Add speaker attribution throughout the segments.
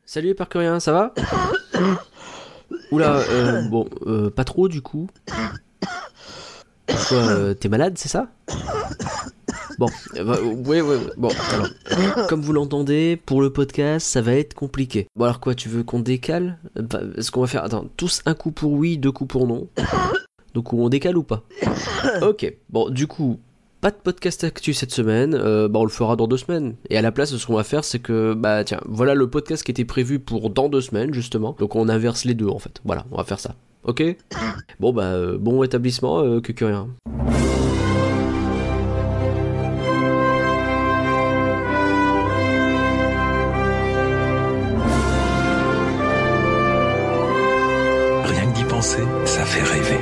Speaker 1: Salut les parcuriens, ça va? Oula, pas trop du coup. Quoi, t'es malade, c'est ça? Bon, ouais, bon, alors, comme vous l'entendez, pour le podcast, ça va être compliqué. Bon alors quoi, tu veux qu'on décale? Ce qu'on va faire, attends, tous un coup pour oui, deux coups pour non. Donc on décale ou pas? Ok, bon du coup, pas de podcast actu cette semaine, on le fera dans 2 semaines. Et à la place, ce qu'on va faire, c'est que, tiens, voilà le podcast qui était prévu pour dans 2 semaines, justement. Donc on inverse les deux, en fait. Voilà, on va faire ça. Ok? Bon, bon établissement, que rien.
Speaker 2: Rien que d'y penser, ça fait rêver.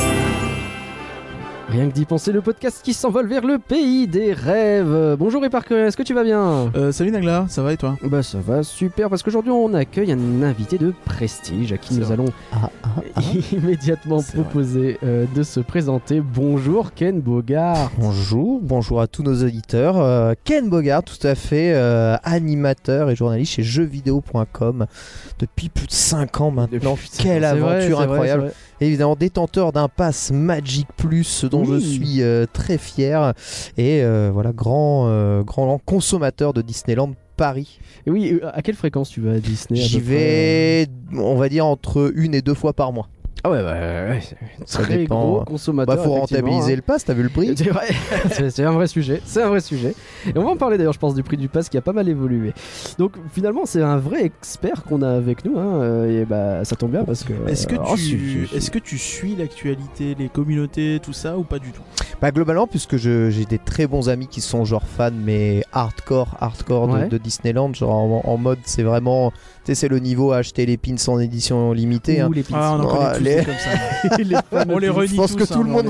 Speaker 3: Rien que d'y penser, le podcast qui s'envole vers le pays des rêves. Bonjour Éparcurien, est-ce que tu vas bien?
Speaker 4: Salut Nagla, ça va et toi?
Speaker 3: Bah ça va super, parce qu'aujourd'hui on accueille un invité de prestige à qui nous allons immédiatement proposer de se présenter. Bonjour Ken Bogart.
Speaker 5: Bonjour à tous nos auditeurs. Ken Bogart, tout à fait, animateur et journaliste chez jeuxvideo.com depuis plus de 5 ans maintenant. Quelle aventure incroyable!
Speaker 3: Vrai.
Speaker 5: Évidemment, détenteur d'un pass Magic Plus dont je suis très fier. Et voilà, grand consommateur de Disneyland Paris.
Speaker 3: Et oui, à quelle fréquence tu vas à Disney?
Speaker 5: J'y vais, on va dire, entre 1 et 2 fois par mois.
Speaker 3: Ah ouais,
Speaker 5: Ça
Speaker 3: très
Speaker 5: dépend.
Speaker 3: gros consommateur.
Speaker 5: Faut rentabiliser le pass, t'as vu le prix?
Speaker 3: C'est vrai. C'est un vrai sujet, Et on va en parler d'ailleurs, je pense, du prix du pass qui a pas mal évolué. Donc finalement, c'est un vrai expert qu'on a avec nous, et ça tombe bien parce que...
Speaker 4: Est-ce que tu suis l'actualité, les communautés, tout ça ou pas du tout?
Speaker 5: Globalement, puisque j'ai des très bons amis qui sont genre fans, mais hardcore de Disneyland, genre en mode c'est vraiment... Tu sais, c'est le niveau à acheter les pins en édition limitée.
Speaker 3: Les pins.
Speaker 4: On en connaît tous comme ça. On les renie tous.
Speaker 5: Je pense que tout le monde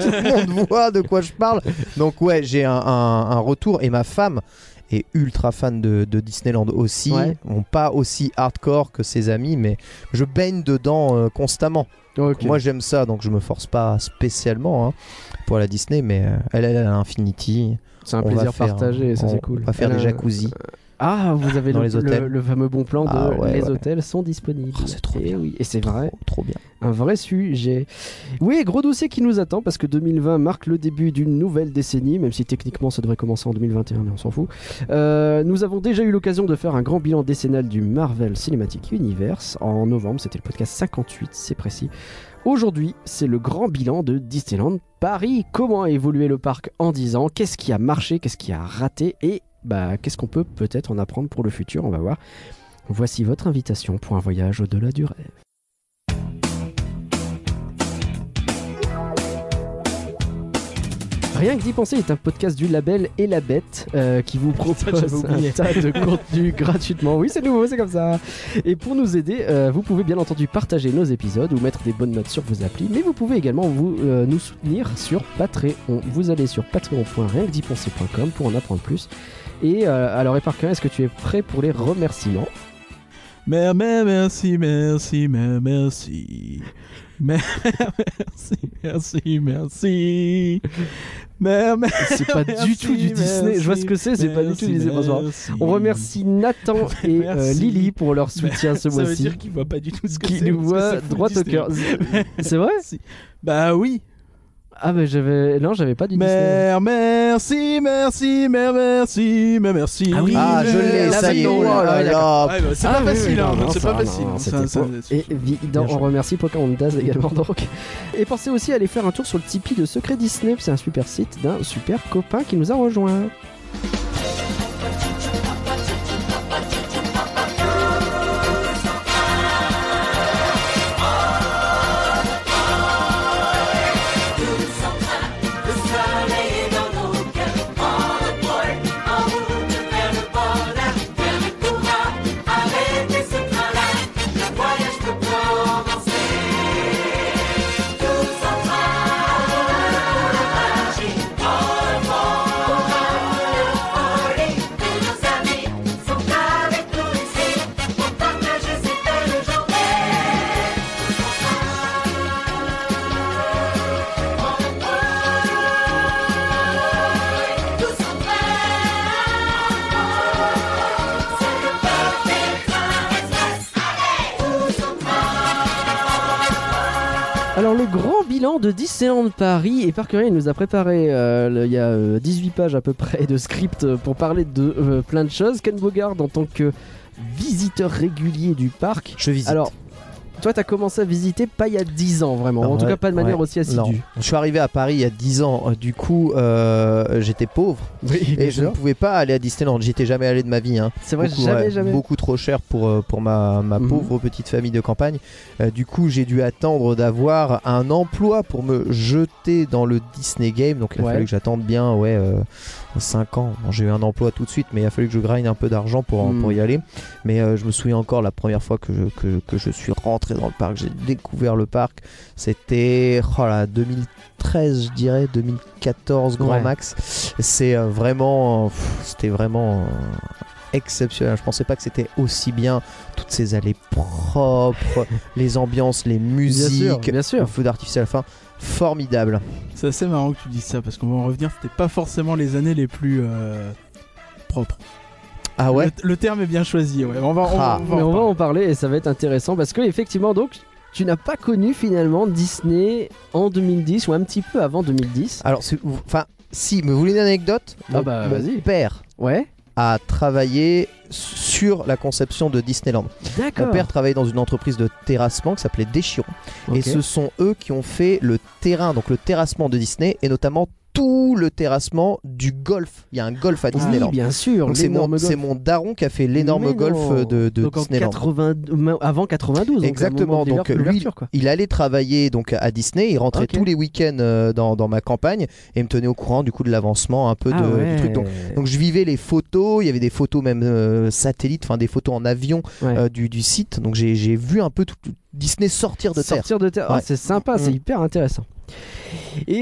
Speaker 5: voit de quoi je parle. Donc ouais, j'ai un retour et ma femme est ultra fan de Disneyland aussi. Bon, pas aussi hardcore que ses amis, mais je baigne dedans constamment.
Speaker 3: Okay.
Speaker 5: Moi j'aime ça, donc je me force pas spécialement pour la Disney, mais elle a l'Infinity.
Speaker 3: C'est un plaisir partagé, ça c'est cool.
Speaker 5: On va faire des jacuzzi.
Speaker 3: Ah, vous avez
Speaker 5: dans les hôtels.
Speaker 3: Le fameux bon plan de hôtels sont disponibles.
Speaker 5: Oh, c'est trop bien.
Speaker 3: Oui, et c'est vrai.
Speaker 5: Trop bien.
Speaker 3: Un vrai sujet. Oui, gros dossier qui nous attend parce que 2020 marque le début d'une nouvelle décennie, même si techniquement ça devrait commencer en 2021, mais on s'en fout. Nous avons déjà eu l'occasion de faire un grand bilan décennal du Marvel Cinematic Universe. En novembre, c'était le podcast 58, c'est précis. Aujourd'hui, c'est le grand bilan de Disneyland Paris. Comment a évolué le parc en 10 ans? Qu'est-ce qui a marché? Qu'est-ce qui a raté? Et qu'est-ce qu'on peut peut-être en apprendre pour le futur? On va voir. Voici votre invitation pour un voyage au-delà du rêve. Rien que d'y penser est un podcast du label Et la Bête qui vous propose un tas de contenu gratuitement. Oui, c'est nouveau, c'est comme ça. Et pour nous aider, vous pouvez bien entendu partager nos épisodes ou mettre des bonnes notes sur vos applis, mais vous pouvez également nous soutenir sur Patreon. Vous allez sur patreon.rienquedipenser.com pour en apprendre plus. Et alors Éparcurien, est-ce que tu es prêt pour les remerciements?
Speaker 4: Merci.
Speaker 3: C'est pas du tout du Disney. Je vois ce que c'est pas du tout du Disney. On remercie Nathan et Lily pour leur soutien ce mois-ci.
Speaker 4: Ça veut dire qu'ils voient pas du tout ce que c'est.
Speaker 3: Qui nous voient droit au cœur. C'est vrai?
Speaker 4: Bah oui.
Speaker 3: Ah j'avais pas du Disney.
Speaker 4: Merci.
Speaker 3: Ah oui,
Speaker 5: je l'ai, ça y est.
Speaker 4: C'est pas facile, c'est pas facile.
Speaker 3: Et évidemment, on remercie Pocahontas également donc. Et pensez aussi à aller faire un tour sur le Tipeee de Secret Disney, c'est un super site d'un super copain qui nous a rejoint. Alors le grand bilan de Disneyland Paris, et Parker nous a préparé il y a 18 pages à peu près de script pour parler de plein de choses. Ken Bogard en tant que visiteur régulier du parc.
Speaker 5: Je visite.
Speaker 3: Alors, toi t'as commencé à visiter pas il y a 10 ans vraiment, en tout cas pas de manière aussi assidue.
Speaker 5: Non. Je suis arrivé à Paris il y a 10 ans, du coup j'étais pauvre et je ne pouvais pas aller à Disneyland, j'y étais jamais allé de ma vie. Hein.
Speaker 3: C'est vrai,
Speaker 5: beaucoup,
Speaker 3: jamais.
Speaker 5: Beaucoup trop cher pour ma pauvre petite famille de campagne. Du coup j'ai dû attendre d'avoir un emploi pour me jeter dans le Disney Game, donc il a fallu que j'attende bien 5 ans. Bon, j'ai eu un emploi tout de suite, mais il a fallu que je grind un peu d'argent pour y aller. Mais je me souviens encore la première fois que je suis rentré dans le parc, j'ai découvert le parc, c'était 2013 je dirais, 2014 grand max. C'est c'était vraiment exceptionnel. Je pensais pas que c'était aussi bien, toutes ces allées propres, les ambiances, les musiques,
Speaker 3: bien sûr.
Speaker 5: le feu d'artifice à la fin. Formidable.
Speaker 4: C'est assez marrant que tu dises ça parce qu'on va en revenir, c'était pas forcément les années les plus propres.
Speaker 5: Ah ouais.
Speaker 4: Le terme est bien choisi, ouais. On va
Speaker 3: en parler et ça va être intéressant parce que effectivement donc tu n'as pas connu finalement Disney en 2010 ou un petit peu avant 2010.
Speaker 5: Alors si, mais vous voulez une anecdote? Mon père a travaillé sur la conception de Disneyland.
Speaker 3: D'accord.
Speaker 5: Mon père travaillait dans une entreprise de terrassement qui s'appelait Déchiron. Et ce sont eux qui ont fait le terrain, donc le terrassement de Disney et notamment tout le terrassement du golf. Il y a un golf à Disneyland.
Speaker 3: Oui, bien sûr.
Speaker 5: C'est mon daron qui a fait l'énorme golf de
Speaker 3: donc
Speaker 5: Disneyland.
Speaker 3: Avant 92.
Speaker 5: Exactement. Donc lui, il allait travailler donc à Disney. Il rentrait tous les week-ends dans ma campagne et me tenait au courant du coup de l'avancement un peu du truc. Donc je vivais les photos. Il y avait des photos même satellites, enfin des photos en avion du site. Donc j'ai vu un peu tout Disney sortir de terre.
Speaker 3: Ah, c'est sympa, c'est hyper intéressant. Et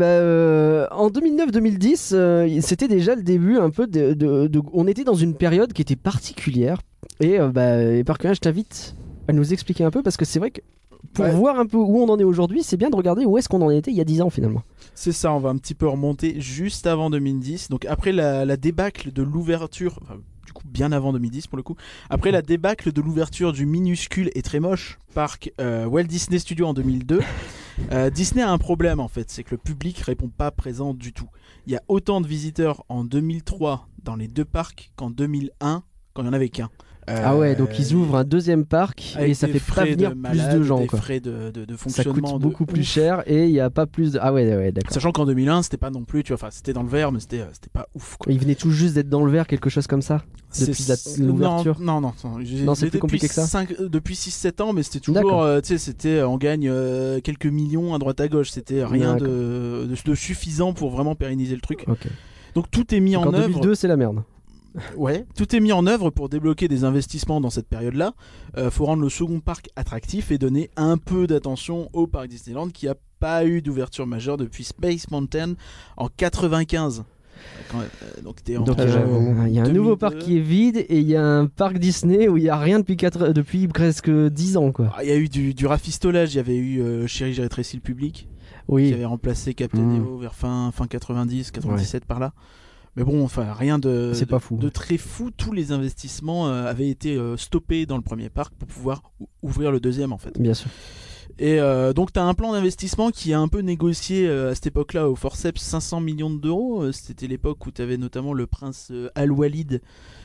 Speaker 3: en 2009-2010, c'était déjà le début un peu on était dans une période qui était particulière. Et par contre, je t'invite à nous expliquer un peu parce que c'est vrai que pour voir un peu où on en est aujourd'hui, c'est bien de regarder où est-ce qu'on en était il y a 10 ans finalement.
Speaker 4: C'est ça, on va un petit peu remonter juste avant 2010. Donc après la débâcle de l'ouverture, du coup bien avant 2010 pour le coup, après la débâcle de l'ouverture du minuscule et très moche parc Walt Disney Studios en 2002, Disney a un problème en fait, c'est que le public répond pas présent du tout. Il y a autant de visiteurs en 2003 dans les deux parcs qu'en 2001 quand il n'y en avait qu'un.
Speaker 3: Ah ouais, donc ils ouvrent un deuxième parc et ça fait pas venir plus de gens.
Speaker 4: Des frais de fonctionnement.
Speaker 3: Ça coûte beaucoup plus cher et il n'y a pas plus de... Ah ouais, d'accord.
Speaker 4: Sachant qu'en 2001, c'était pas non plus, tu vois, enfin c'était dans le vert, mais c'était pas ouf, quoi.
Speaker 3: Il venait tout juste d'être dans le vert, quelque chose comme ça depuis l'ouverture.
Speaker 4: Non,
Speaker 3: c'est plus compliqué que ça.
Speaker 4: Depuis 6-7 ans, mais c'était toujours, tu sais, c'était on gagne quelques millions à droite à gauche, c'était rien de suffisant pour vraiment pérenniser le truc.
Speaker 3: Okay.
Speaker 4: Donc tout est mis en œuvre.
Speaker 3: En 2002, c'est la merde.
Speaker 4: Ouais, tout est mis en œuvre pour débloquer des investissements dans cette période-là. Faut rendre le second parc attractif et donner un peu d'attention au parc Disneyland qui a pas eu d'ouverture majeure depuis Space Mountain en 95. Donc il
Speaker 3: y a un nouveau parc qui est vide et il y a un parc Disney où il y a rien depuis presque 10 ans quoi.
Speaker 4: Il y a eu du rafistolage, il y avait eu Chérie j'ai rétréci le public qui avait remplacé Captain Nemo vers fin 90, 97 par là. Mais bon, enfin, rien de très fou. Tous les investissements avaient été stoppés dans le premier parc pour pouvoir ouvrir le deuxième, en fait.
Speaker 3: Bien sûr.
Speaker 4: Et donc, tu as un plan d'investissement qui est un peu négocié à cette époque-là au forceps 500 millions d'euros. C'était l'époque où tu avais notamment le prince Al-Walid,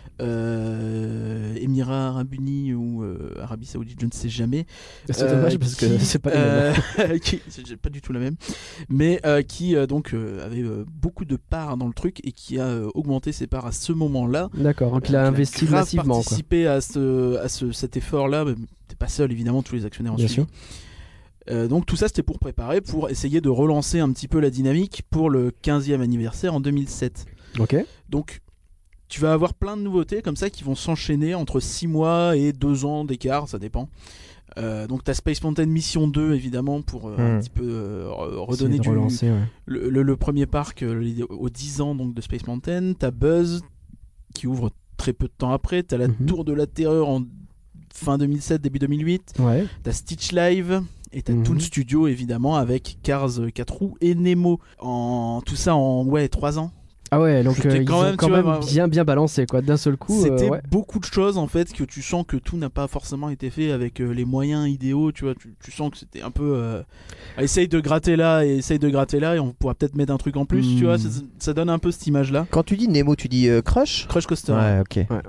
Speaker 4: Émirats Arabes Unis ou Arabie Saoudite, je ne sais jamais.
Speaker 3: C'est dommage parce que c'est pas la même.
Speaker 4: C'est pas du tout la même, mais qui donc avait beaucoup de parts dans le truc et qui a augmenté ses parts à ce moment-là.
Speaker 3: D'accord, donc il a investi massivement.
Speaker 4: Participé à cet effort-là, mais t'es pas seul évidemment, tous les actionnaires ont suivi. Donc tout ça c'était pour préparer, pour essayer de relancer un petit peu la dynamique pour le 15e anniversaire en 2007.
Speaker 3: Ok.
Speaker 4: Donc tu vas avoir plein de nouveautés comme ça qui vont s'enchaîner entre 6 mois et 2 ans d'écart, ça dépend. Donc t'as Space Mountain Mission 2 évidemment pour un petit peu redonner le premier parc aux 10 ans donc, de Space Mountain. T'as Buzz qui ouvre très peu de temps après. T'as la Tour de la Terreur en fin 2007, début 2008.
Speaker 3: Ouais.
Speaker 4: T'as Stitch Live. Et t'as Toon Studio évidemment avec Cars 4 roues et Nemo. Tout ça en 3 ans.
Speaker 3: Ah ouais, donc
Speaker 4: C'était
Speaker 3: ils
Speaker 4: quand
Speaker 3: ont
Speaker 4: même,
Speaker 3: quand
Speaker 4: tu vois,
Speaker 3: même bien balancé quoi. D'un seul coup,
Speaker 4: C'était
Speaker 3: ouais.
Speaker 4: beaucoup de choses en fait que tu sens que tout n'a pas forcément été fait avec les moyens idéaux, tu vois. Tu sens que c'était un peu essaye de gratter là et on pourra peut-être mettre un truc en plus, tu vois. Ça donne un peu cette image là.
Speaker 5: Quand tu dis Nemo, tu dis Crush
Speaker 4: Crush Coaster.
Speaker 5: Ouais, ok.
Speaker 3: Ouais.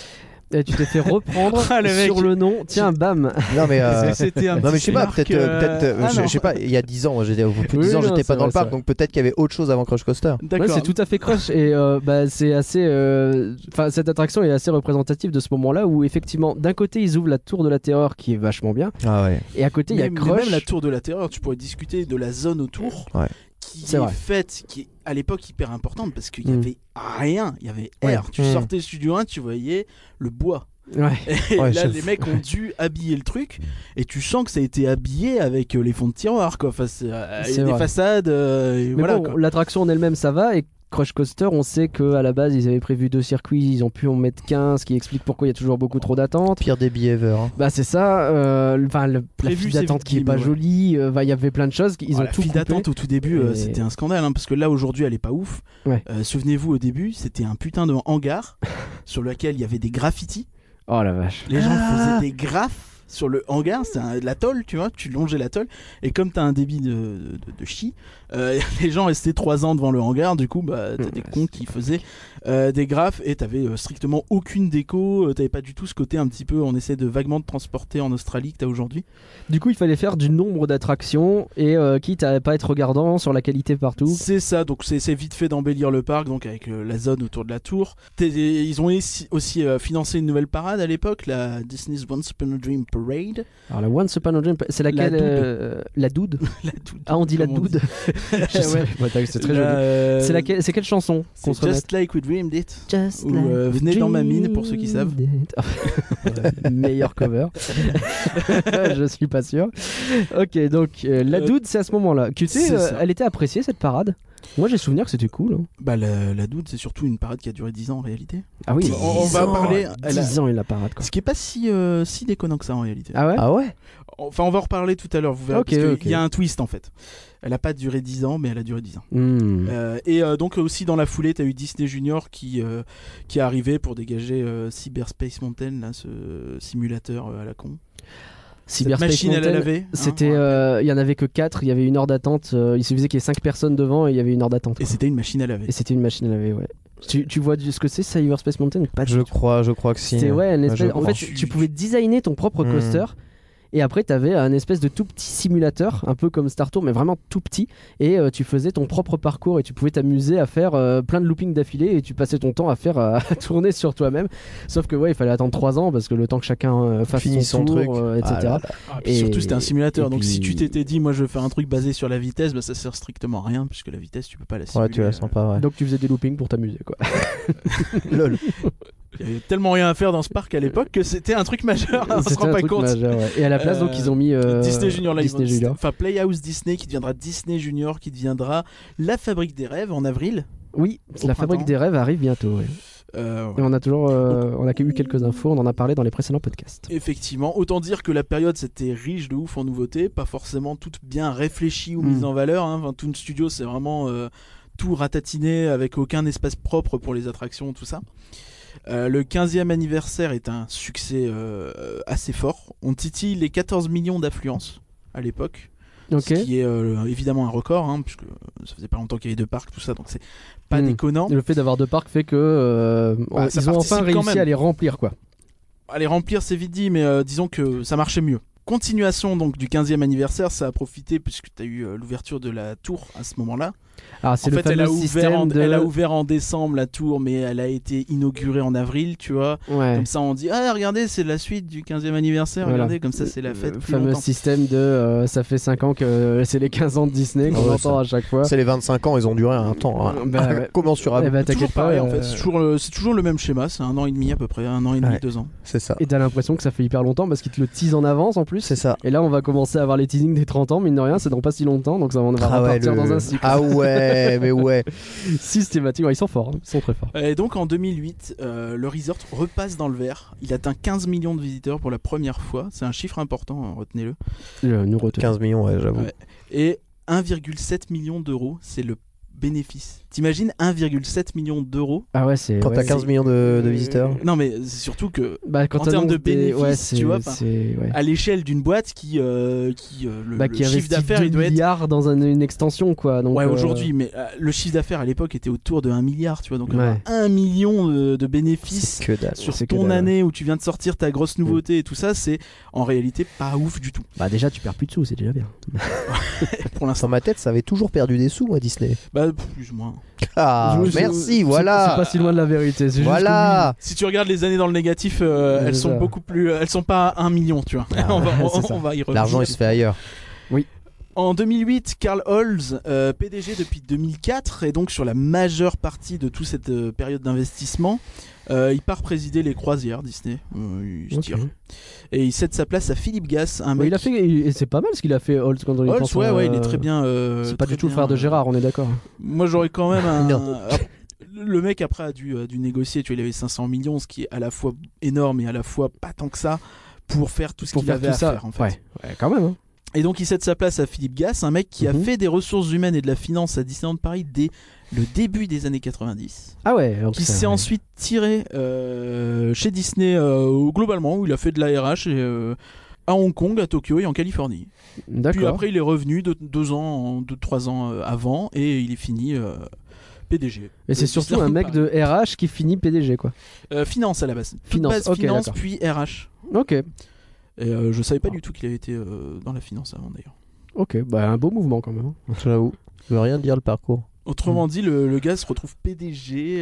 Speaker 3: Et tu t'es fait reprendre
Speaker 4: Ah, le mec.
Speaker 3: sur le nom. Tiens, bam.
Speaker 5: Non mais
Speaker 4: C'était un
Speaker 5: non mais je sais pas,
Speaker 4: petit
Speaker 5: peut-être
Speaker 4: marque,
Speaker 5: je sais pas, il y a 10 ans, moi j'étais plus de
Speaker 3: Oui,
Speaker 5: 10 ans,
Speaker 3: non,
Speaker 5: j'étais
Speaker 3: c'est
Speaker 5: pas dans
Speaker 3: vrai,
Speaker 5: le parc,
Speaker 3: c'est
Speaker 5: donc peut-être qu'il y avait autre chose avant Crush Coaster.
Speaker 4: D'accord.
Speaker 3: Ouais, c'est tout à fait Crush et c'est assez. Enfin, cette attraction est assez représentative de ce moment-là où effectivement, d'un côté ils ouvrent la tour de la terreur qui est vachement bien,
Speaker 5: Ah ouais.
Speaker 3: et à côté il y a
Speaker 4: Mais
Speaker 3: Crush.
Speaker 4: même la tour de la terreur, tu pourrais discuter de la zone autour.
Speaker 5: Ouais.
Speaker 4: Qui
Speaker 3: C'est
Speaker 4: est
Speaker 3: vrai.
Speaker 4: faite, qui est à l'époque hyper importante parce qu'il y
Speaker 3: Mm.
Speaker 4: avait rien, il y avait
Speaker 3: Ouais.
Speaker 4: air. Tu sortais Studio 1, tu voyais le bois.
Speaker 3: Ouais.
Speaker 4: Et
Speaker 5: Ouais,
Speaker 4: là,
Speaker 5: j'avoue.
Speaker 4: les mecs ont dû habiller le truc et tu sens que ça a été habillé avec les fonds de tiroir, quoi. Enfin, il y a
Speaker 3: C'est
Speaker 4: des
Speaker 3: vrai.
Speaker 4: façades. Et
Speaker 3: Mais
Speaker 4: voilà,
Speaker 3: bon,
Speaker 4: quoi.
Speaker 3: l'attraction en elle-même ça va, et Crush Coaster, on sait qu'à la base ils avaient prévu 2 circuits, ils ont pu en mettre 15, ce qui explique pourquoi il y a toujours beaucoup trop d'attentes.
Speaker 5: Pire débit ever. Hein.
Speaker 3: Bah c'est ça, la
Speaker 4: Prévu,
Speaker 3: file
Speaker 4: c'est
Speaker 3: d'attente
Speaker 4: vite
Speaker 3: qui est
Speaker 4: dit,
Speaker 3: pas
Speaker 4: mais ouais.
Speaker 3: jolie, il y avait plein de choses, ils ont
Speaker 4: La
Speaker 3: tout
Speaker 4: file
Speaker 3: coupé.
Speaker 4: d'attente au tout début,
Speaker 3: Et-
Speaker 4: c'était un scandale, hein, parce que là aujourd'hui elle est pas ouf.
Speaker 3: Ouais.
Speaker 4: Souvenez-vous, au début, c'était un putain de hangar sur lequel il y avait des graffitis.
Speaker 3: Oh la vache.
Speaker 4: Les gens faisaient des graphes sur le hangar, c'est de la tôle, tu vois, tu longeais la tôle, et comme t'as un débit de chi, les gens restaient 3 ans devant le hangar, du coup, bah, t'as des cons qui faisaient des graphes, et t'avais strictement aucune déco, t'avais pas du tout ce côté un petit peu, on essaie de vaguement de transporter en Australie que t'as aujourd'hui.
Speaker 3: Du coup il fallait faire du nombre d'attractions, et quitte à pas être regardant sur la qualité partout.
Speaker 4: C'est ça, donc c'est vite fait d'embellir le parc, donc avec la zone autour de la tour. Ils ont aussi financé une nouvelle parade à l'époque, la Disney's Once Upon a Dream Parade.
Speaker 3: Alors la Once Upon a Dream, c'est laquelle la doude.
Speaker 4: La doude.
Speaker 3: Ah on dit la
Speaker 4: Comme on
Speaker 3: doude. Je sais.
Speaker 4: Ouais.
Speaker 3: Ouais, c'est très
Speaker 4: La,
Speaker 3: joli. C'est laquelle, c'est quelle chanson qu'on
Speaker 4: C'est
Speaker 3: se remette?
Speaker 4: Just Like We Dreamed It.
Speaker 3: Just
Speaker 4: Ou, Venez dans ma mine, pour ceux qui savent.
Speaker 3: Meilleur cover. Je suis pas sûr. Ok, donc la doude, c'est à ce moment-là. Tu sais,
Speaker 4: c'est ça.
Speaker 3: elle était appréciée cette parade. Moi j'ai souvenir que c'était cool. Hein.
Speaker 4: Bah la doude, c'est surtout une parade qui a duré 10 ans en réalité.
Speaker 3: Ah oui,
Speaker 4: On va parler.
Speaker 3: 10 ans et la parade quoi.
Speaker 4: Ce qui est pas si déconnant que ça en réalité.
Speaker 3: Ah ouais.
Speaker 5: Ah ouais.
Speaker 4: Enfin, on va en reparler tout à l'heure, vous verrez.
Speaker 3: Ok,
Speaker 4: parce
Speaker 3: ok.
Speaker 4: qu'il y a un twist en fait. Elle a pas duré 10 ans, mais elle a duré 10 ans.
Speaker 3: Hmm.
Speaker 4: Donc aussi dans la foulée, tu as eu Disney Junior qui est arrivé pour dégager Cyberspace Mountain, là, ce simulateur à la con. Cette
Speaker 3: Cyberspace
Speaker 4: machine, elle
Speaker 3: Mountain,
Speaker 4: l'avait.
Speaker 3: c'était, il y en avait que 4, il y avait une heure d'attente. Il suffisait qu'il y ait 5 personnes devant et il y avait une heure d'attente.
Speaker 4: Et
Speaker 3: quoi.
Speaker 4: c'était une machine à laver.
Speaker 3: Et c'était une machine à laver, ouais. Tu vois ce que c'est Cyberspace Mountain? Pas du
Speaker 5: Je
Speaker 3: tout.
Speaker 5: crois que si.
Speaker 3: C'était ouais, une espèce...
Speaker 5: je
Speaker 3: en
Speaker 5: crois.
Speaker 3: fait, tu pouvais designer ton propre
Speaker 5: Hmm.
Speaker 3: coaster. Et après, tu avais un espèce de tout petit simulateur, un peu comme Star Tour, mais vraiment tout petit. Et tu faisais ton propre parcours et tu pouvais t'amuser à faire plein de loopings d'affilée et tu passais ton temps à tourner sur toi-même. Sauf que ouais, il fallait attendre 3 ans parce que le temps que chacun fasse
Speaker 5: Finisse
Speaker 3: son
Speaker 5: son
Speaker 3: tour,
Speaker 5: truc.
Speaker 3: etc.
Speaker 5: Ah là là.
Speaker 4: Ah, puis
Speaker 3: Et-
Speaker 4: surtout, c'était un simulateur.
Speaker 3: et
Speaker 4: Donc
Speaker 3: puis-
Speaker 4: si tu t'étais dit, moi je veux faire un truc basé sur la vitesse, bah, ça sert strictement à rien, puisque la vitesse, tu peux pas la simuler.
Speaker 5: Ouais, tu la sens pas, ouais.
Speaker 3: Donc tu faisais des loopings pour t'amuser, quoi.
Speaker 5: Lol.
Speaker 4: Il y avait tellement rien à faire dans ce parc à l'époque que c'était un truc majeur. On se
Speaker 3: C'était
Speaker 4: rend
Speaker 3: un
Speaker 4: pas
Speaker 3: truc
Speaker 4: compte.
Speaker 3: majeur, ouais. Et à la place, donc, ils ont mis
Speaker 4: Disney Junior Live.
Speaker 3: Disney Junior.
Speaker 4: Enfin, Playhouse Disney qui deviendra Disney Junior, qui deviendra La Fabrique des Rêves en avril.
Speaker 3: Oui,
Speaker 4: Au
Speaker 3: la
Speaker 4: printemps.
Speaker 3: fabrique des rêves arrive bientôt. Ouais. Et on a toujours, on a eu quelques infos, on en a parlé dans les précédents podcasts.
Speaker 4: Effectivement, autant dire que la période c'était riche de ouf en nouveautés, pas forcément toute bien réfléchie ou mise en valeur. Hein. Enfin, Toon Studio, c'est vraiment tout ratatiné avec aucun espace propre pour les attractions, tout ça. Le 15e anniversaire est un succès assez fort. On titille les 14 millions d'affluence à l'époque.
Speaker 3: Ok.
Speaker 4: Ce qui est évidemment un record, hein, puisque ça faisait pas longtemps qu'il y avait 2 parcs, tout ça, donc c'est pas
Speaker 3: Mm.
Speaker 4: déconnant.
Speaker 3: Le fait d'avoir 2 parcs fait que
Speaker 4: Bah, ça
Speaker 3: ils ont enfin
Speaker 4: participe quand
Speaker 3: réussi
Speaker 4: même.
Speaker 3: à les remplir, quoi.
Speaker 4: À les remplir, c'est vite dit, mais disons que ça marchait mieux. Continuation donc du 15e anniversaire, ça a profité puisque tu as eu l'ouverture de la tour à ce moment-là.
Speaker 3: Ah, c'est
Speaker 4: En
Speaker 3: le
Speaker 4: fait, elle
Speaker 3: fameux
Speaker 4: a, ouvert
Speaker 3: système de...
Speaker 4: elle a ouvert en décembre la tour, mais elle a été inaugurée en avril, tu vois.
Speaker 3: Ouais.
Speaker 4: Comme ça, on dit ah regardez, c'est la suite du 15e anniversaire.
Speaker 3: Voilà.
Speaker 4: Regardez, comme ça, c'est la fête
Speaker 3: Le
Speaker 4: plus
Speaker 3: fameux
Speaker 4: longtemps.
Speaker 3: système de ça fait 5 ans que c'est les 15 ans de Disney qu'on
Speaker 5: Ouais,
Speaker 3: entend à chaque fois.
Speaker 5: C'est les 25 ans, ils ont duré un temps. Hein.
Speaker 3: Bah, ouais.
Speaker 5: Commensurable.
Speaker 3: Eh ben,
Speaker 4: Toujours
Speaker 3: t'inquiète pas.
Speaker 4: pareil, en fait. C'est toujours le même schéma. C'est 1 an et demi à peu près, 1 an et demi,
Speaker 5: Ouais.
Speaker 4: 2 ans.
Speaker 5: C'est ça.
Speaker 3: Et t'as l'impression que ça fait hyper longtemps parce qu'ils te le teasent en avance en plus.
Speaker 5: C'est ça.
Speaker 3: Et là, on va commencer à avoir les teasings des 30 ans, mine de rien, c'est dans pas si longtemps, donc ça on va repartir dans un cycle.
Speaker 5: Ah ouais, mais ouais.
Speaker 3: Systématiquement, ils sont forts, hein. Ils sont très forts.
Speaker 4: Et donc en 2008, le resort repasse dans le vert. Il atteint 15 millions de visiteurs pour la première fois. C'est un chiffre important, hein, retenez-le.
Speaker 3: Nous retenons.
Speaker 5: 15 millions, ouais, j'avoue.
Speaker 4: Ouais. Et 1,7 million d'euros, c'est le bénéfice T'imagines 1,7 million d'euros.
Speaker 3: Ah ouais, c'est.
Speaker 5: Quand
Speaker 3: ouais,
Speaker 5: t'as 15 millions de visiteurs.
Speaker 4: Non, mais c'est surtout que
Speaker 3: quand
Speaker 4: en termes de
Speaker 3: t'annonces des-
Speaker 4: bénéfices,
Speaker 3: ouais, c'est-
Speaker 4: tu vois,
Speaker 3: c'est- ouais.
Speaker 4: à l'échelle d'une boîte qui le
Speaker 3: Qui
Speaker 4: chiffre
Speaker 3: investit
Speaker 4: d'affaires
Speaker 3: 2
Speaker 4: il doit être
Speaker 3: milliards dans une extension, quoi. Donc,
Speaker 4: ouais aujourd'hui, mais le chiffre d'affaires à l'époque était autour de 1 milliard, tu vois, donc
Speaker 3: Ouais.
Speaker 4: avoir 1 million de bénéfices
Speaker 5: C'est que dalle.
Speaker 4: sur
Speaker 3: c'est que
Speaker 4: ton
Speaker 3: dalle,
Speaker 4: année où tu viens de sortir ta grosse nouveauté et tout ça, c'est en réalité pas ouf du tout
Speaker 3: Bah, déjà, tu perds plus de sous, c'est déjà bien.
Speaker 4: pour
Speaker 5: Dans
Speaker 4: l'instant.
Speaker 5: ma tête, ça avait toujours perdu des sous, moi, Disney.
Speaker 4: Bah plus ou moins.
Speaker 5: Ah,
Speaker 3: Je-
Speaker 5: merci,
Speaker 3: c'est-
Speaker 5: voilà.
Speaker 3: C'est pas si loin de la vérité. C'est
Speaker 5: Voilà.
Speaker 4: Si tu regardes les années dans le négatif, elles
Speaker 3: c'est
Speaker 4: sont
Speaker 3: ça.
Speaker 4: beaucoup plus, elles sont pas à 1 million, tu vois.
Speaker 3: Ah,
Speaker 4: on
Speaker 3: c'est ça.
Speaker 4: va y revenir.
Speaker 5: L'argent, il se fait ailleurs.
Speaker 4: En 2008, Karl Holz, PDG depuis 2004, et donc sur la majeure partie de toute cette période d'investissement, il part présider les croisières Disney. Il se
Speaker 3: Ok.
Speaker 4: tire. Et il cède sa place à Philippe Gass, un
Speaker 3: Ouais,
Speaker 4: mec.
Speaker 3: il a fait, et c'est pas mal ce qu'il a fait, Holtz, quand on y
Speaker 4: Holz,
Speaker 3: pense.
Speaker 4: ouais, il est très bien.
Speaker 3: C'est pas
Speaker 4: très
Speaker 3: du tout le
Speaker 4: bien,
Speaker 3: frère de Gérard, on est d'accord.
Speaker 4: Moi, j'aurais quand même un.
Speaker 5: Non.
Speaker 4: Le mec après a dû négocier. Tu vois, il avait 500 millions, ce qui est à la fois énorme et à la fois pas tant que ça pour faire tout ce
Speaker 3: Pour
Speaker 4: qu'il
Speaker 3: faire
Speaker 4: avait
Speaker 3: tout
Speaker 4: à
Speaker 3: ça.
Speaker 4: faire en fait.
Speaker 3: Ouais, quand même. Hein.
Speaker 4: Et donc il cède sa place à Philippe Gass, un mec qui a
Speaker 3: Mhm.
Speaker 4: fait des ressources humaines et de la finance à Disneyland Paris dès le début des années 90,
Speaker 3: Ah ouais. donc
Speaker 4: qui
Speaker 3: ça,
Speaker 4: s'est
Speaker 3: ouais.
Speaker 4: ensuite tiré chez Disney globalement, où il a fait de l'ARH à Hong Kong, à Tokyo et en Californie. Puis
Speaker 3: D'accord.
Speaker 4: après il est revenu 2-3 ans avant et il est fini PDG.
Speaker 3: Et c'est surtout un mec de RH qui finit PDG, quoi.
Speaker 4: Finance à la base. Toute
Speaker 3: Finance,
Speaker 4: base
Speaker 3: ok,
Speaker 4: finance
Speaker 3: d'accord.
Speaker 4: puis RH.
Speaker 3: Ok.
Speaker 4: Et je savais pas du tout qu'il avait été dans la finance avant d'ailleurs.
Speaker 3: Ok. Bah, un beau mouvement quand même. Hein.
Speaker 5: J'avoue. Je veux rien dire le parcours.
Speaker 4: Autrement dit, le gars se retrouve PDG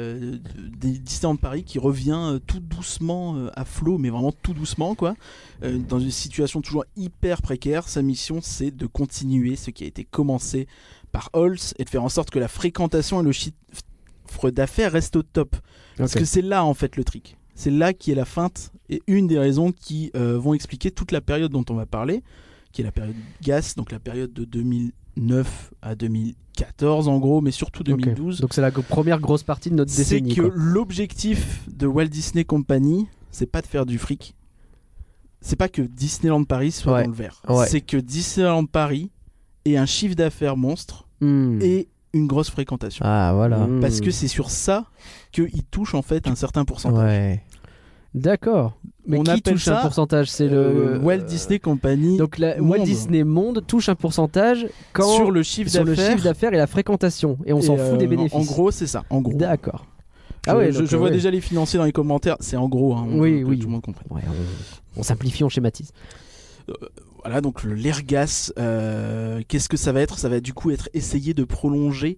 Speaker 4: des Disneyland Paris qui revient tout doucement à flot, mais vraiment tout doucement, quoi. Dans une situation toujours hyper précaire. Sa mission, c'est de continuer ce qui a été commencé par Holtz et de faire en sorte que la fréquentation et le chiffre d'affaires restent au top. Parce
Speaker 3: Ok.
Speaker 4: que c'est là, en fait, le trick. C'est là qui est la feinte et une des raisons qui vont expliquer toute la période dont on va parler, qui est la période Gass, donc la période de 2009 à 2014 en gros, mais surtout 2012.
Speaker 3: Ok. Donc c'est la première grosse partie de notre
Speaker 4: C'est
Speaker 3: décennie.
Speaker 4: que
Speaker 3: quoi.
Speaker 4: l'objectif de Walt Disney Company, c'est pas de faire du fric. C'est pas que Disneyland Paris soit
Speaker 5: Ouais.
Speaker 4: dans le vert.
Speaker 5: Ouais.
Speaker 4: C'est que Disneyland Paris ait un chiffre d'affaires monstre
Speaker 3: Hmm.
Speaker 4: et une grosse fréquentation.
Speaker 5: Ah, voilà.
Speaker 3: Hmm.
Speaker 4: Parce que c'est sur ça qu'il touche en fait un certain pourcentage.
Speaker 5: Ouais.
Speaker 3: D'accord. Mais
Speaker 4: On
Speaker 3: qui
Speaker 4: appelle
Speaker 3: touche
Speaker 4: ça,
Speaker 3: un pourcentage? C'est le
Speaker 4: Walt Disney Company.
Speaker 3: Donc la
Speaker 4: Monde.
Speaker 3: Walt Disney Monde touche un pourcentage quand
Speaker 4: sur le chiffre
Speaker 3: sur le
Speaker 4: d'affaires.
Speaker 3: chiffre d'affaires et la fréquentation. Et on s'en fout des bénéfices.
Speaker 4: En gros, c'est ça. En gros.
Speaker 3: D'accord.
Speaker 4: Je,
Speaker 3: Ah ouais,
Speaker 4: je-
Speaker 3: donc,
Speaker 4: je vois
Speaker 3: ouais.
Speaker 4: déjà les financiers dans les commentaires. C'est en gros. Hein,
Speaker 3: Oui,
Speaker 4: que
Speaker 3: oui.
Speaker 4: Tout le monde comprenne.
Speaker 3: Ouais, on simplifie, on schématise.
Speaker 4: Voilà, donc l'Airgas, qu'est-ce que ça va être? Ça va du coup être essayer de prolonger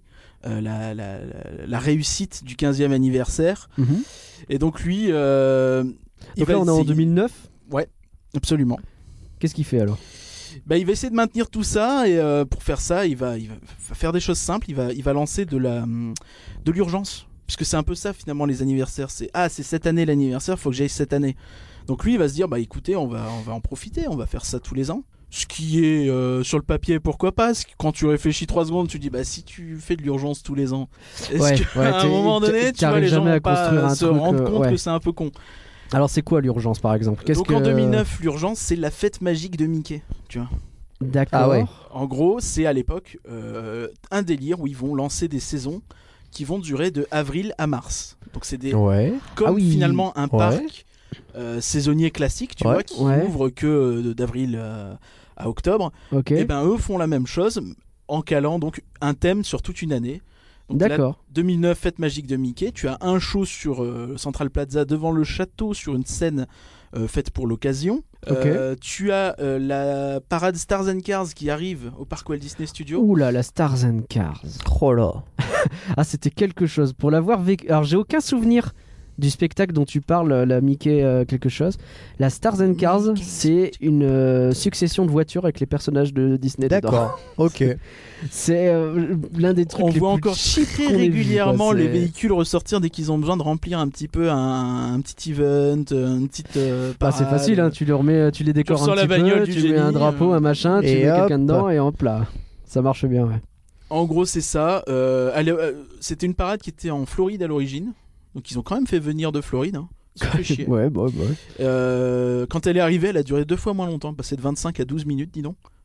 Speaker 4: la réussite du 15e anniversaire. Et donc lui, il
Speaker 3: Donc
Speaker 4: va
Speaker 3: là, on est en
Speaker 4: essayer-
Speaker 3: 2009.
Speaker 4: Absolument.
Speaker 3: Qu'est-ce qu'il fait alors?
Speaker 4: Bah, il va essayer de maintenir tout ça et pour faire ça, il va faire des choses simples. Il va lancer de l'urgence, puisque c'est un peu ça finalement les anniversaires. C'est cette année l'anniversaire, faut que j'aille cette année. Donc lui, il va se dire bah écoutez, on va en profiter, on va faire ça tous les ans. Ce qui est sur le papier, pourquoi pas? Parce que quand tu réfléchis 3 secondes, tu dis bah si tu fais de l'urgence tous les ans, est-ce
Speaker 3: Ouais,
Speaker 4: qu'à
Speaker 3: ouais,
Speaker 4: un moment donné, tu vois,
Speaker 3: t'arrives
Speaker 4: les gens
Speaker 3: jamais à
Speaker 4: vont pas
Speaker 3: construire un
Speaker 4: se
Speaker 3: truc,
Speaker 4: rendre compte
Speaker 3: ouais.
Speaker 4: que c'est un peu con.
Speaker 3: Alors c'est quoi l'urgence par exemple?
Speaker 4: Donc en 2009, l'urgence, c'est la fête magique de Mickey. Tu vois.
Speaker 3: D'accord.
Speaker 5: Ah ouais.
Speaker 4: En gros, c'est à l'époque un délire où ils vont lancer des saisons qui vont durer de avril à mars. Donc c'est
Speaker 5: Ouais.
Speaker 4: comme
Speaker 3: Ah oui.
Speaker 4: finalement un
Speaker 5: Ouais.
Speaker 4: parc saisonnier classique, tu
Speaker 5: Ouais.
Speaker 4: vois, qui
Speaker 3: Ouais.
Speaker 4: ouvre que d'avril à octobre.
Speaker 3: Ok.
Speaker 4: Et ben eux font la même chose en calant donc un thème sur toute une année. Donc là,
Speaker 3: D'accord.
Speaker 4: 2009, fête magique de Mickey. Tu as un show sur Central Plaza devant le château sur une scène faite pour l'occasion.
Speaker 3: Ok.
Speaker 4: Tu as la parade Stars and Cars qui arrive au parc Walt Disney Studios.
Speaker 3: Ouh là, la Stars and Cars.
Speaker 5: Oh là.
Speaker 3: Ah, c'était quelque chose. Pour l'avoir vécu. Alors, j'ai aucun souvenir du spectacle dont tu parles, la Mickey quelque chose. La Stars and Cars,
Speaker 4: Mickey.
Speaker 3: c'est une succession de voitures avec les personnages de Disney dedans.
Speaker 5: D'accord. Ok.
Speaker 3: C'est l'un des trucs
Speaker 4: On
Speaker 3: les
Speaker 4: voit
Speaker 3: plus
Speaker 4: encore
Speaker 3: cheap
Speaker 4: très
Speaker 3: qu'on ait vu,
Speaker 4: régulièrement
Speaker 3: quoi.
Speaker 4: les
Speaker 3: C'est-
Speaker 4: véhicules ressortir dès qu'ils ont besoin de remplir un petit peu un petit event, une petite
Speaker 3: Bah, c'est
Speaker 4: parade.
Speaker 3: facile, hein, tu les décores
Speaker 4: ressors
Speaker 3: un
Speaker 4: la
Speaker 3: petit
Speaker 4: bagnole
Speaker 3: peu,
Speaker 4: du
Speaker 3: tu mets un
Speaker 4: génie,
Speaker 3: drapeau, un machin, tu
Speaker 5: et
Speaker 3: mets
Speaker 5: hop.
Speaker 3: quelqu'un dedans et hop là. Ça marche bien, ouais.
Speaker 4: En gros, c'est ça. C'était une parade qui était en Floride à l'origine. Donc ils ont quand même fait venir de Floride. Hein. Ils se sont fait chier.
Speaker 3: Ouais, bah, ouais.
Speaker 4: Quand elle est arrivée, elle a duré 2 fois moins longtemps, passé de 25 à 12 minutes, dis donc.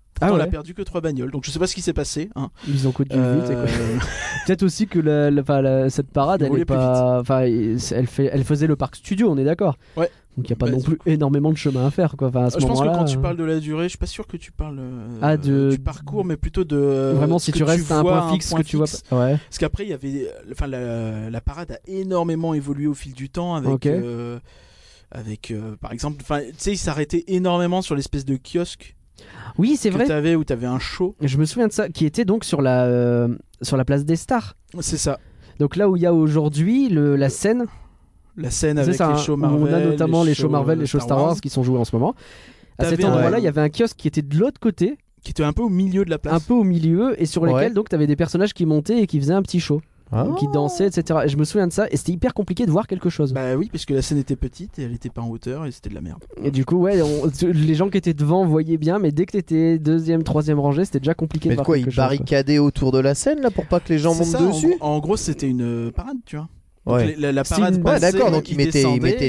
Speaker 4: On a perdu que 3 bagnoles, donc je sais pas ce qui s'est passé. Hein.
Speaker 3: Ils ont conduit vite. Peut-être aussi que cette parade, elle est pas. Enfin, elle faisait le parc studio, on est d'accord.
Speaker 4: Ouais.
Speaker 3: Donc il y a pas non plus énormément de chemin à faire, quoi. Enfin, à ce
Speaker 4: je pense que
Speaker 3: moment-là,
Speaker 4: quand tu parles de la durée, je suis pas sûr que tu parles
Speaker 3: du
Speaker 4: parcours, mais plutôt de.
Speaker 3: Vraiment, si tu restes à un point fixe que tu vois. Ouais.
Speaker 4: Parce qu'après, il y avait, la parade a énormément évolué au fil du temps avec. Avec par exemple, tu sais, il s'arrêtait énormément sur l'espèce de kiosque.
Speaker 3: Oui, c'est vrai.
Speaker 4: Où t'avais un show.
Speaker 3: Je me souviens de ça, qui était donc sur la place des Stars.
Speaker 4: C'est ça.
Speaker 3: Donc là où il y a aujourd'hui la scène.
Speaker 4: La scène avec les shows Marvel.
Speaker 3: On a notamment les shows Marvel, les shows Star Wars qui sont joués en ce moment. À cet endroit-là, il y avait un kiosque qui était de l'autre côté.
Speaker 4: Qui était un peu au milieu de la place.
Speaker 3: Un peu au milieu, et sur lesquels donc t'avais des personnages qui montaient et qui faisaient un petit show. Qui dansaient, etc. Et je me souviens de ça, et c'était hyper compliqué de voir quelque chose.
Speaker 4: Bah oui, parce que la scène était petite et elle était pas en hauteur et c'était de la merde.
Speaker 3: Et du coup, les gens qui étaient devant voyaient bien, mais dès que t'étais deuxième, troisième rangée, c'était déjà compliqué de voir quelque chose.
Speaker 5: Mais quoi, ils barricadaient autour de la scène là pour pas que les gens montent dessus.
Speaker 4: En gros, c'était une parade, tu vois.
Speaker 5: Ouais.
Speaker 4: Donc, la parade passait,
Speaker 5: d'accord, donc ils mettaient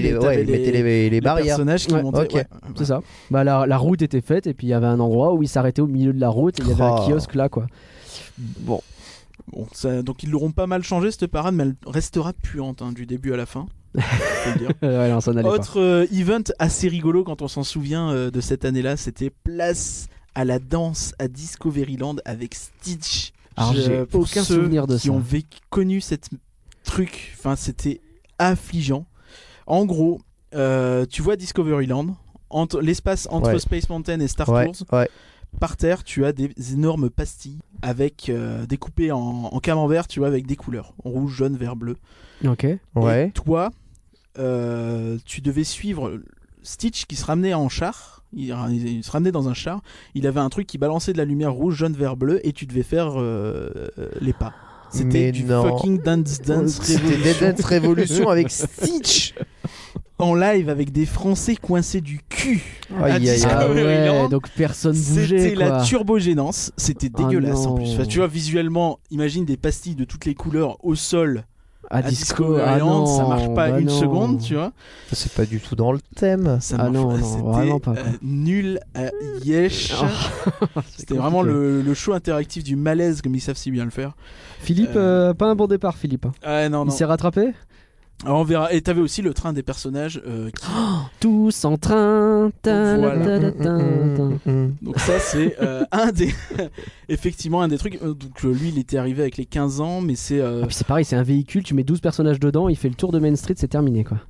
Speaker 5: les barrières.
Speaker 4: Personnages qui montaient.
Speaker 5: Okay.
Speaker 3: C'est ça. Bah, la route était faite, et puis il y avait un endroit où ils s'arrêtaient au milieu de la route, et il y avait un kiosque là, quoi.
Speaker 4: Bon, donc ils l'auront pas mal changé cette parade, mais elle restera puante du début à la fin. Faut le dire.
Speaker 3: Non, ça n'allait
Speaker 4: Autre event assez rigolo quand on s'en souvient de cette année-là, c'était place à la danse à Discoveryland avec Stitch.
Speaker 3: Alors j'ai aucun souvenir de ça.
Speaker 4: Qui ont connu cette truc, enfin c'était affligeant. En gros, tu vois Discoveryland, l'espace entre Space Mountain et Star Tours.
Speaker 5: Ouais.
Speaker 4: Par terre, tu as des énormes pastilles avec découpées en camembert, tu vois, avec des couleurs rouge, jaune, vert, bleu.
Speaker 3: Ok.
Speaker 5: Ouais.
Speaker 4: Et toi, tu devais suivre Stitch qui se ramenait en char. Il se ramenait dans un char. Il avait un truc qui balançait de la lumière rouge, jaune, vert, bleu, et tu devais faire les pas. C'était fucking Dance Revolution.
Speaker 5: C'était Dance Revolution avec Stitch.
Speaker 4: En live avec des Français coincés du cul.
Speaker 3: Donc personne bougeait.
Speaker 4: C'était la turbogénance. C'était dégueulasse en plus. Enfin, tu vois, visuellement, imagine des pastilles de toutes les couleurs au sol. À Discoveryland, ça marche pas une seconde, tu vois.
Speaker 5: C'est pas du tout dans le thème.
Speaker 3: Non, vraiment pas.
Speaker 4: Nul à yesh. C'était vraiment le show interactif du malaise, comme ils savent si bien le faire.
Speaker 3: Philippe, pas un bon départ, Philippe.
Speaker 4: Non.
Speaker 3: Il s'est rattrapé.
Speaker 4: Alors on verra. Et t'avais aussi le train des personnages
Speaker 3: tous en train.
Speaker 4: Voilà. Donc ça c'est effectivement un des trucs. Donc lui il était arrivé avec les 15 ans, mais c'est
Speaker 3: puis c'est pareil, c'est un véhicule, tu mets 12 personnages dedans, il fait le tour de Main Street, c'est terminé, quoi.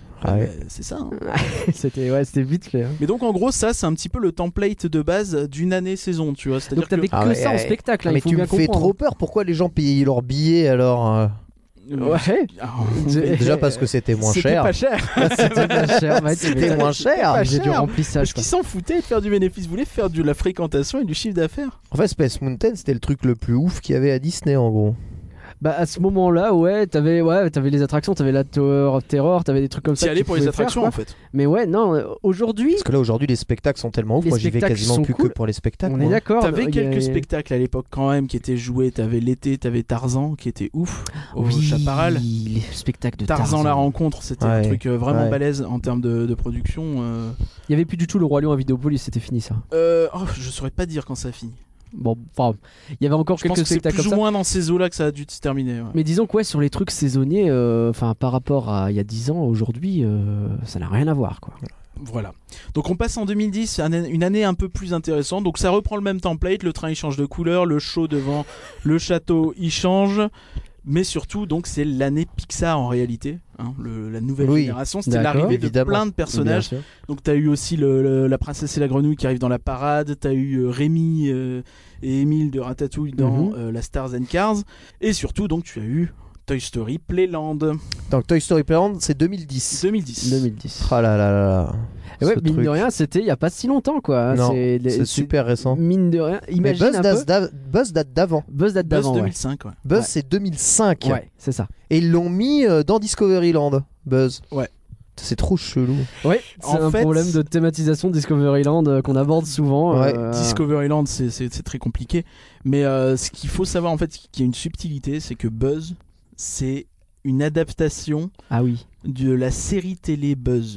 Speaker 4: C'est ça.
Speaker 3: C'était vite fait.
Speaker 4: Mais donc en gros ça c'est un petit peu le template de base d'une année saison, tu vois.
Speaker 3: Donc t'avais que ça en spectacle.
Speaker 5: Mais tu me fais trop peur. Pourquoi les gens payaient leurs billets alors?
Speaker 3: Ouais.
Speaker 5: Déjà parce que c'était moins cher.
Speaker 3: C'était pas cher.
Speaker 5: C'était moins cher.
Speaker 3: J'ai du remplissage.
Speaker 4: Parce qu'ils s'en foutaient de faire du bénéfice. Ils voulaient faire de la fréquentation et du chiffre d'affaires.
Speaker 5: En fait, Space Mountain, c'était le truc le plus ouf qu'il y avait à Disney en gros.
Speaker 3: Bah à ce moment-là, t'avais les attractions, t'avais la Tower of Terror, t'avais des trucs comme ça.
Speaker 4: T'y allais pour les attractions en fait.
Speaker 3: Mais aujourd'hui.
Speaker 5: Parce que là aujourd'hui les spectacles sont tellement ouf, moi j'y vais quasiment plus que pour les spectacles.
Speaker 3: On est d'accord.
Speaker 4: T'avais quelques spectacles à l'époque quand même qui étaient joués. T'avais l'été, t'avais Tarzan qui était ouf au Chaparral.
Speaker 3: Les spectacles de
Speaker 4: Tarzan la rencontre, c'était un truc vraiment balèze en termes de production.
Speaker 3: Il y avait plus du tout le Roi Lion à Vidéopolis, c'était fini ça.
Speaker 4: Je saurais pas dire quand ça a fini.
Speaker 3: Bon, enfin, il y avait encore quelques spectacles comme ça.
Speaker 4: C'est plus ou moins dans ces eaux-là que ça a dû se terminer. Ouais.
Speaker 3: Mais disons que sur les trucs saisonniers, par rapport à il y a 10 ans, aujourd'hui, ça n'a rien à voir, quoi.
Speaker 4: Voilà. Donc on passe en 2010, une année un peu plus intéressante. Donc ça reprend le même template, le train il change de couleur, le show devant le château il change. Mais surtout, donc c'est l'année Pixar en réalité, la nouvelle génération. C'était l'arrivée de plein de personnages. Donc t'as eu aussi la princesse et la grenouille qui arrive dans la parade. T'as eu Rémi et Émile de Ratatouille dans la Stars and Cars. Et surtout, donc tu as eu Toy Story Playland.
Speaker 5: Donc Toy Story Playland, c'est 2010.
Speaker 3: 2010.
Speaker 5: Ah là là là là.
Speaker 3: Et ouais, mine de rien, c'était il y a pas si longtemps, quoi.
Speaker 5: Non, c'est super récent.
Speaker 3: Mine de rien, imagine
Speaker 5: Buzz date d'avant.
Speaker 3: Buzz
Speaker 4: 2005, ouais.
Speaker 5: Buzz c'est 2005.
Speaker 3: Ouais, c'est ça.
Speaker 5: Et ils l'ont mis dans Discoveryland, Buzz.
Speaker 4: Ouais.
Speaker 5: C'est trop chelou.
Speaker 3: Ouais, c'est un problème de thématisation de Discoveryland qu'on aborde souvent.
Speaker 4: Discoveryland, c'est très compliqué. Mais ce qu'il faut savoir, en fait, qu'il y a une subtilité, c'est que Buzz, c'est une adaptation de la série télé Buzz.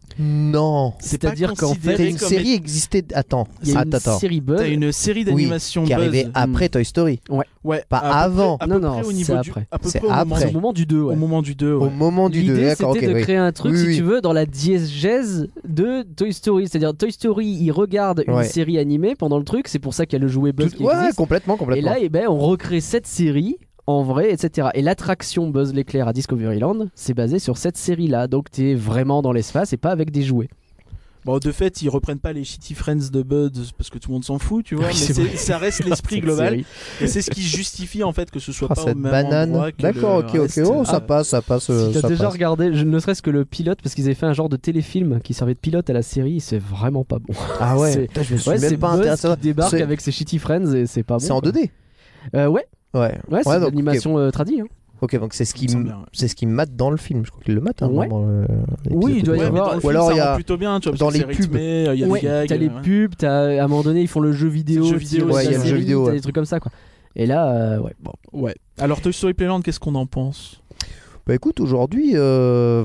Speaker 5: Non.
Speaker 3: C'est-à-dire qu'en fait,
Speaker 5: T'as une série existait. Attends.
Speaker 3: il y a une
Speaker 5: Attends.
Speaker 3: série Buzz.
Speaker 4: T'as une série d'animation
Speaker 5: Qui
Speaker 4: Buzz.
Speaker 5: arrivait après Toy Story.
Speaker 4: Ouais,
Speaker 5: Pas
Speaker 4: à peu
Speaker 5: avant.
Speaker 4: près- à
Speaker 3: Non,
Speaker 4: peu
Speaker 3: non,
Speaker 4: près au
Speaker 3: c'est
Speaker 4: niveau
Speaker 3: après.
Speaker 4: à peu
Speaker 5: C'est
Speaker 4: près au moment
Speaker 5: après.
Speaker 3: C'est au moment du 2, ouais.
Speaker 4: Au moment du 2, ouais.
Speaker 5: Au moment du 2.
Speaker 3: L'idée,
Speaker 5: D'accord,
Speaker 3: c'était
Speaker 5: ok.
Speaker 3: de
Speaker 5: oui.
Speaker 3: créer un truc,
Speaker 5: Oui,
Speaker 3: si
Speaker 5: oui.
Speaker 3: tu veux, dans la diégèse de Toy Story. C'est-à-dire, Toy Story, il regarde une
Speaker 5: Ouais.
Speaker 3: série animée pendant le truc, c'est pour ça qu'il y a le jouet Buzz qui
Speaker 5: Ouais,
Speaker 3: existe.
Speaker 5: complètement.
Speaker 3: Et là, eh ben, on recrée cette série en vrai, etc. Et l'attraction Buzz l'éclair à Discoveryland, c'est basé sur cette série-là. Donc, t'es vraiment dans l'espace et pas avec des jouets.
Speaker 4: Bon, de fait, ils reprennent pas les Shitty Friends de Buzz parce que tout le monde s'en fout, tu vois,
Speaker 3: Oui,
Speaker 4: mais
Speaker 3: c'est vrai.
Speaker 4: ça reste l'esprit
Speaker 3: Cette
Speaker 4: global.
Speaker 3: série.
Speaker 4: Et c'est ce qui justifie en fait que ce soit
Speaker 5: Ah,
Speaker 4: pas au
Speaker 5: cette
Speaker 4: même
Speaker 5: banane.
Speaker 4: endroit que
Speaker 5: D'accord,
Speaker 4: le
Speaker 5: ok, ok.
Speaker 4: reste.
Speaker 5: Oh, ça
Speaker 3: Ah.
Speaker 5: passe, ça passe.
Speaker 3: Si t'as
Speaker 5: ça
Speaker 3: déjà
Speaker 5: passe.
Speaker 3: regardé, ne serait-ce que le pilote, parce qu'ils avaient fait un genre de téléfilm qui servait de pilote à la série, c'est vraiment pas bon.
Speaker 5: Ah ouais.
Speaker 3: C'est-
Speaker 5: Putain, je me suis
Speaker 3: Ouais, c'est
Speaker 5: même pas
Speaker 3: Buzz
Speaker 5: intéressé.
Speaker 3: qui débarque
Speaker 5: C'est-
Speaker 3: avec ses Shitty Friends et c'est pas bon.
Speaker 5: C'est en
Speaker 3: quoi.
Speaker 5: 2D.
Speaker 3: Ouais,
Speaker 5: Ouais.
Speaker 3: ouais, c'est
Speaker 5: donc,
Speaker 3: de l'animation tradie. Hein.
Speaker 5: Ok, donc c'est ce qui
Speaker 4: Ça me semble bien, ouais.
Speaker 5: c'est ce qui mate dans le film. Je crois qu'il le mate. Hein,
Speaker 3: Ouais.
Speaker 5: vraiment,
Speaker 3: Oui, il doit y
Speaker 4: Ouais, mais
Speaker 3: avoir-
Speaker 4: dans le
Speaker 5: Ou
Speaker 4: film,
Speaker 5: alors,
Speaker 4: ça
Speaker 5: il y a-
Speaker 4: rend plutôt bien, tu vois,
Speaker 5: dans
Speaker 4: parce que
Speaker 5: les
Speaker 4: c'est rythmé, il y a
Speaker 3: Ouais,
Speaker 4: des gags.
Speaker 3: t'as les
Speaker 4: ouais.
Speaker 3: pubs, à un moment donné ils font le jeu vidéo,
Speaker 4: C'est le jeu vidéo,
Speaker 3: tiré de
Speaker 5: ouais,
Speaker 3: la
Speaker 5: il y a le jeu
Speaker 3: série,
Speaker 5: vidéo,
Speaker 3: t'as
Speaker 5: ouais.
Speaker 3: des trucs comme ça quoi. Et là, ouais, bon.
Speaker 4: Ouais. Alors Toy Story Playland, qu'est-ce qu'on en pense?
Speaker 5: Bah écoute, aujourd'hui, il y a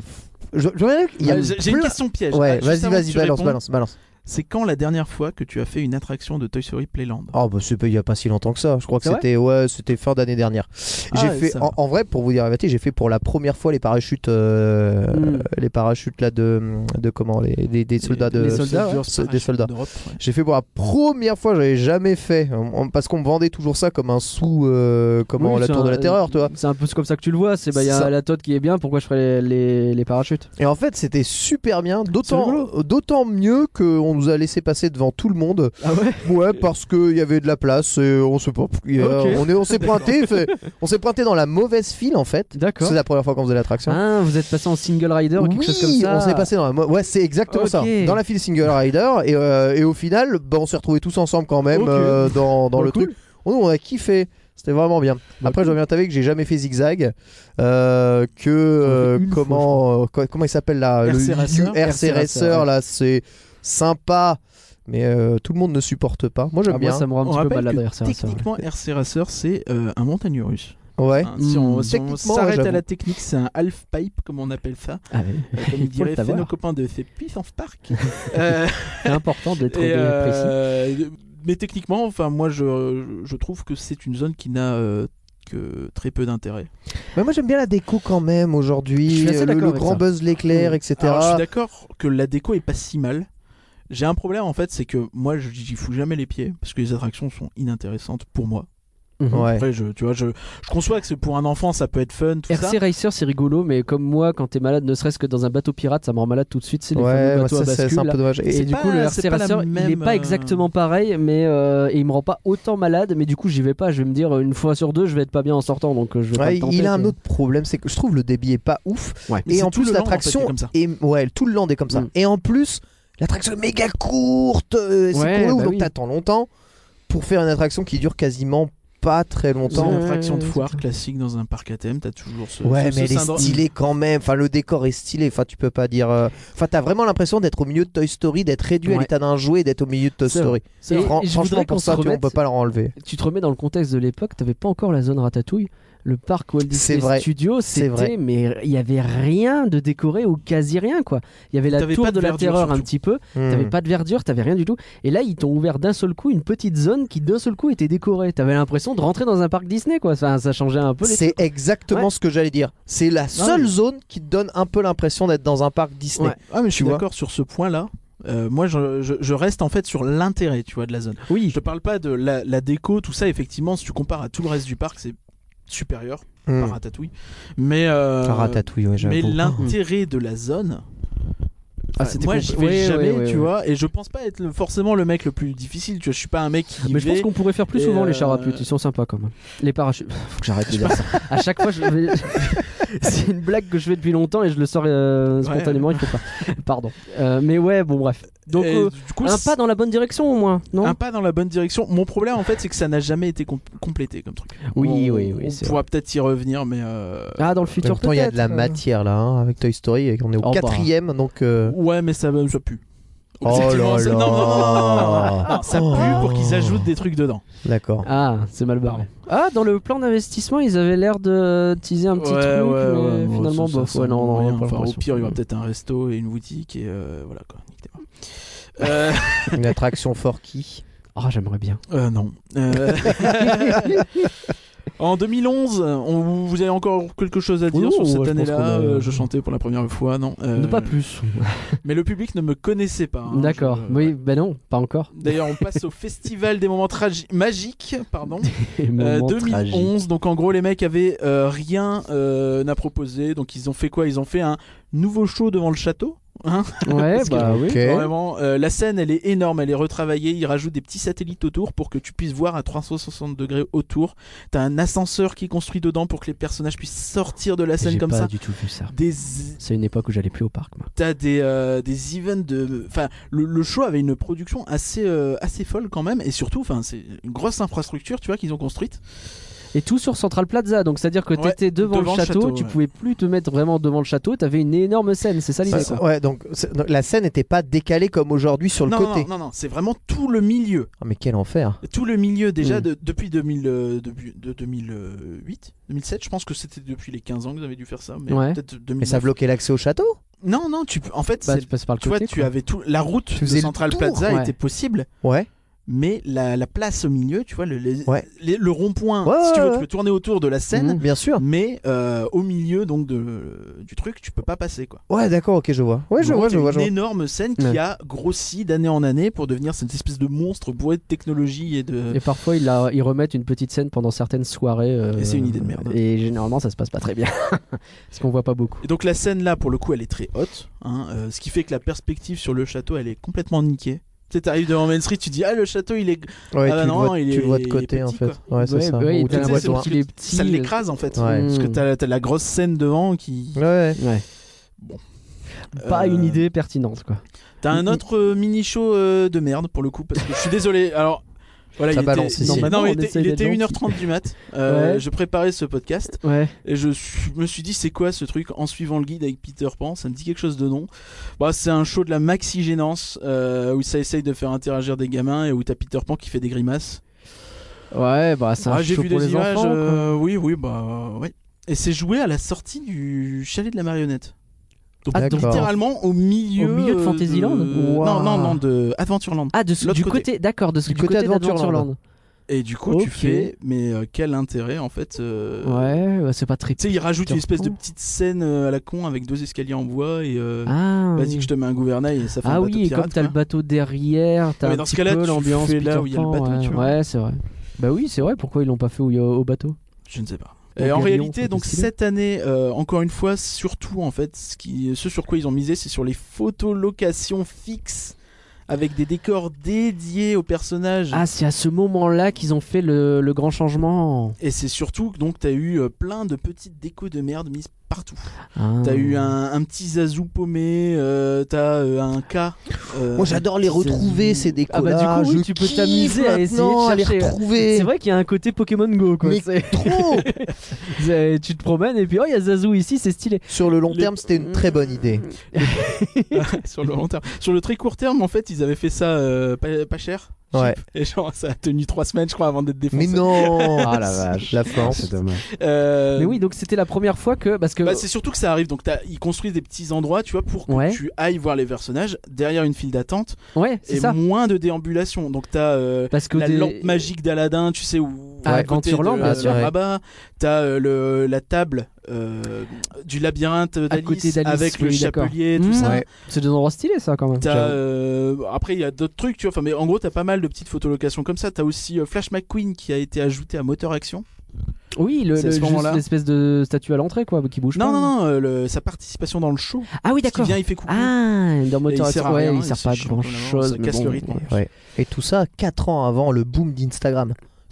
Speaker 4: J'ai une
Speaker 5: plein-
Speaker 4: question piège.
Speaker 5: Ouais,
Speaker 4: Ah, juste avant
Speaker 5: vas-y,
Speaker 4: que tu
Speaker 5: balance,
Speaker 4: répondes,
Speaker 5: balance.
Speaker 4: C'est quand la dernière fois que tu as fait une attraction de Toy Story Playland?
Speaker 5: Oh bah il y a pas si longtemps que ça. Je crois que
Speaker 3: C'est vrai
Speaker 5: c'était fin d'année dernière.
Speaker 4: Ah,
Speaker 5: J'ai
Speaker 4: ouais,
Speaker 5: fait
Speaker 4: ça va.
Speaker 5: en vrai pour vous dire la vérité, j'ai fait pour la première fois les parachutes les parachutes là de comment des soldats de
Speaker 3: les soldats, ouais.
Speaker 5: des soldats.
Speaker 4: d'Europe, ouais.
Speaker 5: J'ai fait pour la première fois, j'avais jamais fait parce qu'on me vendait toujours ça comme un sous comment
Speaker 3: Oui,
Speaker 5: la
Speaker 3: c'est
Speaker 5: tour de
Speaker 3: un-
Speaker 5: la terreur, tu vois.
Speaker 3: C'est un peu comme ça que tu le vois, il y a
Speaker 5: Ça.
Speaker 3: la tote qui est bien, pourquoi je ferais les parachutes?
Speaker 5: Et en fait, c'était super bien,
Speaker 3: C'est rigolo.
Speaker 5: d'autant mieux qu'on nous a laissé passer devant tout le monde.
Speaker 3: Ah ouais?
Speaker 5: Ouais, parce qu'il y avait de la place et on s'est pas. On s'est pointé, on s'est pointé dans la mauvaise file en fait.
Speaker 3: D'accord.
Speaker 5: C'est la première fois qu'on faisait l'attraction.
Speaker 3: Ah, vous êtes passé en single rider ou quelque chose comme ça?
Speaker 5: on s'est passé dans la. Ouais, c'est exactement
Speaker 3: Ok.
Speaker 5: ça. Dans la file single rider et au final, bah, on s'est retrouvés tous ensemble quand même
Speaker 3: Ok.
Speaker 5: dans
Speaker 3: Bah,
Speaker 5: le
Speaker 3: cool.
Speaker 5: truc. On a kiffé. C'était vraiment bien.
Speaker 3: Bah,
Speaker 5: Après, je dois bien t'avouer que j'ai jamais fait zigzag.
Speaker 3: fait une
Speaker 5: Comment il s'appelle là
Speaker 4: RC Racer.
Speaker 5: RC Racer là, c'est sympa. Mais tout le monde ne supporte pas. Moi j'aime
Speaker 3: Ah,
Speaker 5: bien.
Speaker 3: moi ça me rend un
Speaker 4: On
Speaker 3: petit peu
Speaker 4: rappelle
Speaker 3: mal
Speaker 4: que
Speaker 3: à RC Racer.
Speaker 4: techniquement, RC Racer, c'est un montagne russe.
Speaker 5: Ouais.
Speaker 4: Hein, si on
Speaker 5: Techniquement,
Speaker 4: s'arrête
Speaker 5: ouais,
Speaker 4: à la
Speaker 5: j'avoue.
Speaker 4: technique, c'est un half-pipe, comme on appelle ça.
Speaker 3: Ah oui.
Speaker 4: Comme il dirait
Speaker 3: le
Speaker 4: fait
Speaker 3: savoir.
Speaker 4: nos copains de ces puissance park.
Speaker 3: C'est important d'être
Speaker 4: Et,
Speaker 3: précis.
Speaker 4: mais techniquement, enfin moi je trouve que c'est une zone qui n'a que très peu d'intérêt.
Speaker 5: Mais moi j'aime bien la déco quand même
Speaker 3: Je
Speaker 5: aujourd'hui.
Speaker 3: suis assez
Speaker 5: Le
Speaker 3: d'accord avec
Speaker 5: grand
Speaker 3: ça.
Speaker 5: Buzz l'éclair, etc.
Speaker 4: Alors je suis d'accord que la déco est pas si mal. J'ai un problème en fait, c'est que moi j'y fous jamais les pieds parce que les attractions sont inintéressantes pour moi.
Speaker 3: Mhm.
Speaker 5: Ouais.
Speaker 4: Après, je conçois que c'est pour un enfant, ça peut être fun, tout ça.
Speaker 3: RC Racer c'est rigolo, mais comme moi quand t'es malade, ne serait-ce que dans un bateau pirate, ça me rend malade tout de suite. C'est les
Speaker 5: Ouais,
Speaker 3: fameux
Speaker 5: moi,
Speaker 3: bateaux à
Speaker 5: ça, c'est
Speaker 3: bascule.
Speaker 5: un
Speaker 3: là.
Speaker 5: peu dommage.
Speaker 3: Et
Speaker 4: c'est
Speaker 3: du
Speaker 4: pas-
Speaker 3: coup, le
Speaker 4: c'est
Speaker 3: RC
Speaker 4: pas la
Speaker 3: Racer, il est
Speaker 4: même,
Speaker 3: pas exactement pareil, mais et il me rend pas autant malade. Mais du coup, j'y vais pas. Je vais me dire une fois sur deux, je vais être pas bien en sortant, donc je vais pas
Speaker 5: Ouais,
Speaker 3: le tenter,
Speaker 5: il a un
Speaker 3: quoi.
Speaker 5: autre problème, c'est que je trouve le débit est pas ouf.
Speaker 3: Ouais.
Speaker 4: Mais
Speaker 5: Et
Speaker 4: c'est
Speaker 5: en
Speaker 4: tout
Speaker 5: plus
Speaker 4: le land, en fait,
Speaker 5: l'attraction
Speaker 4: qui est comme ça.
Speaker 5: ouais, tout le land est comme ça.
Speaker 3: Mm.
Speaker 5: Et en plus, l'attraction est méga courte. C'est
Speaker 3: Ouais,
Speaker 5: pour le ouf,
Speaker 3: bah
Speaker 5: donc
Speaker 3: oui.
Speaker 5: t'attends longtemps pour faire une attraction qui dure quasiment pas très
Speaker 4: C'est
Speaker 5: longtemps.
Speaker 4: une
Speaker 3: Ouais,
Speaker 4: attraction de
Speaker 3: c'est
Speaker 4: foire
Speaker 3: ça.
Speaker 4: classique dans un parc à thème, t'as toujours ce
Speaker 5: Ouais,
Speaker 4: ce
Speaker 5: mais elle est
Speaker 4: syndrome.
Speaker 5: stylée quand même. Enfin, le décor est stylé. Enfin, tu peux pas dire. Enfin, t'as vraiment l'impression d'être au milieu de Toy Story, d'être réduit à
Speaker 3: Ouais.
Speaker 5: l'état d'un jouet, d'être au milieu de Toy
Speaker 3: C'est
Speaker 5: Story.
Speaker 3: Et- et je
Speaker 5: Franchement,
Speaker 3: voudrais qu'on
Speaker 5: pour
Speaker 3: se
Speaker 5: ça, on
Speaker 3: remette-
Speaker 5: peut pas leur enlever.
Speaker 3: Tu te remets dans le contexte de l'époque, t'avais pas encore la zone Ratatouille. Le parc Walt Disney
Speaker 5: vrai.
Speaker 3: Studios,
Speaker 5: C'est vrai.
Speaker 3: c'était, mais il y avait rien de décoré ou quasi rien quoi. Il y avait la
Speaker 4: T'avais
Speaker 3: tour
Speaker 4: pas de
Speaker 3: de la
Speaker 4: verdure,
Speaker 3: terreur un
Speaker 4: surtout.
Speaker 3: petit peu. T'avais pas de verdure, t'avais rien du tout. Et là, ils t'ont ouvert d'un seul coup une petite zone qui d'un seul coup était décorée. T'avais l'impression de rentrer dans un parc Disney quoi. Enfin, ça changeait un peu les
Speaker 5: C'est exactement
Speaker 3: Ouais.
Speaker 5: ce que j'allais dire. C'est la seule
Speaker 4: mais-
Speaker 5: zone qui te donne un peu l'impression d'être dans un parc Disney.
Speaker 3: Ouais.
Speaker 4: Ah mais je suis
Speaker 5: Tu vois.
Speaker 4: d'accord sur ce point-là. Moi je reste en fait sur l'intérêt, tu vois, de la zone.
Speaker 3: Oui.
Speaker 4: Je te parle pas de la déco, tout ça. Effectivement, si tu compares à tout le reste du parc, c'est supérieur par Ratatouille. Mais
Speaker 5: Ratatouille, ouais, j'avoue.
Speaker 4: mais l'intérêt de la zone.
Speaker 3: Ah, c'était
Speaker 4: moi
Speaker 3: compl-
Speaker 4: j'y vais
Speaker 3: ouais,
Speaker 4: jamais,
Speaker 3: ouais, ouais,
Speaker 4: tu
Speaker 3: ouais.
Speaker 4: vois, et je pense pas être forcément le mec le plus difficile, tu vois, je suis pas un mec qui
Speaker 3: Mais je pense
Speaker 4: vais-
Speaker 3: qu'on pourrait faire plus
Speaker 4: Et,
Speaker 3: souvent les chars à putes, ils sont sympas quand même. Les parachutes. Faut que j'arrête de dire ça. À chaque fois, c'est une blague que je fais depuis longtemps et je le sors spontanément, il faut pas. Pardon. Mais ouais, bon, bref. Donc,
Speaker 4: Et du coup,
Speaker 3: un pas dans la bonne direction au moins, non?
Speaker 4: un pas dans la bonne direction. Mon problème en fait, c'est que ça n'a jamais été complété comme truc.
Speaker 3: Oui,
Speaker 4: On-
Speaker 3: oui, oui,
Speaker 4: On
Speaker 3: c'est
Speaker 4: pourra peut-être y revenir, mais
Speaker 3: Ah, dans le
Speaker 5: En
Speaker 3: futur
Speaker 5: même temps, il y a de la
Speaker 3: peut-être.
Speaker 5: matière là, hein, avec Toy Story, et on est au
Speaker 3: Oh, bah.
Speaker 5: 4ème, donc.
Speaker 4: ouais, mais ça pue.
Speaker 5: Oh
Speaker 4: Effectivement,
Speaker 5: là
Speaker 4: ça-
Speaker 5: là.
Speaker 4: non, ça pue pour qu'ils ajoutent des trucs dedans.
Speaker 5: D'accord.
Speaker 3: Ah, c'est mal barré. Ah, dans le plan d'investissement, ils avaient l'air de teaser un petit truc, mais
Speaker 4: Bon,
Speaker 3: finalement,
Speaker 4: ça
Speaker 3: bof.
Speaker 4: sent
Speaker 3: Ouais, non,
Speaker 4: moyen.
Speaker 3: pas
Speaker 4: Enfin, au
Speaker 3: l'impression.
Speaker 4: pire, il y aura peut-être un resto et une boutique et voilà quoi. Nique-tes-moi.
Speaker 5: Une attraction Forky.
Speaker 3: Ah, j'aimerais bien.
Speaker 4: Non. En 2011, vous avez encore quelque chose à dire
Speaker 3: Oui,
Speaker 4: sur
Speaker 3: ouais,
Speaker 4: cette
Speaker 3: je pense
Speaker 4: année-là
Speaker 3: qu'on a-
Speaker 4: Je chantais pour la première fois, non
Speaker 3: Pas plus.
Speaker 4: Mais le public ne me connaissait pas. hein.
Speaker 3: D'accord. Oui, ben non, pas encore.
Speaker 4: D'ailleurs, on passe au festival des moments magiques, pardon.
Speaker 3: Et moment
Speaker 4: 2011.
Speaker 3: tragique.
Speaker 4: Donc en gros, les mecs avaient rien à proposer. Donc ils ont fait quoi ? Ils ont fait un nouveau show devant le château. Hein
Speaker 3: Ouais,
Speaker 4: Parce que-
Speaker 3: bah oui.
Speaker 5: Ok.
Speaker 4: Vraiment, la scène elle est énorme, elle est retravaillée. Ils rajoutent des petits satellites autour pour que tu puisses voir à 360 degrés autour. T'as un ascenseur qui est construit dedans pour que les personnages puissent sortir de la scène
Speaker 3: J'ai
Speaker 4: comme
Speaker 3: pas
Speaker 4: ça.
Speaker 3: du tout vu ça.
Speaker 4: Des
Speaker 3: C'est une époque où j'allais plus au parc, moi.
Speaker 4: T'as des events de. Enfin, le show avait une production assez folle quand même, et surtout, enfin, c'est une grosse infrastructure, tu vois, qu'ils ont construite.
Speaker 3: Et tout sur Central Plaza, donc c'est-à-dire que
Speaker 4: Ouais,
Speaker 3: t'étais devant le château, tu
Speaker 4: ouais.
Speaker 3: pouvais plus te mettre vraiment devant le château, t'avais une énorme scène, c'est ça l'idée quoi.
Speaker 5: Ouais, donc la scène n'était pas décalée comme aujourd'hui sur le
Speaker 4: Non,
Speaker 5: côté.
Speaker 4: non, c'est vraiment tout le milieu.
Speaker 5: Ah, mais quel enfer.
Speaker 4: Tout le milieu déjà
Speaker 3: Mm.
Speaker 4: depuis 2008, 2007, je pense que c'était depuis les 15 ans que vous avez dû faire ça, mais
Speaker 3: Ouais.
Speaker 4: peut-être 2009.
Speaker 5: Mais ça bloquait l'accès au château ?
Speaker 4: Non, tu peux. En fait,
Speaker 3: Bah,
Speaker 4: c'est-
Speaker 3: tu passes par le
Speaker 4: tu vois,
Speaker 3: côté.
Speaker 4: tu
Speaker 3: quoi.
Speaker 4: avais tout. La route
Speaker 5: Tu
Speaker 4: de
Speaker 5: faisais le
Speaker 4: Central
Speaker 5: tour.
Speaker 4: Plaza
Speaker 3: Ouais.
Speaker 4: était possible.
Speaker 5: Ouais.
Speaker 4: Mais la place au milieu, tu vois,
Speaker 5: Ouais.
Speaker 4: le rond-point,
Speaker 5: Ouais,
Speaker 4: si tu veux,
Speaker 5: ouais.
Speaker 4: tu peux tourner autour de la scène,
Speaker 3: Mhm.
Speaker 5: Bien sûr.
Speaker 4: mais au milieu donc du truc, tu peux pas passer quoi.
Speaker 5: Ouais, d'accord, ok, je vois. Ouais, je
Speaker 4: Donc,
Speaker 5: vois,
Speaker 4: il
Speaker 5: je
Speaker 4: y a
Speaker 5: vois.
Speaker 4: Une
Speaker 5: je vois.
Speaker 4: énorme scène qui
Speaker 3: Ouais.
Speaker 4: a grossi d'année en année pour devenir cette espèce de monstre bourré de technologie et de.
Speaker 3: Et parfois ils remettent une petite scène pendant certaines soirées.
Speaker 4: Et c'est une idée de merde.
Speaker 3: Et généralement ça se passe pas très bien. Parce qu'on voit pas beaucoup.
Speaker 4: Et donc la scène là, pour le coup, elle est très haute, hein, ce qui fait que la perspective sur le château, elle est complètement niquée. Tu sais, t'arrives devant Main Street, tu dis le château il est.
Speaker 5: Ouais,
Speaker 4: Ah bah
Speaker 5: tu,
Speaker 4: non,
Speaker 5: le vois,
Speaker 4: il
Speaker 5: tu le vois de
Speaker 4: est
Speaker 5: côté en
Speaker 4: petit,
Speaker 5: fait.
Speaker 4: quoi.
Speaker 5: Ouais, c'est
Speaker 3: Ouais,
Speaker 5: ça.
Speaker 3: ouais,
Speaker 5: Ou
Speaker 3: t'as
Speaker 5: tu le vois
Speaker 3: l'impression
Speaker 5: loin.
Speaker 3: qu'il est petit.
Speaker 4: Ça l'écrase en fait.
Speaker 5: Ouais.
Speaker 4: Parce que
Speaker 3: Mm.
Speaker 4: t'as la grosse scène devant qui.
Speaker 5: Ouais.
Speaker 3: Ouais.
Speaker 4: Bon.
Speaker 3: Pas une
Speaker 4: Euh,
Speaker 3: idée pertinente quoi.
Speaker 4: T'as un autre mini-show de merde pour le coup, parce que je suis désolé. Alors, voilà,
Speaker 5: Ça
Speaker 4: il
Speaker 5: balance
Speaker 4: était,
Speaker 5: ici.
Speaker 4: non,
Speaker 3: On
Speaker 4: il était,
Speaker 3: essaye
Speaker 4: il
Speaker 3: d'être
Speaker 4: était
Speaker 3: gentil.
Speaker 4: 1h30 du mat.
Speaker 3: Ouais.
Speaker 4: Je préparais ce podcast
Speaker 3: Ouais.
Speaker 4: et me suis dit, c'est quoi ce truc en suivant le guide avec Peter Pan? Ça me dit quelque chose de non. Bah, c'est un show de la maxi-gênance où ça essaye de faire interagir des gamins et où t'as Peter Pan qui fait des grimaces.
Speaker 3: Ouais, bah c'est un
Speaker 4: J'ai
Speaker 3: show
Speaker 4: vu
Speaker 3: pour
Speaker 4: des
Speaker 3: les
Speaker 4: images.
Speaker 3: enfants. quoi.
Speaker 4: Oui, bah, ouais. Et c'est joué à la sortie du chalet de la marionnette. Donc,
Speaker 3: Ah, donc-
Speaker 4: littéralement au milieu.
Speaker 3: Au milieu de Fantasyland
Speaker 4: Non, non, de Adventureland.
Speaker 3: Ah,
Speaker 4: L'autre
Speaker 3: du
Speaker 4: côté.
Speaker 3: côté, d'accord, du
Speaker 5: côté
Speaker 3: côté
Speaker 5: Adventureland.
Speaker 3: d'Adventureland.
Speaker 4: Et du coup,
Speaker 3: Ok.
Speaker 4: tu fais, mais quel intérêt en fait
Speaker 3: Ouais, bah, c'est pas très.
Speaker 4: Tu sais, il rajoute une espèce de
Speaker 3: Peter Pan.
Speaker 4: petite scène à la con avec 2 escaliers en bois et
Speaker 3: Ah.
Speaker 4: vas-y que je te mets un gouvernail et ça fait un
Speaker 3: Ah
Speaker 4: bateau
Speaker 3: oui, et
Speaker 4: pirate,
Speaker 3: comme t'as le
Speaker 4: quoi.
Speaker 3: bateau derrière, t'as
Speaker 4: Mais
Speaker 3: un
Speaker 4: dans ce
Speaker 3: petit
Speaker 4: cas-là,
Speaker 3: peu
Speaker 4: tu
Speaker 3: l'ambiance
Speaker 4: fais là
Speaker 3: Peter
Speaker 4: où il y a le
Speaker 3: Pan,
Speaker 4: bateau,
Speaker 3: ouais.
Speaker 4: tu vois.
Speaker 3: Ouais, c'est vrai. Bah oui, c'est vrai, pourquoi ils l'ont pas fait au bateau
Speaker 4: Je ne sais pas.
Speaker 3: Au
Speaker 4: Et en
Speaker 3: Galion,
Speaker 4: réalité,
Speaker 3: faut
Speaker 4: donc
Speaker 3: décider.
Speaker 4: cette année, encore une fois, surtout en fait, ce sur quoi ils ont misé, c'est sur les photolocations fixes avec des décors dédiés aux personnages.
Speaker 3: Ah, c'est à ce moment-là qu'ils ont fait le grand changement.
Speaker 4: Et c'est surtout que donc t'as eu plein de petites décos de merde mises partout.
Speaker 3: Ah.
Speaker 4: T'as eu un petit Zazou paumé, t'as un K.
Speaker 5: Moi j'adore les retrouver ces décos.
Speaker 3: Ah bah du coup, oui, tu peux t'amuser à essayer de
Speaker 5: les
Speaker 3: chercher.
Speaker 5: retrouver.
Speaker 3: C'est vrai qu'il y a un côté Pokémon Go, quoi.
Speaker 5: Mais trop.
Speaker 3: Tu te promènes et puis oh, il y a Zazou ici, c'est stylé.
Speaker 5: Sur le long terme, c'était une très bonne idée.
Speaker 4: sur le long terme. Sur le très court terme, en fait, ils avaient fait ça pas cher.
Speaker 5: Ouais.
Speaker 4: Et genre, ça a tenu 3 semaines, je crois, avant d'être défoncé.
Speaker 5: Mais non.
Speaker 3: Ah la vache.
Speaker 5: La France.
Speaker 3: dommage.
Speaker 4: Euh,
Speaker 3: Mais oui, donc c'était la première fois que parce que
Speaker 4: Bah, c'est surtout que ça arrive. Donc, ils construisent des petits endroits, tu vois, pour que
Speaker 3: Ouais.
Speaker 4: tu ailles voir les personnages derrière une file d'attente
Speaker 3: ouais, c'est
Speaker 4: et
Speaker 3: ça.
Speaker 4: moins de déambulation. Donc, t'as
Speaker 3: Parce que
Speaker 4: la
Speaker 3: des-
Speaker 4: lampe magique d'Aladin, tu sais, où
Speaker 3: Ah,
Speaker 4: à côté
Speaker 3: Adventureland,
Speaker 4: de
Speaker 3: bien sûr.
Speaker 4: Rabat, t'as la table du labyrinthe d'Alice
Speaker 3: côté d'Alice,
Speaker 4: avec le
Speaker 3: oui, d'accord.
Speaker 4: chapelier, tout
Speaker 3: Mmh.
Speaker 4: ça.
Speaker 5: Ouais.
Speaker 3: C'est des endroits stylés ça quand même.
Speaker 4: T'as, après, il y a d'autres trucs, tu vois. Enfin, mais en gros, t'as pas mal de petites photolocations comme ça. T'as aussi Flash McQueen qui a été ajouté à Moteur Action.
Speaker 3: Oui,
Speaker 4: C'est à ce
Speaker 3: juste
Speaker 4: moment-là.
Speaker 3: l'espèce de statue à l'entrée quoi, qui bouge
Speaker 4: Non,
Speaker 3: pas.
Speaker 4: non, non, sa participation dans le show.
Speaker 3: Ah oui,
Speaker 4: Qui
Speaker 3: d'accord.
Speaker 4: vient, il fait coucou.
Speaker 3: Ah, dans
Speaker 4: Et
Speaker 3: Motor
Speaker 4: il sert à
Speaker 3: Action, ouais,
Speaker 4: rien,
Speaker 3: il sert
Speaker 4: c'est
Speaker 3: pas à
Speaker 4: chiant
Speaker 3: grand
Speaker 4: comme la mort,
Speaker 3: chose.
Speaker 4: ça casse le rythme.
Speaker 5: Ouais. Et tout ça 4 ans avant le boom d'Instagram.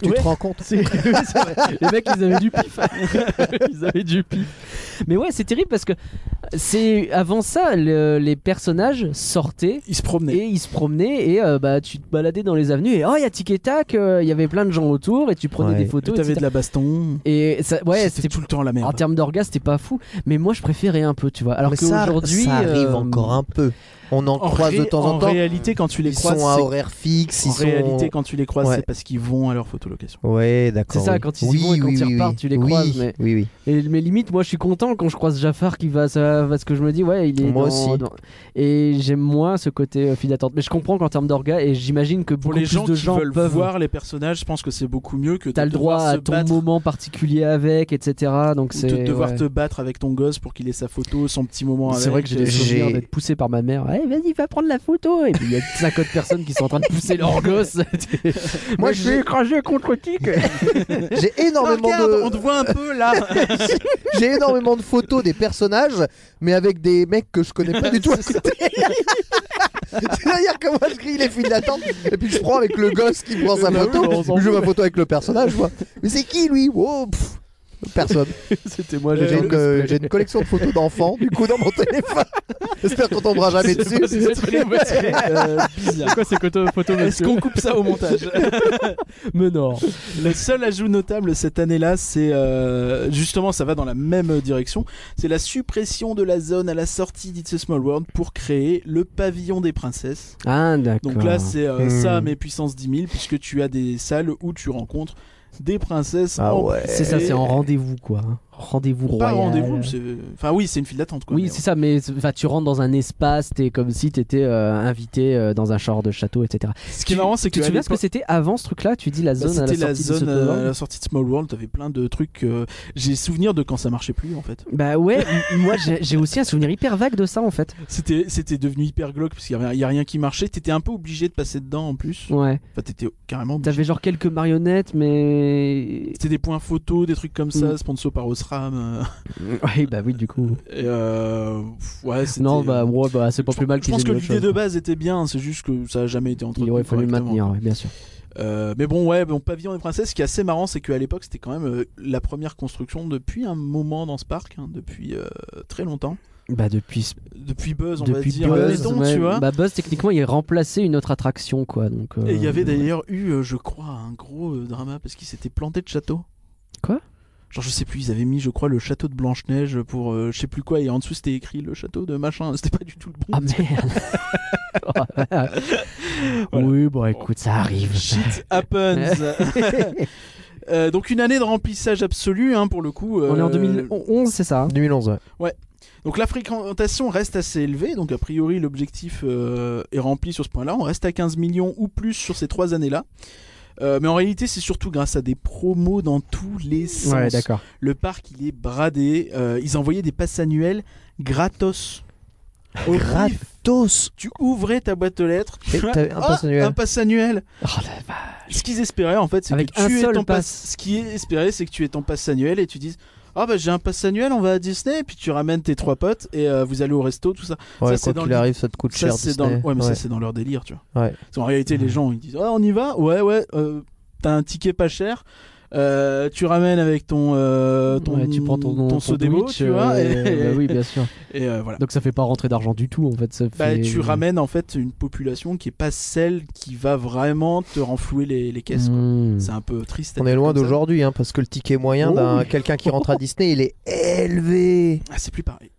Speaker 5: Tu
Speaker 3: Ouais.
Speaker 5: te rends compte?
Speaker 3: C'est vrai. Les mecs, ils avaient du pif. Ils avaient du pif. Mais ouais, c'est terrible parce que avant ça, les personnages sortaient.
Speaker 4: Il se promenait.
Speaker 3: Et ils se promenaient et tu te baladais dans les avenues et il y a tic et tac, il y avait plein de gens autour et tu prenais des photos.
Speaker 4: T'avais
Speaker 3: etc.
Speaker 4: de la baston.
Speaker 3: Et ça,
Speaker 4: c'était tout le temps la merde.
Speaker 3: En termes d'orgasme, c'était pas fou, mais moi je préférais un peu, tu vois. Alors
Speaker 5: Mais
Speaker 3: qu'aujourd'hui,
Speaker 5: ça arrive encore un peu. On en croise de temps en temps.
Speaker 4: En réalité, quand tu les croises,
Speaker 5: ils sont à horaire fixe.
Speaker 4: En réalité, quand tu les croises,
Speaker 5: Ouais.
Speaker 4: c'est parce qu'ils vont à leur photolocation.
Speaker 5: Ouais, d'accord.
Speaker 3: C'est ça,
Speaker 5: oui.
Speaker 3: quand ils y vont et quand ils repartent, tu les croises. Mais...
Speaker 5: Oui.
Speaker 3: Mais limite, moi je suis content quand je croise Jafar qui va, parce que je me dis, ouais, il est
Speaker 5: Moi aussi.
Speaker 3: Et j'aime moins ce côté file d'attente. Mais je comprends qu'en termes d'orgas, et j'imagine que
Speaker 4: Pour
Speaker 3: beaucoup
Speaker 4: les gens
Speaker 3: plus de
Speaker 4: qui
Speaker 3: gens
Speaker 4: veulent
Speaker 3: peuvent
Speaker 4: voir les personnages, je pense que c'est beaucoup mieux que
Speaker 3: t'as
Speaker 4: de
Speaker 3: le droit
Speaker 4: devoir
Speaker 3: à
Speaker 4: se
Speaker 3: ton
Speaker 4: battre,
Speaker 3: moment particulier avec, etc. Donc
Speaker 4: ou
Speaker 3: c'est
Speaker 4: de devoir
Speaker 3: ouais.
Speaker 4: te battre avec ton gosse pour qu'il ait sa photo, son petit moment avec.
Speaker 3: C'est vrai que j'ai des souvenirs d'être poussé par ma mère. Hey, vas-y, va prendre la photo. Et puis il y a 50 personnes qui sont en train de pousser leur gosse. Moi, je vais écraser contre Tic.
Speaker 5: J'ai énormément
Speaker 4: on te voit un peu là.
Speaker 5: J'ai énormément de photos des personnages, mais avec des mecs que je connais pas du tout à côté. C'est-à-dire que moi je grille les files d'attente et puis je prends avec le gosse qui prend sa photo, je joue ma photo avec le personnage, moi. Mais c'est qui lui? Wow, pff, personne.
Speaker 3: C'était moi.
Speaker 5: J'ai une collection de photos d'enfants du coup dans mon téléphone. J'espère qu'on tombera jamais dessus.
Speaker 3: Bizarre. Quoi ces photos?
Speaker 4: Est-ce qu'on coupe ça au montage?
Speaker 3: Mais non.
Speaker 4: Le seul ajout notable cette année-là, c'est justement, ça va dans la même direction. C'est la suppression de la zone à la sortie d'It's a Small World pour créer le pavillon des princesses.
Speaker 3: Ah d'accord.
Speaker 4: Donc là, c'est ça, mais puissance 10 000, puisque tu as des salles où tu rencontres des princesses.
Speaker 5: Ah
Speaker 4: en
Speaker 5: ouais.
Speaker 3: C'est ça, c'est en rendez-vous quoi. Rendez-vous
Speaker 4: Pas
Speaker 3: royal.
Speaker 4: rendez-vous, enfin oui, c'est une file d'attente quoi.
Speaker 3: Oui,
Speaker 4: mais
Speaker 3: c'est ça, mais tu rentres dans un espace, t'es comme si t'étais invité dans un genre de château, etc.
Speaker 4: Ce qui est marrant, c'est que
Speaker 3: tu te souviens ce que c'était avant ce truc-là? Tu dis la zone à la
Speaker 4: c'était la
Speaker 3: sortie de
Speaker 4: zone
Speaker 3: Small World.
Speaker 4: à la sortie de Small World, t'avais plein de trucs. J'ai souvenir de quand ça marchait plus en fait.
Speaker 3: Bah ouais, moi j'ai aussi un souvenir hyper vague de ça en fait.
Speaker 4: C'était devenu hyper glauque parce qu'il y a rien qui marchait. T'étais un peu obligé de passer dedans en plus.
Speaker 3: Ouais.
Speaker 4: Enfin, t'étais carrément obligé.
Speaker 3: T'avais genre quelques marionnettes, mais.
Speaker 4: C'était des points photos, des trucs comme ça, sponsor par Osram.
Speaker 3: Oui, bah oui, du coup.
Speaker 4: Et ouais, c'était...
Speaker 3: Non, bah c'est pas plus mal
Speaker 4: Je
Speaker 3: qu'ils
Speaker 4: pense
Speaker 3: aient
Speaker 4: que
Speaker 3: mis autre
Speaker 4: l'idée
Speaker 3: chose,
Speaker 4: de
Speaker 3: quoi.
Speaker 4: base était bien, c'est juste que ça a jamais été entretenu.
Speaker 3: Il aurait fallu le
Speaker 4: correctement,
Speaker 3: maintenir,
Speaker 4: quoi.
Speaker 3: ouais, bien sûr.
Speaker 4: Mais bon, ouais, Pavillon des Princesses, ce qui est assez marrant, c'est qu'à l'époque, c'était quand même la première construction depuis un moment dans ce parc, depuis très longtemps.
Speaker 3: Bah depuis
Speaker 4: Buzz, on va dire.
Speaker 3: Buzz,
Speaker 4: Mettons,
Speaker 3: ouais.
Speaker 4: tu vois.
Speaker 3: Bah Buzz, techniquement, il remplaçait une autre attraction, quoi. Donc,
Speaker 4: Et il y avait d'ailleurs eu, je crois, un gros drama parce qu'ils s'étaient plantés de château.
Speaker 3: Quoi?
Speaker 4: Genre, je sais plus, ils avaient mis, je crois, le château de Blanche-Neige pour je sais plus quoi, et en dessous c'était écrit le château de machin, c'était pas du tout le bon.
Speaker 3: Ah merde.
Speaker 4: Voilà.
Speaker 3: Oui, bon, écoute, ça arrive.
Speaker 4: Shit happens. Donc une année de remplissage absolu, hein, pour le coup.
Speaker 3: On est en 2011, c'est ça?
Speaker 5: 2011, ouais.
Speaker 4: Donc la fréquentation reste assez élevée, donc a priori l'objectif est rempli sur ce point-là. On reste à 15 millions ou plus sur ces 3 années-là. Mais en réalité, c'est surtout grâce à des promos dans tous les sens.
Speaker 3: Ouais, d'accord.
Speaker 4: Le parc, il est bradé. Ils envoyaient des passes annuelles gratos. Au pif.
Speaker 5: Gratos.
Speaker 4: Tu ouvrais ta boîte aux lettres.
Speaker 5: Et t'avais un pass annuel.
Speaker 4: Un pass annuel.
Speaker 3: Oh la vache.
Speaker 4: Ce qu'ils espéraient en fait, c'est
Speaker 3: Avec
Speaker 4: que
Speaker 3: un
Speaker 4: tu aies
Speaker 3: seul
Speaker 4: ton
Speaker 3: pass.
Speaker 4: Ce qu'ils espéraient, c'est que tu aies ton pass annuel et tu dises. Ah bah j'ai un pass annuel, on va à Disney, et puis tu ramènes tes 3 potes et vous allez au resto, tout ça.
Speaker 5: Ouais,
Speaker 4: ça,
Speaker 5: quoi qu'il arrive, ça te coûte cher.
Speaker 4: c'est dans...
Speaker 5: Disney.
Speaker 4: Ouais, mais ça
Speaker 5: Ouais.
Speaker 4: c'est dans leur délire, tu vois.
Speaker 5: Ouais.
Speaker 4: Parce qu'en réalité, les gens ils disent ah on y va, ouais, t'as un ticket pas cher, tu ramènes avec ton
Speaker 3: Ouais, tu prends ton
Speaker 4: Sodebo,
Speaker 3: Twitch,
Speaker 4: tu vois,
Speaker 3: bah oui, bien sûr.
Speaker 4: et voilà.
Speaker 3: Donc ça fait pas rentrer d'argent du tout en fait. Ça
Speaker 4: Bah,
Speaker 3: fait...
Speaker 4: tu ramènes en fait une population qui est pas celle qui va vraiment te renflouer les caisses. Quoi.
Speaker 3: Mmh.
Speaker 4: C'est un peu triste. à
Speaker 5: On
Speaker 4: dire
Speaker 5: est loin
Speaker 4: comme ça.
Speaker 5: d'aujourd'hui, hein, parce que le ticket moyen
Speaker 4: Oh
Speaker 5: d'un
Speaker 4: oui.
Speaker 5: quelqu'un qui rentre à Disney, il est élevé.
Speaker 4: Ah, c'est plus pareil.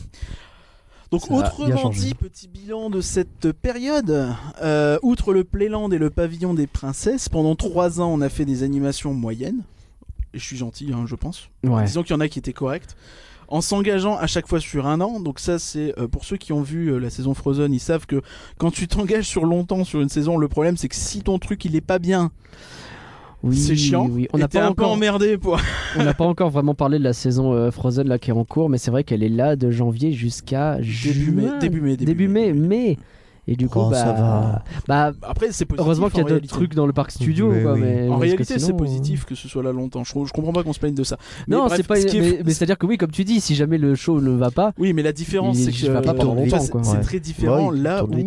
Speaker 4: Donc
Speaker 3: Ça a bien
Speaker 4: autrement
Speaker 3: changé.
Speaker 4: dit, petit bilan de cette période, outre le Playland et le pavillon des princesses, pendant 3 ans on a fait des animations moyennes, et je suis gentil hein, je pense,
Speaker 3: Ouais.
Speaker 4: disons qu'il y en a qui étaient correctes, en s'engageant à chaque fois sur un an, donc ça c'est, pour ceux qui ont vu la saison Frozen, ils savent que quand tu t'engages sur longtemps sur une saison, le problème c'est que si ton truc il est pas bien,
Speaker 3: Oui,
Speaker 4: c'est chiant,
Speaker 3: oui.
Speaker 4: et t'es un peu emmerdé pour...
Speaker 3: On n'a pas encore vraiment parlé de la saison Frozen là qui est en cours, mais c'est vrai qu'elle est là de janvier jusqu'à
Speaker 4: Début mai.
Speaker 3: mai. Et du coup,
Speaker 5: Oh, ça va.
Speaker 3: bah
Speaker 4: Après c'est positif.
Speaker 3: heureusement qu'il y a
Speaker 4: en
Speaker 3: d'autres
Speaker 4: réalité.
Speaker 3: trucs dans le parc studio.
Speaker 5: Mais
Speaker 3: Quoi,
Speaker 5: oui.
Speaker 3: mais
Speaker 4: En
Speaker 3: parce que
Speaker 4: réalité,
Speaker 3: sinon,
Speaker 4: c'est positif que ce soit là longtemps. Je comprends pas qu'on se plaigne de ça. Mais
Speaker 3: Non,
Speaker 4: bref,
Speaker 3: c'est pas.
Speaker 4: ce qui est-
Speaker 3: Mais c'est-à-dire que oui, comme tu dis, si jamais le show ne va pas.
Speaker 4: Oui, mais la différence,
Speaker 3: Il
Speaker 4: c'est que
Speaker 3: va pas pendant longtemps,
Speaker 4: c'est
Speaker 3: quoi.
Speaker 4: c'est
Speaker 5: Ouais.
Speaker 4: très différent
Speaker 5: Ouais, il
Speaker 4: là
Speaker 5: tourne
Speaker 4: où
Speaker 5: vite.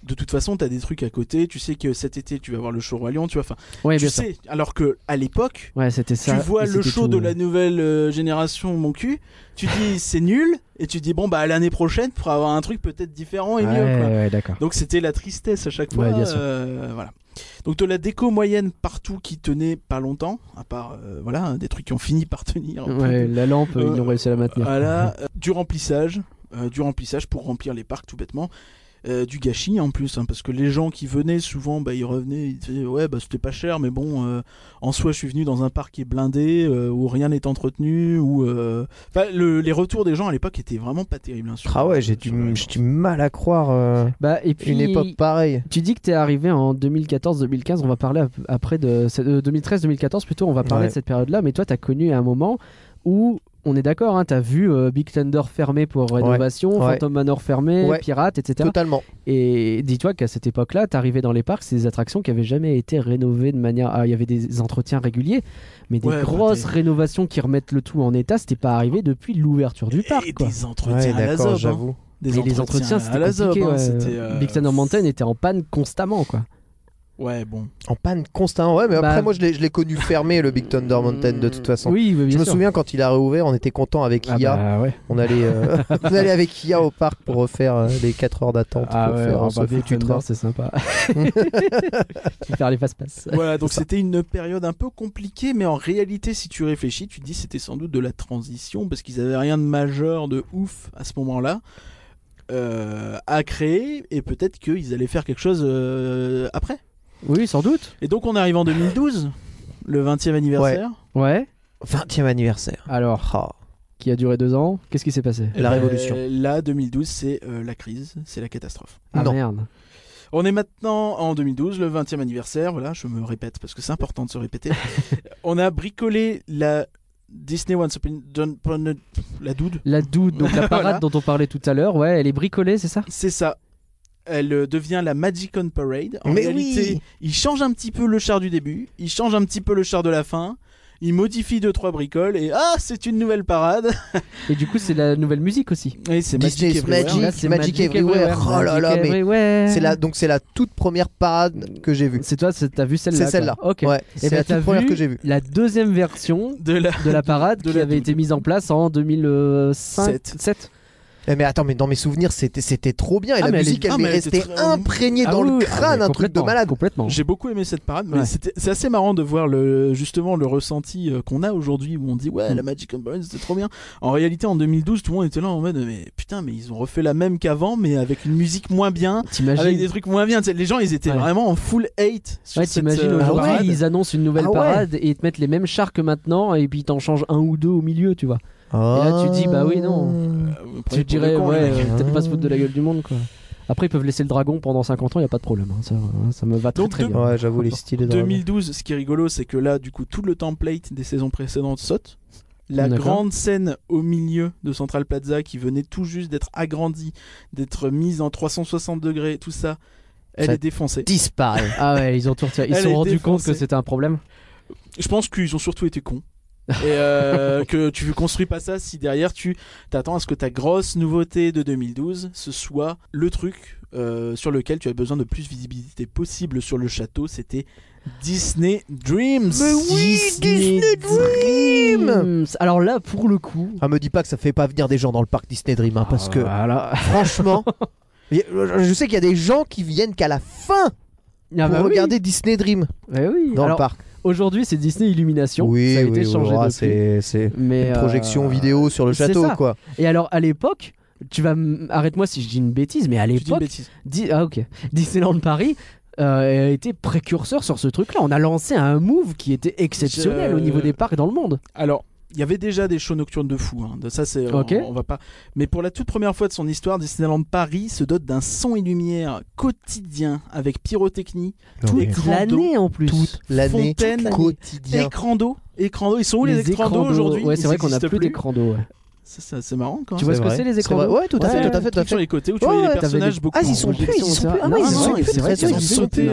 Speaker 4: de toute façon, t'as des trucs à côté. Tu sais que cet été, tu vas voir le show Roi Lion. Tu vois, enfin,
Speaker 3: Ouais,
Speaker 4: tu
Speaker 3: bien sûr.
Speaker 4: sais. Alors que à l'époque,
Speaker 3: Ouais, c'était ça.
Speaker 4: tu vois
Speaker 3: et
Speaker 4: le
Speaker 3: c'était
Speaker 4: show
Speaker 3: tout,
Speaker 4: de
Speaker 3: ouais.
Speaker 4: la nouvelle génération, mon cul. Tu dis c'est nul, et tu dis bon bah l'année prochaine, pour avoir un truc peut-être différent et mieux.
Speaker 3: Ouais,
Speaker 4: Quoi.
Speaker 3: ouais, d'accord.
Speaker 4: Donc c'était la tristesse à chaque fois.
Speaker 3: Ouais, bien sûr.
Speaker 4: Voilà. Donc de la déco moyenne partout qui tenait pas longtemps, à part voilà des trucs qui ont fini par tenir.
Speaker 3: Ouais, la lampe, ils ont réussi à la maintenir.
Speaker 4: Voilà, du remplissage pour remplir les parcs tout bêtement. Du gâchis en plus, hein, parce que les gens qui venaient souvent, bah, ils revenaient, ils disaient ouais bah c'était pas cher, mais bon, en soi je suis venu dans un parc qui est blindé, où rien n'est entretenu, où les retours des gens à l'époque étaient vraiment pas terribles. Hein,
Speaker 5: Ah ouais, j'ai du mal à croire
Speaker 3: Bah, et puis,
Speaker 5: une époque pareille.
Speaker 3: tu dis que t'es arrivé en 2014-2015, on va parler après de 2013-2014 plutôt, on va parler
Speaker 5: Ouais.
Speaker 3: de cette période-là, mais toi t'as connu un moment où, on est d'accord, hein, t'as vu Big Thunder fermé pour rénovation,
Speaker 5: Ouais.
Speaker 3: Phantom Manor fermé,
Speaker 5: Ouais.
Speaker 3: Pirates, etc.
Speaker 5: Totalement.
Speaker 3: Et dis-toi qu'à cette époque-là, t'arrivais dans les parcs, c'est des attractions qui avaient jamais été rénovées de manière... Ah, il y avait des entretiens réguliers, mais des
Speaker 4: Ouais,
Speaker 3: grosses
Speaker 4: bah,
Speaker 3: rénovations qui remettent le tout en état, c'était pas arrivé depuis l'ouverture du parc,
Speaker 4: Et
Speaker 3: quoi.
Speaker 4: des entretiens
Speaker 5: Ouais,
Speaker 4: à la
Speaker 5: d'accord,
Speaker 4: zob, hein.
Speaker 5: j'avoue.
Speaker 3: Et les entretiens,
Speaker 4: à
Speaker 3: c'était
Speaker 4: la zob,
Speaker 3: compliqué.
Speaker 4: hein,
Speaker 3: Ouais.
Speaker 4: c'était,
Speaker 3: Big Thunder Mountain était en panne constamment, quoi.
Speaker 4: Ouais, bon.
Speaker 5: En panne constamment. Ouais, mais
Speaker 3: Bah-
Speaker 5: après, moi, je l'ai connu fermé, le Big Thunder Mountain, de toute façon.
Speaker 3: Oui, mais bien
Speaker 5: Je me
Speaker 3: sûr.
Speaker 5: souviens quand il a réouvert, on était content avec
Speaker 3: Ah
Speaker 5: Ia.
Speaker 3: bah ouais.
Speaker 5: On allait avec Ia au parc pour refaire les 4 heures d'attente.
Speaker 3: Ah
Speaker 5: pour
Speaker 3: ouais,
Speaker 5: faire
Speaker 3: oh,
Speaker 5: ce
Speaker 3: bah, Big
Speaker 5: foutu
Speaker 3: Thunder,
Speaker 5: train.
Speaker 3: c'est sympa. Faire les fast-pass.
Speaker 4: Voilà, donc c'était une période un peu compliquée, mais en réalité, si tu réfléchis, tu te dis c'était sans doute de la transition, parce qu'ils avaient rien de majeur, de ouf à ce moment-là à créer, et peut-être qu'ils allaient faire quelque chose après.
Speaker 3: Oui, sans doute.
Speaker 4: Et donc on arrive en 2012, le 20e anniversaire.
Speaker 3: Ouais.
Speaker 5: 20e anniversaire.
Speaker 3: Alors,
Speaker 5: Ah.
Speaker 3: qui a duré 2 ans, qu'est-ce qui s'est passé?
Speaker 5: La révolution.
Speaker 4: Là, 2012, c'est la crise, c'est la catastrophe.
Speaker 3: Ah
Speaker 5: Non.
Speaker 3: merde.
Speaker 4: On est maintenant en 2012, le 20e anniversaire. Voilà, je me répète parce que c'est important de se répéter. On a bricolé la Disney Once Upon a... la doude.
Speaker 3: La doude, donc la parade
Speaker 4: Voilà.
Speaker 3: dont on parlait tout à l'heure, ouais, elle est bricolée, c'est ça?
Speaker 4: C'est ça. Elle devient la Magic on Parade. En
Speaker 5: Mais
Speaker 4: réalité,
Speaker 5: oui.
Speaker 4: il change un petit peu le char du début, il change un petit peu le char de la fin, il modifie 2-3 bricoles et c'est une nouvelle parade.
Speaker 3: Et du coup, c'est la nouvelle musique aussi.
Speaker 4: Et c'est
Speaker 5: Disney's
Speaker 4: Magic Everywhere.
Speaker 5: Magic.
Speaker 3: Là, c'est
Speaker 5: Magic Everywhere. Oh là là, mais
Speaker 3: Everywhere.
Speaker 5: c'est la toute première parade que j'ai vue.
Speaker 3: C'est toi, t'as vu celle-là?
Speaker 5: C'est celle-là.
Speaker 3: quoi. Ok.
Speaker 5: Ouais,
Speaker 3: Et
Speaker 5: c'est
Speaker 3: ben,
Speaker 5: la
Speaker 3: t'as
Speaker 5: toute première
Speaker 3: vu
Speaker 5: que j'ai vue.
Speaker 3: la deuxième version
Speaker 4: De la...
Speaker 3: de la parade
Speaker 4: De
Speaker 3: qui
Speaker 4: la
Speaker 3: avait
Speaker 4: doude.
Speaker 3: été mise en place en 2005 7.
Speaker 5: Mais attends, mais dans mes souvenirs, c'était trop bien. Et
Speaker 3: Ah,
Speaker 5: la
Speaker 3: mais elle
Speaker 5: musique,
Speaker 3: est-
Speaker 5: elle
Speaker 4: ah,
Speaker 5: m'est
Speaker 4: mais elle était
Speaker 5: restée
Speaker 4: très-
Speaker 5: imprégnée dans le crâne, un truc de malade.
Speaker 3: Complètement.
Speaker 4: J'ai beaucoup aimé cette parade, mais
Speaker 3: Ouais.
Speaker 4: c'est assez marrant de voir justement le ressenti qu'on a aujourd'hui où on dit ouais la Magic on Parade c'était trop bien. En réalité en 2012 tout le monde était là en mode mais putain mais ils ont refait la même qu'avant mais avec une musique moins bien, avec des
Speaker 3: T'imagines?
Speaker 4: trucs moins bien. Tu sais, les gens ils étaient
Speaker 3: Ouais.
Speaker 4: vraiment en full hate sur
Speaker 3: Ouais,
Speaker 4: cette
Speaker 3: t'imagines aujourd'hui,
Speaker 4: parade.
Speaker 3: ils annoncent une nouvelle
Speaker 5: Ah ouais.
Speaker 3: parade et ils te mettent les mêmes chars que maintenant et puis ils t'en changent un ou deux au milieu, tu vois. Et là, tu dis, bah oui, non.
Speaker 4: Vous prenez
Speaker 3: Tu
Speaker 4: pour
Speaker 3: dirais,
Speaker 4: des cons, les
Speaker 3: ouais,
Speaker 4: mecs.
Speaker 3: peut-être pas se foutre de la gueule du monde, quoi. Après, ils peuvent laisser le dragon pendant 50 ans, y a pas de problème. Hein. Ça me va très
Speaker 4: Donc,
Speaker 3: très
Speaker 4: de-
Speaker 3: bien.
Speaker 5: Ouais, j'avoue, les styles de
Speaker 4: 2012, ce qui est rigolo, c'est que là, du coup, tout le template des saisons précédentes saute. La
Speaker 3: D'accord.
Speaker 4: grande scène au milieu de Central Plaza qui venait tout juste d'être agrandie, d'être mise en 360 degrés, tout ça, elle
Speaker 5: Ça
Speaker 4: est défoncée.
Speaker 5: disparaît.
Speaker 3: Ah ouais, ils ont tout retiré. Ils se
Speaker 4: Elle
Speaker 3: sont
Speaker 4: est
Speaker 3: rendus compte
Speaker 4: défoncée.
Speaker 3: que c'était un problème.
Speaker 4: Je pense qu'ils ont surtout été cons. Et que tu construis pas ça si derrière tu t'attends à ce que ta grosse nouveauté de 2012 ce soit le truc sur lequel tu as besoin de plus visibilité possible sur le château. C'était Disney Dreams.
Speaker 5: Mais oui, Disney Dream.
Speaker 3: Alors là, pour le coup.
Speaker 5: Ah, me dis pas que ça fait pas venir des gens dans le parc Disney Dream, hein, parce que
Speaker 3: Voilà.
Speaker 5: franchement, je sais qu'il y a des gens qui viennent qu'à la fin
Speaker 3: Ah
Speaker 5: pour
Speaker 3: bah oui.
Speaker 5: regarder Disney Dream
Speaker 3: Ouais, oui.
Speaker 5: dans
Speaker 3: Alors,
Speaker 5: le parc.
Speaker 3: aujourd'hui, c'est Disney Illumination.
Speaker 5: Oui,
Speaker 3: ça a été
Speaker 5: oui,
Speaker 3: changé
Speaker 5: ouais,
Speaker 3: depuis.
Speaker 5: c'est
Speaker 3: Mais,
Speaker 5: une projection vidéo sur le
Speaker 3: c'est
Speaker 5: château,
Speaker 3: ça.
Speaker 5: quoi.
Speaker 3: Et alors, à l'époque, arrête-moi si je dis une bêtise, mais à
Speaker 4: Je dis une
Speaker 3: l'époque,
Speaker 4: bêtise.
Speaker 3: Ah ok, Disneyland Paris a été précurseur sur ce truc-là. On a lancé un move qui était exceptionnel au niveau des parcs dans le monde.
Speaker 4: Alors, il y avait déjà des shows nocturnes de fou. Hein. De ça, c'est
Speaker 3: Ok.
Speaker 4: on va pas. Mais pour la toute première fois de son histoire, Disneyland Paris se dote d'un son et lumière quotidien avec pyrotechnie,
Speaker 5: Non, mais
Speaker 3: Toute
Speaker 4: écran
Speaker 3: l'année en plus.
Speaker 5: toute l'année,
Speaker 4: fontaine,
Speaker 5: quotidien.
Speaker 4: écran d'eau. Ils sont où les écrans d'eau
Speaker 3: d'eau.
Speaker 4: aujourd'hui?
Speaker 3: Ouais, c'est
Speaker 4: Ils
Speaker 3: vrai qu'on a
Speaker 4: existent
Speaker 3: plus d'écran d'eau. Ouais.
Speaker 4: C'est marrant quand
Speaker 3: Tu
Speaker 4: même.
Speaker 3: vois ce que
Speaker 5: vrai.
Speaker 3: c'est les écrans
Speaker 5: vrai.
Speaker 3: d'eau
Speaker 5: Ouais, tout à fait,
Speaker 3: Ouais.
Speaker 5: tout à fait, tout à
Speaker 4: Truc sur
Speaker 5: fait.
Speaker 4: les côtés où tu
Speaker 5: Ouais,
Speaker 4: voyais les
Speaker 5: ouais,
Speaker 4: personnages
Speaker 3: t'avais
Speaker 4: beaucoup.
Speaker 5: Ah, ils sont plus, ils sont plus. Ah ouais, ils sont plus
Speaker 3: c'est vrai,
Speaker 5: très
Speaker 4: ils ont sauté,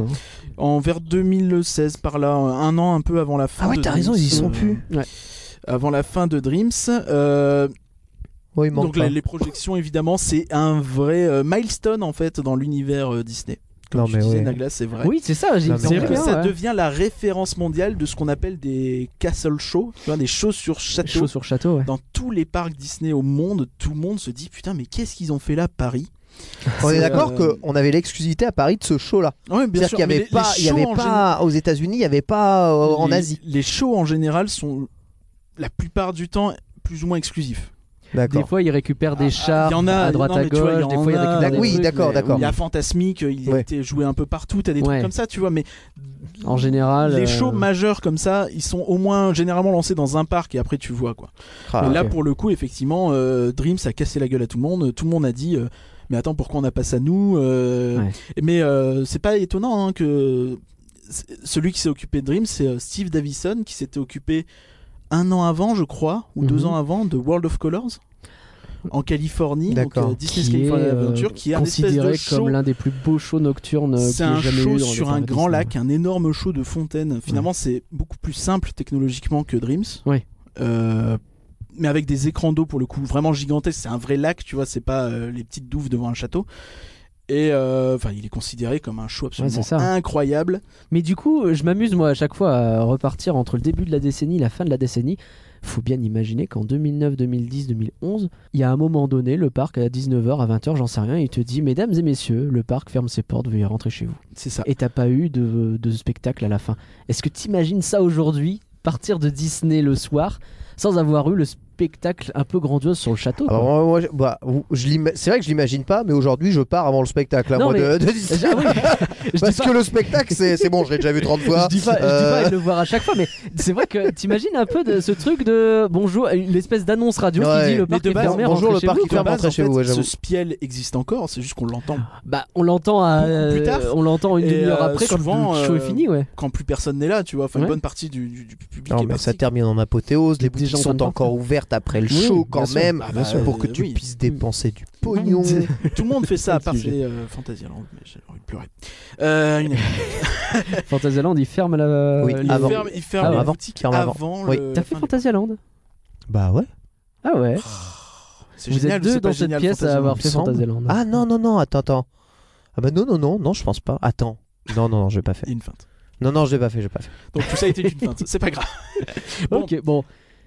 Speaker 4: en vers 2016 par là, un an un peu avant la fin.
Speaker 5: Ah ouais,
Speaker 4: de
Speaker 5: t'as raison,
Speaker 4: Dreams,
Speaker 5: ils y sont plus.
Speaker 3: Ouais.
Speaker 4: Avant la fin de Dreams.
Speaker 5: Oui, il manque
Speaker 4: Donc
Speaker 5: pas.
Speaker 4: les projections, évidemment, c'est un vrai milestone en fait dans l'univers Disney. Comme
Speaker 5: Non,
Speaker 4: tu
Speaker 5: mais
Speaker 4: disais,
Speaker 5: ouais.
Speaker 4: Nagla, c'est vrai.
Speaker 3: Oui, c'est ça. J'ai
Speaker 5: Non, mais
Speaker 3: c'est
Speaker 4: C'est-à-dire
Speaker 3: bien,
Speaker 4: que ça
Speaker 3: ouais.
Speaker 4: devient la référence mondiale de ce qu'on appelle des castle shows, tu vois, des shows sur château.
Speaker 3: Chaud sur château, ouais.
Speaker 4: Dans tous les parcs Disney au monde, tout le monde se dit putain, mais qu'est-ce qu'ils ont fait là, Paris?
Speaker 5: On est d'accord
Speaker 4: euh,
Speaker 5: qu'on avait l'exclusivité à Paris de ce show-là.
Speaker 4: Ouais, bien
Speaker 5: C'est-à-dire
Speaker 4: sûr.
Speaker 5: qu'il n'y avait
Speaker 4: mais les
Speaker 5: pas, il y avait
Speaker 4: shows en
Speaker 5: pas aux États-Unis, il n'y avait pas en
Speaker 4: les-
Speaker 5: Asie.
Speaker 4: Les shows en général sont la plupart du temps plus ou moins exclusifs.
Speaker 3: Des
Speaker 5: D'accord.
Speaker 3: fois, ils récupèrent des chars
Speaker 4: il y en a-
Speaker 3: à droite
Speaker 4: non,
Speaker 3: à
Speaker 4: mais tu vois, il y
Speaker 3: gauche. Des
Speaker 4: en
Speaker 3: fois, ils
Speaker 4: a-
Speaker 3: récupèrent des
Speaker 5: Oui,
Speaker 3: trucs,
Speaker 5: d'accord,
Speaker 3: mais
Speaker 5: d'accord.
Speaker 4: Il y a Fantasmic, il a
Speaker 5: Ouais.
Speaker 4: été joué un peu partout, t'as des
Speaker 3: Ouais.
Speaker 4: trucs comme ça, tu vois, mais
Speaker 3: En général,
Speaker 4: les shows majeurs comme ça, ils sont au moins généralement lancés dans un parc et après tu vois quoi.
Speaker 5: Ah,
Speaker 4: Et là
Speaker 3: ok.
Speaker 4: pour le coup, effectivement, Dreams a cassé la gueule à tout le monde a dit mais attends, pourquoi on n'a pas ça nous
Speaker 3: Ouais.
Speaker 4: Mais c'est pas étonnant hein, que celui qui s'est occupé de Dreams, c'est Steve Davison qui s'était occupé un an avant, je crois, ou 2
Speaker 3: Mhm.
Speaker 4: ans avant, de World of Colors en Californie, donc
Speaker 5: D'accord.
Speaker 4: Disney's
Speaker 3: qui est
Speaker 4: California Adventure, qui est un espèce
Speaker 3: considéré
Speaker 4: de show.
Speaker 3: comme l'un des plus beaux shows nocturnes
Speaker 4: C'est
Speaker 3: qu'il y ait
Speaker 4: un
Speaker 3: jamais
Speaker 4: show
Speaker 3: eu dans
Speaker 4: sur
Speaker 3: les
Speaker 4: un
Speaker 3: parcs
Speaker 4: grand
Speaker 3: Disney.
Speaker 4: lac, un énorme show de fontaine. Finalement, c'est beaucoup plus simple technologiquement que Dreams.
Speaker 3: Oui.
Speaker 4: Mais avec des écrans d'eau pour le coup vraiment gigantesques. C'est un vrai lac, tu vois, c'est pas les petites douves devant un château. Et enfin, il est considéré comme un show absolument
Speaker 3: c'est ça.
Speaker 4: incroyable.
Speaker 3: Mais du coup, je m'amuse moi à chaque fois à repartir entre le début de la décennie et la fin de la décennie. Faut bien imaginer qu'en 2009, 2010, 2011, il y a un moment donné, le parc à 19h, à 20h, j'en sais rien, il te dit mesdames et messieurs, le parc ferme ses portes, veuillez rentrer chez vous.
Speaker 4: C'est ça.
Speaker 3: Et t'as pas eu de spectacle à la fin. Est-ce que t'imagines ça aujourd'hui, partir de Disney le soir, sans avoir eu le spectacle un peu grandiose sur le château quoi.
Speaker 5: Alors, moi, c'est vrai que je l'imagine pas, mais aujourd'hui je pars avant le spectacle là,
Speaker 3: Non,
Speaker 5: moi,
Speaker 3: mais-
Speaker 5: de Disney.
Speaker 3: Ah oui, je
Speaker 5: Parce
Speaker 3: dis
Speaker 5: que le spectacle c'est bon, je l'ai déjà vu 30 fois.
Speaker 3: Je dis pas de le voir à chaque fois, mais c'est vrai que t'imagines un peu de ce truc de bonjour, l'espèce d'annonce radio qui
Speaker 5: Ouais.
Speaker 3: dit le
Speaker 4: Mais
Speaker 3: parc
Speaker 4: de
Speaker 3: est
Speaker 4: base,
Speaker 3: fermé,
Speaker 5: bonjour,
Speaker 3: rentrez
Speaker 5: le
Speaker 3: chez
Speaker 5: parc
Speaker 3: vous,
Speaker 5: est
Speaker 3: quoi.
Speaker 5: fermé. rentrer chez vous, ouais,
Speaker 4: ce
Speaker 5: j'avoue.
Speaker 4: spiel existe encore, c'est juste qu'on l'entend.
Speaker 3: Bah, on l'entend
Speaker 4: Plus tard.
Speaker 3: on l'entend une
Speaker 4: Et,
Speaker 3: demi-heure après
Speaker 4: souvent,
Speaker 3: quand le show est fini, ouais.
Speaker 4: Quand plus personne n'est là, tu vois. Enfin,
Speaker 3: Ouais.
Speaker 4: une bonne partie du public
Speaker 5: Non,
Speaker 4: est
Speaker 5: mais
Speaker 4: parti.
Speaker 5: ça termine en apothéose, les
Speaker 3: Des
Speaker 5: boutiques
Speaker 3: gens
Speaker 5: sont
Speaker 3: en train de
Speaker 5: encore
Speaker 3: partir.
Speaker 5: ouvertes après le
Speaker 3: Oui,
Speaker 5: show
Speaker 3: bien
Speaker 5: quand
Speaker 3: sûr.
Speaker 5: même,
Speaker 4: Ah bah,
Speaker 5: pour que tu
Speaker 4: oui.
Speaker 5: puisses dépenser du pognon.
Speaker 4: Tout le monde fait ça à part
Speaker 3: Sujet.
Speaker 4: Fantasyland, mais j'ai envie de pleurer.
Speaker 3: Fantasyland, il ferme la.
Speaker 5: Oui,
Speaker 3: les-
Speaker 5: avant.
Speaker 4: Il ferme
Speaker 3: Ah,
Speaker 4: les
Speaker 5: avant.
Speaker 4: boutiques
Speaker 5: Ferme avant.
Speaker 4: avant.
Speaker 5: Oui.
Speaker 3: T'as fait Fantasyland
Speaker 5: Bah ouais.
Speaker 3: Ah ouais.
Speaker 4: C'est
Speaker 3: Vous
Speaker 4: génial,
Speaker 3: êtes deux
Speaker 4: c'est pas
Speaker 3: dans cette
Speaker 4: génial,
Speaker 3: pièce à
Speaker 4: Fantasyland.
Speaker 3: avoir fait
Speaker 5: il me semble.
Speaker 3: Fantasyland.
Speaker 5: Ah non, attends. Ah bah non, je pense pas. Attends. Non, je l'ai pas fait.
Speaker 4: Il y a une feinte.
Speaker 5: Non, je l'ai pas fait.
Speaker 4: Donc tout ça a été une feinte, c'est pas grave. Bon.
Speaker 3: Ok, bon.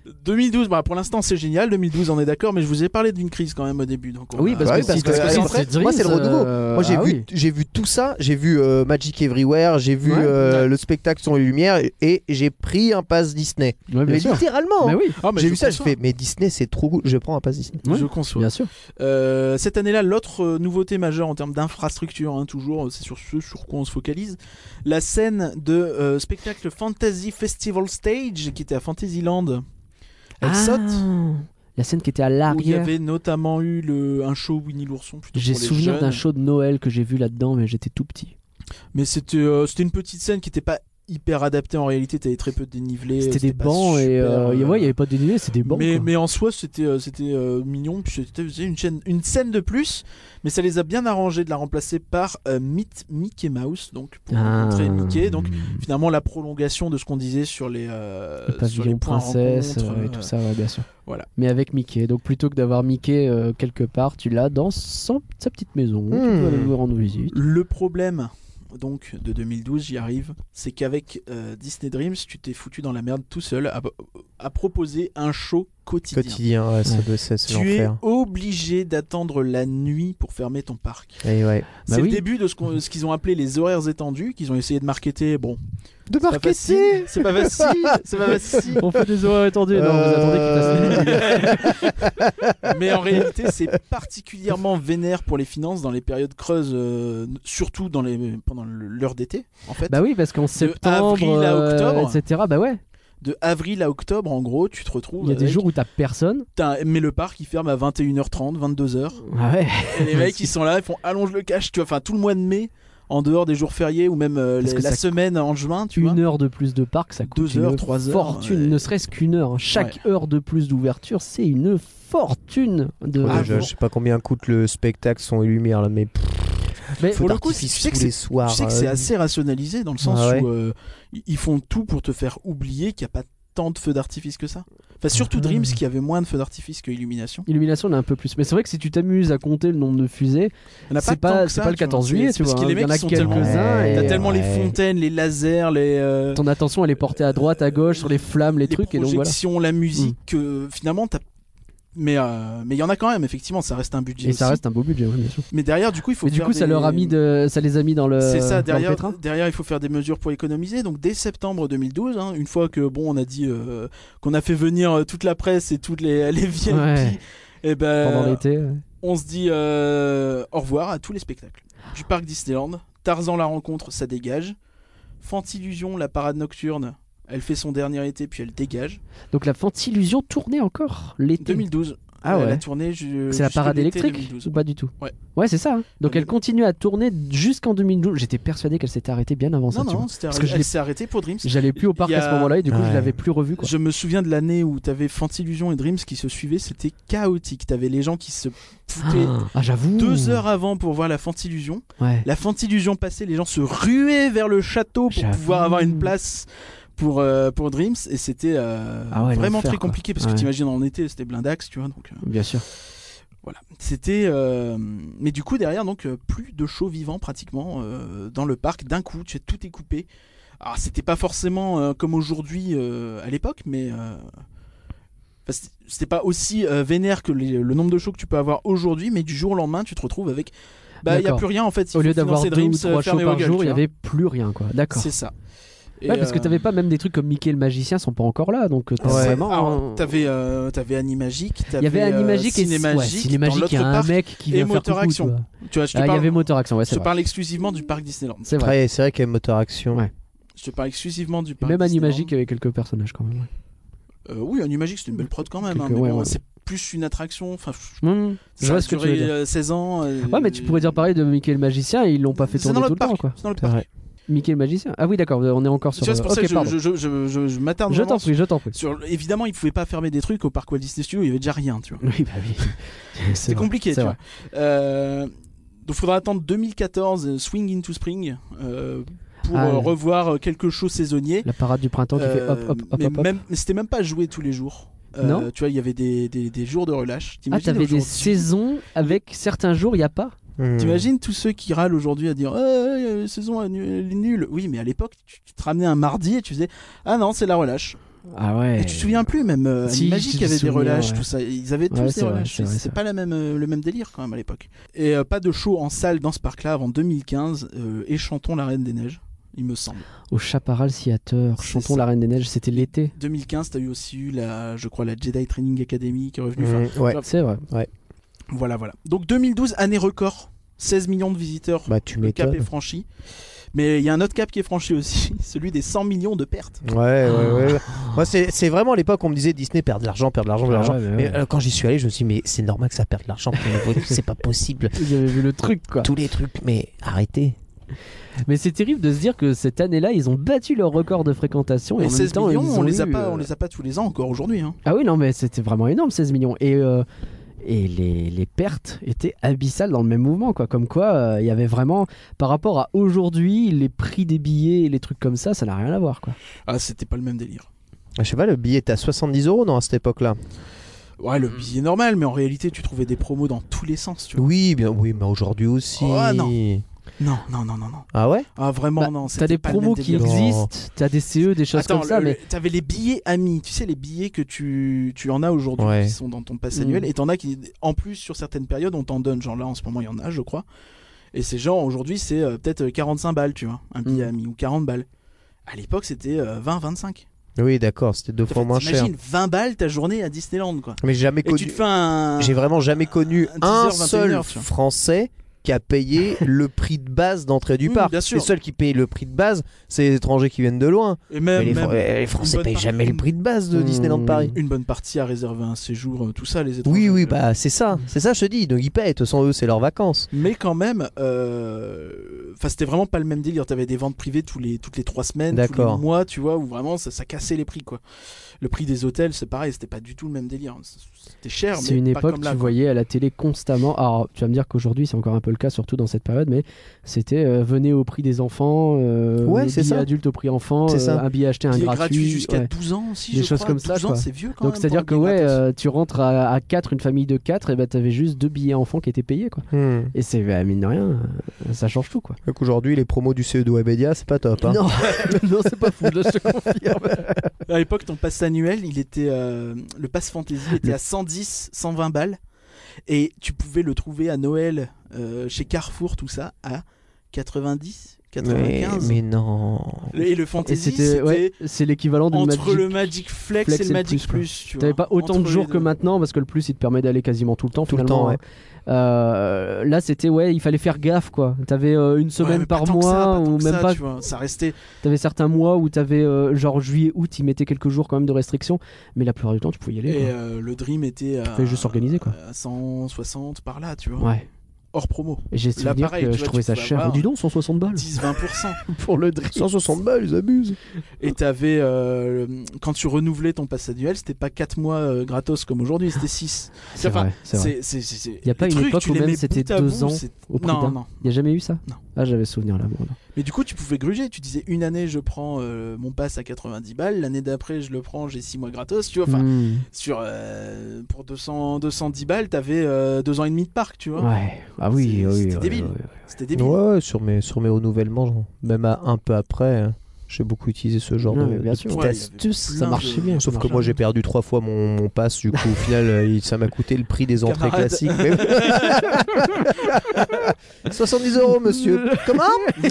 Speaker 4: 2012, bah, pour l'instant c'est génial, 2012 on est d'accord, mais je vous ai parlé d'une crise quand même au début. Donc on
Speaker 3: Oui,
Speaker 4: va-
Speaker 3: parce
Speaker 5: Ouais,
Speaker 3: que
Speaker 5: parce
Speaker 3: si
Speaker 5: que
Speaker 3: parce que
Speaker 5: après,
Speaker 3: c'est
Speaker 5: moi, c'est le
Speaker 3: Dreams,
Speaker 5: renouveau. Moi j'ai
Speaker 3: ah
Speaker 5: vu,
Speaker 3: oui.
Speaker 5: j'ai vu tout ça, j'ai vu Magic Everywhere, j'ai vu
Speaker 3: Ouais.
Speaker 5: le spectacle Son et Lumière et j'ai pris un pass Disney.
Speaker 3: Ouais, bien
Speaker 5: Mais
Speaker 3: sûr.
Speaker 5: littéralement.
Speaker 3: Bah
Speaker 5: hein.
Speaker 3: oui,
Speaker 4: Ah, mais
Speaker 5: J'ai
Speaker 4: je
Speaker 5: vu ça, je
Speaker 4: conçois.
Speaker 5: fais mais Disney c'est trop cool, je prends un pass Disney.
Speaker 4: Je conçois.
Speaker 3: bien sûr.
Speaker 4: Cette année-là, l'autre nouveauté majeure en termes d'infrastructure, hein, toujours, c'est sur ce sur quoi on se focalise, la scène de spectacle Fantasy Festival Stage qui était à Fantasyland. Elle saute.
Speaker 3: La scène qui était à
Speaker 4: Où il y
Speaker 3: l'arrière.
Speaker 4: avait notamment eu un show Winnie l'ourson. Plutôt
Speaker 3: J'ai
Speaker 4: pour les
Speaker 3: souvenir
Speaker 4: jeunes.
Speaker 3: d'un show de Noël que j'ai vu là-dedans, mais j'étais tout petit.
Speaker 4: Mais c'était une petite scène qui n'était pas hyper adaptée en réalité. T'avais très peu de dénivelé.
Speaker 3: C'était des
Speaker 4: pas
Speaker 3: bancs et
Speaker 4: super,
Speaker 3: il y avait pas de dénivelé, c'était des bancs. quoi.
Speaker 4: mais en soi c'était mignon, puis c'était une scène de plus, mais ça les a bien arrangés de la remplacer par Meet Mickey Mouse, donc pour rencontrer Mickey, donc finalement la prolongation de ce qu'on disait sur les
Speaker 3: le
Speaker 4: sur les
Speaker 3: pavillon
Speaker 4: points
Speaker 3: princesse
Speaker 4: rencontres,
Speaker 3: et tout ça, ouais, bien sûr.
Speaker 4: voilà.
Speaker 3: Mais avec Mickey. Donc plutôt que d'avoir Mickey quelque part, tu l'as dans sa petite maison. Tu peux aller lui rendre visite.
Speaker 4: Le problème donc de 2012, j'y arrive, c'est qu'avec Disney Dreams, tu t'es foutu dans la merde tout seul à proposer un show quotidien.
Speaker 5: Ouais, ça
Speaker 3: Ouais.
Speaker 5: doit c'est
Speaker 4: Tu es
Speaker 5: l'enfer.
Speaker 4: obligé d'attendre la nuit pour fermer ton parc.
Speaker 5: Et ouais.
Speaker 3: Bah
Speaker 4: C'est
Speaker 3: oui.
Speaker 4: le début de ce qu'ils ont appelé les horaires étendus, qu'ils ont essayé de marketer. Bon,
Speaker 5: De
Speaker 4: c'est pas facile, c'est pas facile, c'est pas facile.
Speaker 3: On fait des horaires étendus. Non, vous attendez qu'il fasse
Speaker 4: Mais en réalité, c'est particulièrement vénère pour les finances dans les périodes creuses, surtout pendant l'heure d'été, en fait.
Speaker 3: Bah oui, parce qu'en septembre,
Speaker 4: avril à octobre.
Speaker 3: etc. Bah ouais.
Speaker 4: De avril à octobre, en gros, tu te retrouves.
Speaker 3: Il y a des
Speaker 4: avec-
Speaker 3: jours où t'as personne.
Speaker 4: Mais le parc il ferme à 21h30, 22h.
Speaker 3: Ah ouais.
Speaker 4: Et les mecs ils sont là, ils font allonge le cash, tu vois. Enfin, tout le mois de mai, en dehors des jours fériés ou même
Speaker 3: Parce que
Speaker 4: la
Speaker 3: ça
Speaker 4: semaine en juin, tu vois.
Speaker 3: Une heure de plus de parc, ça coûte
Speaker 4: 2 heures,
Speaker 3: une
Speaker 4: 3 heures,
Speaker 3: fortune.
Speaker 4: ouais.
Speaker 3: Ne serait-ce qu'une heure. Chaque heure de plus d'ouverture, c'est une fortune. De...
Speaker 5: Ouais,
Speaker 4: Ah,
Speaker 5: je
Speaker 4: bon.
Speaker 5: sais pas combien coûte le spectacle Son et Lumière là, mais
Speaker 3: Mais
Speaker 4: Pour le coup,
Speaker 5: d'artifice
Speaker 4: tu sais que
Speaker 5: tous
Speaker 4: c'est-
Speaker 5: les soirs.
Speaker 4: Tu sais que c'est assez rationalisé dans le sens
Speaker 5: Ah ouais.
Speaker 4: où ils font tout pour te faire oublier qu'il n'y a pas tant de feux d'artifice que ça. Enfin, surtout Dreams qui avait moins de feux d'artifice que Illumination.
Speaker 3: Illumination, on a un peu plus. Mais c'est vrai que si tu t'amuses à compter le nombre de fusées, c'est pas le 14 juillet, tu vois.
Speaker 4: Parce que les mecs,
Speaker 3: il y en a
Speaker 4: sont tellement...
Speaker 3: quelques-uns.
Speaker 4: T'as tellement les fontaines, les lasers, les...
Speaker 3: Ton attention, elle est portée à droite, à gauche, sur les flammes, les trucs.
Speaker 4: Les projections, la musique, finalement, t'as... Mais il y en a quand même, effectivement, ça reste un budget.
Speaker 3: Et
Speaker 4: aussi.
Speaker 3: ça reste un beau budget, oui, bien sûr.
Speaker 4: Mais derrière, du coup, il faut.
Speaker 3: Mais du coup, ça les a mis dans le.
Speaker 4: C'est ça.
Speaker 3: Dans le pétrin.
Speaker 4: Derrière, il faut faire des mesures pour économiser. Donc, dès septembre 2012, une fois que on a dit qu'on a fait venir toute la presse et toutes les VIP, et ben
Speaker 3: pendant l'été.
Speaker 4: On se dit au revoir à tous les spectacles du parc Disneyland. Tarzan la rencontre, ça dégage. Fantillusion, la parade nocturne. Elle fait son dernier été, puis elle dégage.
Speaker 3: Donc la Fantillusion tournait encore l'été
Speaker 4: 2012.
Speaker 3: Ah ouais.
Speaker 4: Elle a tourné
Speaker 3: c'est la parade électrique
Speaker 4: 2012.
Speaker 3: ou pas du tout?
Speaker 4: Ouais,
Speaker 3: c'est ça. Hein. Donc elle continue à tourner jusqu'en 2012. J'étais persuadé qu'elle s'était arrêtée bien avant ça.
Speaker 4: Non, elle s'est arrêtée pour Dreams.
Speaker 3: J'allais plus au parc à ce moment-là et du coup je l'avais plus revu. Quoi.
Speaker 4: Je me souviens de l'année où t'avais Fantillusion et Dreams qui se suivaient, c'était chaotique. T'avais les gens qui se foutaient
Speaker 3: j'avoue.
Speaker 4: 2 heures avant pour voir la Fantillusion.
Speaker 3: Ouais.
Speaker 4: La Fantillusion passée, les gens se ruaient vers le château pour pouvoir avoir une place. Pour Dreams, et c'était vraiment très compliqué parce que t'imagines en été c'était blindax, tu vois, donc
Speaker 3: bien sûr.
Speaker 4: Voilà, c'était mais du coup derrière donc plus de shows vivants pratiquement dans le parc d'un coup, tout est coupé. Alors c'était pas forcément comme aujourd'hui à l'époque, mais c'était pas aussi vénère que le nombre de shows que tu peux avoir aujourd'hui, mais du jour au lendemain tu te retrouves avec il y a plus rien en fait.
Speaker 3: Au lieu d'avoir 2 ou 3 shows par jour, il y
Speaker 4: avait
Speaker 3: plus rien quoi. D'accord.
Speaker 4: C'est ça.
Speaker 3: Ouais, parce que t'avais pas même des trucs comme Mickey le magicien sont pas encore là, donc vraiment.
Speaker 4: Alors, t'avais Animagic,
Speaker 3: il y avait Animagic et
Speaker 4: Cinémagique,
Speaker 3: il y a un mec qui vient faire coucou,
Speaker 4: Action. Tu vois,
Speaker 3: il y avait Motor Action,
Speaker 4: je te parle exclusivement du parc Disneyland.
Speaker 3: C'est vrai
Speaker 5: qu'il y a Motor Action.
Speaker 3: Ouais.
Speaker 4: Je te parle exclusivement du parc.
Speaker 3: Même Animagic avait quelques personnages quand même.
Speaker 4: Oui, Animagic c'était une belle prod quand même, c'est plus une attraction. Enfin,
Speaker 3: je vois ce que tu veux dire.
Speaker 4: 16 ans.
Speaker 3: Ouais, mais tu pourrais dire pareil de Mickey le magicien, ils l'ont pas fait tourner tout le temps quoi.
Speaker 4: C'est dans le parc.
Speaker 3: Mickey le magicien. Ah oui, d'accord, on est encore sur.
Speaker 4: C'est pour ça que je m'attarde.
Speaker 3: Je t'en prie.
Speaker 4: Évidemment, ils pouvaient pas fermer des trucs au parc Walt Disney Studios, il y avait déjà rien, tu vois.
Speaker 3: Oui, bah oui.
Speaker 4: C'est compliqué, tu vois. Donc, il faudra attendre 2014, Swing into Spring, pour revoir quelque chose saisonnier.
Speaker 3: La parade du printemps qui fait hop, hop, hop, hop.
Speaker 4: Mais c'était même pas joué tous les jours.
Speaker 3: Non.
Speaker 4: Tu vois, il y avait des jours de relâche.
Speaker 3: T'avais des saisons avec certains jours, il y a pas.
Speaker 4: T'imagines tous ceux qui râlent aujourd'hui à dire la saison elle est nulle. Oui, mais à l'époque, tu te ramenais un mardi et tu faisais non, c'est la relâche.
Speaker 3: Ah ouais.
Speaker 4: Et tu te souviens plus, même Animagic avait des relâches, tout ça. Ils avaient tous des relâches. C'est pas le même délire quand même à l'époque. Et pas de show en salle dans ce parc-là avant 2015. Et Chantons la Reine des Neiges, il me semble.
Speaker 3: Au Chaparral Theater, Chantons la Reine des Neiges, c'était l'été.
Speaker 4: 2015, t'as eu aussi eu la Jedi Training Academy qui est revenue.
Speaker 3: C'est vrai. Ouais.
Speaker 4: Voilà. Donc 2012, année record. 16 millions de visiteurs. Le cap est franchi. Mais il y a un autre cap qui est franchi aussi, celui des 100 millions de pertes.
Speaker 5: Ouais. Moi, c'est vraiment à l'époque, on me disait Disney perd de l'argent. Mais quand j'y suis allé, je me suis dit, mais c'est normal que ça perde de l'argent. C'est pas possible.
Speaker 3: Vous avez vu le truc, quoi.
Speaker 5: Tous les trucs, mais arrêtez.
Speaker 3: Mais c'est terrible de se dire que cette année-là, ils ont battu leur record de fréquentation. Et
Speaker 4: 16
Speaker 3: en même temps,
Speaker 4: millions, on les a pas tous les ans encore aujourd'hui. Hein.
Speaker 3: Ah oui, non, mais c'était vraiment énorme, 16 millions. Et les pertes étaient abyssales dans le même mouvement, quoi. Comme quoi, il y avait vraiment, par rapport à aujourd'hui, les prix des billets et les trucs comme ça n'a rien à voir, quoi.
Speaker 4: Ah, c'était pas le même délire.
Speaker 5: Je sais pas, le billet était à 70 € non, à cette époque-là.
Speaker 4: Ouais, le billet normal, mais en réalité, tu trouvais des promos dans tous les sens, tu vois.
Speaker 5: Oui, mais aujourd'hui aussi.
Speaker 4: Oh, non.
Speaker 5: Ah ouais?
Speaker 4: Ah vraiment non.
Speaker 3: T'as des promos qui existent, t'as des CE, des choses comme ça, mais
Speaker 4: t'avais les billets amis. Tu sais les billets que tu en as aujourd'hui qui sont dans ton pass annuel, et t'en as qui en plus sur certaines périodes on t'en donne. Genre là en ce moment il y en a, je crois. Et ces gens aujourd'hui c'est peut-être 45 balles, tu vois, un billet ami, ou 40 balles. À l'époque c'était 20-25.
Speaker 5: Oui, d'accord, c'était 2 fois moins cher.
Speaker 4: T'imagines 20 balles ta journée à Disneyland, quoi.
Speaker 5: Mais j'ai vraiment jamais connu un seul Français qui a payé le prix de base d'entrée du parc.
Speaker 4: Bien sûr.
Speaker 5: Les seuls qui payent le prix de base, c'est les étrangers qui viennent de loin.
Speaker 4: Et même,
Speaker 5: les Français payent jamais le prix de base de Disneyland Paris.
Speaker 4: Une bonne partie à réserver un séjour, tout ça, les étrangers.
Speaker 5: Oui, bah c'est ça, je te dis. Donc ils payent, de toute façon eux c'est leurs vacances.
Speaker 4: Mais quand même, Enfin, c'était vraiment pas le même délire. T'avais des ventes privées toutes les 3 semaines, tous
Speaker 5: D'accord.
Speaker 4: les mois, tu vois, où vraiment ça cassait les prix, quoi. Le prix des hôtels, c'est pareil, c'était pas du tout le même délire. C'était cher,
Speaker 3: C'est
Speaker 4: mais
Speaker 3: une
Speaker 4: pas
Speaker 3: époque
Speaker 4: comme
Speaker 3: que
Speaker 4: là,
Speaker 3: tu
Speaker 4: quoi.
Speaker 3: voyais à la télé constamment. Alors, tu vas me dire qu'aujourd'hui, c'est encore un peu le cas, surtout dans cette période, mais c'était venez au prix des enfants,
Speaker 5: Ouais, c'est
Speaker 3: billet
Speaker 5: ça.
Speaker 3: adulte au prix enfant,
Speaker 5: C'est ça.
Speaker 3: un billet acheté, un
Speaker 4: Qui est
Speaker 3: gratuit.
Speaker 4: gratuit jusqu'à
Speaker 3: ouais.
Speaker 4: 12 ans aussi,
Speaker 3: Des
Speaker 4: je
Speaker 3: choses
Speaker 4: crois.
Speaker 3: comme ça,
Speaker 4: 12 ans,
Speaker 3: quoi.
Speaker 4: c'est vieux quand
Speaker 3: Donc,
Speaker 4: même.
Speaker 3: c'est-à-dire que
Speaker 4: pour un billet gratos.
Speaker 3: tu rentres à 4, une famille de 4, et ben t'avais juste 2 billets enfants qui étaient payés, quoi. Et c'est, mine de rien, ça change tout, quoi.
Speaker 5: Donc aujourd'hui, les promos du CE2 Webedia, c'est pas top. Hein.
Speaker 3: Non, non, c'est pas fou, là, je te confirme.
Speaker 4: À l'époque, ton pass annuel, il était le pass fantasy était à 110, 120 balles, et tu pouvais le trouver à Noël chez Carrefour, tout ça, à 90, 95.
Speaker 5: Mais non.
Speaker 4: Et le
Speaker 3: Et
Speaker 4: fantasy,
Speaker 3: c'était, ouais, c'est l'équivalent d'une
Speaker 4: entre
Speaker 3: Magic.
Speaker 4: le Magic Flex et le Magic Plus. Tu
Speaker 3: T'avais
Speaker 4: vois,
Speaker 3: pas autant
Speaker 4: entre
Speaker 3: de jours
Speaker 4: les
Speaker 3: que
Speaker 4: deux.
Speaker 3: maintenant, parce que le plus il te permet d'aller quasiment tout le temps.
Speaker 5: Tout le
Speaker 3: finalement,
Speaker 5: temps, ouais.
Speaker 3: Là, c'était, ouais, il fallait faire gaffe, quoi. T'avais une
Speaker 4: Ouais,
Speaker 3: semaine
Speaker 4: mais pas
Speaker 3: par
Speaker 4: tant que ça,
Speaker 3: mois,
Speaker 4: pas tant
Speaker 3: ou
Speaker 4: que
Speaker 3: même
Speaker 4: ça,
Speaker 3: pas.
Speaker 4: tu vois, ça restait.
Speaker 3: T'avais certains mois où t'avais genre juillet, août, ils mettaient quelques jours quand même de restrictions, mais la plupart du temps, tu pouvais y aller.
Speaker 4: Et
Speaker 3: quoi.
Speaker 4: le Dream était
Speaker 3: fallait juste s'organiser, quoi.
Speaker 4: à 160 par là, tu vois.
Speaker 3: Ouais.
Speaker 4: Hors promo.
Speaker 3: Et j'ai
Speaker 4: Là,
Speaker 3: souvenir
Speaker 4: pareil,
Speaker 3: que
Speaker 4: tu
Speaker 3: je
Speaker 4: vois,
Speaker 3: trouvais
Speaker 4: tu
Speaker 3: ça
Speaker 4: pouvais
Speaker 3: cher.
Speaker 4: avoir
Speaker 3: Dis donc, 160 balles
Speaker 4: 10-20%.
Speaker 3: pour le drink.
Speaker 5: 160 balles, ils abusent.
Speaker 4: Et t'avais, quand tu renouvelais ton pass annuel, c'était pas 4 mois gratos comme aujourd'hui, c'était 6.
Speaker 3: C'est
Speaker 4: Enfin,
Speaker 3: vrai, c'est vrai.
Speaker 4: Il
Speaker 3: Y a pas une époque où même c'était 2 ans au prix
Speaker 4: Non,
Speaker 3: d'un.
Speaker 4: non.
Speaker 3: Y a jamais eu ça?
Speaker 4: Non.
Speaker 3: Ah, j'avais souvenir là, moi.
Speaker 4: Mais du coup, tu pouvais gruger. Tu disais une année, je prends mon pass à 90 balles. L'année d'après, je le prends, j'ai 6 mois gratos. Tu vois, enfin, pour 210 balles, t'avais 2 ans et demi de parc, tu vois.
Speaker 3: Ouais. Ah oui, oui.
Speaker 4: C'était
Speaker 3: ouais,
Speaker 4: débile.
Speaker 3: ouais.
Speaker 4: C'était débile.
Speaker 5: Ouais, sur mes renouvellements, même un peu après, j'ai beaucoup utilisé ce genre
Speaker 3: Ouais,
Speaker 5: de,
Speaker 3: mais bien
Speaker 5: de
Speaker 3: sûr.
Speaker 5: petites
Speaker 4: Ouais,
Speaker 5: astuces.
Speaker 3: Ça marchait bien.
Speaker 5: Sauf
Speaker 3: ça
Speaker 5: que
Speaker 3: marchait
Speaker 5: moi
Speaker 3: bien.
Speaker 5: j'ai perdu 3 fois mon pass, du coup au final ça m'a coûté le prix des entrées
Speaker 4: Camarade.
Speaker 5: classiques. Mais... 70 € monsieur. Comment?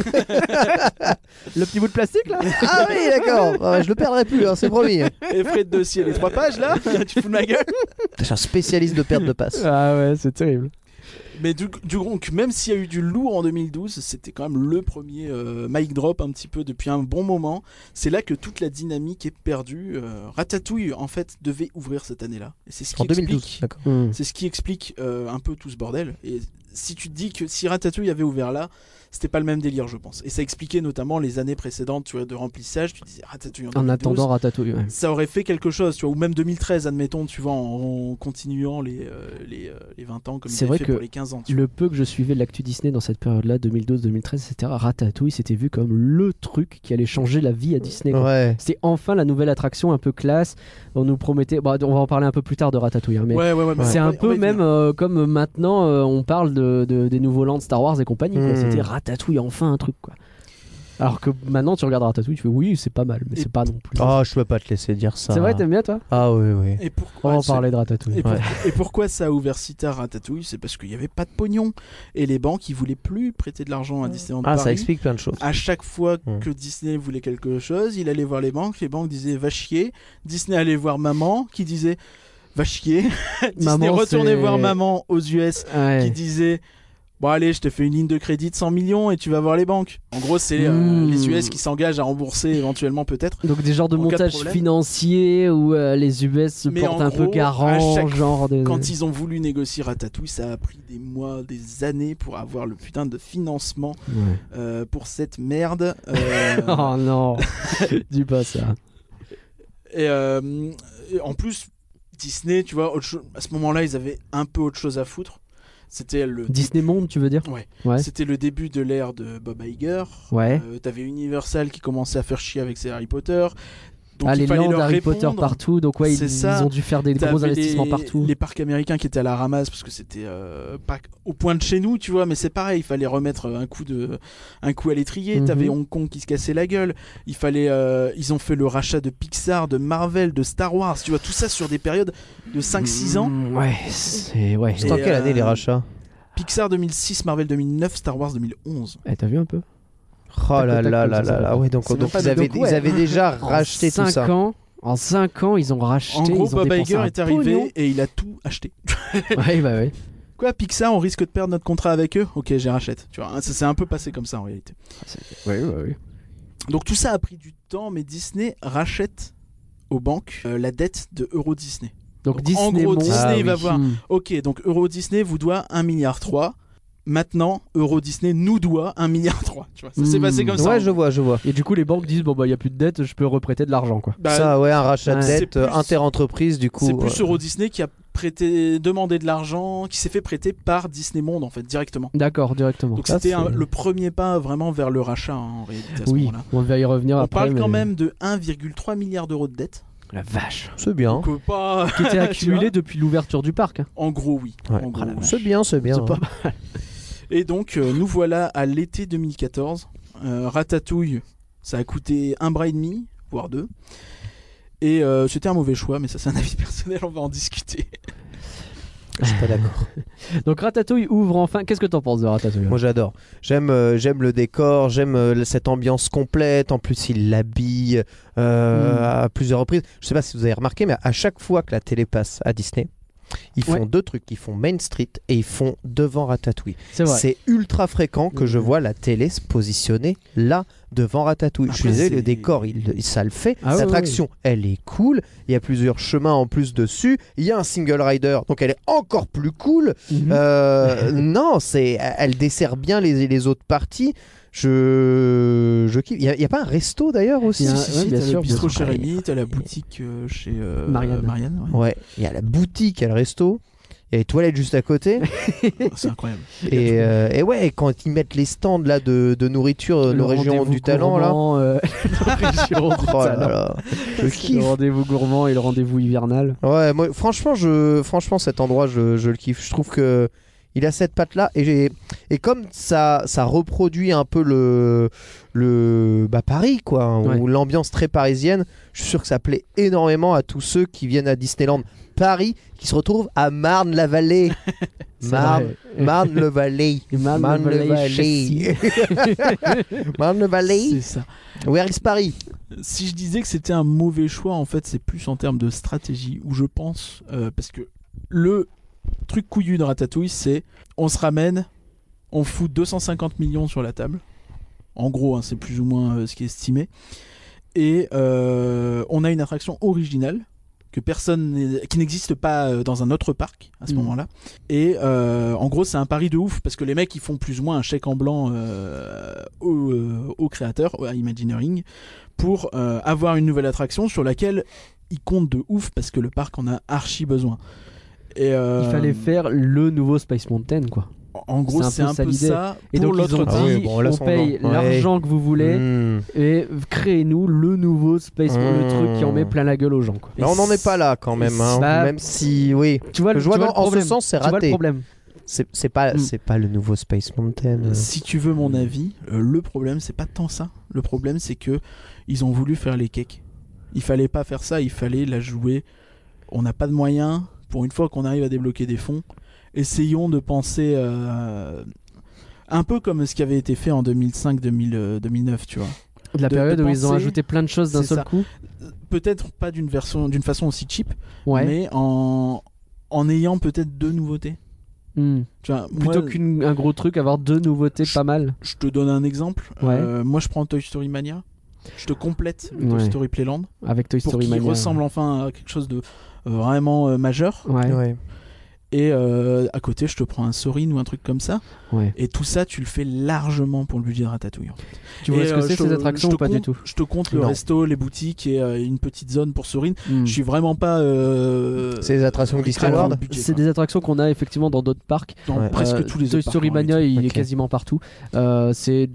Speaker 3: Le petit bout de plastique là?
Speaker 5: Ah oui d'accord, Ah, je le perdrai plus, hein, c'est promis.
Speaker 4: Et frais de dossier, les 3 pages là, tu fous de ma gueule.
Speaker 5: Je suis un spécialiste de perte de passe.
Speaker 3: Ah ouais, c'est terrible.
Speaker 4: Mais du coup, même s'il y a eu du lourd en 2012, c'était quand même le premier mic drop un petit peu depuis un bon moment. C'est là que toute la dynamique est perdue. Ratatouille, en fait, devait ouvrir cette année-là. Et c'est ce qui
Speaker 5: En 2012,
Speaker 4: explique,
Speaker 5: d'accord.
Speaker 4: c'est ce qui explique un peu tout ce bordel. Et si tu te dis que si Ratatouille avait ouvert là, c'était pas le même délire, je pense. Et ça expliquait notamment les années précédentes, tu vois, de remplissage. Tu disais Ratatouille en 2012.
Speaker 3: En attendant Ratatouille, ouais.
Speaker 4: Ça aurait fait quelque chose, tu vois, ou même 2013, admettons, tu vois, en continuant les 20 ans comme
Speaker 3: C'est
Speaker 4: il
Speaker 3: vrai
Speaker 4: avait fait
Speaker 3: que
Speaker 4: pour les 15 ans. Tu vois.
Speaker 3: Le peu que je suivais de l'actu Disney dans cette période-là, 2012-2013, c'était Ratatouille, c'était vu comme le truc qui allait changer la vie à Disney. Quoi.
Speaker 5: Ouais.
Speaker 3: C'était enfin la nouvelle attraction un peu classe. On nous promettait, on va en parler un peu plus tard de Ratatouille, hein, mais
Speaker 4: Ouais, mais
Speaker 3: c'est
Speaker 4: on
Speaker 3: un
Speaker 4: va- on
Speaker 3: peu
Speaker 4: va y
Speaker 3: même
Speaker 4: venir.
Speaker 3: comme maintenant on parle des nouveaux lands Star Wars et compagnie. Quoi.
Speaker 5: Mm.
Speaker 3: C'était Ratatouille, enfin un truc quoi. Alors que maintenant tu regardes Ratatouille, tu fais oui c'est pas mal, mais
Speaker 4: Et-
Speaker 3: c'est pas non plus.
Speaker 5: Oh, je peux pas te laisser dire ça.
Speaker 3: C'est vrai, t'aimes bien toi?
Speaker 5: Ah oui, oui.
Speaker 4: Et
Speaker 3: On
Speaker 4: pourquoi,
Speaker 3: va en parler de Ratatouille.
Speaker 4: et pourquoi ça a ouvert si tard Ratatouille? C'est parce qu'il n'y avait pas de pognon. Et les banques, ils voulaient plus prêter de l'argent à Disneyland
Speaker 5: Ah,
Speaker 4: Paris.
Speaker 5: ça explique plein de choses.
Speaker 4: À chaque fois
Speaker 5: Mm.
Speaker 4: que Disney voulait quelque chose, il allait voir les banques disaient va chier. Disney allait voir maman qui disait va chier. Disney
Speaker 3: Maman,
Speaker 4: retournait
Speaker 3: c'est-
Speaker 4: voir maman aux US
Speaker 3: Ouais.
Speaker 4: qui disait bon allez je te fais une ligne de crédit de 100 millions et tu vas voir les banques. En gros c'est
Speaker 3: Mm.
Speaker 4: les US qui s'engagent à rembourser éventuellement peut-être.
Speaker 3: Donc des genres de
Speaker 4: En cas de
Speaker 3: montage
Speaker 4: problème.
Speaker 3: financier où les US se
Speaker 4: Mais
Speaker 3: portent
Speaker 4: en
Speaker 3: un peu
Speaker 4: gros,
Speaker 3: garant,
Speaker 4: à chaque
Speaker 3: genre de...
Speaker 4: Quand ils ont voulu négocier Ratatouille, ça a pris des mois, des années pour avoir le putain de financement
Speaker 3: Ouais.
Speaker 4: pour cette merde.
Speaker 3: Oh non, dis pas ça.
Speaker 4: Et en plus, Disney, tu vois, à ce moment-là, ils avaient un peu autre chose à foutre. C'était le
Speaker 3: Disney Monde, tu veux dire?
Speaker 4: Ouais.
Speaker 3: Ouais.
Speaker 4: C'était le début de l'ère de Bob Iger.
Speaker 3: Ouais.
Speaker 4: T'avais Universal qui commençait à faire chier avec ses Harry Potter. Donc
Speaker 3: Ah,
Speaker 4: il
Speaker 3: les
Speaker 4: fallait
Speaker 3: lands
Speaker 4: leur
Speaker 3: Harry
Speaker 4: répondre.
Speaker 3: Potter partout, donc ouais,
Speaker 4: C'est
Speaker 3: ils
Speaker 4: ça.
Speaker 3: ont dû faire des gros
Speaker 4: T'avais
Speaker 3: investissements
Speaker 4: les,
Speaker 3: partout.
Speaker 4: Les parcs américains qui étaient à la ramasse parce que c'était pas au point de chez nous, tu vois, mais c'est pareil, il fallait remettre un coup à l'étrier.
Speaker 3: Mhm.
Speaker 4: T'avais Hong Kong qui se cassait la gueule. Il fallait, ils ont fait le rachat de Pixar, de Marvel, de Star Wars, tu vois, tout ça sur des périodes de 5-6 ans.
Speaker 3: Ouais, c'est... Ouais.
Speaker 5: C'est en
Speaker 4: Et,
Speaker 5: quelle année les rachats?
Speaker 4: Pixar 2006, Marvel 2009, Star Wars 2011.
Speaker 3: Eh, t'as vu un peu?
Speaker 5: Oh là là là
Speaker 3: comme ça,
Speaker 5: là là. Ouais, donc
Speaker 4: C'est même pas
Speaker 5: ils avaient,
Speaker 3: donc, ouais.
Speaker 5: ils avaient déjà racheté tout ça.
Speaker 3: En 5 ans, ils ont racheté,
Speaker 4: En gros,
Speaker 3: ils ont
Speaker 4: Bob
Speaker 3: dépensé
Speaker 4: Iger
Speaker 3: un
Speaker 4: est arrivé
Speaker 3: pognon.
Speaker 4: et il a tout acheté.
Speaker 3: Ouais, bah ouais.
Speaker 4: Quoi, Pixar, on risque de perdre notre contrat avec eux? Ok, j'ai rachète. Tu vois, ça s'est un peu passé comme ça en réalité.
Speaker 3: Ouais, ouais, ouais.
Speaker 4: Donc tout ça a pris du temps, mais Disney rachète aux banques la dette de Euro Disney.
Speaker 3: Donc
Speaker 4: Donc,
Speaker 3: Disney
Speaker 4: en gros,
Speaker 3: Monde.
Speaker 4: Disney,
Speaker 5: Ah
Speaker 4: il va
Speaker 5: oui.
Speaker 4: voir.
Speaker 3: Hmm.
Speaker 4: Ok, donc Euro Disney vous doit 1,3 milliard, maintenant, Euro Disney nous doit 1,3 milliard. Tu vois, ça s'est passé comme ça.
Speaker 5: Ouais, je vois.
Speaker 3: Et du coup, les banques disent bon bah il y a plus de dette, je peux reprêter de l'argent quoi.
Speaker 4: Bah,
Speaker 5: Ça, ouais, un rachat de
Speaker 4: c'est
Speaker 5: dette
Speaker 4: plus-
Speaker 5: inter-entreprise, du coup.
Speaker 4: c'est plus Euro Disney qui a demandé de l'argent, qui s'est fait prêter par Disney Monde en fait directement.
Speaker 3: D'accord, directement.
Speaker 4: Donc
Speaker 5: Ça,
Speaker 4: c'était
Speaker 5: c'est-
Speaker 4: le premier pas vraiment vers le rachat en réalité à ce
Speaker 3: Oui,
Speaker 4: moment-là.
Speaker 3: on va y revenir
Speaker 4: On
Speaker 3: après.
Speaker 4: parle quand
Speaker 3: mais-
Speaker 4: même de 1,3 milliard d'euros de dette.
Speaker 3: La vache.
Speaker 5: C'est bien.
Speaker 4: Donc pas.
Speaker 3: Qui était
Speaker 4: Tu
Speaker 3: accumulé
Speaker 4: vois
Speaker 3: depuis l'ouverture du parc. Hein.
Speaker 4: En gros, oui.
Speaker 5: Ouais.
Speaker 4: En gros,
Speaker 3: Ah, la
Speaker 4: oui.
Speaker 5: C'est bien.
Speaker 3: C'est pas
Speaker 4: Et donc, nous voilà à l'été 2014. Ratatouille, ça a coûté un bras et demi, voire 2. Et c'était un mauvais choix, mais ça, c'est un avis personnel, on va en discuter.
Speaker 5: Je suis pas d'accord.
Speaker 3: Donc Ratatouille ouvre enfin. Qu'est-ce que t'en penses de Ratatouille?
Speaker 5: Moi j'adore. J'aime le décor, j'aime cette ambiance complète. En plus, il l'habille à plusieurs reprises. Je sais pas si vous avez remarqué, mais à chaque fois que la télé passe à Disney, ils font
Speaker 3: Ouais.
Speaker 5: deux trucs. Ils font Main Street et ils font devant Ratatouille.
Speaker 3: C'est vrai.
Speaker 5: C'est ultra fréquent que je vois la télé se positionner là devant Ratatouille. Je suis
Speaker 4: Après,
Speaker 5: désolé,
Speaker 4: c'est-
Speaker 5: le décor, ça le fait.
Speaker 3: Ah ouais,
Speaker 5: L'attraction, elle est cool. Il y a plusieurs chemins en plus dessus. Il y a un single rider, donc elle est encore plus cool.
Speaker 3: Mhm.
Speaker 5: Non, elle dessert bien les autres parties. Je kiffe. Il y a pas un resto d'ailleurs aussi.
Speaker 3: Il y a un-
Speaker 4: Si,
Speaker 3: ouais, bien
Speaker 4: t'as
Speaker 3: sûr,
Speaker 4: le bistrot
Speaker 3: bien sûr.
Speaker 4: chez Rémi, t'as la boutique chez
Speaker 3: Marianne.
Speaker 4: ouais.
Speaker 5: Ouais, il y a la boutique, il y a le resto. Il y a les toilettes juste à côté.
Speaker 4: C'est incroyable.
Speaker 5: et ouais, quand ils mettent les stands là de nourriture,
Speaker 3: Le
Speaker 5: de région
Speaker 3: rendez-vous
Speaker 5: du talent là.
Speaker 3: gourmand, la région du
Speaker 5: Oh là
Speaker 3: talent.
Speaker 5: là, je
Speaker 3: Le
Speaker 5: kiffe.
Speaker 3: rendez-vous gourmand et le rendez-vous hivernal.
Speaker 5: Ouais, moi, franchement, cet endroit, je le kiffe. Je trouve que il a cette patte là et comme ça reproduit un peu le Paris quoi, hein,
Speaker 3: Ouais.
Speaker 5: ou l'ambiance très parisienne. Je suis sûr que ça plaît énormément à tous ceux qui viennent à Disneyland Paris, qui se retrouvent à Marne-la-Vallée.
Speaker 3: C'est vrai.
Speaker 5: Marne-le-Valley.
Speaker 3: Et Marne-le-Valley,
Speaker 5: Marne-le-Valley.
Speaker 4: C'est ça.
Speaker 5: Where is Paris?
Speaker 4: Si je disais que c'était un mauvais choix, en fait, c'est plus en termes de stratégie, où je pense, parce que le truc couillu de Ratatouille, c'est on se ramène, on fout 250 millions sur la table. En gros, hein, c'est plus ou moins ce qui est estimé. Et on a une attraction originale qui n'existe pas dans un autre parc à ce moment-là. Et en gros, c'est un pari de ouf parce que les mecs ils font plus ou moins un chèque en blanc au créateur, à Imagineering, pour avoir une nouvelle attraction sur laquelle ils comptent de ouf parce que le parc en a archi besoin. Et,
Speaker 3: Il fallait faire le nouveau Space Mountain quoi.
Speaker 4: En gros, c'est un peu
Speaker 3: l'idée.
Speaker 4: ça.
Speaker 3: Et
Speaker 4: Pour
Speaker 3: donc ils ont
Speaker 4: l'autre
Speaker 3: dit
Speaker 5: Ah oui, bon, là,
Speaker 3: on
Speaker 5: ça, on
Speaker 3: paye
Speaker 5: va-
Speaker 3: l'argent que vous voulez
Speaker 5: Hmm.
Speaker 3: et créez-nous le nouveau Space Mountain, le truc qui en met plein la gueule aux gens quoi.
Speaker 5: Mais on n'en est pas là quand même, hein.
Speaker 3: Bah,
Speaker 5: Même si, oui.
Speaker 3: Tu vois,
Speaker 5: Je vois
Speaker 3: tu vois
Speaker 5: dans-
Speaker 3: le
Speaker 5: en ce
Speaker 3: problème.
Speaker 5: sens, c'est
Speaker 3: Tu vois le
Speaker 5: raté.
Speaker 3: problème.
Speaker 5: C'est pas,
Speaker 3: Mm.
Speaker 5: c'est pas le nouveau Space Mountain.
Speaker 4: Si tu veux mon avis, le problème c'est pas tant ça. Le problème c'est que ils ont voulu faire les cakes. Il fallait pas faire ça, il fallait la jouer. On n'a pas de moyens. Pour une fois qu'on arrive à débloquer des fonds, essayons de penser un peu comme ce qui avait été fait en 2005-2009, tu vois.
Speaker 3: De la
Speaker 4: de
Speaker 3: période où ils ont
Speaker 4: penser-
Speaker 3: ajouté plein de choses d'un
Speaker 4: c'est
Speaker 3: seul
Speaker 4: ça.
Speaker 3: coup.
Speaker 4: Peut-être pas d'une façon aussi cheap,
Speaker 3: Ouais.
Speaker 4: mais en ayant peut-être deux nouveautés.
Speaker 3: Hmm.
Speaker 4: Tu vois,
Speaker 3: Plutôt
Speaker 4: moi,
Speaker 3: qu'un gros truc, avoir deux nouveautés pas mal.
Speaker 4: je te donne un exemple.
Speaker 3: Ouais.
Speaker 4: Moi, je prends Toy Story Mania. Je te complète le
Speaker 3: Ouais.
Speaker 4: Toy Story Playland
Speaker 3: Avec Toy
Speaker 4: pour
Speaker 3: Story
Speaker 4: qu'il
Speaker 3: Mania.
Speaker 4: ressemble enfin à quelque chose de vraiment majeur.
Speaker 3: Ouais.
Speaker 5: Ouais.
Speaker 4: Et à côté, je te prends un Sorin ou un truc comme ça.
Speaker 3: Ouais.
Speaker 4: Et tout ça, tu le fais largement pour le budget de Ratatouille. En fait.
Speaker 3: Tu vois
Speaker 4: Et,
Speaker 3: ce que c'est
Speaker 4: je
Speaker 3: ces
Speaker 4: te-
Speaker 3: attractions
Speaker 4: je
Speaker 3: ou
Speaker 4: te
Speaker 3: pas du
Speaker 4: compte-
Speaker 3: tout?
Speaker 4: Je te compte le
Speaker 5: Non.
Speaker 4: resto, les boutiques et une petite zone pour Sorin.
Speaker 3: Hmm.
Speaker 4: Je suis vraiment pas.
Speaker 5: C'est les attractions Disney
Speaker 4: très
Speaker 5: World.
Speaker 4: grand budget,
Speaker 3: C'est
Speaker 4: quoi.
Speaker 3: des attractions qu'on a effectivement dans d'autres parcs.
Speaker 4: Dans
Speaker 5: Ouais.
Speaker 4: presque tous les
Speaker 3: Toy
Speaker 4: autres
Speaker 3: Story
Speaker 4: parcs, en
Speaker 3: Mania, il est
Speaker 5: Ok.
Speaker 3: quasiment partout. C'est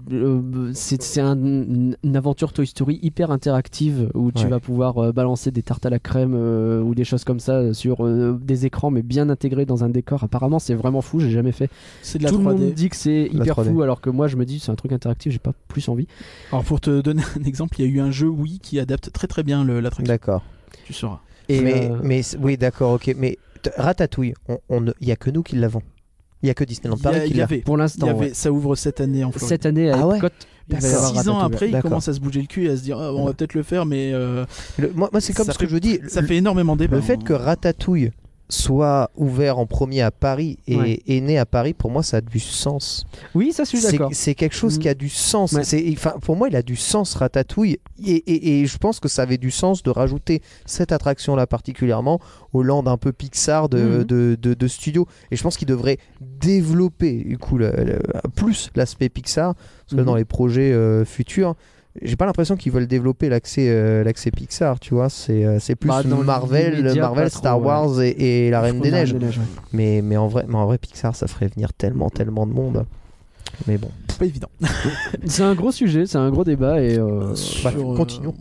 Speaker 3: une aventure Toy Story hyper interactive où tu
Speaker 5: Ouais.
Speaker 3: vas pouvoir balancer des tartes à la crème ou des choses comme ça sur des écrans, mais bien intégrés dans un décor. Apparemment, c'est vraiment fou. J'ai jamais fait.
Speaker 4: C'est de la
Speaker 3: Tout le
Speaker 4: 3D.
Speaker 3: monde dit que c'est
Speaker 5: La
Speaker 3: hyper
Speaker 5: 3D.
Speaker 3: fou, alors que moi, je me dis c'est un truc interactif. J'ai pas plus envie.
Speaker 4: Alors pour te donner un exemple, il y a eu un jeu Wii qui adapte très très bien l'attraction.
Speaker 5: D'accord.
Speaker 4: Tu sauras.
Speaker 3: Et
Speaker 5: Oui, d'accord, ok. Mais Ratatouille, il y a que nous qui l'avons. Il y a que Disneyland Paris qui
Speaker 4: Il y
Speaker 5: l'a.
Speaker 4: avait.
Speaker 3: pour l'instant, ouais.
Speaker 4: Ça ouvre cette année en Floride.
Speaker 3: Cette année à
Speaker 5: Ah ouais.
Speaker 3: Epcot, il va y
Speaker 5: D'accord.
Speaker 3: avoir
Speaker 4: 6 ans
Speaker 3: Ratatouille.
Speaker 4: après, il
Speaker 5: D'accord.
Speaker 4: commence à se bouger le cul et à se dire ah, on va peut-être le faire, mais
Speaker 5: Moi, c'est comme
Speaker 4: Ça
Speaker 5: ce que
Speaker 4: fait-
Speaker 5: je dis.
Speaker 4: ça fait énormément débat.
Speaker 5: Le fait que Ratatouille soit ouvert en premier à Paris et
Speaker 3: Ouais.
Speaker 5: est né à Paris, pour moi, ça a du sens.
Speaker 3: Oui, ça, je suis d'accord.
Speaker 5: C'est quelque chose qui a du sens.
Speaker 3: Ouais.
Speaker 5: Pour moi, il a du sens, Ratatouille. Et je pense que ça avait du sens de rajouter cette attraction-là particulièrement au land un peu Pixar de studio. Et je pense qu'il devrait développer du coup plus l'aspect Pixar. Parce que dans les projets futurs, j'ai pas l'impression qu'ils veulent développer l'accès Pixar, tu vois. C'est plus
Speaker 3: Dans
Speaker 5: Marvel,
Speaker 3: l'immédiat, pas
Speaker 5: Star
Speaker 3: trop,
Speaker 5: Wars et La Reine des Neiges.
Speaker 3: ouais.
Speaker 5: Mais en vrai, Pixar, ça ferait venir tellement de monde. Mais bon.
Speaker 4: C'est pas évident.
Speaker 3: C'est un gros sujet, c'est un gros débat. Et
Speaker 5: Continuons.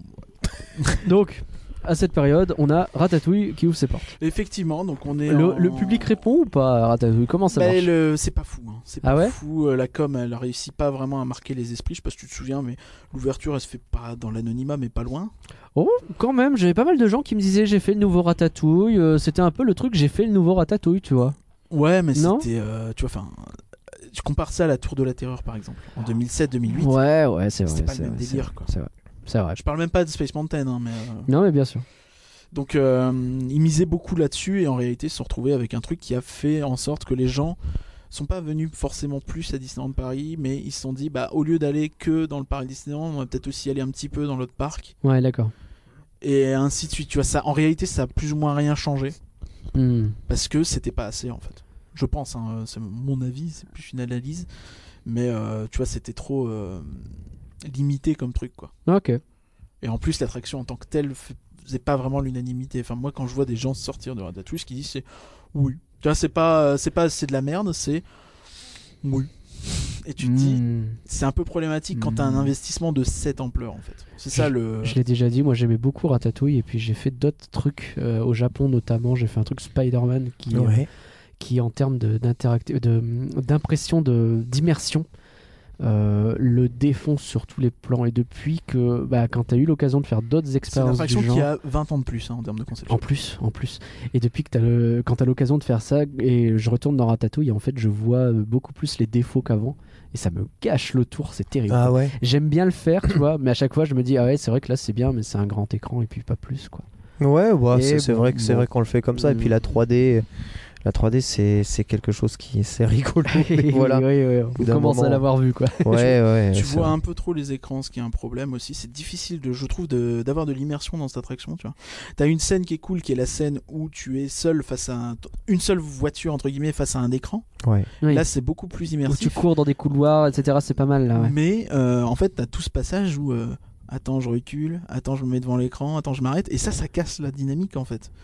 Speaker 3: donc, à cette période, on a Ratatouille qui ouvre ses portes.
Speaker 4: Effectivement, donc on est.
Speaker 3: Le public répond ou pas à Ratatouille? Comment ça marche?
Speaker 4: C'est pas fou. Hein. C'est
Speaker 3: Ah
Speaker 4: pas
Speaker 3: ouais
Speaker 4: fou. La com, elle réussit pas vraiment à marquer les esprits. Je sais pas si tu te souviens, mais l'ouverture, elle se fait pas dans l'anonymat, mais pas loin.
Speaker 3: Oh, quand même, j'avais pas mal de gens qui me disaient j'ai fait le nouveau Ratatouille. C'était un peu le truc, j'ai fait le nouveau Ratatouille, tu vois.
Speaker 4: Ouais, mais
Speaker 3: Non
Speaker 4: c'était. Tu vois, enfin. Tu compares ça à la Tour de la Terreur, par exemple, en 2007-2008.
Speaker 3: Ouais, c'est vrai.
Speaker 4: C'était pas
Speaker 3: c'est
Speaker 4: le même
Speaker 3: vrai,
Speaker 4: délire, quoi.
Speaker 3: C'est vrai.
Speaker 4: Je parle même pas de Space Mountain, hein, mais.
Speaker 3: Non, mais bien sûr.
Speaker 4: Donc ils misaient beaucoup là-dessus et en réalité ils se sont retrouvés avec un truc qui a fait en sorte que les gens sont pas venus forcément plus à Disneyland Paris, mais ils se sont dit bah au lieu d'aller que dans le parc Disneyland, on va peut-être aussi aller un petit peu dans l'autre parc
Speaker 3: Ouais, d'accord.
Speaker 4: et ainsi de suite. Tu vois, ça en réalité ça a plus ou moins rien changé parce que c'était pas assez en fait. Je pense, hein, c'est mon avis, c'est plus une analyse, mais tu vois c'était trop limité comme truc quoi.
Speaker 3: Ok.
Speaker 4: Et en plus l'attraction en tant que telle faisait pas vraiment l'unanimité. Enfin moi quand je vois des gens sortir de Ratatouille, ce qu'ils disent c'est oui. Tu vois c'est pas c'est de la merde, c'est oui. Et tu te dis c'est un peu problématique quand t'as un investissement de cette ampleur en fait. C'est ça le.
Speaker 3: Je l'ai déjà dit, moi j'aimais beaucoup Ratatouille et puis j'ai fait d'autres trucs au Japon notamment. J'ai fait un truc Spider-Man qui en termes d'impression d'immersion le défonce sur tous les plans. Et depuis que quand tu as eu l'occasion de faire d'autres
Speaker 4: C'est une
Speaker 3: expériences
Speaker 4: attraction
Speaker 3: du genre,
Speaker 4: qui a 20 ans de plus hein, en termes de conception.
Speaker 3: en plus et depuis que quand tu as l'occasion de faire ça et je retourne dans Ratatouille, en fait je vois beaucoup plus les défauts qu'avant et ça me gâche le tour, c'est terrible.
Speaker 5: Ah ouais.
Speaker 3: J'aime bien le faire, tu vois, mais à chaque fois je me dis ah ouais c'est vrai que là c'est bien mais c'est un grand écran et puis pas plus quoi.
Speaker 5: Ouais,
Speaker 3: Et
Speaker 5: c'est vrai qu'on le fait comme ça. Et puis la 3D, c'est quelque chose qui c'est rigolo. Mais voilà.
Speaker 3: oui, on
Speaker 5: d'un
Speaker 3: commence
Speaker 5: moment.
Speaker 3: à l'avoir vu quoi.
Speaker 5: Ouais.
Speaker 4: Tu
Speaker 5: c'est
Speaker 4: vois
Speaker 5: vrai.
Speaker 4: un peu trop les écrans, ce qui est un problème aussi. C'est difficile, je trouve, d'avoir de l'immersion dans cette attraction. Tu vois, t'as une scène qui est cool, qui est la scène où tu es seul face à une seule voiture entre guillemets face à un écran.
Speaker 5: Ouais.
Speaker 3: Oui.
Speaker 4: Là, c'est beaucoup plus
Speaker 3: Où tu
Speaker 4: immersif.
Speaker 3: cours dans des couloirs, etc. C'est pas mal là. Ouais.
Speaker 4: Mais en fait, t'as tout ce passage où attends, je recule, attends, je me mets devant l'écran, attends, je m'arrête, et ça casse la dynamique en fait.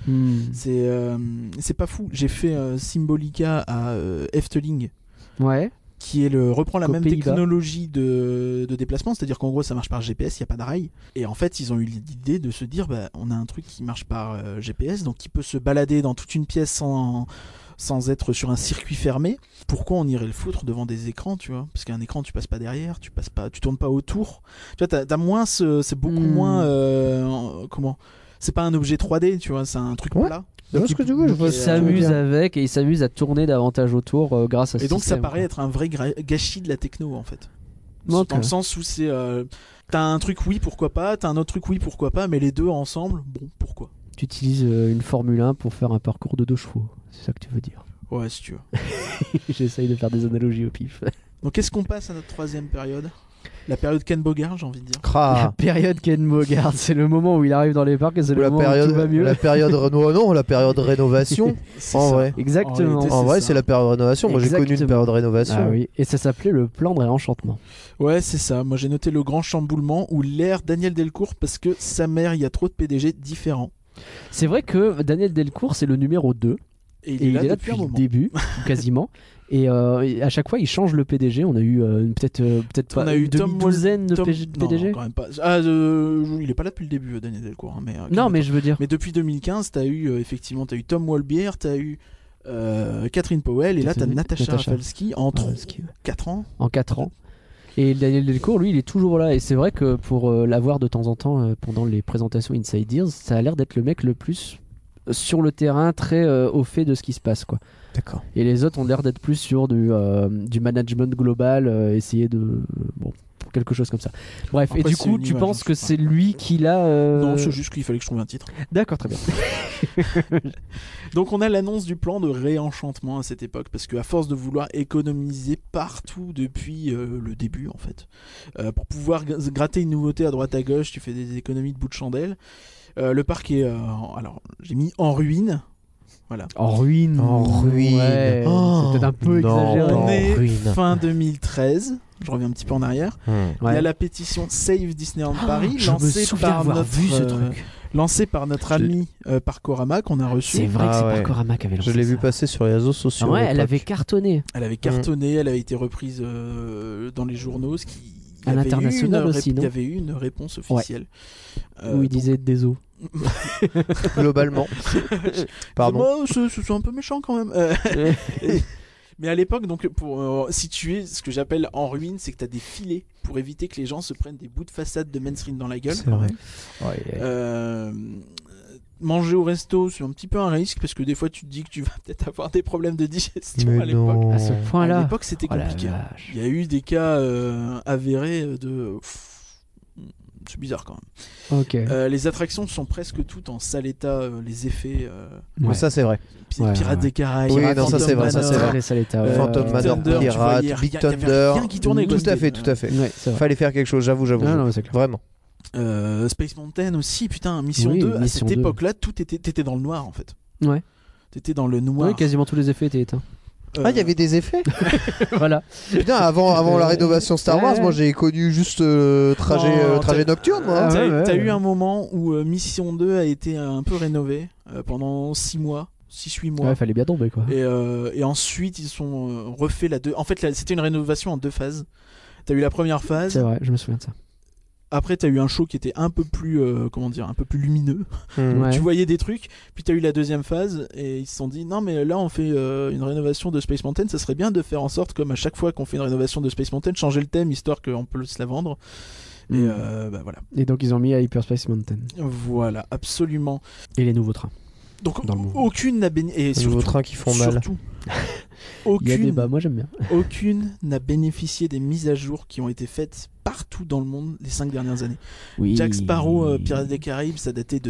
Speaker 4: C'est pas fou. J'ai fait Symbolica à Efteling.
Speaker 3: Ouais.
Speaker 4: Qui reprend la
Speaker 3: Qu'aux
Speaker 4: même
Speaker 3: Pays-Bas.
Speaker 4: technologie de déplacement, c'est-à-dire qu'en gros ça marche par GPS, il n'y a pas de rail. Et en fait ils ont eu l'idée de se dire on a un truc qui marche par GPS, donc qui peut se balader dans toute une pièce sans être sur un circuit fermé. Pourquoi on irait le foutre devant des écrans, tu vois? Parce qu'un écran tu passes pas derrière, tu tournes pas autour. Tu vois, t'as moins c'est beaucoup moins comment? C'est pas un objet 3D, tu vois, c'est un truc plat.
Speaker 5: Donc, ce que tu veux, je vois
Speaker 3: Il
Speaker 5: ce que tu veux
Speaker 3: s'amuse
Speaker 5: dire.
Speaker 3: avec et il s'amuse à tourner davantage autour grâce à ce
Speaker 4: Et donc ça
Speaker 3: système,
Speaker 4: paraît
Speaker 3: quoi.
Speaker 4: être un vrai gâchis de la techno en fait.
Speaker 3: Ok.
Speaker 4: Dans le sens où c'est t'as un truc oui pourquoi pas, t'as un autre truc oui pourquoi pas, mais les deux ensemble, bon pourquoi?
Speaker 3: Tu utilises une Formule 1 pour faire un parcours de 2 chevaux, c'est ça que tu veux dire.
Speaker 4: Ouais si tu veux.
Speaker 3: J'essaye de faire des analogies au pif.
Speaker 4: Donc qu'est-ce qu'on passe à notre troisième période? La période Ken Bogard, j'ai envie de dire.
Speaker 3: La période Ken Bogard, c'est le moment où il arrive dans les parcs et c'est le
Speaker 5: la
Speaker 3: moment
Speaker 5: période,
Speaker 3: où tout va mieux.
Speaker 5: la période la période rénovation. En vrai.
Speaker 3: Exactement.
Speaker 4: En réalité,
Speaker 5: En vrai,
Speaker 4: ça.
Speaker 5: c'est la période rénovation. Moi, j'ai connu une
Speaker 3: Exactement.
Speaker 5: période rénovation.
Speaker 3: Ah oui, et ça s'appelait le plan de réenchantement.
Speaker 4: Ouais c'est ça, moi j'ai noté le grand chamboulement ou l'ère Daniel Delcourt parce que sa mère, il y a trop de PDG différents.
Speaker 3: C'est vrai que Daniel Delcourt, c'est le numéro 2.
Speaker 4: Et
Speaker 3: Et il est là
Speaker 4: depuis
Speaker 3: depuis
Speaker 4: un
Speaker 3: le
Speaker 4: moment.
Speaker 3: début, quasiment. Et à chaque fois, il change le PDG. On a eu peut-être
Speaker 4: On
Speaker 3: pas
Speaker 4: a eu
Speaker 3: une
Speaker 4: Tom
Speaker 3: demi-douzaine de
Speaker 4: Tom-
Speaker 3: PDG.
Speaker 4: Non, quand même pas. Il est pas là depuis le début, Daniel Delcourt. Hein, mais,
Speaker 3: Non, mais je veux dire.
Speaker 4: Mais depuis 2015, t'as eu effectivement, t'as eu Tom Walbier, t'as eu Catherine Powell, et là t'as Natasha Rafalski en 4 ans.
Speaker 3: En 4 ans. Et Daniel Delcourt, lui, il est toujours là. Et c'est vrai que pour l'avoir de temps en temps pendant les présentations Inside Ears, ça a l'air d'être le mec le plus sur le terrain, très au fait de ce qui se passe, quoi.
Speaker 5: D'accord.
Speaker 3: Et les autres ont l'air d'être plus sur du management global, essayer de... Bon, quelque chose comme ça. Bref,
Speaker 4: Après,
Speaker 3: et du
Speaker 4: c'est
Speaker 3: coup,
Speaker 4: une
Speaker 3: tu
Speaker 4: image,
Speaker 3: penses
Speaker 4: je
Speaker 3: que
Speaker 4: sais
Speaker 3: c'est lui qui l'a.
Speaker 4: Non, c'est juste qu'il fallait que je trouve un titre.
Speaker 3: D'accord, très bien.
Speaker 4: Donc on a l'annonce du plan de réenchantement à cette époque, parce qu'à force de vouloir économiser partout depuis le début en fait, pour pouvoir gratter une nouveauté à droite à gauche, tu fais des économies de bout de chandelle. Le parc est, alors j'ai mis en ruine. Voilà.
Speaker 3: En ruine. Ouais, c'est peut-être un peu exagéré.
Speaker 4: On est
Speaker 5: ruine.
Speaker 4: fin 2013. Je reviens un petit peu en arrière. Il y a la pétition Save Disneyland Paris,
Speaker 3: Je me
Speaker 4: lancée
Speaker 3: souviens
Speaker 4: par
Speaker 3: avoir
Speaker 4: notre
Speaker 3: vu ce truc.
Speaker 4: lancé par notre ami Parkorama qu'on a reçu.
Speaker 3: C'est vrai que c'est
Speaker 5: ouais.
Speaker 3: Parkorama qui avait lancé
Speaker 5: Je l'ai vu
Speaker 3: ça.
Speaker 5: passer sur les réseaux sociaux.
Speaker 3: Ah ouais,
Speaker 5: à
Speaker 3: elle
Speaker 5: l'époque.
Speaker 3: avait cartonné.
Speaker 4: Elle avait cartonné, elle avait été reprise dans les journaux, ce qui
Speaker 3: À l'international aussi, non ?
Speaker 4: Il y avait eu une réponse officielle.
Speaker 3: Où il disait désolé.
Speaker 5: Globalement. Pardon.
Speaker 4: Moi, c'est un peu méchant quand même. Mais à l'époque, donc, pour situer ce que j'appelle en ruine, c'est que tu as des filets pour éviter que les gens se prennent des bouts de façade de Main Street dans la gueule.
Speaker 5: C'est vrai.
Speaker 4: Manger au resto, c'est un petit peu un risque parce que des fois tu te dis que tu vas peut-être avoir des problèmes de digestion
Speaker 5: Mais
Speaker 4: à l'époque.
Speaker 5: non.
Speaker 3: À ce
Speaker 4: À
Speaker 3: point-là.
Speaker 4: l'époque, c'était
Speaker 3: Oh la
Speaker 4: compliqué.
Speaker 3: vache.
Speaker 4: Il y a eu des cas avérés de. C'est bizarre quand même.
Speaker 3: Ok.
Speaker 4: Les attractions sont presque toutes en sale état. Les effets.
Speaker 5: Mais ça, c'est vrai.
Speaker 3: Ouais,
Speaker 4: Pirates
Speaker 3: ouais.
Speaker 4: des Caraïbes.
Speaker 5: Oui, non, ça, c'est vrai, ça, c'est
Speaker 4: Manor,
Speaker 5: vrai.
Speaker 3: Les sales états, ouais.
Speaker 5: Phantom Manor,
Speaker 4: Thunder, tu
Speaker 5: Pirate,
Speaker 4: voyais,
Speaker 5: Big
Speaker 4: il y avait
Speaker 5: Thunder.
Speaker 4: rien qui tournait,
Speaker 5: Tout
Speaker 4: quoi.
Speaker 5: à fait, tout à fait.
Speaker 3: Ouais, c'est vrai.
Speaker 5: Fallait faire quelque chose, j'avoue.
Speaker 3: Non, non, c'est clair.
Speaker 5: Vraiment.
Speaker 4: Space Mountain aussi, putain, Mission
Speaker 3: Oui,
Speaker 4: 2, à
Speaker 3: Mission
Speaker 4: cette
Speaker 3: 2.
Speaker 4: époque-là, t'étais dans le noir en fait.
Speaker 3: Ouais.
Speaker 4: T'étais dans le noir.
Speaker 3: Ouais, quasiment tous les effets étaient éteints.
Speaker 5: Ah, il y avait des effets.
Speaker 3: Voilà.
Speaker 5: Putain, avant la rénovation Star Wars,
Speaker 3: Ouais.
Speaker 5: moi j'ai connu juste trajet
Speaker 4: Non,
Speaker 5: trajet
Speaker 4: t'as-
Speaker 5: nocturne, moi.
Speaker 3: Ah,
Speaker 4: T'as
Speaker 3: ouais,
Speaker 4: t'as
Speaker 3: ouais.
Speaker 4: eu un moment où Mission 2 a été un peu rénové pendant 6 mois, 6-8 mois.
Speaker 3: Ouais, fallait bien tomber quoi.
Speaker 4: Et ensuite, ils ont refait la deux. En fait, c'était une rénovation en 2 phases. T'as eu la première phase.
Speaker 3: C'est vrai, je me souviens de ça.
Speaker 4: Après, t'as eu un show qui était un peu plus, comment dire, un peu plus lumineux.
Speaker 3: Ouais.
Speaker 4: Tu voyais des trucs. Puis t'as eu la deuxième phase et ils se sont dit non mais là on fait une rénovation de Space Mountain. Ça serait bien de faire en sorte comme à chaque fois qu'on fait une rénovation de Space Mountain, changer le thème histoire qu'on peut se la vendre. Et bah voilà.
Speaker 3: Et donc ils ont mis à Hyperspace Mountain.
Speaker 4: Voilà, absolument.
Speaker 3: Et les nouveaux trains.
Speaker 4: Donc
Speaker 3: Dans le mouvement.
Speaker 4: aucune n'a bénéficié. Et
Speaker 5: Les nouveaux
Speaker 4: surtout,
Speaker 5: trains qui font mal.
Speaker 4: surtout,
Speaker 3: Il y a des
Speaker 4: aucune,
Speaker 3: bas, moi j'aime bien.
Speaker 4: aucune n'a bénéficié des mises à jour qui ont été faites partout dans le monde les 5 dernières années.
Speaker 3: Oui.
Speaker 4: Jack Sparrow, Pirates des Caraïbes, ça datait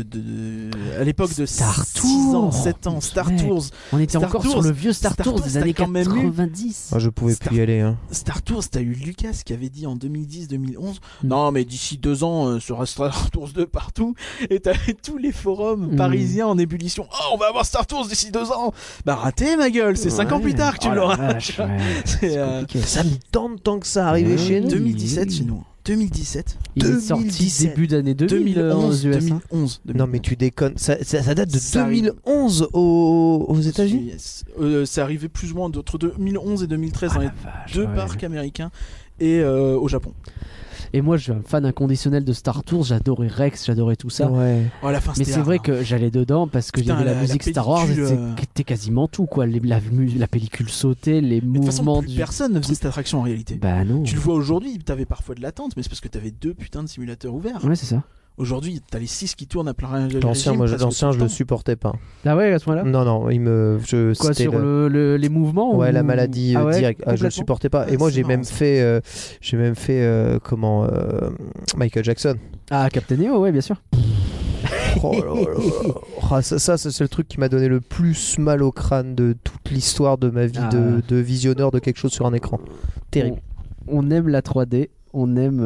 Speaker 4: à l'époque de
Speaker 3: Star
Speaker 4: 6
Speaker 3: Tours.
Speaker 4: ans, 7 ans. Star
Speaker 3: Mec.
Speaker 4: Tours.
Speaker 3: On était
Speaker 4: Star
Speaker 3: encore
Speaker 4: Tours.
Speaker 3: sur le vieux Star
Speaker 4: Star
Speaker 3: Tours
Speaker 4: Tours,
Speaker 3: des
Speaker 4: t'as
Speaker 3: années
Speaker 4: quand même eu-
Speaker 3: 90.
Speaker 5: Ah, je pouvais
Speaker 4: Star-
Speaker 5: plus y aller. Hein.
Speaker 4: Star Tours, t'as eu Lucas qui avait dit en 2010-2011
Speaker 3: Mm.
Speaker 4: non mais d'ici 2 ans sera Star Tours 2 partout, et t'avais tous les forums
Speaker 3: Mm.
Speaker 4: parisiens en ébullition. Oh, on va avoir Star Tours d'ici 2 ans. Bah raté ma gueule, c'est 5 ans plus tard que tu
Speaker 3: Oh la
Speaker 4: l'auras.
Speaker 3: vache, ouais.
Speaker 4: C'est,
Speaker 3: C'est compliqué.
Speaker 5: Ça me tente tant que ça arrivait
Speaker 3: Ouais.
Speaker 5: chez nous.
Speaker 4: 2017
Speaker 3: oui.
Speaker 4: chez nous. 2017.
Speaker 3: Il est sorti
Speaker 5: 2017.
Speaker 3: début d'année 2011
Speaker 4: 2011.
Speaker 3: aux USA.
Speaker 4: 2011.
Speaker 5: Non mais tu déconnes, ça date de
Speaker 4: Ça arrive.
Speaker 5: 2011 aux États-Unis.
Speaker 4: Yes. C'est arrivé plus ou moins entre 2011 et 2013 dans
Speaker 3: Ah,
Speaker 4: les
Speaker 3: la vache,
Speaker 4: 2
Speaker 3: ouais.
Speaker 4: parcs américains et au Japon.
Speaker 3: Et moi, je suis un fan inconditionnel de Star Tours. J'adorais Rex, j'adorais tout ça.
Speaker 5: Ouais.
Speaker 4: Oh, à la fin,
Speaker 3: Mais
Speaker 4: c'était
Speaker 3: c'est vrai
Speaker 4: hard,
Speaker 3: que j'allais dedans parce qu'il y
Speaker 4: Putain,
Speaker 3: avait la
Speaker 4: la
Speaker 3: musique Star Wars,
Speaker 4: pellicule,
Speaker 3: c'était quasiment tout quoi. La pellicule sautait, les
Speaker 4: Mais de toute façon,
Speaker 3: mouvements
Speaker 4: plus
Speaker 3: du.
Speaker 4: personne ne faisait cette attraction en réalité.
Speaker 3: Bah non.
Speaker 4: Tu le vois aujourd'hui, t'avais parfois de l'attente, mais c'est parce que t'avais 2 putains de simulateurs ouverts.
Speaker 3: Ouais, c'est ça.
Speaker 4: Aujourd'hui, t'as les 6 qui tournent à plein régime.
Speaker 5: L'ancien, moi,
Speaker 4: presque
Speaker 5: l'ancien,
Speaker 4: tout
Speaker 5: je
Speaker 4: le
Speaker 5: le
Speaker 4: temps.
Speaker 5: supportais pas.
Speaker 3: Ah ouais, à ce moment-là.
Speaker 5: Non, non,
Speaker 3: Quoi
Speaker 5: c'était
Speaker 3: sur les mouvements
Speaker 5: Ouais,
Speaker 3: ou-
Speaker 5: la maladie
Speaker 3: Ah ouais,
Speaker 5: directe. Ah, je le
Speaker 3: complètement.
Speaker 5: supportais pas.
Speaker 4: Ah,
Speaker 5: Et moi,
Speaker 4: c'est
Speaker 5: j'ai
Speaker 4: marrant,
Speaker 5: même
Speaker 4: ça.
Speaker 5: fait, Michael Jackson.
Speaker 3: Ah, Captain Neo, ouais, bien sûr.
Speaker 5: Oh là là. Ah, ça, c'est le truc qui m'a donné le plus mal au crâne de toute l'histoire de ma vie
Speaker 3: Ah.
Speaker 5: de visionneur de quelque chose sur un écran. Terrible.
Speaker 3: On aime la 3D. On aime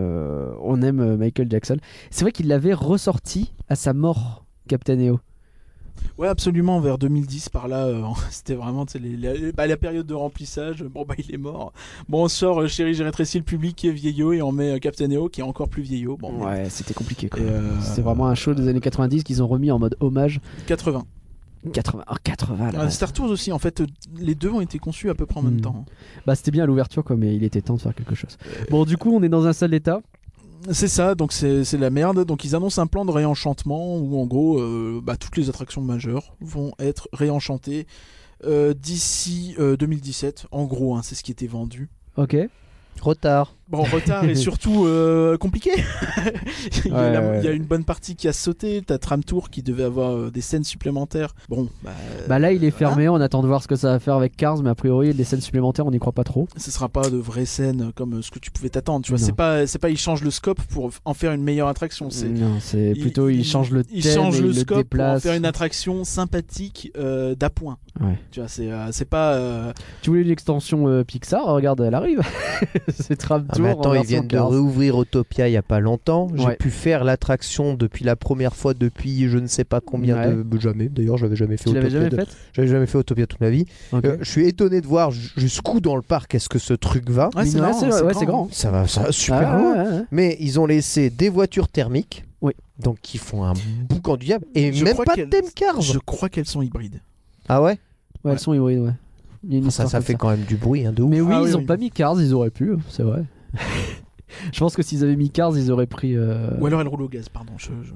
Speaker 3: Michael Jackson. C'est vrai qu'il l'avait ressorti à sa mort, Captain Neo.
Speaker 4: Ouais, absolument, vers 2010, par là, c'était vraiment tu sais, la période de remplissage. Bon, bah, il est mort. Bon, on sort Chérie, j'ai rétréci le public qui est vieillot et on met Captain Neo qui est encore plus vieillot. Bon, mais-
Speaker 3: Ouais, c'était compliqué quoi.
Speaker 4: Et,
Speaker 3: C'est vraiment un show des années 90 qu'ils ont remis en mode hommage.
Speaker 4: 80.
Speaker 3: 80, oh, 80 là.
Speaker 4: Star Tours aussi, en fait, les deux ont été conçus à peu près en même
Speaker 3: Hmm.
Speaker 4: temps.
Speaker 3: Bah c'était bien à l'ouverture quoi, mais il était temps de faire quelque chose. Bon, du coup, on est dans un sale état.
Speaker 4: C'est ça, donc c'est la merde. Donc ils annoncent un plan de réenchantement où en gros, toutes les attractions majeures vont être réenchantées d'ici 2017. En gros, hein, c'est ce qui était vendu.
Speaker 3: Ok.
Speaker 5: Retard.
Speaker 4: Bon, retard et surtout compliqué. Il y a une bonne partie qui a sauté. T'as Tram Tour qui devait avoir des scènes supplémentaires. Bon,
Speaker 3: bah là il est fermé, on attend de voir ce que ça va faire avec Cars, mais a priori les scènes supplémentaires on n'y croit pas trop.
Speaker 4: Ce sera pas de vraies scènes comme ce que tu pouvais t'attendre. Tu vois,
Speaker 3: Non.
Speaker 4: c'est pas ils changent le scope pour en faire une meilleure attraction.
Speaker 3: Non, c'est plutôt ils changent le thème,
Speaker 4: ils changent
Speaker 3: et
Speaker 4: le
Speaker 3: ils
Speaker 4: scope
Speaker 3: le
Speaker 4: pour en
Speaker 3: déplacent.
Speaker 4: faire une attraction sympathique d'appoint.
Speaker 3: Ouais.
Speaker 4: Tu vois, c'est pas.
Speaker 3: Tu voulais une extension Pixar, regarde, elle arrive. C'est Tram
Speaker 5: Ah,
Speaker 3: Tour.
Speaker 5: mais attends,
Speaker 3: en
Speaker 5: ils
Speaker 3: version
Speaker 5: viennent de
Speaker 3: Cars.
Speaker 5: réouvrir Autopia il y a pas longtemps. J'ai
Speaker 3: Ouais.
Speaker 5: pu faire l'attraction depuis la première fois depuis je ne sais pas combien de jamais. D'ailleurs, j'avais jamais fait
Speaker 3: Tu l'avais
Speaker 5: Autopia.
Speaker 3: jamais faite?
Speaker 5: J'avais jamais fait Autopia toute ma vie.
Speaker 3: Ok.
Speaker 5: Je suis étonné de voir jusqu'où dans le parc est-ce que ce truc va.
Speaker 4: Ouais, c'est
Speaker 3: Ouais,
Speaker 4: marrant,
Speaker 3: c'est grand.
Speaker 5: Ça va super
Speaker 3: Ah,
Speaker 5: loin.
Speaker 3: ouais, ouais.
Speaker 5: Mais ils ont laissé des voitures thermiques.
Speaker 3: Oui.
Speaker 5: Donc qui font un boucan du diable. Et
Speaker 4: Je
Speaker 5: même
Speaker 4: crois
Speaker 5: pas de
Speaker 4: qu'elles-
Speaker 5: thème Cars.
Speaker 4: Je crois qu'elles sont hybrides.
Speaker 5: Ah ouais.
Speaker 3: Ouais, elles sont hybrides, ouais. Il y a une
Speaker 5: Ça
Speaker 3: histoire comme
Speaker 5: fait quand même du bruit, hein, de ouf.
Speaker 3: Mais oui,
Speaker 4: Ah
Speaker 3: ils
Speaker 4: oui,
Speaker 3: ont
Speaker 4: oui.
Speaker 3: pas mis Cars, ils auraient pu, c'est vrai. Je pense que s'ils avaient mis Cars, ils auraient pris.
Speaker 4: Ou alors elles roulent au gaz, pardon.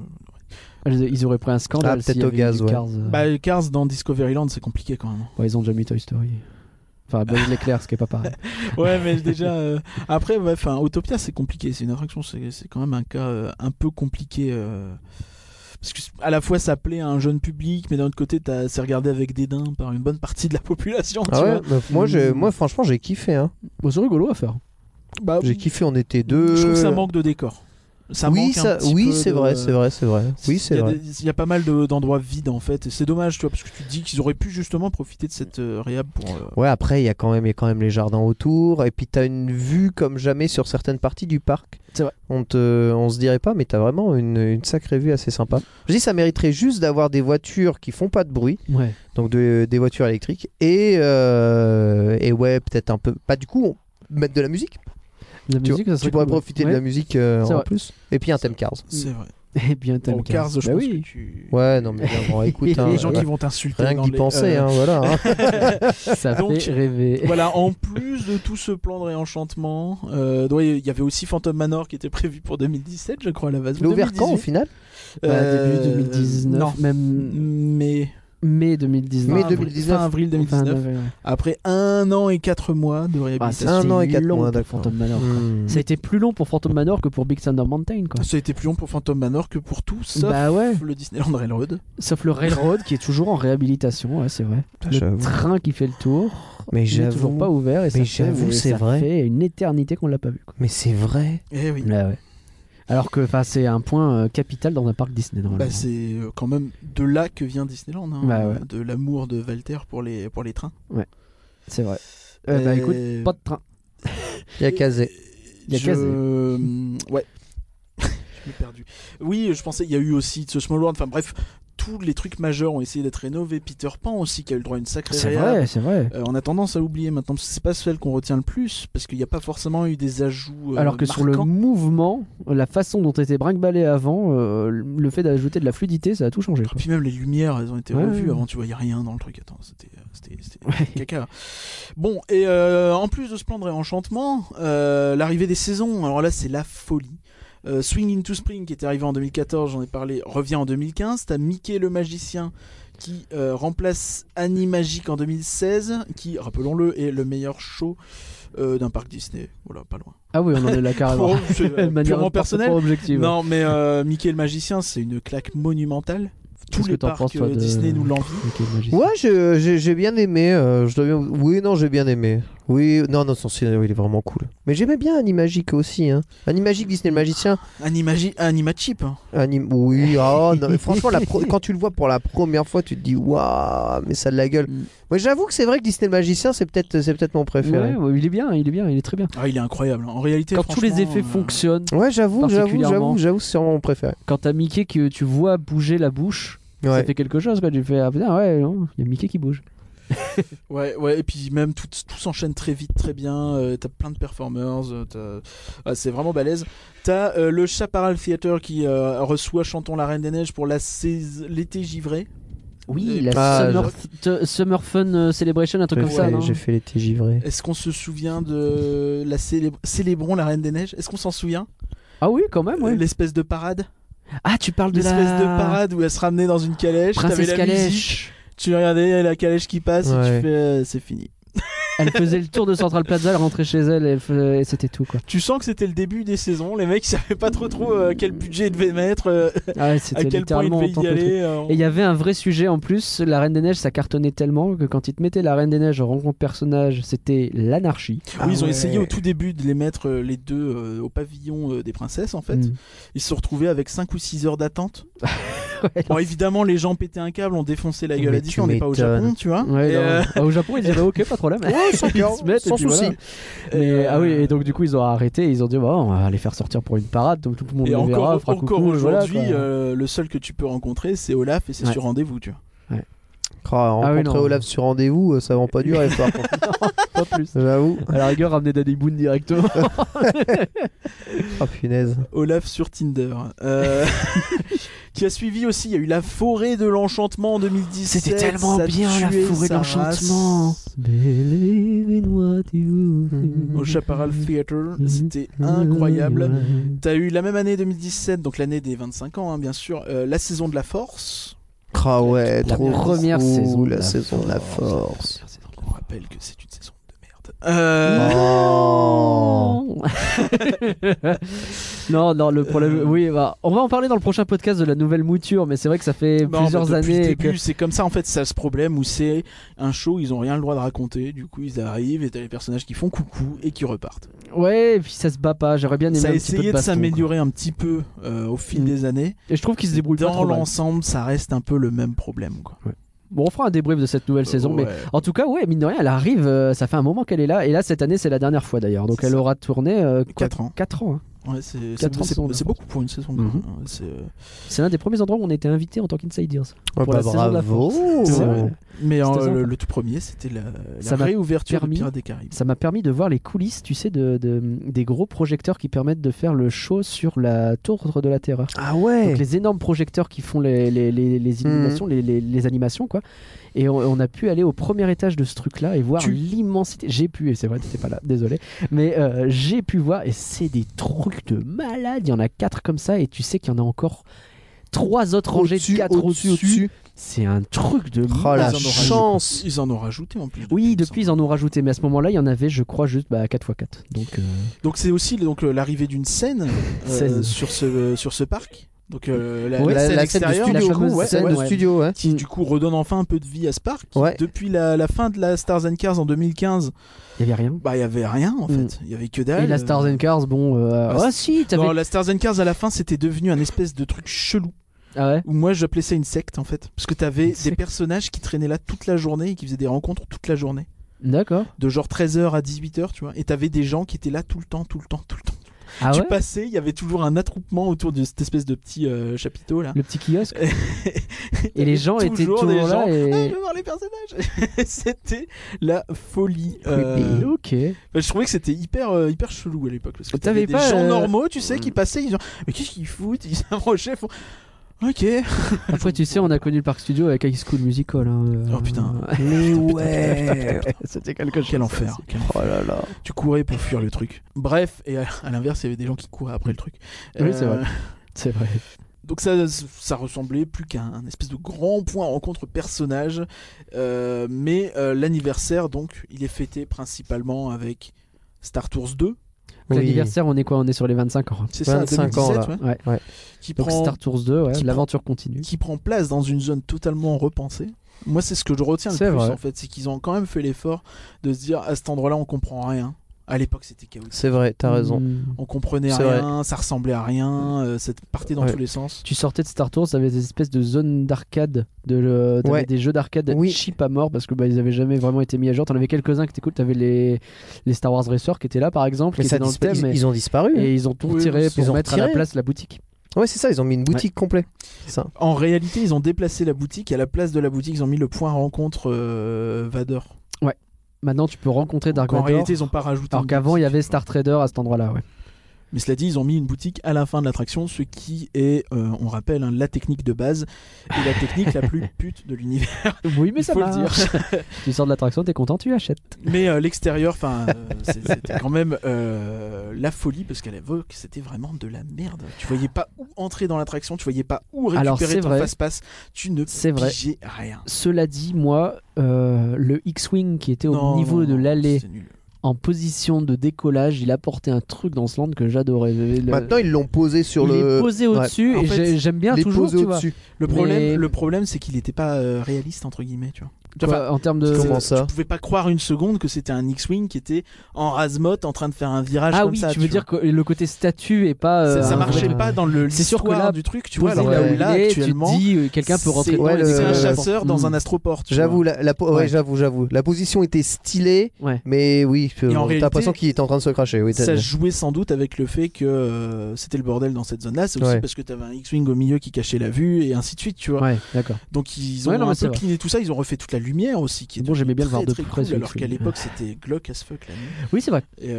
Speaker 3: Ils auraient pris un scandale.
Speaker 5: Ah, peut-être
Speaker 3: s'il y
Speaker 5: au
Speaker 3: avait
Speaker 5: gaz,
Speaker 3: eu du
Speaker 5: ouais.
Speaker 3: Cars,
Speaker 4: Bah, Cars dans Discoveryland, c'est compliqué quand même.
Speaker 3: Ouais, ils ont déjà mis Toy Story. Enfin, Buzz l'éclair, ce qui est pas pareil.
Speaker 4: Ouais, mais déjà. Après, ouais, Autopia, c'est compliqué. C'est une attraction, c'est quand même un cas un peu compliqué. Parce que à la fois ça plaît à un jeune public, mais d'un autre côté, c'est regardé avec dédain par une bonne partie de la population.
Speaker 5: Ah
Speaker 4: tu
Speaker 5: ouais,
Speaker 4: vois.
Speaker 5: bah, moi franchement j'ai kiffé. Hein.
Speaker 3: Bon, c'est rigolo à faire.
Speaker 4: Bah,
Speaker 5: J'ai kiffé, on était deux.
Speaker 4: Je trouve que ça manque de décor. Ça
Speaker 5: oui,
Speaker 4: manque un petit
Speaker 5: oui,
Speaker 4: peu
Speaker 5: c'est
Speaker 4: de-
Speaker 5: vrai, c'est vrai, c'est vrai. Oui, c'est vrai.
Speaker 4: Il y a pas mal d'endroits vides en fait. Et c'est dommage, tu vois, parce que tu te dis qu'ils auraient pu justement profiter de cette réhab pour.
Speaker 5: Ouais, après il y a quand même les jardins autour, et puis t'as une vue comme jamais sur certaines parties du parc.
Speaker 3: C'est vrai.
Speaker 5: On se dirait pas, mais t'as vraiment une sacrée vue assez sympa. Je dis, ça mériterait juste d'avoir des voitures qui font pas de bruit,
Speaker 3: Ouais.
Speaker 5: donc des voitures électriques, et ouais, peut-être un peu. Pas du coup, mettre de la musique.
Speaker 3: La musique, ça serait
Speaker 5: Tu pourrais
Speaker 3: cool.
Speaker 5: profiter de
Speaker 3: Ouais.
Speaker 5: la musique en
Speaker 3: vrai.
Speaker 5: plus. Et puis un thème Cars.
Speaker 4: C'est vrai.
Speaker 3: Et bien, t'aimes
Speaker 4: Bon, Cars, je
Speaker 3: Bah
Speaker 4: pense
Speaker 3: oui.
Speaker 4: que tu.
Speaker 5: Ouais, non mais bon, écoute,
Speaker 3: Et
Speaker 5: hein,
Speaker 4: Les gens
Speaker 5: ouais.
Speaker 4: qui vont t'insulter.
Speaker 5: Rien
Speaker 4: dans
Speaker 5: que d'y
Speaker 4: les-
Speaker 5: penser, hein, voilà. Hein.
Speaker 3: Ça
Speaker 4: Donc,
Speaker 3: fait rêver.
Speaker 4: Voilà, en plus de tout ce plan de réenchantement, il y avait aussi Phantom Manor qui était prévu pour 2017, je crois, à la base.
Speaker 5: Il est ouvert quand au
Speaker 4: 2018.
Speaker 5: final?
Speaker 3: Début 2019,
Speaker 4: Non,
Speaker 3: même
Speaker 4: mais
Speaker 3: mai 2019.
Speaker 5: Mai 2019.
Speaker 4: fin avril 2019. Après 1 an et 4 mois de
Speaker 3: Ah,
Speaker 4: réhabilitation.
Speaker 3: ça,
Speaker 5: Un an et
Speaker 3: c'est
Speaker 5: 4
Speaker 3: long
Speaker 5: mois,
Speaker 3: pour
Speaker 5: d'accord.
Speaker 3: Phantom Manor. quoi.
Speaker 5: Hmm.
Speaker 3: Ça a été plus long pour Phantom Manor que pour Big Thunder Mountain, quoi.
Speaker 4: Ça a été plus long pour Phantom Manor que pour tout, sauf
Speaker 3: Bah ouais.
Speaker 4: le Disneyland Railroad.
Speaker 3: Sauf le Railroad qui est toujours en réhabilitation, ouais, c'est vrai.
Speaker 5: Putain,
Speaker 3: Le
Speaker 5: j'avoue.
Speaker 3: train qui fait le tour,
Speaker 5: Mais
Speaker 3: il est toujours
Speaker 5: j'avoue.
Speaker 3: pas ouvert. Et ça
Speaker 5: mais
Speaker 3: fait-
Speaker 5: j'avoue, c'est
Speaker 3: ça
Speaker 5: vrai.
Speaker 3: fait une éternité qu'on l'a pas vu. Quoi.
Speaker 5: Mais c'est vrai.
Speaker 4: Eh oui.
Speaker 3: Ouais, ouais. Alors que c'est un point capital dans un parc Disney. normalement.
Speaker 4: Bah, c'est quand même de là que vient Disneyland, hein,
Speaker 3: Bah ouais.
Speaker 4: de l'amour de Walter pour les trains.
Speaker 3: C'est vrai. Bah écoute, pas de train.
Speaker 5: Il y a casé.
Speaker 3: Il y a Kazé.
Speaker 4: Ouais. Je m'ai perdu. Oui, je pensais, il y a eu aussi The Small World, enfin bref, tous les trucs majeurs ont essayé d'être rénovés. Peter Pan aussi, qui a eu le droit à une sacrée
Speaker 3: C'est
Speaker 4: réhab.
Speaker 3: vrai, c'est vrai.
Speaker 4: On a tendance à l'oublier maintenant, parce que c'est pas celle qu'on retient le plus, parce qu'il n'y a pas forcément eu des ajouts
Speaker 3: Alors que sur le
Speaker 4: marquants.
Speaker 3: mouvement, la façon dont était brinque-ballé avant, le fait d'ajouter de la fluidité, ça a tout changé.
Speaker 4: Et
Speaker 3: quoi.
Speaker 4: puis même les lumières, elles ont été
Speaker 3: Ouais,
Speaker 4: revues.
Speaker 3: ouais.
Speaker 4: Avant, tu voyais rien dans le truc. Attends, c'était
Speaker 3: Ouais.
Speaker 4: caca. Bon, et en plus de ce plan de réenchantement, l'arrivée des saisons, alors là, c'est la folie. Swing into Spring, qui était arrivé en 2014, j'en ai parlé, revient en 2015. T'as Mickey le magicien qui remplace Animagic en 2016, qui, rappelons-le, est le meilleur show d'un parc Disney. Voilà, pas loin.
Speaker 3: Ah oui, on en est là carrément.
Speaker 4: Bon, c'est,
Speaker 3: De manière
Speaker 4: purement personnelle.
Speaker 3: parfaitement objective.
Speaker 4: Non, mais Mickey le magicien, c'est une claque monumentale. Tous
Speaker 3: Qu'est-ce
Speaker 4: les
Speaker 3: que t'en
Speaker 4: parcs
Speaker 3: penses, toi, de-
Speaker 4: Disney nous l'envient.
Speaker 3: Mickey le magicien.
Speaker 5: Ouais, j'ai bien aimé. Je dois bien- Oui, non, j'ai bien aimé. Oui, non, son scénario il est vraiment cool. Mais j'aimais bien Animagic aussi. Hein. Animagic, Disney le magicien.
Speaker 4: Animachip. Hein.
Speaker 5: Oui, oh, non, mais franchement, quand tu le vois pour la première fois, tu te dis waouh, mais ça a de la gueule.
Speaker 3: Mm.
Speaker 5: Moi, j'avoue que c'est vrai que Disney le magicien, c'est peut-être mon préféré.
Speaker 3: Ouais, il est bien, il est très bien.
Speaker 4: Ah, il est incroyable. En réalité,
Speaker 3: Quand tous les
Speaker 4: franchement,
Speaker 3: effets fonctionnent,
Speaker 5: Ouais, j'avoue,
Speaker 3: Particulièrement.
Speaker 5: c'est vraiment mon préféré.
Speaker 3: quand t'as Mickey que tu vois bouger la bouche, ça
Speaker 5: Ouais.
Speaker 3: fait quelque chose. Quoi. Tu fais, ah putain, ouais, non, il y a Mickey qui bouge.
Speaker 4: Ouais, et puis même tout s'enchaîne très vite, très bien. T'as plein de performers. Ah, c'est vraiment balèze. T'as le Chaparral Theater qui reçoit Chantons la Reine des Neiges pour l'été givré.
Speaker 3: Oui,
Speaker 4: la
Speaker 3: la Summer Fun Celebration, un truc comme ça, non
Speaker 5: J'ai fait l'été givré.
Speaker 4: Est-ce qu'on se souvient de la Célébrons la Reine des Neiges? Est-ce qu'on s'en souvient?
Speaker 3: Ah oui, quand même, ouais.
Speaker 4: L'espèce de parade.
Speaker 3: Ah, tu parles de
Speaker 4: L'espèce
Speaker 3: la...
Speaker 4: de parade où elle se ramenait dans une calèche. T'avais
Speaker 3: Princesse
Speaker 4: la
Speaker 3: Calèche.
Speaker 4: musique. Tu regardais la calèche qui passe et
Speaker 5: Ouais.
Speaker 4: tu fais c'est fini.
Speaker 3: Elle faisait le tour de Central Plaza, elle rentrait chez elle et c'était tout quoi.
Speaker 4: Tu sens que c'était le début des saisons, les mecs ils savaient pas trop quel budget ils devaient mettre,
Speaker 3: Ouais,
Speaker 4: à
Speaker 3: c'était
Speaker 4: quel point ils
Speaker 3: littéralement
Speaker 4: devaient
Speaker 3: en tant
Speaker 4: y
Speaker 3: que truc.
Speaker 4: aller.
Speaker 3: Et il y avait un vrai sujet en plus, la Reine des Neiges ça cartonnait tellement que quand ils te mettaient la Reine des Neiges en rencontre personnage, c'était l'anarchie.
Speaker 4: Oui, ils ont essayé au tout début de les mettre les deux au pavillon des princesses en fait. Ils se sont retrouvés avec 5 ou 6 heures d'attente.
Speaker 3: Ouais,
Speaker 4: Bon, évidemment, les gens pétaient un câble, ont défoncé la gueule
Speaker 5: Mais
Speaker 4: à Disney, on
Speaker 5: tu
Speaker 4: n'est pas au
Speaker 5: m'étonnes.
Speaker 4: Japon, tu vois.
Speaker 3: Ouais,
Speaker 4: Et,
Speaker 3: non. Au Japon, ils disaient ok, pas de problème. Ils se mettent, et
Speaker 5: sans
Speaker 3: puis voilà.
Speaker 5: souci.
Speaker 3: Mais, ah oui, et donc du coup, ils ont arrêté. Ils ont dit, on va les faire sortir pour une parade, donc tout le monde
Speaker 4: et
Speaker 3: le verra,
Speaker 4: encore,
Speaker 3: fera
Speaker 4: encore
Speaker 3: coucou, et voilà,
Speaker 4: aujourd'hui,
Speaker 3: quoi.
Speaker 4: le seul que tu peux rencontrer, c'est Olaf et c'est
Speaker 3: Ouais.
Speaker 4: sur rendez-vous, tu vois.
Speaker 5: Rencontrer
Speaker 3: non.
Speaker 5: Olaf sur rendez-vous, ça va pas durer. Par contre.
Speaker 3: Pas plus.
Speaker 5: J'avoue.
Speaker 3: À la rigueur, ramener Danny Boone directement.
Speaker 5: Oh punaise.
Speaker 4: Olaf sur Tinder. Qui a suivi aussi, il y a eu la forêt de l'enchantement en 2017.
Speaker 3: C'était tellement
Speaker 4: ça
Speaker 3: bien la
Speaker 4: tuait
Speaker 3: forêt
Speaker 4: sa
Speaker 3: d'enchantement.
Speaker 4: race.
Speaker 3: Believe in what you
Speaker 4: Au Chaparral Theatre, c'était incroyable. T'as eu la même année 2017, donc l'année des 25 ans, hein, bien sûr, la saison de la Force.
Speaker 5: Ah ouais,
Speaker 3: La
Speaker 5: trop
Speaker 3: première
Speaker 5: cool,
Speaker 3: saison de
Speaker 5: la
Speaker 3: la
Speaker 5: saison de la force.
Speaker 4: On rappelle que c'est une saison de merde.
Speaker 5: Oh.
Speaker 3: Non, le problème. Oui, on va en parler dans le prochain podcast de la nouvelle mouture, mais c'est vrai que ça fait
Speaker 4: Non,
Speaker 3: plusieurs
Speaker 4: bah, depuis
Speaker 3: années
Speaker 4: le
Speaker 3: que.
Speaker 4: début, c'est comme ça en fait, c'est ce problème où c'est un show, ils ont rien le droit de raconter, du coup ils arrivent et t'as les personnages qui font coucou et qui repartent.
Speaker 3: Ouais, et puis ça se bat pas. J'aurais bien aimé
Speaker 4: Ça a
Speaker 3: un petit peu
Speaker 4: essayé de
Speaker 3: baston,
Speaker 4: s'améliorer un petit peu au fil des années.
Speaker 3: quoi. Et je trouve qu'ils se débrouillent pas
Speaker 4: Dans
Speaker 3: trop mal.
Speaker 4: l'ensemble, ça reste un peu le même problème, quoi.
Speaker 3: Bon, on fera un débrief de cette nouvelle saison, mais
Speaker 4: Ouais.
Speaker 3: en tout cas, ouais, mine de rien, elle arrive. Ça fait un moment qu'elle est là, et là cette année, c'est la dernière fois d'ailleurs. Donc
Speaker 4: C'est
Speaker 3: elle
Speaker 4: ça.
Speaker 3: aura tourné
Speaker 4: 4 ans.
Speaker 3: 4 ans. Hein.
Speaker 4: Ouais, c'est
Speaker 3: 4 ans, saison de
Speaker 4: c'est
Speaker 3: France.
Speaker 4: beaucoup pour une saison.
Speaker 3: Mhm.
Speaker 4: Ouais, c'est,
Speaker 3: C'est l'un des premiers endroits où on était invité en tant qu'insiders.
Speaker 5: Ouais,
Speaker 3: Pour
Speaker 5: bah,
Speaker 3: la saison de la
Speaker 5: bravo.
Speaker 3: Force.
Speaker 4: C'est
Speaker 3: Ouais.
Speaker 4: vrai. Mais
Speaker 3: C'était sympa.
Speaker 4: le tout premier, c'était la
Speaker 3: Ça m'a
Speaker 4: réouverture
Speaker 3: permis-
Speaker 4: de Pirates des Caraïbes.
Speaker 3: Ça m'a permis de voir les coulisses, tu sais, des gros projecteurs qui permettent de faire le show sur la tour de la terreur.
Speaker 5: Ah ouais.
Speaker 3: Donc les énormes projecteurs qui font les illuminations, les animations, quoi. Et on a pu aller au premier étage de ce truc-là et voir l'immensité. J'ai pu, et c'est vrai, t'étais pas là, désolé. Mais j'ai pu voir, et c'est des trucs de malade. Il y en a 4 comme ça, et tu sais qu'il y en a encore 3 autres rangées de 4 au-dessus. C'est un truc de
Speaker 5: Oh
Speaker 3: malade.
Speaker 5: la
Speaker 4: Ils en ont
Speaker 5: chance.
Speaker 4: Ils en ont rajouté en plus.
Speaker 3: Oui,
Speaker 4: il me
Speaker 3: depuis ils en ont rajouté, mais à ce moment-là, il y en avait, je crois, juste 4x4. Donc,
Speaker 4: Donc c'est aussi l'arrivée d'une scène
Speaker 3: Scène.
Speaker 4: sur ce parc. Donc la
Speaker 3: Ouais,
Speaker 4: scène
Speaker 5: scène de
Speaker 4: extérieure
Speaker 5: studio,
Speaker 3: la fameuse
Speaker 5: ouais,
Speaker 3: scène,
Speaker 5: scène de
Speaker 3: ouais.
Speaker 5: studio, ouais.
Speaker 4: qui du coup redonne enfin un peu de vie à ce parc.
Speaker 5: Ouais.
Speaker 4: Depuis la fin de la Stars and Cars en 2015,
Speaker 3: il y avait rien.
Speaker 4: bah il y avait rien en fait. Il y avait que dalle.
Speaker 3: Et la Stars and Cars, bon. Ah si, t'avais.
Speaker 4: Non, la Stars and Cars à la fin c'était devenu un espèce de truc chelou.
Speaker 3: Ah ouais.
Speaker 4: Où moi j'appelais ça une secte en fait. Parce que t'avais
Speaker 3: Une
Speaker 4: des
Speaker 3: secte.
Speaker 4: personnages qui traînaient là toute la journée et qui faisaient des rencontres toute la journée.
Speaker 3: D'accord.
Speaker 4: De genre 13h à 18h, tu vois. Et t'avais des gens qui étaient là tout le temps.
Speaker 3: Ah
Speaker 4: Tu
Speaker 3: ouais.
Speaker 4: passais, il y avait toujours un attroupement autour de cette espèce de petit chapiteau là.
Speaker 3: Le petit kiosque. Et les gens étaient
Speaker 4: Toujours
Speaker 3: toujours
Speaker 4: des
Speaker 3: là.
Speaker 4: gens,
Speaker 3: Et...
Speaker 4: Ah, je veux voir les personnages. C'était la folie.
Speaker 3: Ok.
Speaker 4: Je trouvais que c'était hyper chelou à l'époque parce que
Speaker 3: T'avais
Speaker 4: t'avais des
Speaker 3: pas,
Speaker 4: gens normaux, tu sais, qui passaient, ils disaient mais qu'est-ce qu'ils foutent, ils s'approchaient, font ok.
Speaker 3: Après, tu sais, on a connu le Parc Studio avec High School Musical. Hein.
Speaker 4: Oh putain.
Speaker 5: Mais ouais.
Speaker 3: C'était quelque chose.
Speaker 4: Quel enfer.
Speaker 5: Oh là là.
Speaker 4: Tu courais pour fuir le truc. Bref, et à l'inverse, il y avait des gens qui couraient après le truc.
Speaker 3: Oui, c'est vrai. C'est vrai.
Speaker 4: Donc ça ressemblait plus qu'à un espèce de grand point rencontre personnage. Mais l'anniversaire, donc, il est fêté principalement avec Star Tours 2.
Speaker 5: Oui.
Speaker 3: L'anniversaire, on est quoi? On est sur les 25 ans.
Speaker 4: C'est ça,
Speaker 5: 25 ans,
Speaker 4: 2017,
Speaker 5: là.
Speaker 4: ouais.
Speaker 3: Ouais.
Speaker 4: Qui
Speaker 3: Donc
Speaker 4: prend,
Speaker 3: Star Tours 2, ouais,
Speaker 4: qui
Speaker 3: l'aventure continue.
Speaker 4: qui prend place dans une zone totalement repensée. Moi, c'est ce que je retiens le
Speaker 3: C'est
Speaker 4: plus,
Speaker 3: vrai.
Speaker 4: en fait. C'est qu'ils ont quand même fait l'effort de se dire, à cet endroit-là, on comprend rien. À l'époque, c'était chaotique.
Speaker 5: C'est vrai, t'as raison.
Speaker 4: On comprenait
Speaker 5: C'est
Speaker 4: rien, ça ressemblait à rien, ça partait dans
Speaker 5: Ouais.
Speaker 4: tous les sens.
Speaker 3: Tu sortais de Star Tours, t'avais des espèces de zones d'arcade, t'avais
Speaker 5: Ouais.
Speaker 3: des jeux d'arcade
Speaker 5: Oui.
Speaker 3: cheap à mort parce que ils avaient jamais vraiment été mis à jour. T'en avais quelques-uns qui étaient cool. T'avais les Star Wars Racers qui étaient là par exemple,
Speaker 5: Mais
Speaker 3: qui
Speaker 5: ça
Speaker 3: étaient dans le thème.
Speaker 5: ils ont disparu.
Speaker 3: Et ils ont tout
Speaker 4: Oui,
Speaker 3: retiré
Speaker 4: ils
Speaker 3: pour
Speaker 5: ont
Speaker 3: mettre à la
Speaker 5: retiré.
Speaker 3: place la boutique.
Speaker 5: Ouais, c'est ça, ils ont mis une boutique complète. C'est ça.
Speaker 4: En réalité, ils ont déplacé la boutique, et à la place de la boutique, ils ont mis le point rencontre Vader.
Speaker 3: Maintenant, tu peux rencontrer Dark
Speaker 4: Donc, en
Speaker 3: Vador.
Speaker 4: réalité, ils ont pas rajouté.
Speaker 3: Alors
Speaker 4: une
Speaker 3: qu'avant, il y
Speaker 4: boutique.
Speaker 3: avait Star Trader à cet endroit-là. Ouais.
Speaker 4: Mais cela dit, ils ont mis une boutique à la fin de l'attraction, ce qui est, on rappelle, la technique de base et la technique la plus pute de l'univers.
Speaker 3: Oui, mais
Speaker 4: Il
Speaker 3: ça
Speaker 4: faut le
Speaker 3: marche.
Speaker 4: dire.
Speaker 3: Tu sors de l'attraction, t'es content, tu l'achètes.
Speaker 4: Mais l'extérieur, c'était quand même la folie parce qu'à l'époque, c'était vraiment de la merde. Tu voyais pas où entrer dans l'attraction, tu voyais pas où
Speaker 3: Alors,
Speaker 4: récupérer
Speaker 3: c'est
Speaker 4: ton
Speaker 3: vrai.
Speaker 4: fast-pass, tu ne
Speaker 3: C'est vrai.
Speaker 4: pigeais rien.
Speaker 3: Cela dit, moi, le X-Wing qui était au
Speaker 4: Non,
Speaker 3: niveau
Speaker 4: non,
Speaker 3: de
Speaker 4: non,
Speaker 3: l'allée
Speaker 4: c'est nul.
Speaker 3: en position de décollage, il apportait un truc dans ce land que j'adorais.
Speaker 5: Maintenant, ils l'ont posé sur
Speaker 3: il
Speaker 5: le.
Speaker 3: est posé au-dessus
Speaker 4: En
Speaker 3: et
Speaker 4: fait,
Speaker 3: j'aime bien
Speaker 5: les
Speaker 3: toujours,
Speaker 5: posé
Speaker 3: tu vois.
Speaker 5: au-dessus.
Speaker 3: Mais-
Speaker 4: Le problème, c'est qu'il n'était pas réaliste entre guillemets, tu vois.
Speaker 3: Quoi, en termes de.
Speaker 5: Comment ça?
Speaker 4: Tu pouvais pas croire une seconde que c'était un X-Wing qui était en rasemote en train de faire un virage
Speaker 3: Ah
Speaker 4: comme
Speaker 3: oui,
Speaker 4: ça.
Speaker 3: tu veux dire que le côté statue est pas.
Speaker 4: ça
Speaker 3: un
Speaker 4: marchait
Speaker 3: vrai-
Speaker 4: pas dans
Speaker 3: C'est sûr que
Speaker 4: l'histoire
Speaker 3: là,
Speaker 4: du truc, tu vois.
Speaker 3: Posé
Speaker 4: Alors
Speaker 3: là où
Speaker 4: là,
Speaker 3: il est,
Speaker 4: actuellement,
Speaker 3: tu te dis quelqu'un peut rentrer
Speaker 4: c'est
Speaker 3: dedans.
Speaker 5: ouais,
Speaker 3: et
Speaker 5: le-
Speaker 4: c'est un
Speaker 3: descendre.
Speaker 4: chasseur dans
Speaker 3: Mm.
Speaker 4: un astroport. tu
Speaker 5: J'avoue,
Speaker 4: vois.
Speaker 5: ouais, j'avoue. La position était stylée,
Speaker 3: Ouais.
Speaker 5: mais oui,
Speaker 4: Et en
Speaker 5: t'as
Speaker 4: réalité,
Speaker 5: l'impression qu'il était en train de se cracher. Oui,
Speaker 4: Ça jouait sans doute avec le fait que c'était le bordel dans cette zone-là. C'est aussi
Speaker 5: Ouais.
Speaker 4: parce que t'avais un X-Wing au milieu qui cachait la vue et ainsi de suite, tu vois.
Speaker 3: Ouais, d'accord.
Speaker 4: Donc ils ont
Speaker 3: Ouais, non, mais
Speaker 4: un
Speaker 3: c'est
Speaker 4: peu
Speaker 3: vrai.
Speaker 4: cleané tout ça. Ils ont refait toute la lumière aussi, qui est
Speaker 3: Bon, j'aimais bien le voir
Speaker 4: très,
Speaker 3: de
Speaker 4: très
Speaker 3: près,
Speaker 4: cool,
Speaker 3: ce
Speaker 4: alors qu'à
Speaker 3: X-Wing.
Speaker 4: l'époque c'était glauque as fuck la nuit.
Speaker 3: Oui, c'est vrai.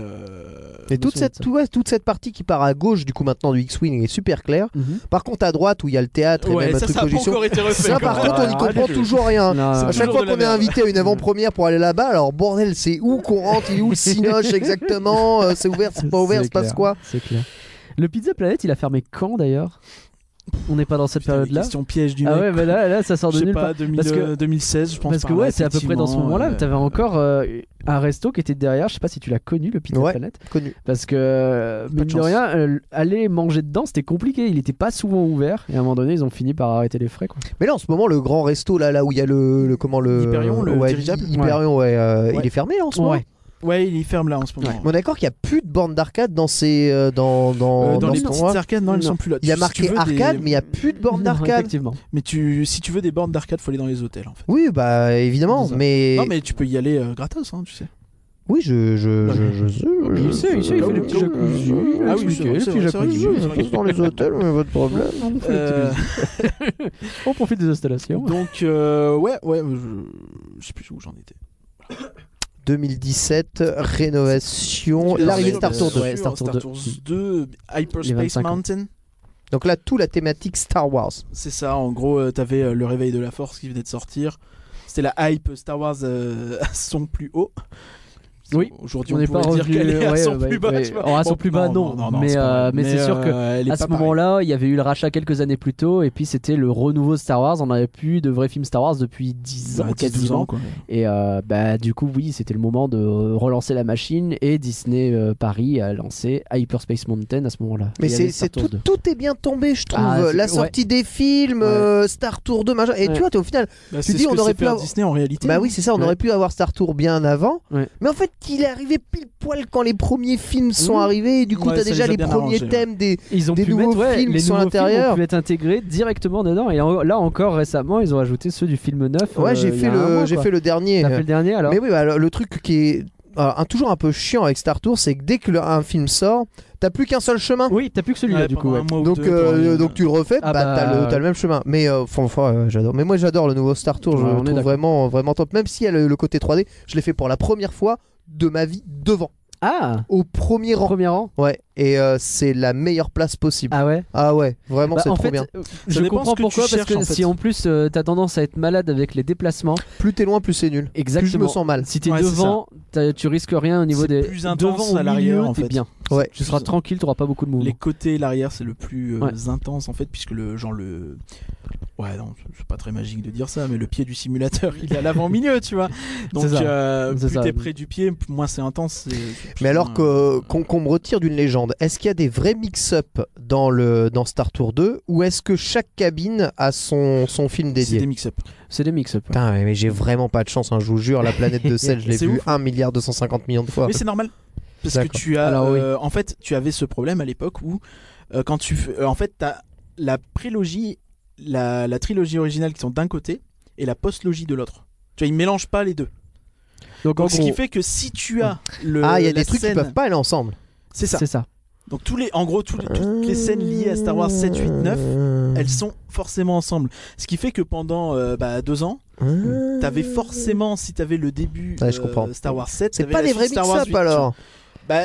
Speaker 5: Et toute cette partie qui part à gauche, du coup, maintenant du X-Wing est super claire.
Speaker 3: Mhm.
Speaker 5: Par contre, à droite, où il y a le théâtre et
Speaker 4: Ouais,
Speaker 5: même un
Speaker 4: ça,
Speaker 5: truc
Speaker 4: ça a pas
Speaker 5: projection.
Speaker 4: encore été refait.
Speaker 5: Ça, par
Speaker 4: quoi.
Speaker 5: contre, on n'y comprend toujours rien.
Speaker 3: Non,
Speaker 5: À
Speaker 3: non,
Speaker 5: chaque
Speaker 4: toujours
Speaker 5: fois
Speaker 4: de la
Speaker 5: qu'on est
Speaker 4: merde.
Speaker 5: invité à une avant-première pour aller là-bas, alors bordel, c'est où qu'on rentre, il est où le cinoche exactement, c'est ouvert, c'est pas ouvert,
Speaker 3: C'est
Speaker 5: se passe
Speaker 3: clair.
Speaker 5: quoi?
Speaker 3: C'est clair. Le Pizza Planet, il a fermé quand d'ailleurs? On n'est pas dans cette
Speaker 4: Putain, les
Speaker 3: période-là.
Speaker 4: questions pièges du
Speaker 3: Ah
Speaker 4: mec.
Speaker 3: ouais, bah là, ça sort
Speaker 4: Je
Speaker 3: de
Speaker 4: sais
Speaker 3: nulle
Speaker 4: pas,
Speaker 3: part.
Speaker 4: 2000,
Speaker 3: Parce que-
Speaker 4: 2016, je pense.
Speaker 3: Parce que
Speaker 4: par là,
Speaker 3: ouais, c'est à peu près dans ce moment-là.
Speaker 4: effectivement,
Speaker 3: T'avais encore un resto qui était derrière. Je sais pas si tu l'as connu, le Pizza
Speaker 5: Ouais.
Speaker 3: Planet.
Speaker 5: Connu.
Speaker 3: Parce que, mine de
Speaker 4: chance.
Speaker 3: rien, aller manger dedans, c'était compliqué. Il était pas souvent ouvert. Et à un moment donné, ils ont fini par arrêter les frais. Quoi.
Speaker 5: Mais là, en ce moment, le grand resto, là où il y a le
Speaker 4: Hyperion, le
Speaker 5: ouais,
Speaker 4: dirigeable.
Speaker 5: Hyperion, ouais,
Speaker 4: Ouais.
Speaker 5: il est fermé là en ce moment.
Speaker 4: Ouais, il est ferme là en ce moment.
Speaker 5: On est d'accord qu'il n'y a plus de bornes d'arcade dans ces dans
Speaker 4: Dans les
Speaker 5: ce
Speaker 4: petites
Speaker 5: endroit.
Speaker 4: arcades, non, elles
Speaker 3: Non.
Speaker 4: sont plus là.
Speaker 5: Il y a
Speaker 4: Si
Speaker 5: marqué
Speaker 4: tu veux
Speaker 5: arcade,
Speaker 4: des-
Speaker 5: mais il n'y a plus de bornes
Speaker 3: Non,
Speaker 5: d'arcade.
Speaker 3: effectivement.
Speaker 4: Mais si tu veux des bornes d'arcade, faut aller dans les hôtels en fait.
Speaker 5: Oui, bah évidemment,
Speaker 3: C'est ça.
Speaker 5: mais
Speaker 4: Non, mais tu peux y aller gratos, hein, tu sais.
Speaker 5: oui, je
Speaker 3: Il sait, il fait des petits jacuzzi.
Speaker 4: Ah oui,
Speaker 3: expliqué,
Speaker 4: c'est
Speaker 3: les petits
Speaker 4: vrai, c'est vrai,
Speaker 3: jacuzzi.
Speaker 4: c'est vrai.
Speaker 5: dans les hôtels, mais votre problème.
Speaker 4: Euh,
Speaker 3: On profite des installations.
Speaker 4: donc, ouais, je sais plus où j'en étais.
Speaker 5: 2017, rénovation, l'arrivée de Star Tour 2.
Speaker 3: Ouais, Star Tour 2.
Speaker 4: 2,
Speaker 3: Les
Speaker 4: Hyperspace
Speaker 3: 25 ans.
Speaker 4: Mountain.
Speaker 5: Donc là, tout la thématique Star Wars.
Speaker 4: C'est ça, en gros, t'avais le réveil de la force qui venait de sortir. C'était la hype Star Wars à son plus haut.
Speaker 3: Oui,
Speaker 4: aujourd'hui
Speaker 3: on
Speaker 4: on,
Speaker 3: n'est pas
Speaker 4: pourrait dire
Speaker 3: revenu.
Speaker 4: qu'elle est à
Speaker 3: ouais,
Speaker 4: son
Speaker 3: ouais,
Speaker 4: plus bas.
Speaker 3: ouais.
Speaker 4: tu vois.
Speaker 3: Alors, à son
Speaker 4: Bon,
Speaker 3: plus bas, non. Mais
Speaker 4: c'est pas vrai.
Speaker 3: c'est sûr que
Speaker 4: elle est
Speaker 3: à
Speaker 4: pas
Speaker 3: ce moment-là, il y avait eu le rachat quelques années plus tôt, et puis c'était le renouveau de Star Wars. On n'avait plus de vrais films Star Wars depuis 10 ans,
Speaker 4: pareille. 10-12
Speaker 3: quasiment.
Speaker 4: ans, quoi.
Speaker 3: Et bah, du coup, oui, c'était le moment de relancer la machine, et Disney Paris a lancé Hyperspace Mountain à ce moment-là.
Speaker 5: Mais
Speaker 3: Il y avait
Speaker 5: c'est
Speaker 3: Star Tours 2.
Speaker 5: tout est bien tombé, je trouve.
Speaker 3: Ah,
Speaker 5: la
Speaker 3: c'est-
Speaker 5: sortie des films,
Speaker 3: Ouais.
Speaker 5: Star Tour 2, machin. Et
Speaker 3: Ouais.
Speaker 5: tu vois, au final,
Speaker 4: Bah,
Speaker 5: Tu
Speaker 4: c'est
Speaker 5: dis,
Speaker 4: ce
Speaker 5: on
Speaker 4: que
Speaker 5: aurait
Speaker 4: sait
Speaker 5: pu
Speaker 4: faire
Speaker 5: avoir-
Speaker 4: Disney en réalité.
Speaker 5: bah oui, c'est ça, on
Speaker 3: Ouais.
Speaker 5: aurait pu avoir Star Tour bien avant.
Speaker 3: Ouais.
Speaker 5: Mais en fait, il est arrivé pile poil quand les premiers films sont
Speaker 3: Mmh.
Speaker 5: arrivés. Et du coup,
Speaker 4: Ouais,
Speaker 5: t'as
Speaker 4: ça
Speaker 5: déjà
Speaker 4: les a
Speaker 5: les
Speaker 4: bien
Speaker 5: premiers
Speaker 4: arrangés,
Speaker 5: thèmes des.
Speaker 3: Ils ont
Speaker 5: Des
Speaker 3: pu
Speaker 5: nouveaux
Speaker 3: mettre
Speaker 5: films
Speaker 3: les
Speaker 5: qui sont à
Speaker 3: nouveaux films
Speaker 5: l'intérieur.
Speaker 3: ont pu être intégrés directement dedans. Et là encore récemment, ils ont ajouté ceux du film neuf.
Speaker 5: Ouais, j'ai
Speaker 3: il y
Speaker 5: fait
Speaker 3: a un mois,
Speaker 5: j'ai
Speaker 3: quoi.
Speaker 5: fait le dernier.
Speaker 3: T'as fait le dernier alors
Speaker 5: Mais oui, bah, le truc qui est toujours un peu chiant avec Star Tour, c'est que dès que un film sort, t'as plus qu'un seul chemin.
Speaker 3: Oui, t'as plus que celui-là
Speaker 4: Ouais,
Speaker 3: du coup.
Speaker 4: pendant
Speaker 3: Ouais.
Speaker 4: un mois ou
Speaker 5: Donc,
Speaker 4: deux,
Speaker 5: donc tu le refais,
Speaker 3: Ah
Speaker 5: bah,
Speaker 3: bah,
Speaker 5: t'as le même chemin. Mais j'adore. Mais moi j'adore le nouveau Star Tour, je
Speaker 3: Ouais, on
Speaker 5: le
Speaker 3: est
Speaker 5: trouve
Speaker 3: d'accord.
Speaker 5: vraiment, vraiment top. Même si elle a le côté 3D, je l'ai fait pour la première fois de ma vie devant,
Speaker 3: Ah,
Speaker 5: au premier rang.
Speaker 3: premier rang.
Speaker 5: Ouais, et c'est la meilleure place possible.
Speaker 3: Ah ouais.
Speaker 5: Ah ouais, vraiment
Speaker 3: Bah,
Speaker 5: c'est
Speaker 3: en
Speaker 5: trop
Speaker 3: fait,
Speaker 5: bien.
Speaker 3: je
Speaker 4: dépend
Speaker 3: comprends
Speaker 4: ce que tu
Speaker 3: pourquoi parce
Speaker 4: cherches,
Speaker 3: que
Speaker 4: en fait.
Speaker 3: si en plus t'as tendance à être malade avec les déplacements,
Speaker 5: Plus t'es loin, plus c'est nul. Plus je
Speaker 3: exactement.
Speaker 5: me sens mal.
Speaker 3: Si t'es
Speaker 4: Ouais, c'est
Speaker 3: devant, tu risques rien au niveau
Speaker 4: C'est
Speaker 3: des.
Speaker 4: plus intense
Speaker 3: devant
Speaker 4: à
Speaker 3: au
Speaker 4: l'arrière,
Speaker 3: milieu,
Speaker 4: en
Speaker 3: t'es
Speaker 4: fait.
Speaker 3: bien.
Speaker 5: Ouais.
Speaker 3: Tu seras tranquille, t'auras pas beaucoup de mouvements.
Speaker 4: Les côtés et l'arrière, c'est le plus
Speaker 3: Ouais.
Speaker 4: intense en fait, puisque le genre le. Ouais, non, c'est pas très magique de dire ça, mais le pied du simulateur, il est à l'avant-milieu, tu vois. Donc,
Speaker 3: C'est ça. C'est
Speaker 4: plus
Speaker 3: ça.
Speaker 4: t'es près du pied, moins c'est intense.
Speaker 5: Mais alors qu'on me retire d'une légende, est-ce qu'il y a des vrais mix-up dans Star Tour 2 ou est-ce que chaque cabine a son film
Speaker 4: c'est
Speaker 5: dédié?
Speaker 4: des mix-up.
Speaker 3: C'est des mix-up.
Speaker 5: Putain, mais j'ai vraiment pas de chance, hein, je vous jure, la planète de sel, je l'ai
Speaker 4: C'est
Speaker 5: vu
Speaker 4: ouf.
Speaker 5: 1,250 milliard de fois.
Speaker 4: Mais c'est normal. Parce que
Speaker 5: D'accord.
Speaker 4: tu as.
Speaker 3: Alors, oui.
Speaker 4: En fait, tu avais ce problème à l'époque où, quand tu. En fait, t'as la prélogie, la trilogie originale qui sont d'un côté et la post-logie de l'autre. Tu vois, ils mélangent pas les deux.
Speaker 3: Donc, en
Speaker 4: Donc, ce qui
Speaker 3: gros,
Speaker 4: fait que si tu as le.
Speaker 5: Ah, il y a
Speaker 4: la
Speaker 5: des trucs qui
Speaker 4: scène-
Speaker 5: peuvent pas aller ensemble.
Speaker 4: C'est ça.
Speaker 3: c'est ça.
Speaker 4: Donc, en gros, toutes les scènes liées à Star Wars 7, 8, 9, elles sont forcément ensemble. Ce qui fait que pendant 2 ans, t'avais forcément, si t'avais le début
Speaker 5: Ouais, je comprends.
Speaker 4: Star Wars 7,
Speaker 5: C'est
Speaker 4: t'avais
Speaker 5: pas
Speaker 4: la
Speaker 5: des
Speaker 4: suite
Speaker 5: vrais
Speaker 4: Star Wars
Speaker 5: mix-up
Speaker 4: 8,
Speaker 5: alors.
Speaker 4: Bah,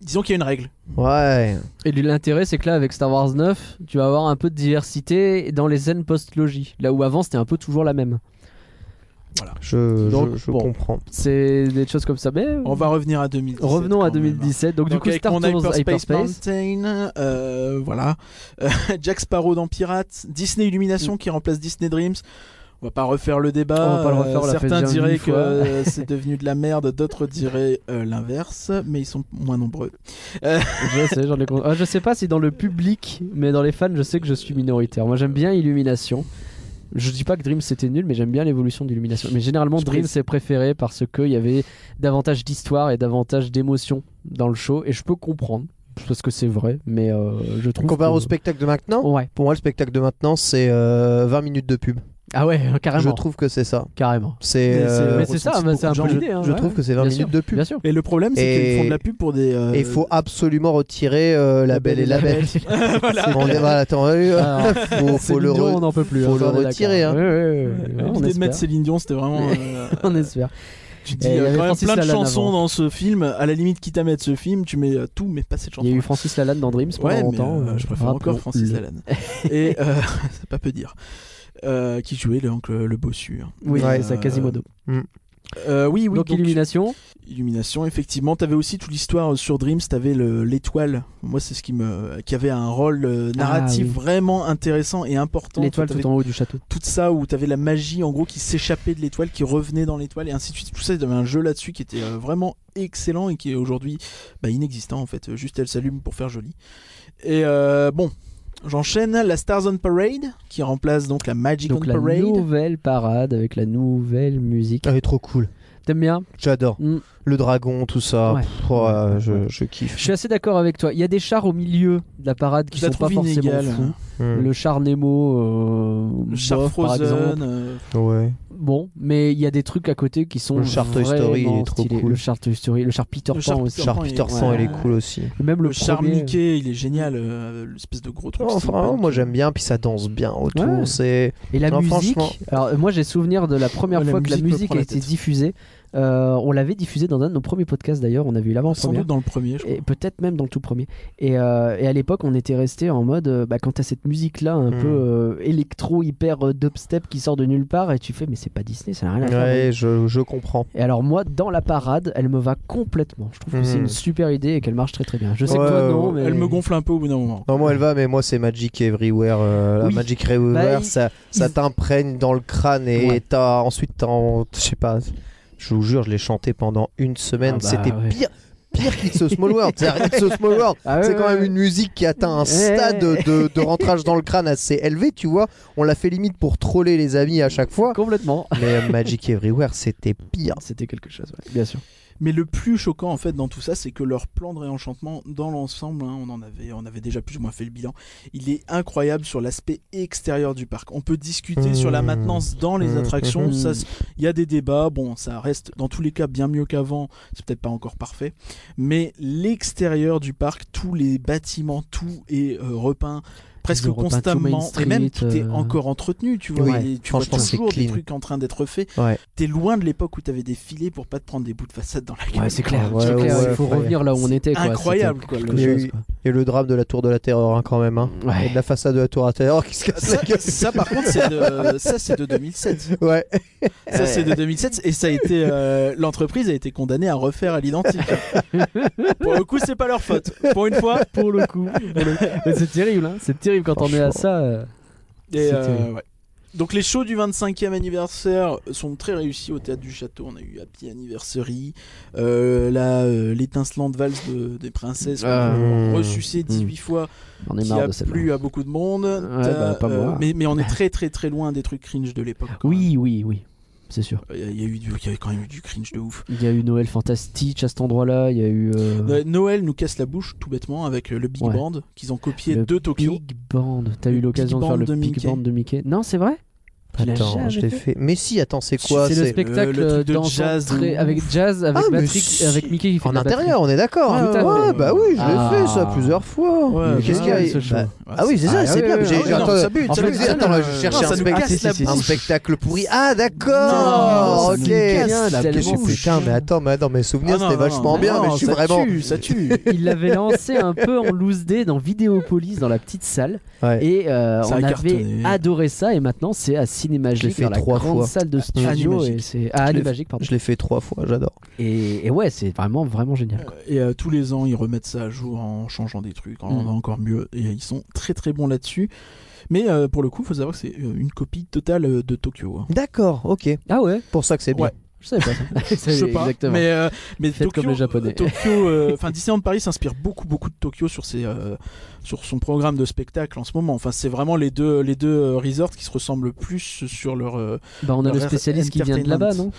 Speaker 4: Disons qu'il y a une règle.
Speaker 5: Ouais.
Speaker 3: Et l'intérêt, c'est que là, avec Star Wars 9, tu vas avoir un peu de diversité dans les scènes post-logie. Là où avant, c'était un peu toujours la même.
Speaker 4: Voilà.
Speaker 5: Je comprends.
Speaker 3: C'est des choses comme ça. Mais
Speaker 4: On va revenir à 2017.
Speaker 3: revenons à
Speaker 4: quand même, hein.
Speaker 3: 2017. Donc, du coup,
Speaker 4: avec
Speaker 3: Star
Speaker 4: mon
Speaker 3: Wars
Speaker 4: Hyperspace
Speaker 3: Hyperspace.
Speaker 4: Mountain, voilà. Jack Sparrow dans Pirates, Disney Illumination qui remplace Disney Dreams. On va pas refaire le débat.
Speaker 3: On va pas le refaire, on l'a fait
Speaker 4: certains
Speaker 3: déjà
Speaker 4: diraient
Speaker 3: mille fois.
Speaker 4: que c'est devenu de la merde, d'autres diraient l'inverse, mais ils sont moins nombreux.
Speaker 3: Je sais, j'en ai je sais pas si dans le public, mais dans les fans, je sais que je suis minoritaire. Moi, j'aime bien Illumination. Je dis pas que Dreams c'était nul, mais j'aime bien l'évolution d'Illumination. Mais généralement, Dreams est préféré parce qu'il y avait davantage d'histoire et davantage d'émotion dans le show, et je peux comprendre. Parce que c'est vrai, mais je trouve.
Speaker 5: Comparé au spectacle de maintenant,
Speaker 3: Ouais.
Speaker 5: pour moi, le spectacle de maintenant, c'est 20 minutes de pub.
Speaker 3: Ah ouais, carrément.
Speaker 5: Je trouve que c'est ça.
Speaker 3: Carrément.
Speaker 5: C'est.
Speaker 3: Mais c'est ça, c'est un peu l'idée. Hein,
Speaker 5: Je
Speaker 3: ouais.
Speaker 5: trouve que c'est 20
Speaker 3: Bien
Speaker 5: minutes
Speaker 3: sûr,
Speaker 5: de pub.
Speaker 3: Bien sûr.
Speaker 4: Et le problème, c'est
Speaker 5: Et-
Speaker 4: qu'ils font de la pub pour des.
Speaker 5: Et il faut absolument retirer La Belle et la Bête.
Speaker 4: Voilà.
Speaker 5: Voilà, attends,
Speaker 3: Alors,
Speaker 5: faut
Speaker 3: Céline
Speaker 5: le
Speaker 3: Dion,
Speaker 5: re-
Speaker 3: on n'en peut plus.
Speaker 5: faut
Speaker 3: hein,
Speaker 5: le
Speaker 3: ça, on est
Speaker 5: retirer,
Speaker 3: d'accord.
Speaker 5: hein.
Speaker 3: Ouais, on
Speaker 4: L'idée de
Speaker 3: espère.
Speaker 4: mettre Céline Dion, c'était vraiment.
Speaker 3: On espère.
Speaker 4: Tu te dis,
Speaker 3: Et il y
Speaker 4: il y a
Speaker 3: avait
Speaker 4: quand même
Speaker 3: Francis
Speaker 4: plein de
Speaker 3: Lalanne
Speaker 4: chansons
Speaker 3: avant.
Speaker 4: dans ce film. À la limite, quitte à mettre ce film, tu mets tout, mais pas cette chanson.
Speaker 3: Il y a eu Francis Lalanne dans Dreams pendant
Speaker 4: Ouais,
Speaker 3: longtemps.
Speaker 4: mais je préfère encore
Speaker 3: rappelons-le.
Speaker 4: Francis Lalanne. Et c'est pas peu dire. Qui jouait le bossu. Hein.
Speaker 3: Oui,
Speaker 5: Ouais.
Speaker 3: c'est ça, Quasimodo.
Speaker 4: Oui,
Speaker 3: Donc, Illumination.
Speaker 4: Illumination, effectivement. T'avais aussi toute l'histoire sur Dreams, t'avais l'étoile. Moi, c'est ce qui avait un rôle narratif
Speaker 3: oui.
Speaker 4: vraiment intéressant et important.
Speaker 3: L'étoile
Speaker 4: T'avais
Speaker 3: tout en haut du château.
Speaker 4: tout ça où t'avais la magie en gros qui s'échappait de l'étoile, qui revenait dans l'étoile et ainsi de suite. Tout ça, il y avait un jeu là-dessus qui était vraiment excellent et qui est aujourd'hui inexistant en fait. Juste elle s'allume pour faire joli. Et bon. J'enchaîne la Stars on Parade qui remplace donc la Magic
Speaker 3: Donc
Speaker 4: on
Speaker 3: la
Speaker 4: Parade.
Speaker 3: nouvelle parade avec la nouvelle musique.
Speaker 5: Elle est trop cool.
Speaker 3: T'aimes bien?
Speaker 5: J'adore.
Speaker 3: Mm.
Speaker 5: Le dragon, tout ça.
Speaker 3: Ouais.
Speaker 5: Pff, ouais, je kiffe.
Speaker 3: Je suis assez d'accord avec toi. Il y a des chars au milieu de la parade qui
Speaker 4: Je la
Speaker 3: sont pas
Speaker 4: trouve
Speaker 3: forcément
Speaker 4: inégale.
Speaker 3: fous.
Speaker 5: Mm.
Speaker 3: Le char Nemo,
Speaker 4: Le char
Speaker 3: bof, par exemple.
Speaker 4: Frozen.
Speaker 5: Ouais.
Speaker 3: Bon, mais il y a des trucs à côté qui sont
Speaker 5: Le char Toy Story, il est
Speaker 3: vraiment
Speaker 5: trop
Speaker 3: stylés.
Speaker 5: cool.
Speaker 3: Le char Toy Story, le char Peter
Speaker 4: Le
Speaker 3: Pan
Speaker 4: char
Speaker 3: aussi.
Speaker 4: Peter
Speaker 5: Char
Speaker 4: Pan,
Speaker 5: Peter
Speaker 4: il est-
Speaker 5: Pan, il est
Speaker 3: ouais.
Speaker 5: cool aussi.
Speaker 3: Même
Speaker 4: Le char
Speaker 3: premier.
Speaker 4: Mickey, il est génial. L'espèce de gros truc.
Speaker 5: Enfin, moi j'aime bien, puis ça danse bien autour.
Speaker 3: Ouais.
Speaker 5: C'est.
Speaker 3: Et la
Speaker 5: Non,
Speaker 3: musique.
Speaker 5: franchement.
Speaker 3: Alors moi j'ai souvenir de la première
Speaker 4: Ouais, la
Speaker 3: fois que la
Speaker 4: musique me
Speaker 3: musique
Speaker 4: prend
Speaker 3: a
Speaker 4: la
Speaker 3: été
Speaker 4: tête.
Speaker 3: diffusée. On l'avait diffusée dans un de nos premiers podcasts d'ailleurs. On a vu
Speaker 4: Sans
Speaker 3: l'avant-première.
Speaker 4: doute dans le premier, je crois.
Speaker 3: Et peut-être même dans le tout premier. Et à l'époque, on était resté en mode quand t'as cette musique-là un peu électro, hyper dubstep qui sort de nulle part, et tu fais, mais c'est pas Disney, ça n'a rien à faire.
Speaker 5: Ouais, je comprends.
Speaker 3: Et alors, moi, dans la parade, elle me va complètement. Je trouve que c'est une super idée et qu'elle marche très très bien. Je sais
Speaker 5: Ouais,
Speaker 3: que toi, non,
Speaker 5: ouais.
Speaker 3: mais.
Speaker 4: Elle me gonfle un peu au bout d'un moment.
Speaker 5: Non, moi elle va, mais moi c'est Magic Everywhere. La
Speaker 3: Oui.
Speaker 5: Magic Everywhere,
Speaker 3: Bah,
Speaker 5: ça t'imprègne dans le crâne et
Speaker 3: Ouais.
Speaker 5: ensuite je sais pas, je vous jure, je l'ai chanté pendant une semaine.
Speaker 3: Ah bah,
Speaker 5: C'était
Speaker 3: ouais.
Speaker 5: pire qu'It's a Small World. C'est-à-dire, It's a Small World.
Speaker 3: Ah ouais,
Speaker 5: C'est quand
Speaker 3: ouais,
Speaker 5: même
Speaker 3: ouais.
Speaker 5: une musique qui atteint un stade de rentrage dans le crâne assez élevé, tu vois. On l'a fait limite pour troller les amis à chaque fois.
Speaker 3: Complètement.
Speaker 5: Mais Magic Everywhere, c'était pire.
Speaker 3: C'était quelque chose, ouais, bien sûr.
Speaker 4: Mais le plus choquant en fait dans tout ça, c'est que leur plan de réenchantement dans l'ensemble, hein, on avait déjà plus ou moins fait le bilan, il est incroyable sur l'aspect extérieur du parc. On peut discuter sur la maintenance dans les attractions, ça, il y a des débats, bon ça reste dans tous les cas bien mieux qu'avant, c'est peut-être pas encore parfait, mais l'extérieur du parc, tous les bâtiments, tout est repeint presque
Speaker 3: Ils ont repeint tout
Speaker 4: constamment
Speaker 3: Main Street,
Speaker 4: et même tout est encore entretenu, tu vois,
Speaker 5: Oui,
Speaker 4: et tu vois
Speaker 5: franchement, c'est
Speaker 4: toujours des
Speaker 5: clean.
Speaker 4: trucs en train d'être faits.
Speaker 5: Ouais.
Speaker 4: T'es loin de l'époque où t'avais des filets pour pas te prendre des bouts de façade dans la gueule.
Speaker 3: Ouais, c'est clair.
Speaker 5: Ouais,
Speaker 3: c'est clair,
Speaker 5: ouais,
Speaker 3: il faut
Speaker 5: ouais.
Speaker 3: revenir là où on
Speaker 4: C'est
Speaker 3: était. Quoi.
Speaker 4: incroyable,
Speaker 3: C'était
Speaker 4: quoi,
Speaker 3: quelque
Speaker 5: Il y a
Speaker 3: chose,
Speaker 5: eu-
Speaker 3: quoi.
Speaker 5: Et le drame de la Tour de la Terreur, hein, quand même. Hein.
Speaker 3: Ouais.
Speaker 5: Et de la façade de la Tour de la Terreur qui se casse la gueule.
Speaker 4: Ça, par contre, c'est de 2007.
Speaker 5: Ouais.
Speaker 4: Ça, c'est de 2007 et ça a été l'entreprise a été condamnée à refaire à l'identique. Pour le coup, c'est pas leur faute. Pour une fois,
Speaker 3: Pour le coup. Mais c'est terrible, hein. C'est terrible quand on est à ça.
Speaker 4: Et,
Speaker 3: C'est terrible.
Speaker 4: ouais. Donc les shows du 25e anniversaire sont très réussis au Théâtre du Château. On a eu Happy Anniversary, l'étincelante valse des princesses qu'on a ressucé 18 fois,
Speaker 3: On est
Speaker 4: qui
Speaker 3: marre
Speaker 4: a
Speaker 3: de celle-là.
Speaker 4: plu à beaucoup de monde.
Speaker 3: bah, pas moi.
Speaker 4: Mais on est très très très loin des trucs cringe de l'époque. quand
Speaker 3: Oui, oui, oui. C'est sûr.
Speaker 4: même. Il y avait quand même eu du cringe de ouf.
Speaker 3: Il y a eu Noël Fantastique à cet endroit-là. Il y a eu.
Speaker 4: Noël nous casse la bouche tout bêtement avec le Big
Speaker 3: Ouais.
Speaker 4: Band qu'ils ont copié
Speaker 3: le
Speaker 4: de Tokyo.
Speaker 3: Big Band. T'as
Speaker 4: Le
Speaker 3: eu l'occasion
Speaker 4: Big
Speaker 3: de faire
Speaker 4: Band
Speaker 3: le
Speaker 4: de
Speaker 3: Big
Speaker 4: Mickey.
Speaker 3: Band de Mickey? Non, c'est vrai? Tu l'as
Speaker 5: Attends,
Speaker 3: jamais
Speaker 5: je l'ai fait. Mais si, attends, c'est quoi?
Speaker 3: C'est le spectacle
Speaker 4: le truc de
Speaker 3: dans
Speaker 4: jazz
Speaker 3: avec jazz, avec
Speaker 5: mais
Speaker 3: Patrick,
Speaker 5: si.
Speaker 3: avec Mickey qui fait
Speaker 5: En
Speaker 3: de la
Speaker 5: intérieur, on est d'accord.
Speaker 3: Ouais, tout à
Speaker 5: Ouais,
Speaker 3: fait.
Speaker 5: bah oui, je l'ai
Speaker 3: Ah.
Speaker 5: fait ça plusieurs fois.
Speaker 4: Ouais,
Speaker 5: Mais qu'est-ce qu'il y a
Speaker 3: ce show.
Speaker 5: Bah, Ah oui, c'est ça,
Speaker 3: Ah,
Speaker 5: c'est
Speaker 3: ouais,
Speaker 5: bien.
Speaker 3: ouais,
Speaker 5: J'ai-
Speaker 3: ouais,
Speaker 5: j'ai-
Speaker 4: non,
Speaker 5: attends,
Speaker 4: ça bute,
Speaker 3: en
Speaker 4: ça
Speaker 3: fait,
Speaker 4: bute.
Speaker 5: attends, là, je cherchais
Speaker 4: ça
Speaker 5: un
Speaker 4: nous
Speaker 5: spectacle.
Speaker 4: casse la
Speaker 5: Un
Speaker 4: bouche.
Speaker 5: spectacle pourri. Ah,
Speaker 4: Non,
Speaker 5: d'accord.
Speaker 4: ça
Speaker 5: Ok.
Speaker 4: nous casse
Speaker 3: la
Speaker 5: Putain,
Speaker 3: bouche.
Speaker 5: mais attends, dans mes souvenirs,
Speaker 4: Ah, non,
Speaker 5: c'était
Speaker 4: non,
Speaker 5: vachement
Speaker 4: non,
Speaker 5: bien,
Speaker 4: non,
Speaker 5: mais je suis
Speaker 4: ça
Speaker 5: vraiment.
Speaker 4: tue, ça tue.
Speaker 3: Il l'avait lancé un peu en loose day dans Vidéopolis dans la petite salle
Speaker 5: Ouais.
Speaker 3: et
Speaker 4: Ça
Speaker 3: on
Speaker 4: a
Speaker 3: avait
Speaker 4: cartonné.
Speaker 3: adoré ça et maintenant c'est à Cinémagique
Speaker 5: Je l'ai fait
Speaker 3: dans la
Speaker 5: 3
Speaker 3: grande
Speaker 5: fois.
Speaker 3: salle de studio
Speaker 4: Animagique.
Speaker 3: et c'est à Animagique pardon.
Speaker 5: Je l'ai fait 3 fois, j'adore.
Speaker 3: Et ouais c'est vraiment génial quoi.
Speaker 4: Et tous les ans, ils remettent ça à jour en changeant des trucs, en rendant encore mieux. Et ils sont très très bons là-dessus. Mais pour le coup, il faut savoir que c'est une copie totale de Tokyo. Hein.
Speaker 5: D'accord, ok.
Speaker 3: Ah ouais
Speaker 5: Pour ça que c'est bien.
Speaker 4: Ouais.
Speaker 3: je savais pas ça.
Speaker 4: Je sais pas,
Speaker 3: Exactement.
Speaker 4: mais
Speaker 3: Faites
Speaker 4: Tokyo,
Speaker 3: comme les Japonais.
Speaker 4: Tokyo, enfin Disneyland Paris s'inspire beaucoup de Tokyo sur son programme de spectacle en ce moment. Enfin, c'est vraiment les deux resorts qui se ressemblent le plus sur leur.
Speaker 3: Bah on a le
Speaker 4: leur
Speaker 3: spécialiste qui vient de là-bas non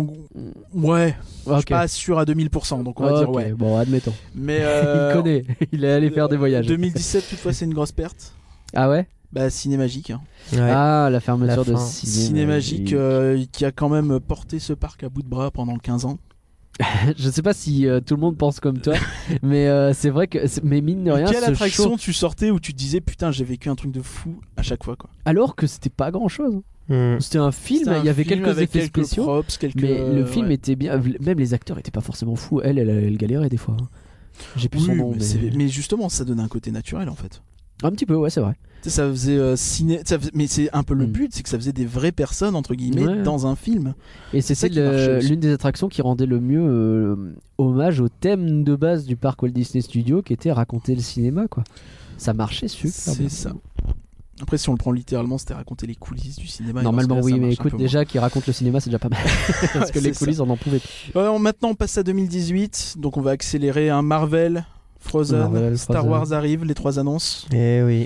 Speaker 4: Ouais, je suis
Speaker 3: Ok.
Speaker 4: pas sûr à 2000%, donc on va dire
Speaker 3: Ok,
Speaker 4: ouais.
Speaker 3: bon admettons.
Speaker 4: Mais
Speaker 3: Il connaît, il est allé faire des voyages.
Speaker 4: 2017, toutefois, c'est une grosse perte.
Speaker 3: Ah ouais.
Speaker 4: Bah, Cinémagique. Hein.
Speaker 5: Ouais.
Speaker 3: Ah la fermeture
Speaker 5: La
Speaker 3: de
Speaker 5: fin.
Speaker 4: Cinémagique qui a quand même porté ce parc à bout de bras pendant 15 ans.
Speaker 3: Je sais pas si tout le monde pense comme toi, mais c'est vrai que mais mine de rien
Speaker 4: Quelle
Speaker 3: ce
Speaker 4: attraction
Speaker 3: show-
Speaker 4: tu sortais où tu te disais putain j'ai vécu un truc de fou à chaque fois quoi.
Speaker 3: alors que c'était pas grand chose.
Speaker 5: Hmm.
Speaker 3: C'était un film,
Speaker 4: C'était un
Speaker 3: il y avait
Speaker 4: film
Speaker 3: quelques
Speaker 4: avec
Speaker 3: effets
Speaker 4: quelques
Speaker 3: spéciaux,
Speaker 4: props, quelques,
Speaker 3: mais le film
Speaker 4: ouais.
Speaker 3: était bien. Même les acteurs étaient pas forcément fous. Elle galérait des fois. J'ai plus son
Speaker 4: Oui,
Speaker 3: nom,
Speaker 4: mais justement ça donnait un côté naturel en fait.
Speaker 3: un petit peu, ouais, c'est vrai.
Speaker 4: Tu sais, ça faisait mais c'est un peu le but, c'est que ça faisait des vraies personnes entre guillemets
Speaker 3: Ouais.
Speaker 4: dans un film.
Speaker 3: Et
Speaker 4: ça
Speaker 3: c'était
Speaker 4: qui marchait aussi.
Speaker 3: l'une des attractions qui rendait le mieux hommage au thème de base du parc Walt Disney Studios, qui était raconter le cinéma, quoi. Ça marchait super
Speaker 4: C'est
Speaker 3: bien.
Speaker 4: ça. Après si on le prend littéralement, c'était raconter les coulisses du cinéma. et
Speaker 3: Normalement
Speaker 4: dans ce cas-là,
Speaker 3: oui,
Speaker 4: ça
Speaker 3: mais
Speaker 4: marche un
Speaker 3: écoute,
Speaker 4: peu
Speaker 3: déjà qui raconte le cinéma, c'est déjà pas mal. Parce que
Speaker 4: Ouais,
Speaker 3: les
Speaker 4: c'est
Speaker 3: coulisses, on en pouvait.
Speaker 4: Maintenant on passe à 2018, donc on va accélérer un Marvel, Frozen,
Speaker 3: Marvel,
Speaker 4: Star
Speaker 3: Frozen.
Speaker 4: Wars arrive, les 3 annonces.
Speaker 5: Eh oui.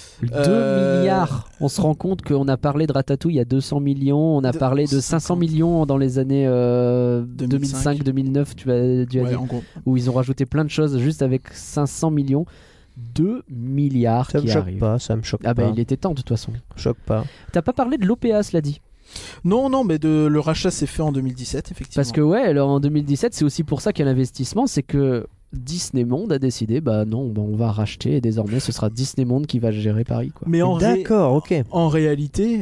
Speaker 3: 2 milliards. On se rend compte qu'on a parlé de Ratatouille à 200 millions, on a parlé de 500 millions dans les années 2005-2009, tu as dit,
Speaker 4: Ouais, en gros.
Speaker 3: où ils ont rajouté plein de choses juste avec 500 millions. 2 milliards
Speaker 5: Ça me
Speaker 3: qui
Speaker 5: choque
Speaker 3: arrivent.
Speaker 5: pas, ça me choque
Speaker 3: Ah bah
Speaker 5: pas.
Speaker 3: il était temps de toute façon.
Speaker 5: Choque pas.
Speaker 3: T'as pas parlé de l'OPA, cela dit.
Speaker 4: Non, mais le rachat s'est fait en 2017, effectivement.
Speaker 3: Parce que ouais, alors en 2017, c'est aussi pour ça qu'il y a l'investissement, c'est que Disney Monde a décidé, bah non, bah on va racheter et désormais ce sera Disney Monde qui va gérer Paris, quoi.
Speaker 4: Mais
Speaker 5: D'accord, ok.
Speaker 4: en réalité,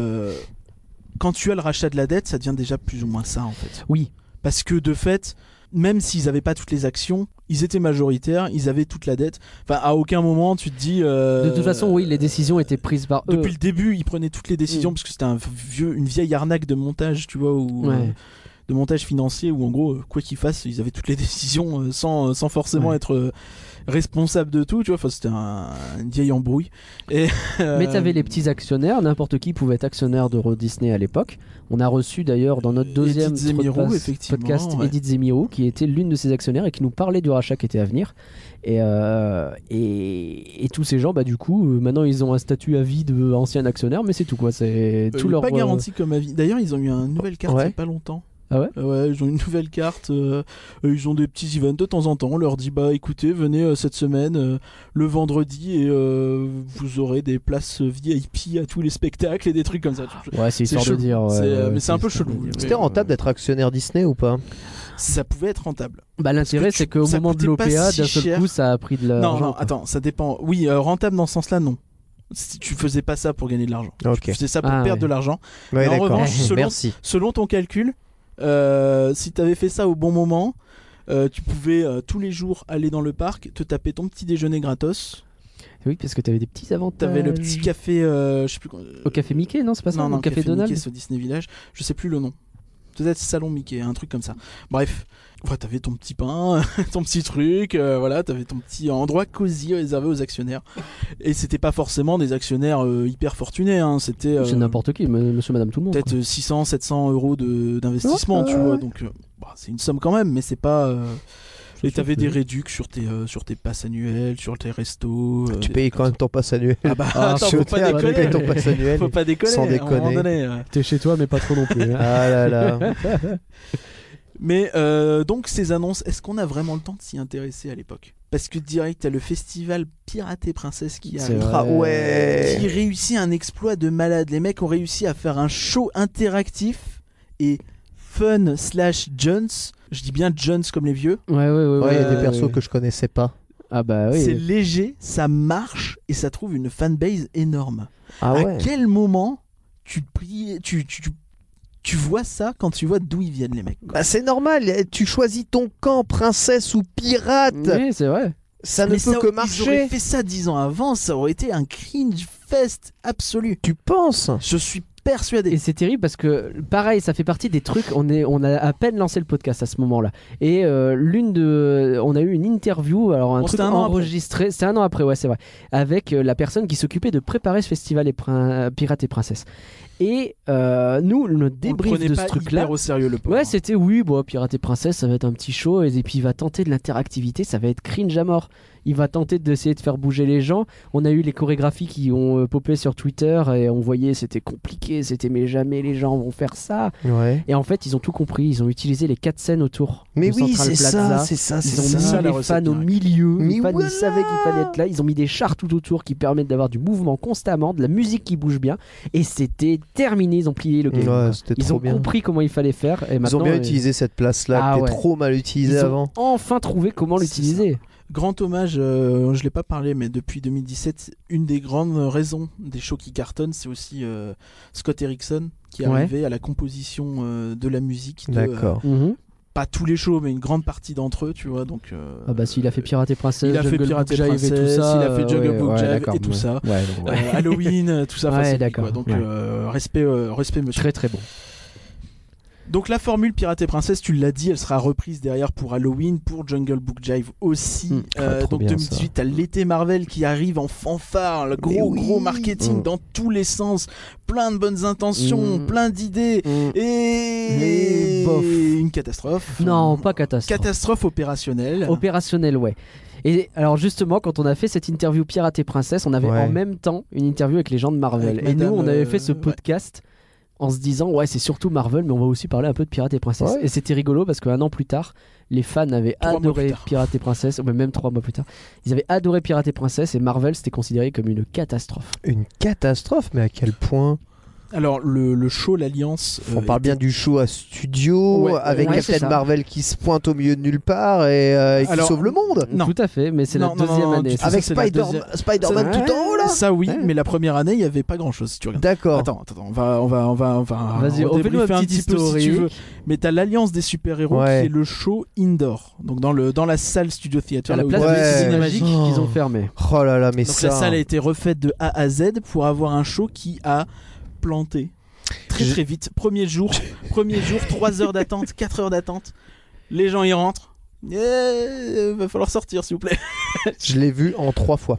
Speaker 4: quand tu as le rachat de la dette, ça devient déjà plus ou moins ça, en fait.
Speaker 3: Oui.
Speaker 4: Parce que de fait, même s'ils n'avaient pas toutes les actions, ils étaient majoritaires, ils avaient toute la dette. Enfin, à aucun moment, tu te dis...
Speaker 3: De toute façon, oui, les décisions étaient prises par eux.
Speaker 4: Depuis le début, ils prenaient toutes les décisions parce que c'était une vieille arnaque de montage, tu vois,
Speaker 3: Ouais.
Speaker 4: De montage financier où en gros, quoi qu'ils fassent, ils avaient toutes les décisions sans forcément
Speaker 3: Ouais.
Speaker 4: être responsable de tout, tu vois. Enfin, c'était une vieille embrouille. Et,
Speaker 3: Mais t'avais les petits actionnaires, n'importe qui pouvait être actionnaire de Walt Disney à l'époque. On a reçu d'ailleurs dans notre deuxième
Speaker 4: Edith Zemirou,
Speaker 3: podcast,
Speaker 4: effectivement, ouais.
Speaker 3: Edith Zemirou, qui était l'une de ses actionnaires et qui nous parlait du rachat qui était à venir. Et tous ces gens, bah du coup, maintenant ils ont un statut à vie d'ancien actionnaire, mais c'est tout quoi. C'est tout leur.
Speaker 4: pas garanti comme avis. D'ailleurs, ils ont eu une nouvelle carte
Speaker 5: Ouais.
Speaker 4: il n'y a pas longtemps.
Speaker 3: Ah ouais
Speaker 4: Ouais, ils ont une nouvelle carte. Ils ont des petits events de temps en temps. On leur dit bah écoutez, venez cette semaine le vendredi et vous aurez des places VIP à tous les spectacles et des trucs comme ça.
Speaker 3: Ouais, c'est histoire de
Speaker 4: chelou.
Speaker 3: dire.
Speaker 4: Mais c'est un peu
Speaker 3: histoire de
Speaker 4: chelou.
Speaker 3: dire.
Speaker 5: C'était rentable d'être actionnaire Disney ou pas?
Speaker 4: Ça pouvait être rentable.
Speaker 3: Bah l'intérêt
Speaker 4: Parce que
Speaker 3: c'est qu'au
Speaker 4: ça
Speaker 3: moment de
Speaker 4: coûtait pas
Speaker 3: l'OPA,
Speaker 4: si
Speaker 3: d'un seul
Speaker 4: cher.
Speaker 3: coup, ça a pris de l'argent.
Speaker 4: Non,
Speaker 3: quoi.
Speaker 4: attends, ça dépend. Oui, rentable dans ce sens-là, non. Si tu faisais pas ça pour gagner de l'argent.
Speaker 5: Ok.
Speaker 4: Tu faisais ça pour
Speaker 3: Ah,
Speaker 4: perdre
Speaker 3: ouais.
Speaker 4: de l'argent.
Speaker 5: Ouais,
Speaker 4: Mais en
Speaker 5: d'accord.
Speaker 4: revanche, selon-
Speaker 5: Merci.
Speaker 4: Selon ton calcul, si tu avais fait ça au bon moment, tu pouvais tous les jours aller dans le parc, te taper ton petit déjeuner gratos.
Speaker 3: Oui, parce que t'avais des petits avantages.
Speaker 4: T'avais le petit café, je sais plus.
Speaker 3: Au café Mickey, non, c'est pas ça.
Speaker 4: non,
Speaker 3: Au café Donald.
Speaker 4: Mickey, c'est au Disney Village. Je sais plus le nom. Peut-être Salon Mickey, un truc comme ça. Bref, ouais, t'avais ton petit pain, ton petit truc, voilà, t'avais ton petit endroit cosy réservé aux actionnaires. Et c'était pas forcément des actionnaires hyper fortunés, hein. C'était
Speaker 3: C'est n'importe qui, monsieur, madame, tout le monde.
Speaker 4: peut-être 600, 700 euros d'investissement,
Speaker 3: Ouais,
Speaker 4: tu vois.
Speaker 3: ouais.
Speaker 4: Donc, c'est une somme quand même, mais c'est pas. Et t'avais
Speaker 3: sûr,
Speaker 4: des
Speaker 3: oui.
Speaker 4: réducs sur tes passes annuelles, sur tes restos.
Speaker 5: Tu payes quand même ton pass annuel.
Speaker 4: Ah bah,
Speaker 3: Ah,
Speaker 4: attends,
Speaker 5: Je
Speaker 4: faut
Speaker 5: tiens
Speaker 4: pas
Speaker 5: à payer
Speaker 4: déconner.
Speaker 5: ton pass annuel.
Speaker 4: Faut pas déconner.
Speaker 5: Sans
Speaker 4: À un moment
Speaker 5: déconner.
Speaker 4: donné,
Speaker 3: T'es chez toi, mais pas trop non plus. hein.
Speaker 5: Ah là là.
Speaker 4: Mais donc ces annonces, est-ce qu'on a vraiment le temps de s'y intéresser à l'époque? Parce que direct, t'as le festival Pirate et Princesse qui
Speaker 3: C'est
Speaker 4: arrive.
Speaker 3: vrai.
Speaker 5: Ah ouais.
Speaker 4: Qui réussit un exploit de malade. Les mecs ont réussi à faire un show interactif et fun / Jones. Je dis bien Jones comme les vieux.
Speaker 3: Ouais,
Speaker 5: Ouais, il y a des
Speaker 3: ouais,
Speaker 5: persos
Speaker 3: ouais.
Speaker 5: que je connaissais pas.
Speaker 3: Ah bah oui.
Speaker 4: C'est léger, ça marche et ça trouve une fanbase énorme.
Speaker 5: Ah
Speaker 4: À
Speaker 5: ouais.
Speaker 4: quel moment tu vois ça quand tu vois d'où ils viennent les mecs, quoi.
Speaker 5: Bah, c'est normal, tu choisis ton camp, princesse ou pirate.
Speaker 3: Oui, c'est vrai.
Speaker 5: Ça ne
Speaker 4: Mais
Speaker 5: peut que
Speaker 4: Ils auraient
Speaker 5: marcher.
Speaker 4: fait ça 10 ans avant, ça aurait été un cringe fest absolu.
Speaker 5: Tu penses?
Speaker 4: Je suis persuadé.
Speaker 3: Et c'est terrible parce que, pareil, ça fait partie des trucs. On a à peine lancé le podcast à ce moment-là. Et on a eu une interview, alors un
Speaker 4: Bon,
Speaker 3: truc
Speaker 4: c'était un an
Speaker 3: enregistré. C'est un an après, ouais, c'est vrai, avec la personne qui s'occupait de préparer ce festival Pirates et Princesses. Et nous, le
Speaker 4: On le
Speaker 3: débrief
Speaker 4: prenait
Speaker 3: de
Speaker 4: pas
Speaker 3: ce truc-là.
Speaker 4: hyper au sérieux, le pauvre.
Speaker 3: Ouais, c'était oui, bon, Pirates et Princesse, ça va être un petit show, et puis il va tenter de l'interactivité, ça va être cringe à mort. Il va tenter d'essayer de faire bouger les gens. On a eu les chorégraphies qui ont popé sur Twitter, et on voyait c'était compliqué, c'était mais jamais les gens vont faire ça.
Speaker 5: Ouais.
Speaker 3: Et en fait, ils ont tout compris, ils ont utilisé les 4 scènes autour.
Speaker 5: Mais
Speaker 3: de
Speaker 5: oui,
Speaker 3: Central
Speaker 5: c'est
Speaker 3: Plaza.
Speaker 5: ça, c'est ça, c'est
Speaker 3: Ils ont
Speaker 5: ça.
Speaker 3: mis
Speaker 4: la
Speaker 3: les
Speaker 4: recette
Speaker 3: fans au
Speaker 4: directe.
Speaker 3: milieu.
Speaker 5: Mais
Speaker 3: Les fans,
Speaker 5: voilà.
Speaker 3: ils savaient qu'il fallait être là. Ils ont mis des chars tout autour qui permettent d'avoir du mouvement constamment, de la musique qui bouge bien. Et c'était terminé. Ils ont plié le game.
Speaker 5: Ouais,
Speaker 3: quoi.
Speaker 5: c'était
Speaker 3: Ils
Speaker 5: trop
Speaker 3: ont
Speaker 5: bien.
Speaker 3: compris comment il fallait faire. Et
Speaker 5: Ils ont
Speaker 3: maintenant,
Speaker 5: bien utilisé cette place-là,
Speaker 3: Ah
Speaker 5: qui était
Speaker 3: ouais.
Speaker 5: trop mal utilisée
Speaker 3: ils ont
Speaker 5: avant.
Speaker 3: enfin trouvé comment
Speaker 4: C'est
Speaker 3: l'utiliser.
Speaker 4: Grand hommage, je l'ai pas parlé, mais depuis 2017, une des grandes raisons des shows qui cartonnent, c'est aussi Scott Erickson qui est
Speaker 3: Ouais.
Speaker 4: arrivé à la composition de la musique. De,
Speaker 5: D'accord.
Speaker 3: Mhm.
Speaker 4: pas tous les shows, mais une grande partie d'entre eux, tu vois. Donc,
Speaker 3: Ah bah s'il a fait Pirate et Princesse,
Speaker 4: il a fait
Speaker 3: Jungle
Speaker 4: Pirate
Speaker 3: Book
Speaker 4: et
Speaker 3: Jive et tout
Speaker 4: Princesse,
Speaker 3: ça.
Speaker 4: il a fait Jungle Book Jive
Speaker 3: d'accord,
Speaker 4: et tout
Speaker 3: ouais.
Speaker 4: ça.
Speaker 3: Ouais, ouais.
Speaker 4: Halloween, tout ça,
Speaker 3: Ouais,
Speaker 4: facile,
Speaker 3: d'accord,
Speaker 4: quoi. Donc
Speaker 3: ouais.
Speaker 4: respect, monsieur.
Speaker 3: Très très bon.
Speaker 4: Donc la formule Pirate et Princesse, tu l'as dit, elle sera reprise derrière pour Halloween, pour Jungle Book Jive aussi.
Speaker 5: trop
Speaker 4: Donc
Speaker 5: bien,
Speaker 4: 2018, t'as l'été Marvel qui arrive en fanfare, le
Speaker 5: Mais oui.
Speaker 4: gros marketing dans tous les sens, plein de bonnes intentions, plein d'idées et
Speaker 3: Mais bof.
Speaker 4: une catastrophe.
Speaker 3: Non, pas catastrophe.
Speaker 4: Catastrophe opérationnelle.
Speaker 3: Opérationnel, ouais. Et alors justement, quand on a fait cette interview Pirate et Princesse, on avait
Speaker 5: Ouais.
Speaker 3: en même temps une interview avec les gens de Marvel.
Speaker 4: Avec
Speaker 3: Et nous,
Speaker 4: Madame,
Speaker 3: on avait fait ce
Speaker 4: ouais.
Speaker 3: podcast en se disant, ouais, c'est surtout Marvel, mais on va aussi parler un peu de Pirate et Princesse.
Speaker 5: Ouais.
Speaker 3: Et c'était rigolo parce qu'un an plus tard, les fans avaient
Speaker 4: 3 mois
Speaker 3: adoré
Speaker 4: plus tard.
Speaker 3: Pirate et Princesse, ou même 3 mois plus tard. Ils avaient adoré Pirate et Princesse, et Marvel, c'était considéré comme une catastrophe.
Speaker 5: Une catastrophe, mais à quel point?
Speaker 4: Alors le show, l'Alliance.
Speaker 5: On parle bien du show à studio,
Speaker 4: Ouais,
Speaker 5: avec
Speaker 3: ouais, c'est
Speaker 5: Captain
Speaker 3: ça.
Speaker 5: Marvel qui se pointe au milieu de nulle part et qui
Speaker 4: Alors,
Speaker 5: sauve le monde.
Speaker 4: Non.
Speaker 3: Tout à fait, mais c'est
Speaker 4: Non,
Speaker 3: la
Speaker 4: non,
Speaker 3: deuxième
Speaker 4: non,
Speaker 3: année.
Speaker 4: tu-
Speaker 3: c'est
Speaker 5: Avec
Speaker 4: ça, c'est la deuxième-
Speaker 5: Spider-Man
Speaker 3: Ça-
Speaker 5: tout en haut là.
Speaker 4: Ça oui,
Speaker 3: Ouais.
Speaker 4: mais la première année, il n'y avait pas grand-chose si tu regardes.
Speaker 5: D'accord.
Speaker 4: Attends, on va
Speaker 3: Vas-y,
Speaker 4: on
Speaker 3: refais-nous un
Speaker 4: débriefer
Speaker 3: petit
Speaker 4: petit peu si tu
Speaker 3: historique.
Speaker 4: veux. Mais t'as l'Alliance des super-héros
Speaker 5: Ouais.
Speaker 4: qui est le show indoor. Donc dans la salle Studio Theater.
Speaker 3: à la
Speaker 4: là où
Speaker 3: place
Speaker 4: il y
Speaker 5: Ouais.
Speaker 4: avait
Speaker 3: de
Speaker 4: les
Speaker 3: Ciné
Speaker 4: cinémas.
Speaker 3: Magique
Speaker 5: Oh.
Speaker 3: qu'ils ont fermé.
Speaker 5: Oh là là, mais
Speaker 4: Donc
Speaker 5: ça.
Speaker 4: la salle a été refaite de A à Z pour avoir un show qui a planté très
Speaker 5: Je-
Speaker 4: très vite. Premier jour, 3 heures d'attente, 4 heures d'attente. Les gens y rentrent. Va falloir sortir s'il vous plaît.
Speaker 5: Je l'ai vu en 3 fois.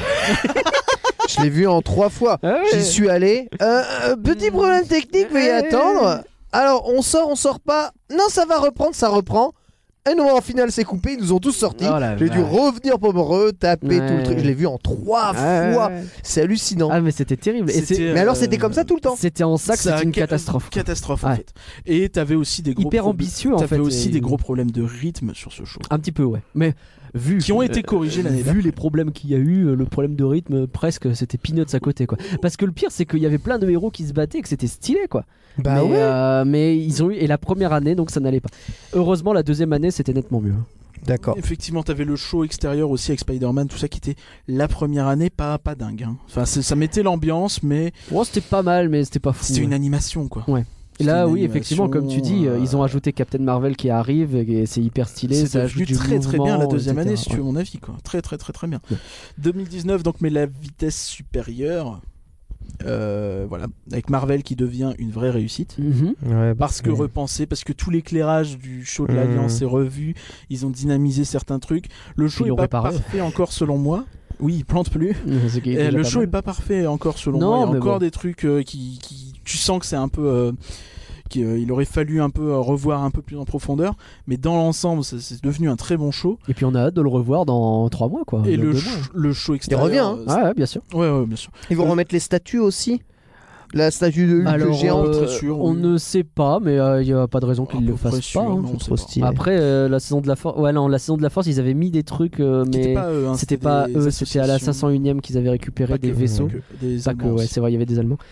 Speaker 5: Je l'ai vu en 3 fois.
Speaker 3: Ah ouais.
Speaker 5: J'y suis allé. Petit problème technique, veuillez attendre. Alors, on sort pas. Non, ça va reprendre, ça reprend. Et non, en finale, c'est coupé. Ils nous ont tous sortis.
Speaker 3: Oh la
Speaker 5: J'ai dû
Speaker 3: vache.
Speaker 5: revenir pour me retaper
Speaker 3: Ouais.
Speaker 5: tout le truc. Je l'ai vu en 3
Speaker 3: Ouais,
Speaker 5: fois.
Speaker 3: ouais.
Speaker 5: C'est hallucinant.
Speaker 3: Ah, mais c'était terrible. Et
Speaker 4: C'était,
Speaker 5: Mais alors, c'était comme ça tout le temps.
Speaker 3: c'était en ça que
Speaker 4: Ça
Speaker 3: c'était une
Speaker 4: a-
Speaker 3: catastrophe.
Speaker 4: Catastrophe en
Speaker 3: Ouais.
Speaker 4: fait. Et t'avais aussi des gros
Speaker 3: Hyper
Speaker 4: problèmes-
Speaker 3: ambitieux en fait.
Speaker 4: T'avais aussi
Speaker 3: et-
Speaker 4: des gros problèmes de rythme sur ce show.
Speaker 3: Un petit peu, ouais. Mais vu.
Speaker 4: Qui ont été corrigés l'année
Speaker 3: Vu
Speaker 4: d'après.
Speaker 3: les problèmes qu'il y a eu, le problème de rythme, presque c'était peanuts à côté, quoi. Parce que le pire, c'est qu'il y avait plein de héros qui se battaient et que c'était stylé, quoi.
Speaker 5: Bah
Speaker 3: mais,
Speaker 5: ouais.
Speaker 3: mais ils ont eu. Et la première année, donc ça n'allait pas. Heureusement, la deuxième année, c'était nettement mieux.
Speaker 5: D'accord.
Speaker 4: Effectivement, t'avais le show extérieur aussi avec Spider-Man, tout ça qui était la première année pas dingue. Hein. Enfin, ça mettait l'ambiance, mais
Speaker 3: Bon, c'était pas mal, mais c'était pas fou.
Speaker 4: c'était
Speaker 3: ouais.
Speaker 4: une animation quoi.
Speaker 3: Ouais. Et
Speaker 4: C'était
Speaker 3: là,
Speaker 4: une
Speaker 3: oui, effectivement,
Speaker 4: animation,
Speaker 3: comme tu dis, ils ont ajouté Captain Marvel qui arrive et c'est hyper stylé.
Speaker 4: C'est
Speaker 3: ça
Speaker 4: devenu
Speaker 3: ajoute du
Speaker 4: très très bien la
Speaker 3: mouvement,
Speaker 4: deuxième
Speaker 3: etc.
Speaker 4: année, si tu veux
Speaker 3: Ouais.
Speaker 4: mon avis quoi. Très très très très bien.
Speaker 3: Ouais.
Speaker 4: 2019 donc, mais la vitesse supérieure. Voilà, avec Marvel qui devient une vraie réussite.
Speaker 3: Mhm.
Speaker 5: Ouais,
Speaker 4: Parce que repensé, parce que tout l'éclairage du show de l'Alliance est revu, ils ont dynamisé certains trucs. Le show
Speaker 3: Ils
Speaker 4: est
Speaker 3: l'ont
Speaker 4: pas
Speaker 3: réparé.
Speaker 4: parfait encore selon moi. Oui, il plante plus.
Speaker 3: C'est qu'il est
Speaker 4: Et
Speaker 3: déjà
Speaker 4: le
Speaker 3: pas
Speaker 4: show
Speaker 3: mal.
Speaker 4: est pas parfait encore selon
Speaker 3: Non,
Speaker 4: moi. Il y a
Speaker 3: mais
Speaker 4: encore
Speaker 3: bon.
Speaker 4: des trucs tu sens que c'est un peu il aurait fallu un peu revoir un peu plus en profondeur, mais dans l'ensemble c'est devenu un très bon show.
Speaker 3: Et puis on a hâte de le revoir dans 3 mois, quoi.
Speaker 4: Et
Speaker 3: Dans
Speaker 4: le,
Speaker 3: 2 mois.
Speaker 4: le show extérieur
Speaker 5: revient, hein.
Speaker 3: Ouais, ouais, bien sûr.
Speaker 4: ouais bien sûr.
Speaker 5: Ils vont remettre les statues aussi. La statue de Hulk
Speaker 3: Alors,
Speaker 5: géante.
Speaker 4: très sûr,
Speaker 3: on
Speaker 4: oui.
Speaker 3: ne sait pas, mais il n'y a pas de raison qu'ils le fassent
Speaker 4: sûr,
Speaker 3: pas. Hein.
Speaker 4: mais on sait
Speaker 5: Trop
Speaker 4: pas.
Speaker 5: stylé.
Speaker 3: Après, la saison de la Force, la saison de la Force, ils avaient mis des trucs,
Speaker 4: Qui
Speaker 3: mais
Speaker 4: étaient pas eux, hein,
Speaker 3: c'était pas
Speaker 4: des
Speaker 3: eux, c'était à la
Speaker 4: associations.
Speaker 3: 501ème qu'ils avaient récupéré
Speaker 4: Pas
Speaker 3: des
Speaker 4: que-
Speaker 3: vaisseaux.
Speaker 4: pas que, des
Speaker 3: Pas que,
Speaker 4: Allemands
Speaker 3: ouais,
Speaker 4: aussi.
Speaker 3: c'est vrai, il y avait des Allemands.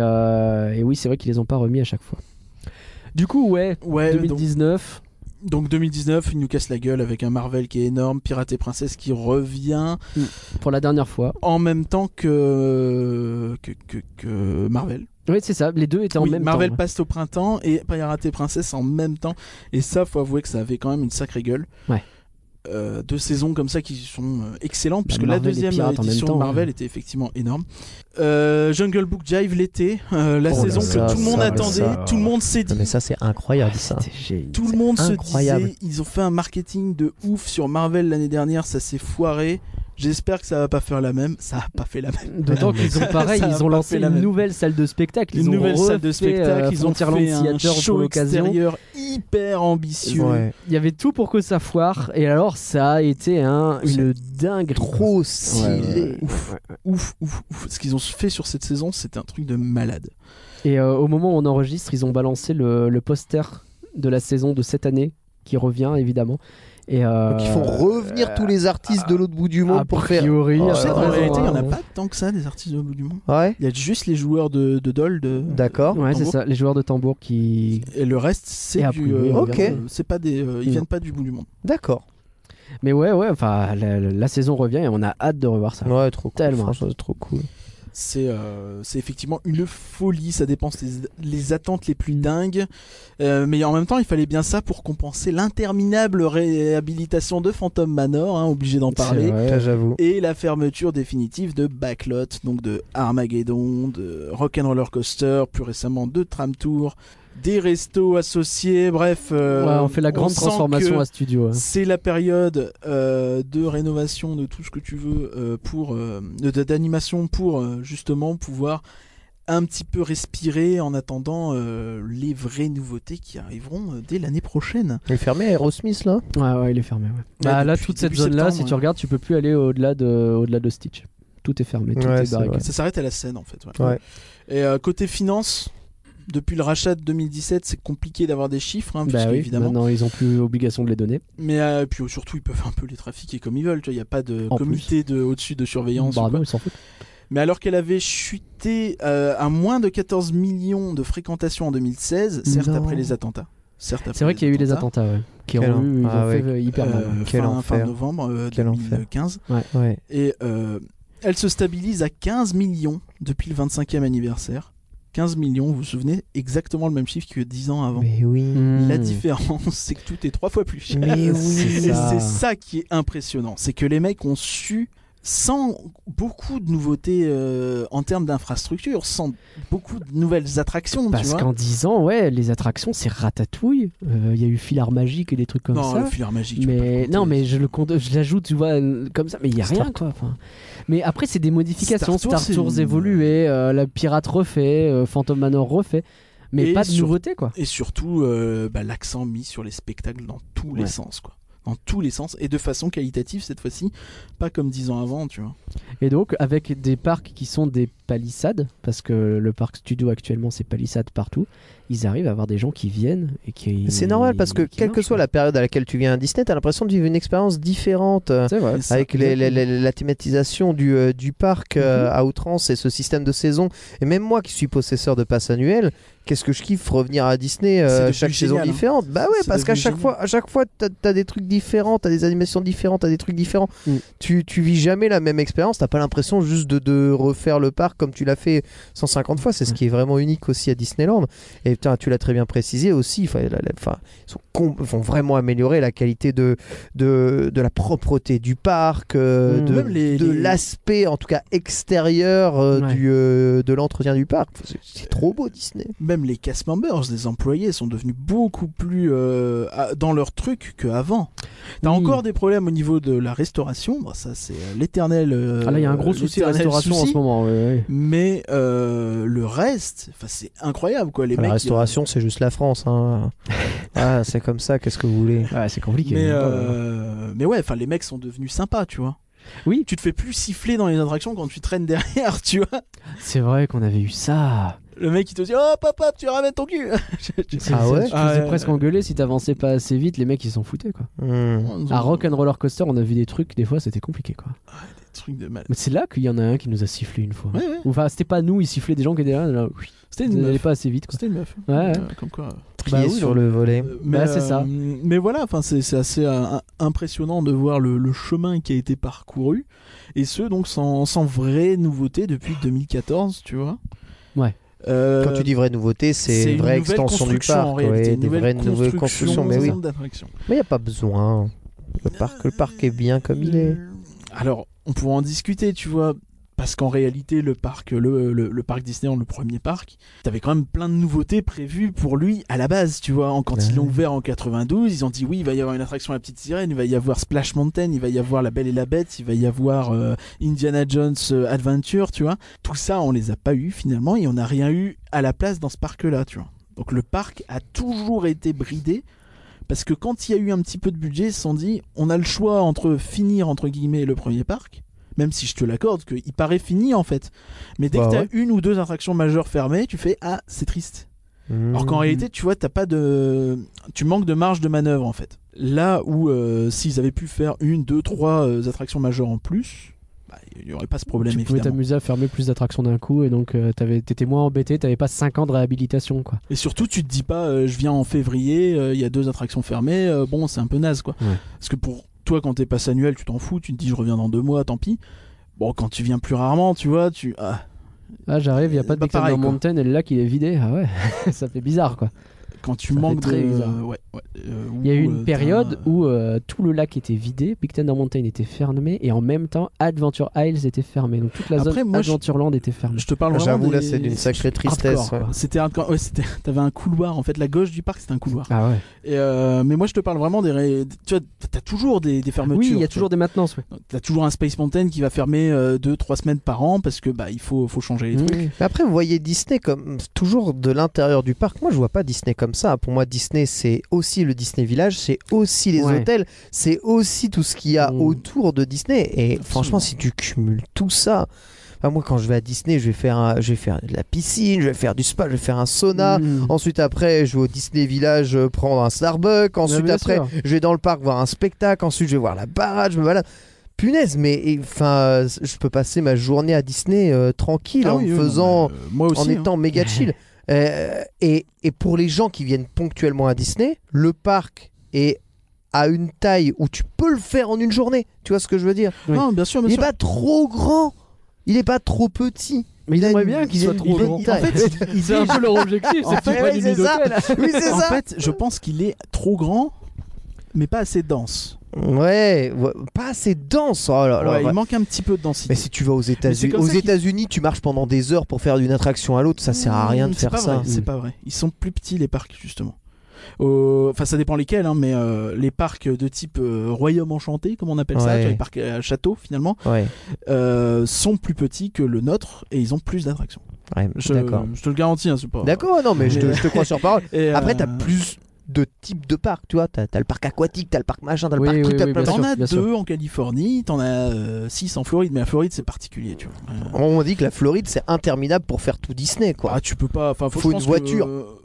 Speaker 3: Et oui, c'est vrai qu'ils les ont pas remis à chaque fois. Du coup, ouais,
Speaker 4: Ouais,
Speaker 3: 2019.
Speaker 4: donc 2019, il nous casse la gueule avec un Marvel qui est énorme, Pirate et Princesse qui revient
Speaker 3: Pour la dernière fois.
Speaker 4: en même temps que Marvel.
Speaker 3: Oui, c'est ça, les deux étaient en
Speaker 4: Oui,
Speaker 3: même
Speaker 4: Marvel
Speaker 3: temps.
Speaker 4: passe au printemps et Pirate et Princesse en même temps. Et ça, faut avouer que ça avait quand même une sacrée gueule.
Speaker 3: Ouais.
Speaker 4: 2 saisons comme ça qui sont excellentes, puisque la
Speaker 3: Marvel et
Speaker 4: deuxième
Speaker 3: Pirates en même
Speaker 4: édition
Speaker 3: temps,
Speaker 4: de Marvel
Speaker 3: ouais.
Speaker 4: était effectivement énorme. Jungle Book Jive l'été, la
Speaker 3: Oh
Speaker 4: saison
Speaker 3: là
Speaker 4: que
Speaker 3: là,
Speaker 4: tout le monde
Speaker 3: ça,
Speaker 4: attendait,
Speaker 3: ça.
Speaker 4: tout le monde s'est
Speaker 5: Non,
Speaker 4: dit.
Speaker 5: mais ça, c'est incroyable, ça.
Speaker 3: C'était génial.
Speaker 4: Tout le monde se
Speaker 5: incroyable.
Speaker 4: disait, ils ont fait un marketing de ouf sur Marvel l'année dernière, ça s'est foiré. J'espère que ça va pas faire la même. Ça a pas fait la même.
Speaker 3: D'autant qu'ils ont pareil,
Speaker 4: Ça a
Speaker 3: ils ont
Speaker 4: pas
Speaker 3: lancé
Speaker 4: fait la
Speaker 3: une
Speaker 4: même.
Speaker 3: nouvelle salle de spectacle.
Speaker 4: Une
Speaker 3: Ils ont
Speaker 4: nouvelle salle de
Speaker 3: refait,
Speaker 4: spectacle, ils ont
Speaker 3: Frontierland
Speaker 4: fait un
Speaker 3: Theater pour
Speaker 4: show
Speaker 3: l'occasion.
Speaker 4: extérieur hyper ambitieux.
Speaker 5: Ouais.
Speaker 3: Il y avait tout pour que ça foire, et alors ça a été une dinguerie.
Speaker 5: Trop
Speaker 3: Ouais,
Speaker 5: stylé.
Speaker 3: ouais,
Speaker 4: Ouf.
Speaker 3: ouais.
Speaker 4: Ouf. Ce qu'ils ont fait sur cette saison, c'était un truc de malade.
Speaker 3: Et au moment où on enregistre, ils ont balancé le poster de la saison de cette année, qui revient évidemment. Et
Speaker 5: Donc ils font revenir tous les artistes de l'autre bout du monde
Speaker 3: a
Speaker 5: pour faire.
Speaker 3: priori,
Speaker 5: Oh,
Speaker 3: à
Speaker 4: Tu sais
Speaker 5: ouais,
Speaker 4: qu'en
Speaker 3: raison,
Speaker 4: réalité, il n'y en a
Speaker 3: hein.
Speaker 4: pas tant que ça, des artistes de bout du monde.
Speaker 5: Ouais,
Speaker 4: Il y a juste les joueurs de dol.
Speaker 5: d'accord.
Speaker 3: Ouais, c'est
Speaker 4: tambour.
Speaker 3: ça, les joueurs de tambour qui.
Speaker 4: Et le reste, c'est
Speaker 3: Et a
Speaker 4: du.
Speaker 3: priori,
Speaker 5: Ok.
Speaker 4: C'est pas des. Ils viennent pas du bout du monde.
Speaker 5: D'accord.
Speaker 3: Mais ouais, enfin, la saison revient et on a hâte de revoir ça.
Speaker 5: Ouais, trop cool.
Speaker 3: Tellement.
Speaker 5: Franchement, c'est trop cool.
Speaker 4: C'est effectivement une folie, ça dépense les attentes les plus dingues. Mais en même temps, il fallait bien ça pour compenser l'interminable réhabilitation de Phantom Manor, hein, obligé d'en
Speaker 3: C'est
Speaker 4: parler.
Speaker 3: vrai.
Speaker 5: Ça, j'avoue.
Speaker 4: Et la fermeture définitive de Backlot, donc de Armageddon, de Rock'n'Roller Coaster, plus récemment de Tram Tour, des restos associés, bref.
Speaker 3: Ouais, on fait la grande
Speaker 4: sent
Speaker 3: transformation
Speaker 4: que
Speaker 3: à studio. Hein.
Speaker 4: c'est la période de rénovation de tout ce que tu veux d'animation pour justement pouvoir un petit peu respirer en attendant les vraies nouveautés qui arriveront dès l'année prochaine.
Speaker 5: Il est fermé Aerosmith là.
Speaker 3: Ouais, il est fermé. Ouais. Bah, là,
Speaker 4: depuis
Speaker 3: toute cette
Speaker 4: début
Speaker 3: zone-là,
Speaker 4: septembre,
Speaker 3: si tu
Speaker 4: ouais.
Speaker 3: regardes, tu peux plus aller au-delà de Stitch. Tout est fermé, tout
Speaker 5: Ouais,
Speaker 3: est
Speaker 5: c'est
Speaker 3: barricadé.
Speaker 5: vrai.
Speaker 4: Ça s'arrête à la scène en fait. Ouais.
Speaker 5: Ouais.
Speaker 4: Et côté finance, depuis le rachat de 2017, c'est compliqué d'avoir des chiffres, hein,
Speaker 3: Bah
Speaker 4: puisque,
Speaker 3: oui,
Speaker 4: évidemment.
Speaker 3: maintenant ils ont plus obligation de les donner.
Speaker 4: Mais puis surtout, ils peuvent un peu les trafiquer comme ils veulent. Il n'y a pas de
Speaker 3: En
Speaker 4: comité au-dessus de surveillance.
Speaker 3: Bah
Speaker 4: ou quoi.
Speaker 3: non, ils s'en foutent.
Speaker 4: Mais alors qu'elle avait chuté à moins de 14 millions de fréquentation en 2016, certes
Speaker 5: Non.
Speaker 4: après les attentats.
Speaker 3: C'est vrai qu'il y a eu les attentats, ouais, qui
Speaker 5: Quel
Speaker 3: ont eu, ils
Speaker 5: ah
Speaker 3: ont
Speaker 5: ouais.
Speaker 3: fait hyper mal. Ouais.
Speaker 5: Quel
Speaker 4: fin
Speaker 5: enfer.
Speaker 4: novembre
Speaker 5: Quel
Speaker 4: 2015.
Speaker 5: Ouais.
Speaker 4: Et elle se stabilise à 15 millions depuis le 25e anniversaire. 15 millions, vous vous souvenez, exactement le même chiffre que 10 ans avant.
Speaker 5: Mais oui.
Speaker 3: Mmh.
Speaker 4: La différence, c'est que tout est 3 fois plus cher.
Speaker 5: Mais oui.
Speaker 3: C'est
Speaker 4: Et
Speaker 3: ça.
Speaker 4: c'est ça qui est impressionnant. C'est que les mecs ont su, sans beaucoup de nouveautés en termes d'infrastructure, sans beaucoup de nouvelles attractions, tu
Speaker 3: Parce
Speaker 4: vois.
Speaker 3: qu'en 10 ans, ouais, les attractions, c'est ratatouille. Il y a eu Filard Magique et des trucs comme
Speaker 4: non,
Speaker 3: ça.
Speaker 4: le filard magique. tu peux pas le
Speaker 3: Mais
Speaker 4: compter.
Speaker 3: non, mais je l'ajoute, tu vois, comme ça. Mais il y a rien, quoi. Enfin, mais après, c'est des modifications.
Speaker 4: Star Tours,
Speaker 3: Star Tours
Speaker 4: c'est une-
Speaker 3: évolué, la Pirate refait, Phantom Manor refait. Mais
Speaker 4: Et
Speaker 3: pas de
Speaker 4: sur-
Speaker 3: nouveauté, quoi.
Speaker 4: Et surtout, l'accent mis sur les spectacles dans tous les
Speaker 3: Ouais.
Speaker 4: sens, quoi. Dans tous les sens, et de façon qualitative cette fois-ci, pas comme 10 ans avant, tu vois.
Speaker 3: Et donc, avec des parcs qui sont des palissades, parce que le parc studio actuellement, c'est palissades partout, ils arrivent à avoir des gens qui viennent et qui.
Speaker 5: C'est normal parce que
Speaker 3: qui
Speaker 5: quelle que
Speaker 3: marchent,
Speaker 5: soit
Speaker 3: quoi.
Speaker 5: la période à laquelle tu viens à Disney, t'as l'impression de vivre une expérience différente.
Speaker 3: C'est vrai.
Speaker 4: Et ça,
Speaker 5: Avec la thématisation du parc à outrance et ce système de saison. Et même moi qui suis possesseur de pass annuel, qu'est-ce que je kiffe revenir à Disney
Speaker 4: C'est devenu
Speaker 5: chaque saison
Speaker 4: génial, hein.
Speaker 5: différente. Bah ouais,
Speaker 4: C'est
Speaker 5: parce qu'à
Speaker 4: devenu
Speaker 5: chaque fois t'as des trucs différents, t'as des animations différentes, t'as des trucs différents.
Speaker 3: Mm.
Speaker 5: Tu vis jamais la même expérience, t'as pas l'impression juste de refaire le parc comme tu l'as fait 150 fois. C'est ce qui est vraiment unique aussi à Disneyland. Et putain, tu l'as très bien précisé aussi. Ils vont vraiment améliorer la qualité de la propreté du parc,
Speaker 3: Mm.
Speaker 4: Même
Speaker 5: de l'aspect en tout cas extérieur
Speaker 3: Ouais.
Speaker 5: de l'entretien du parc. C'est trop beau Disney.
Speaker 4: Même les cast members, les employés sont devenus beaucoup plus dans leur truc qu'avant. T'as
Speaker 3: Oui.
Speaker 4: encore des problèmes au niveau de la restauration, bon, ça c'est l'éternel.
Speaker 3: Ah là, il y a un gros souci de
Speaker 4: l'éternel
Speaker 3: restauration en
Speaker 4: souci.
Speaker 3: ce moment. Ouais.
Speaker 4: Mais le reste, c'est incroyable quoi. Les
Speaker 5: Enfin,
Speaker 4: mecs,
Speaker 5: la restauration, c'est juste la France. Hein. Ah, c'est comme ça, qu'est-ce que vous voulez?
Speaker 3: Ouais, c'est compliqué.
Speaker 4: mais ouais, enfin les mecs sont devenus sympas, tu vois.
Speaker 3: Oui.
Speaker 4: Tu te fais plus siffler dans les attractions quand tu traînes derrière, tu vois.
Speaker 3: C'est vrai qu'on avait eu ça.
Speaker 4: Le mec il te dit oh papa tu ramènes ton cul.
Speaker 5: Ah ouais.
Speaker 3: Tu faisais presque engueuler si t'avançais pas assez vite, les mecs ils s'en foutaient quoi. À Rock'n'Roller Coaster, on a vu des trucs, des fois c'était compliqué quoi.
Speaker 4: Des trucs de mal.
Speaker 3: Mais c'est là qu'il y en a un qui nous a sifflé une fois.
Speaker 4: Ouais.
Speaker 3: Enfin, c'était pas nous, il sifflait des gens qui étaient là.
Speaker 4: C'était
Speaker 3: Ils
Speaker 4: une
Speaker 3: n'allaient
Speaker 4: meuf.
Speaker 3: pas assez vite quoi.
Speaker 4: C'était une meuf.
Speaker 3: Ouais.
Speaker 4: Comme quoi.
Speaker 5: Trié
Speaker 3: Bah oui,
Speaker 5: sur le volet.
Speaker 3: Bah, c'est ça.
Speaker 4: Mais voilà, enfin c'est assez impressionnant de voir le chemin qui a été parcouru et ce donc sans vraie nouveauté depuis 2014, tu vois.
Speaker 3: Ouais.
Speaker 5: Quand tu dis vraie nouveauté, c'est une vraie
Speaker 4: nouvelle
Speaker 5: extension du
Speaker 4: construction,
Speaker 5: parc,
Speaker 4: en réalité,
Speaker 5: des vraies nouvelles constructions. Mais oui,
Speaker 4: d'attractions.
Speaker 5: mais il y a pas besoin. Le parc est bien comme il est.
Speaker 4: Alors, on pourra en discuter, tu vois, parce qu'en réalité, le parc Disneyland, le premier parc, t'avais quand même plein de nouveautés prévues pour lui à la base, tu vois. Quand ils l'ont ouvert en 92, ils ont dit oui, il va y avoir une attraction La Petite Sirène, il va y avoir Splash Mountain, il va y avoir La Belle et la Bête, il va y avoir Indiana Jones Adventure, tu vois. Tout ça, on les a pas eu finalement et on n'a rien eu à la place dans ce parc-là, tu vois. Donc le parc a toujours été bridé. Parce que quand il y a eu un petit peu de budget, ils se sont dit, on a le choix entre finir, entre guillemets, le premier parc, même si je te l'accorde, qu'il paraît fini en fait. Mais dès que tu as une ou deux attractions majeures fermées, tu fais, ah, c'est triste. Alors qu'en réalité, tu vois, tu manques de marge de manœuvre en fait. Là où, s'ils avaient pu faire une, deux, trois attractions majeures en plus, il n'y aurait pas ce problème
Speaker 3: tu pouvais
Speaker 4: évidemment.
Speaker 3: t'amuser à fermer plus d'attractions d'un coup et donc t'étais moins embêté, t'avais pas 5 ans de réhabilitation quoi.
Speaker 4: Et surtout tu te dis pas je viens en février, il y a 2 attractions fermées, bon c'est un peu naze quoi.
Speaker 3: Ouais.
Speaker 4: Parce que pour toi quand t'es pass annuel tu t'en fous, tu te dis je reviens dans 2 mois, tant pis. Bon quand tu viens plus rarement tu vois,
Speaker 3: J'arrive, il y a pas de
Speaker 4: Bah,
Speaker 3: Big Thunder
Speaker 4: pareil, quoi.
Speaker 3: Mountain et le lac il est vidé, ah ouais, ça fait bizarre quoi.
Speaker 4: quand tu
Speaker 3: Ça
Speaker 4: manques
Speaker 3: fait très
Speaker 4: de...
Speaker 3: bizarre.
Speaker 4: Ouais,
Speaker 3: Il y a eu une période où tout le lac était vidé, Big Thunder Mountain était fermé et en même temps Adventure Isles était fermé. Donc toute la
Speaker 4: Après,
Speaker 3: zone
Speaker 4: moi,
Speaker 3: Adventureland était fermée.
Speaker 4: Je te parle vraiment
Speaker 5: J'avoue, là,
Speaker 4: des-
Speaker 5: c'est d'une sacrée tristesse.
Speaker 4: hardcore,
Speaker 5: ouais.
Speaker 4: quoi. C'était hardcore. Ouais, t'avais un couloir en fait, la gauche du parc c'était un couloir.
Speaker 3: Ah ouais.
Speaker 4: Et mais moi je te parle vraiment tu vois, t'as toujours des fermetures.
Speaker 3: Oui, il y a
Speaker 4: tu
Speaker 3: toujours des maintenances. Ouais.
Speaker 4: vois. T'as toujours un Space Mountain qui va fermer 2-3 semaines par an parce que il faut changer les trucs.
Speaker 3: Mmh.
Speaker 5: Mais après, vous voyez Disney comme toujours de l'intérieur du parc. Moi, je vois pas Disney comme ça. Pour moi, Disney, c'est aussi le Disney Village, c'est aussi les
Speaker 3: Ouais.
Speaker 5: hôtels, c'est aussi tout ce qu'il y a autour de Disney. Et
Speaker 4: Absolument.
Speaker 5: franchement, si tu cumules tout ça, enfin, moi, quand je vais à Disney, je vais faire de la piscine, je vais faire du spa, je vais faire un sauna.
Speaker 3: Mmh.
Speaker 5: Ensuite, après, je vais au Disney Village prendre un Starbucks. Ensuite,
Speaker 3: bien
Speaker 5: après,
Speaker 3: sûr.
Speaker 5: je vais dans le parc voir un spectacle. Ensuite, je vais voir la parade. Je me balade. Punaise, mais enfin, je peux passer ma journée à Disney tranquille
Speaker 4: Ah
Speaker 5: en
Speaker 4: oui,
Speaker 5: me
Speaker 4: oui,
Speaker 5: faisant,
Speaker 4: non, mais, moi aussi,
Speaker 5: en étant méga chill. Et pour les gens qui viennent ponctuellement à Disney, le parc est à une taille où tu peux le faire en une journée. Tu vois ce que je veux dire?
Speaker 3: Oui.
Speaker 4: Non, bien sûr, bien
Speaker 5: Il n'est
Speaker 4: sûr.
Speaker 5: pas trop grand. Il n'est pas trop petit.
Speaker 3: Mais ils
Speaker 5: Il a
Speaker 3: aimeraient
Speaker 5: une-
Speaker 3: bien qu'il
Speaker 5: il a
Speaker 3: soit
Speaker 5: une
Speaker 3: trop
Speaker 5: bonne
Speaker 3: grand.
Speaker 5: taille.
Speaker 3: En fait, c'est un peu leur objectif,
Speaker 4: En
Speaker 3: c'est qu'ils
Speaker 4: fait,
Speaker 3: prennent
Speaker 5: oui,
Speaker 3: une
Speaker 5: c'est
Speaker 3: nuit
Speaker 5: ça.
Speaker 3: d'hôtel.
Speaker 5: Oui, c'est
Speaker 4: En
Speaker 5: ça.
Speaker 4: fait, je pense qu'il est trop grand, mais pas assez dense.
Speaker 5: Ouais, pas assez dense. Oh là là,
Speaker 4: Ouais,
Speaker 5: ouais.
Speaker 4: il manque un petit peu de densité.
Speaker 5: Mais si tu vas aux États-Unis,
Speaker 4: comme ça
Speaker 5: tu marches pendant des heures pour faire d'une attraction à l'autre, ça sert à rien de
Speaker 4: C'est
Speaker 5: faire
Speaker 4: pas
Speaker 5: ça.
Speaker 4: vrai, c'est pas vrai. Ils sont plus petits les parcs justement. Enfin, ça dépend lesquels, hein, mais les parcs de type Royaume Enchanté, comme on appelle ça,
Speaker 5: Ouais.
Speaker 4: tu vois, les parcs à château finalement,
Speaker 5: Ouais,
Speaker 4: sont plus petits que le nôtre et ils ont plus d'attractions.
Speaker 5: ouais, d'accord.
Speaker 4: Je te le garantis, hein, c'est pas.
Speaker 5: D'accord, non, mais je te crois sur parole.
Speaker 4: Et,
Speaker 5: Après, t'as plus de types de parcs, tu vois. T'as le parc aquatique, t'as le parc machin, t'as le
Speaker 3: Oui,
Speaker 5: parc
Speaker 3: oui,
Speaker 5: truc, t'as
Speaker 3: oui,
Speaker 5: plein de
Speaker 3: bien
Speaker 4: T'en
Speaker 3: sûr,
Speaker 4: as
Speaker 3: bien sûr.
Speaker 4: 2 en Californie, t'en as 6 en Floride, mais la Floride c'est particulier, tu vois.
Speaker 5: On dit que la Floride, c'est interminable pour faire tout Disney, quoi.
Speaker 4: Ah, tu peux pas. Enfin,
Speaker 5: Faut
Speaker 4: je
Speaker 5: une
Speaker 4: pense
Speaker 5: voiture.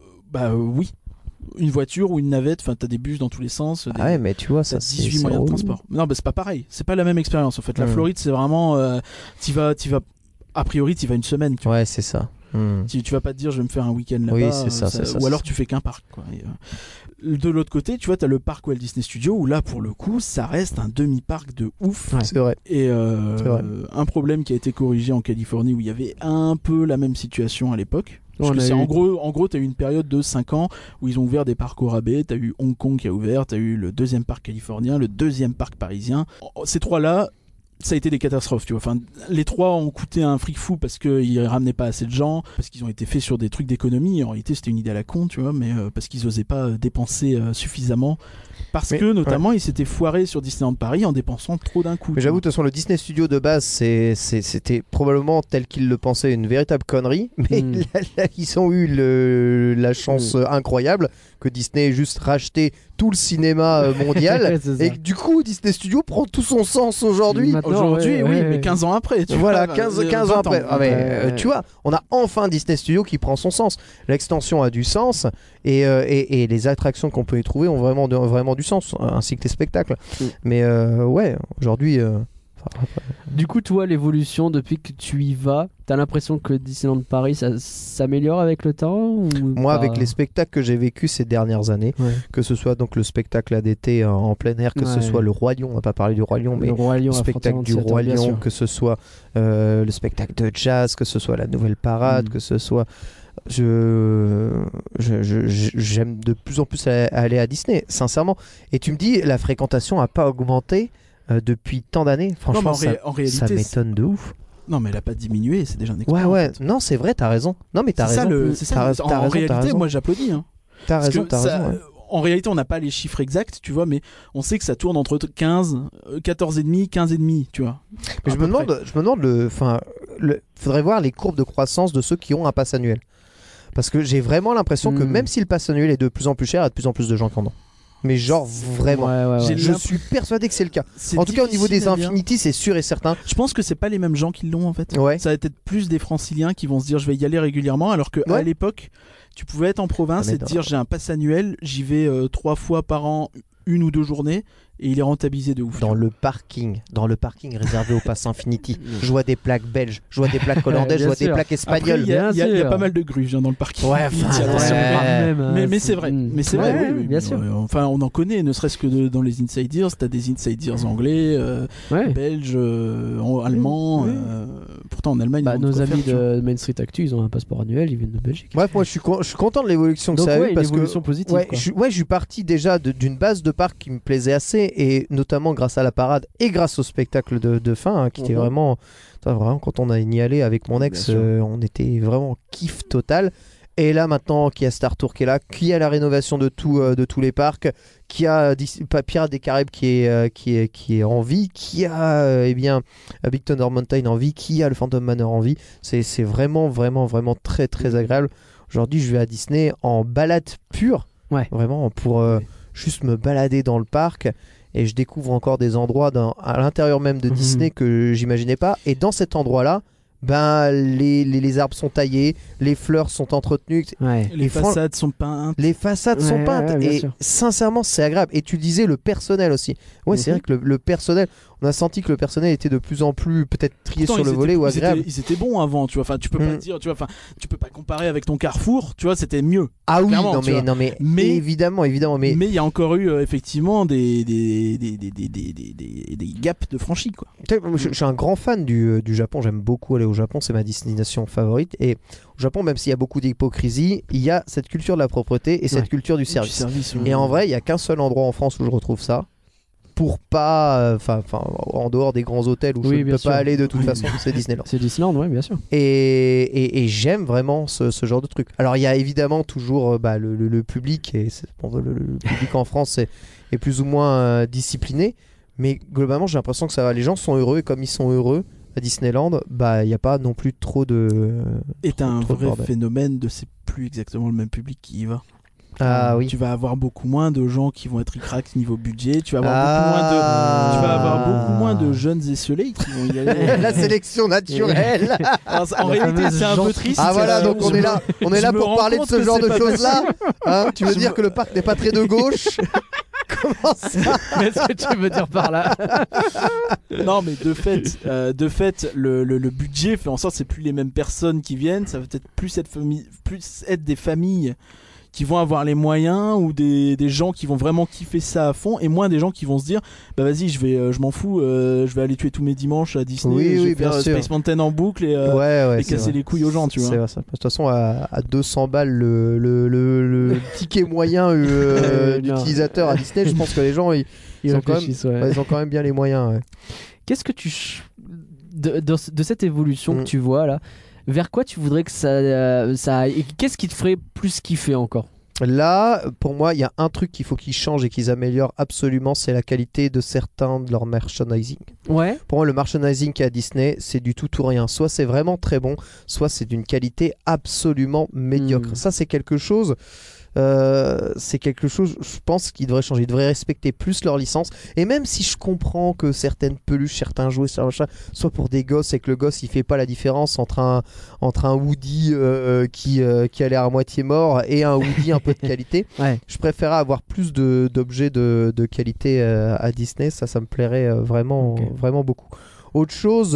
Speaker 4: Oui. Une voiture ou une navette, enfin t'as des bus dans tous les sens.
Speaker 5: Ah ouais, mais tu vois, ça,
Speaker 4: T'as
Speaker 5: c'est
Speaker 4: 18 moyens de
Speaker 5: relou.
Speaker 4: transport. Non, c'est pas pareil. C'est pas la même expérience en fait. La
Speaker 5: Hmm.
Speaker 4: Floride, c'est vraiment. T'y vas. A priori, t'y vas une semaine. Tu vois.
Speaker 5: Ouais, c'est ça.
Speaker 4: Tu vas pas te dire, je vais me faire un week-end là-bas.
Speaker 5: Oui, c'est ça, c'est ça,
Speaker 4: Ou
Speaker 5: c'est
Speaker 4: alors
Speaker 5: ça.
Speaker 4: tu fais qu'un parc. Quoi. Et, de l'autre côté, tu vois, t'as le parc Walt Disney Studios où là, pour le coup, ça reste un demi-parc de ouf.
Speaker 3: Ouais.
Speaker 5: C'est vrai.
Speaker 4: Et
Speaker 5: C'est vrai.
Speaker 4: un problème qui a été corrigé en Californie où il y avait un peu la même situation à l'époque. Parce
Speaker 3: On
Speaker 4: que
Speaker 3: a
Speaker 4: c'est
Speaker 3: eu-
Speaker 4: en gros, t'as eu une période de 5 ans où ils ont ouvert des parcs au rabais. T'as eu Hong Kong qui a ouvert, t'as eu le deuxième parc californien, le deuxième parc parisien. Ces 3-là, ça a été des catastrophes, tu vois. Enfin, les 3 ont coûté un fric fou parce qu'ils ramenaient pas assez de gens, parce qu'ils ont été faits sur des trucs d'économie. En réalité, c'était une idée à la con, tu vois, mais parce qu'ils osaient pas dépenser suffisamment. Parce
Speaker 5: Mais,
Speaker 4: que, notamment, ils s'étaient foirés sur Disneyland Paris en dépensant trop d'un coup.
Speaker 5: Mais
Speaker 4: tu
Speaker 5: j'avoue,
Speaker 4: vois.
Speaker 5: de toute façon, le Disney Studio de base, c'était probablement tel qu'ils le pensaient une véritable connerie. Mais
Speaker 3: Mm.
Speaker 5: là, ils ont eu la chance incroyable que Disney ait juste racheté tout le cinéma mondial.
Speaker 3: C'est ça.
Speaker 5: Et que, du coup, Disney Studio prend tout son sens aujourd'hui.
Speaker 3: Maintenant,
Speaker 4: aujourd'hui, oui, mais 15 ans après.
Speaker 5: Voilà,
Speaker 4: vois,
Speaker 5: 15 ans après. Ah, mais, tu vois, on a enfin Disney Studios qui prend son sens. L'extension a du sens et les attractions qu'on peut y trouver ont vraiment du sens, ainsi que les spectacles. Mais ouais, aujourd'hui.
Speaker 3: Du coup, toi, l'évolution depuis que tu y vas, t'as l'impression que Disneyland Paris ça s'améliore avec le temps ou
Speaker 5: Moi,
Speaker 3: pas
Speaker 5: avec les spectacles que j'ai vécus ces dernières années, que ce soit donc le spectacle d'été en plein air, que ce soit le Roi Lion, on va pas parler du Roi Lion, mais le spectacle du Roi Lion, que ce soit le spectacle de jazz, que ce soit la nouvelle parade, que ce soit... j'aime de plus en plus aller à Disney, sincèrement. Et tu me dis, la fréquentation a pas augmenté depuis tant d'années. Franchement,
Speaker 4: en réalité,
Speaker 5: ça m'étonne de ouf.
Speaker 4: Non, mais elle a pas diminué, c'est déjà un exploit.
Speaker 5: Ouais, non, c'est vrai, t'as raison. Non, mais t'as raison.
Speaker 4: C'est ça. En réalité, moi j'applaudis. Hein.
Speaker 5: T'as raison. Ouais.
Speaker 4: En réalité, on n'a pas les chiffres exacts, tu vois, mais on sait que ça tourne entre 15, 14,5, 15,5, tu vois.
Speaker 5: Mais je me demande, faudrait voir les courbes de croissance de ceux qui ont un pass annuel. Parce que j'ai vraiment l'impression que même si le pass annuel est de plus en plus cher, il y a de plus en plus de gens qui en ont. Mais genre vraiment, je suis persuadé que c'est le cas. En tout cas, au niveau des Infinity, c'est sûr et certain.
Speaker 4: Je pense que c'est pas les mêmes gens qui l'ont en fait.
Speaker 5: Ouais.
Speaker 4: Ça va être plus des Franciliens qui vont se dire je vais y aller régulièrement, alors que à l'époque, tu pouvais être en province et te dire j'ai un pass annuel, j'y vais 3 fois par an, 1 ou 2 journées. Et il est rentabilisé de ouf.
Speaker 5: Dans le parking réservé au Pass Infinity, je vois des plaques belges, je vois des plaques hollandaises, je vois des plaques espagnoles.
Speaker 4: Il y a pas mal de gruges dans le parking.
Speaker 5: Ouais,
Speaker 4: mais c'est vrai. Mais c'est vrai, oui,
Speaker 3: bien sûr.
Speaker 4: Enfin, on en connaît, ne serait-ce que dans les Insiders. T'as des Insiders anglais, belges, allemands. Pourtant, en Allemagne,
Speaker 3: nos amis de Main Street Actu, ils ont un passeport annuel, ils viennent de Belgique.
Speaker 5: Bref, moi, je suis content de l'évolution que ça a eu parce que
Speaker 3: positive.
Speaker 5: Je suis parti déjà d'une base de parc qui me plaisait assez. Et notamment grâce à la parade et grâce au spectacle de fin qui était vraiment quand on a y allé avec mon ex, on était vraiment kiff total. Et là maintenant qu'il y a Star Tour qui est là, qu'il y a la rénovation de tous les parcs, qu'il y a Pirates des Caraïbes qui est en vie, qu'il y a Big Thunder Mountain en vie, qu'il y a le Phantom Manor en vie, c'est vraiment très très agréable. Aujourd'hui je vais à Disney en balade pure, vraiment pour juste me balader dans le parc. Et je découvre encore des endroits à l'intérieur même de Disney que j'imaginais pas. Et dans cet endroit-là, les arbres sont taillés, les fleurs sont entretenues.
Speaker 4: Les façades sont peintes.
Speaker 5: Et sincèrement, c'est agréable. Et tu disais le personnel aussi. C'est vrai que le personnel, on a senti que le personnel était de plus en plus peut-être trié sur le volet ou agréable.
Speaker 4: Ils étaient bons avant, tu vois. Enfin, tu peux pas dire, tu vois. Enfin, tu peux pas comparer avec ton Carrefour, tu vois. C'était mieux.
Speaker 5: Ah oui, mais évidemment. Mais
Speaker 4: il y a encore eu effectivement des gaps de franchis, quoi.
Speaker 5: Je suis un grand fan du Japon. J'aime beaucoup aller au Japon. C'est ma destination favorite. Et au Japon, même s'il y a beaucoup d'hypocrisie, il y a cette culture de la propreté et cette culture du service. Et en vrai, il y a qu'un seul endroit en France où je retrouve ça. Pour pas, en dehors des grands hôtels où je ne peux pas aller de toute façon, c'est Disneyland.
Speaker 3: C'est Disneyland, oui, bien sûr.
Speaker 5: Et j'aime vraiment ce genre de truc. Alors il y a évidemment toujours le public, et le public en France est plus ou moins discipliné, mais globalement j'ai l'impression que ça va. Les gens sont heureux et comme ils sont heureux à Disneyland, il n'y a pas non plus trop de.
Speaker 4: Et t'as un vrai phénomène de c'est plus exactement le même public qui y va.
Speaker 5: Ah oui.
Speaker 4: Tu vas avoir beaucoup moins de gens qui vont être ric-rac niveau budget. Tu vas avoir beaucoup moins de jeunes esselés qui vont y aller.
Speaker 5: La sélection naturelle.
Speaker 4: En réalité, c'est un peu triste.
Speaker 5: Ah voilà, donc on est là pour parler de ce genre de choses-là. Tu veux dire que le parc n'est pas très de gauche? Comment ça?
Speaker 3: Qu'est-ce que tu veux dire par là?
Speaker 4: Non, mais de fait, le budget fait en sorte que c'est plus les mêmes personnes qui viennent. Ça va peut-être plus être des familles qui vont avoir les moyens ou des gens qui vont vraiment kiffer ça à fond et moins des gens qui vont se dire vas-y je m'en fous, je vais aller tuer tous mes dimanches à Disney, je vais faire Space Mountain en boucle et casser les couilles aux gens, tu vois.
Speaker 5: C'est vrai, ça. De toute façon à 200 balles le ticket moyen d'utilisateur à Disney, je pense que les gens ils ont quand même bien les moyens.
Speaker 3: Qu'est-ce que de cette évolution que tu vois là, vers quoi tu voudrais que ça aille? Qu'est-ce qui te ferait plus kiffer encore?
Speaker 5: Là, pour moi, il y a un truc qu'il faut qu'ils changent et qu'ils améliorent absolument, c'est la qualité de certains de leur merchandising.
Speaker 3: Ouais.
Speaker 5: Pour moi, le merchandising qu'il y a à Disney, c'est du tout ou rien. Soit c'est vraiment très bon, soit c'est d'une qualité absolument médiocre. Ça, c'est quelque chose... je pense qu'ils devraient changer. Ils devraient respecter plus leur licence. Et même si je comprends que certaines peluches, certains jouets, soit pour des gosses et que le gosse il fait pas la différence entre un Woody qui a l'air à moitié mort et un Woody un peu de qualité, je préférerais avoir plus d'objets de qualité à Disney. Ça me plairait vraiment beaucoup. Autre chose.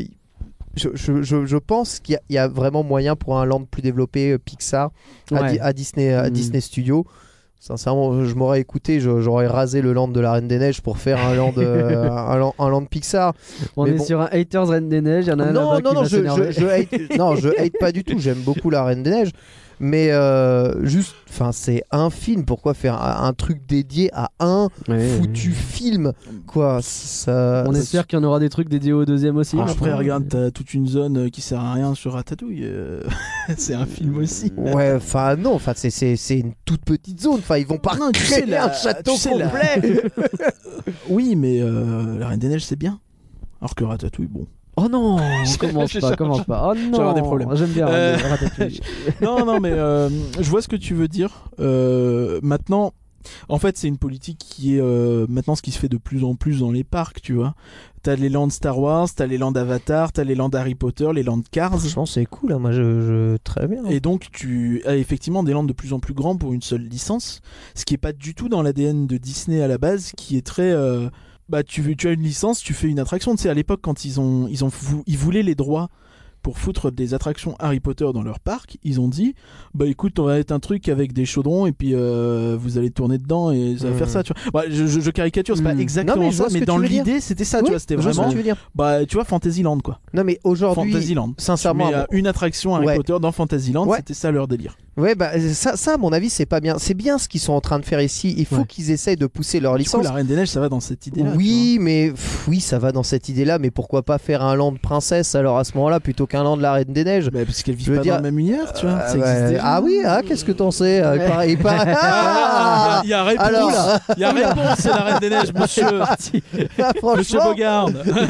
Speaker 5: Je pense qu'il y a vraiment moyen pour un land plus développé Pixar à Disney Studios. Sincèrement, je m'aurais écouté, j'aurais rasé le land de la Reine des Neiges pour faire un land Pixar.
Speaker 3: On est sur un haters Reine des Neiges, il y en a un là-bas qui va s'énerver.
Speaker 5: je hate pas du tout, j'aime beaucoup la Reine des Neiges. Mais juste, c'est un film. Pourquoi faire un truc dédié à un foutu film, quoi, ça...
Speaker 3: On espère qu'il y en aura des trucs dédiés au deuxième aussi.
Speaker 4: Après, regarde, t'as toute une zone qui sert à rien sur Ratatouille. C'est un film aussi.
Speaker 5: Ouais, non, c'est une toute petite zone. Ils vont pas créer un château complet.
Speaker 4: Oui, mais la Reine des Neiges, c'est bien. Alors que Ratatouille, bon.
Speaker 3: Oh non, commence pas. Oh non,
Speaker 4: j'aurai des problèmes.
Speaker 3: J'aime bien Ratatouille.
Speaker 4: Non, mais je vois ce que tu veux dire. Maintenant, en fait, c'est une politique qui est maintenant ce qui se fait de plus en plus dans les parcs, tu vois. T'as les lands Star Wars, t'as les lands Avatar, t'as les lands Harry Potter, les lands Cars.
Speaker 5: Franchement, c'est cool, hein. Moi, je très bien.
Speaker 4: Et donc, tu as effectivement des lands de plus en plus grands pour une seule licence, ce qui est pas du tout dans l'ADN de Disney à la base, qui est très... tu as une licence, tu fais une attraction. Tu sais, à l'époque, quand ils voulaient les droits pour foutre des attractions Harry Potter dans leur parc, ils ont dit écoute, on va mettre un truc avec des chaudrons et puis vous allez tourner dedans et ça va faire ça, tu vois. Je caricature, c'est pas exactement ça, mais dans l'idée c'était ça, tu vois, c'était vraiment tu vois, Fantasyland, quoi.
Speaker 5: Non, mais aujourd'hui,
Speaker 4: Fantasyland,
Speaker 5: sincèrement,
Speaker 4: une attraction Harry Potter dans Fantasyland, c'était ça leur délire.
Speaker 5: Ouais, ça à mon avis, c'est pas bien. C'est bien ce qu'ils sont en train de faire ici. Il faut qu'ils essayent de pousser leur licence.
Speaker 4: Du coup, la Reine des Neiges, ça va dans cette idée-là.
Speaker 5: Oui, mais ça va dans cette idée-là. Mais pourquoi pas faire un land princesse alors à ce moment-là plutôt qu'un land de la Reine des Neiges?
Speaker 4: Parce qu'elles vivent pas dans le même univers, tu vois. Ça existe déjà.
Speaker 5: Ah oui, qu'est-ce que t'en sais? Il
Speaker 4: y a réponse. Il y a réponse, c'est la Reine des Neiges, monsieur. Monsieur Bogard.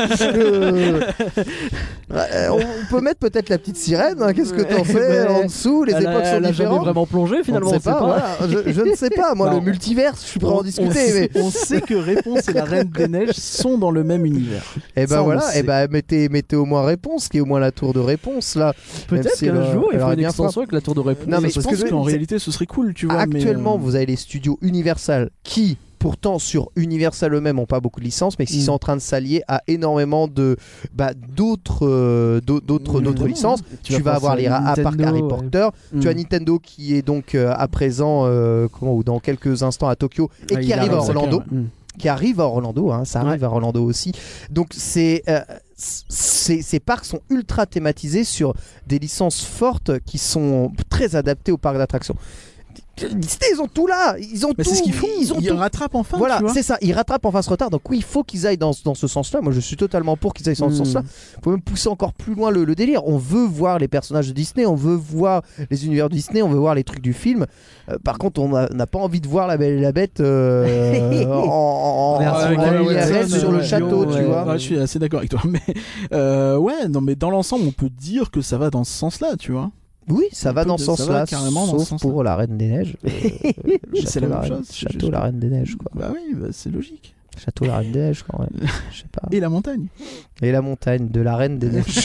Speaker 5: On peut mettre peut-être la petite sirène. Qu'est-ce que t'en sais en dessous? Les époques sont différentes.
Speaker 3: Jamais vraiment plongé finalement.
Speaker 5: On ne sait pas. Voilà. Je ne sais pas. Moi, le multiverse, je suis prêt à en discuter.
Speaker 4: On sait que Réponse et la Reine des Neiges sont dans le même univers.
Speaker 5: Et mettez au moins Réponse, qui est au moins la tour de Réponse là.
Speaker 3: Peut-être qu'un jour il faut une extension avec la tour de Réponse.
Speaker 4: Non, mais je pense qu'en réalité, ce serait cool, tu vois.
Speaker 5: Actuellement, vous avez les studios Universal qui, pourtant sur Universal eux-mêmes n'ont pas beaucoup de licences, mais qui sont en train de s'allier à énormément d'autres licences. Tu vas avoir les parcs Harry Potter, tu as Nintendo qui est donc à présent ou dans quelques instants à Tokyo et qui arrive à Orlando. Qui arrive à Orlando, ça arrive à Orlando aussi. Donc ces parcs sont ultra thématisés sur des licences fortes qui sont très adaptées aux parcs d'attractions. Disney, ils ont tout là, ils ont tout.
Speaker 4: C'est ce qu'ils font, ils rattrapent enfin.
Speaker 5: Voilà, c'est ça, ils rattrapent enfin ce retard. Donc oui, il faut qu'ils aillent dans ce sens-là. Moi, je suis totalement pour qu'ils aillent dans ce sens-là. Il faut même pousser encore plus loin le délire. On veut voir les personnages de Disney, on veut voir les univers de Disney, on veut voir les trucs du film. Par contre, on n'a pas envie de voir la Belle et la Bête en IRL sur le château, tu vois.
Speaker 4: Je suis assez d'accord avec toi. Mais mais dans l'ensemble, on peut dire que ça va dans ce sens-là, tu vois.
Speaker 5: Oui, ça va dans ce sens-là, sauf pour la Reine des Neiges.
Speaker 4: C'est la même chose.
Speaker 5: Château la Reine des Neiges, quoi.
Speaker 4: Bah oui, c'est logique.
Speaker 5: Château la Reine des Neiges, quand même. Je sais pas.
Speaker 4: Et la montagne.
Speaker 5: Et la montagne de la Reine des Neiges.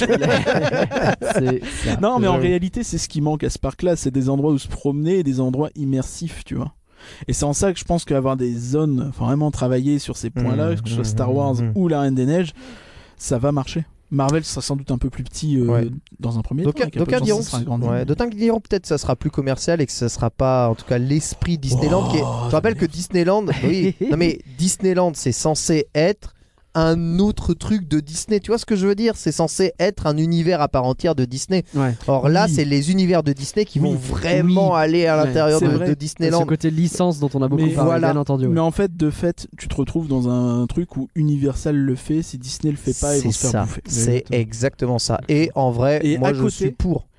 Speaker 4: Non, mais en réalité, c'est ce qui manque à ce parc-là. C'est des endroits où se promener et des endroits immersifs, tu vois. Et c'est en ça que je pense qu'avoir des zones vraiment travaillées sur ces points-là, que ce soit Star Wars ou la Reine des Neiges, ça va marcher. Marvel sera sans doute un peu plus petit dans un premier temps.
Speaker 5: D'aucuns diront peut-être que ça sera plus commercial et que ça sera pas en tout cas l'esprit Disneyland. Je rappelle que Disneyland, Disneyland c'est censé être un autre truc de Disney. Tu vois ce que je veux dire? C'est censé être un univers à part entière de Disney. Or là, c'est les univers de Disney qui vont vraiment aller à l'intérieur de Disneyland.
Speaker 3: Ce côté licence dont on a beaucoup parlé, bien entendu.
Speaker 4: Mais en fait, tu te retrouves dans un truc où Universal le fait. Si Disney le fait pas, ils vont se faire bouffer.
Speaker 5: C'est exactement ça. Et en vrai, moi je suis pour.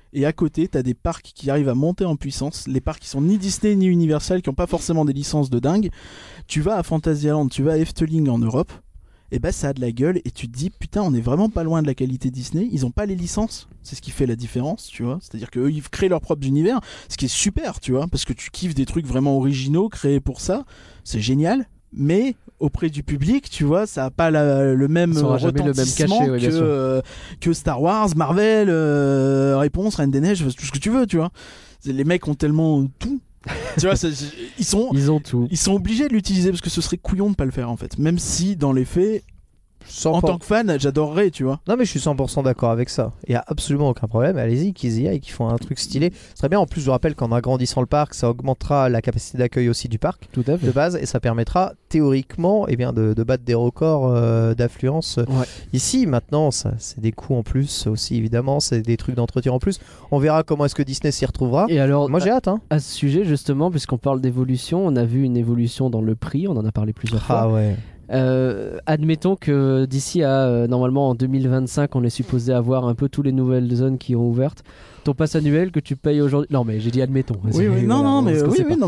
Speaker 4: Et à côté, t'as des parcs qui arrivent à monter en puissance. Les parcs qui sont ni Disney ni Universal, qui ont pas forcément des licences de dingue. Tu vas à Fantasyland, tu vas à Efteling en Europe. Et bah ça a de la gueule et tu te dis putain, on est vraiment pas loin de la qualité Disney. Ils ont pas les licences, c'est ce qui fait la différence, tu vois. C'est-à-dire qu'eux ils créent leur propre univers, ce qui est super, tu vois, parce que tu kiffes des trucs vraiment originaux créés pour ça, c'est génial. Mais auprès du public, tu vois, ça a pas le même retentissement que Star Wars, Marvel, Réponse, Reine des Neiges, tout ce que tu veux, tu vois. Les mecs ont tellement tout. Tu vois,
Speaker 3: ils ont tout.
Speaker 4: Ils sont obligés de l'utiliser parce que ce serait couillon de pas le faire en fait. Même si dans les faits, en tant que fan, j'adorerais, tu vois.
Speaker 5: Non mais je suis 100% d'accord avec ça. Il y a absolument aucun problème. Allez-y, qu'ils y aillent, qu'ils font un truc stylé. Ce serait bien. En plus, je rappelle qu'en agrandissant le parc, ça augmentera la capacité d'accueil aussi du parc.
Speaker 3: Tout à fait.
Speaker 5: De base, et ça permettra théoriquement, de battre des records d'affluence.
Speaker 3: Ouais.
Speaker 5: Ici, maintenant, ça, c'est des coûts en plus aussi évidemment. C'est des trucs d'entretien en plus. On verra comment est-ce que Disney s'y retrouvera.
Speaker 3: Et alors,
Speaker 5: moi j'ai hâte. Hein.
Speaker 3: À ce sujet justement, puisqu'on parle d'évolution, on a vu une évolution dans le prix. On en a parlé plusieurs fois.
Speaker 5: Ah ouais.
Speaker 3: Admettons que d'ici à normalement en 2025 on est supposé avoir un peu toutes les nouvelles zones qui ont ouvertes. Ton pass annuel que tu payes aujourd'hui, non mais j'ai dit admettons.
Speaker 4: Oui, non mais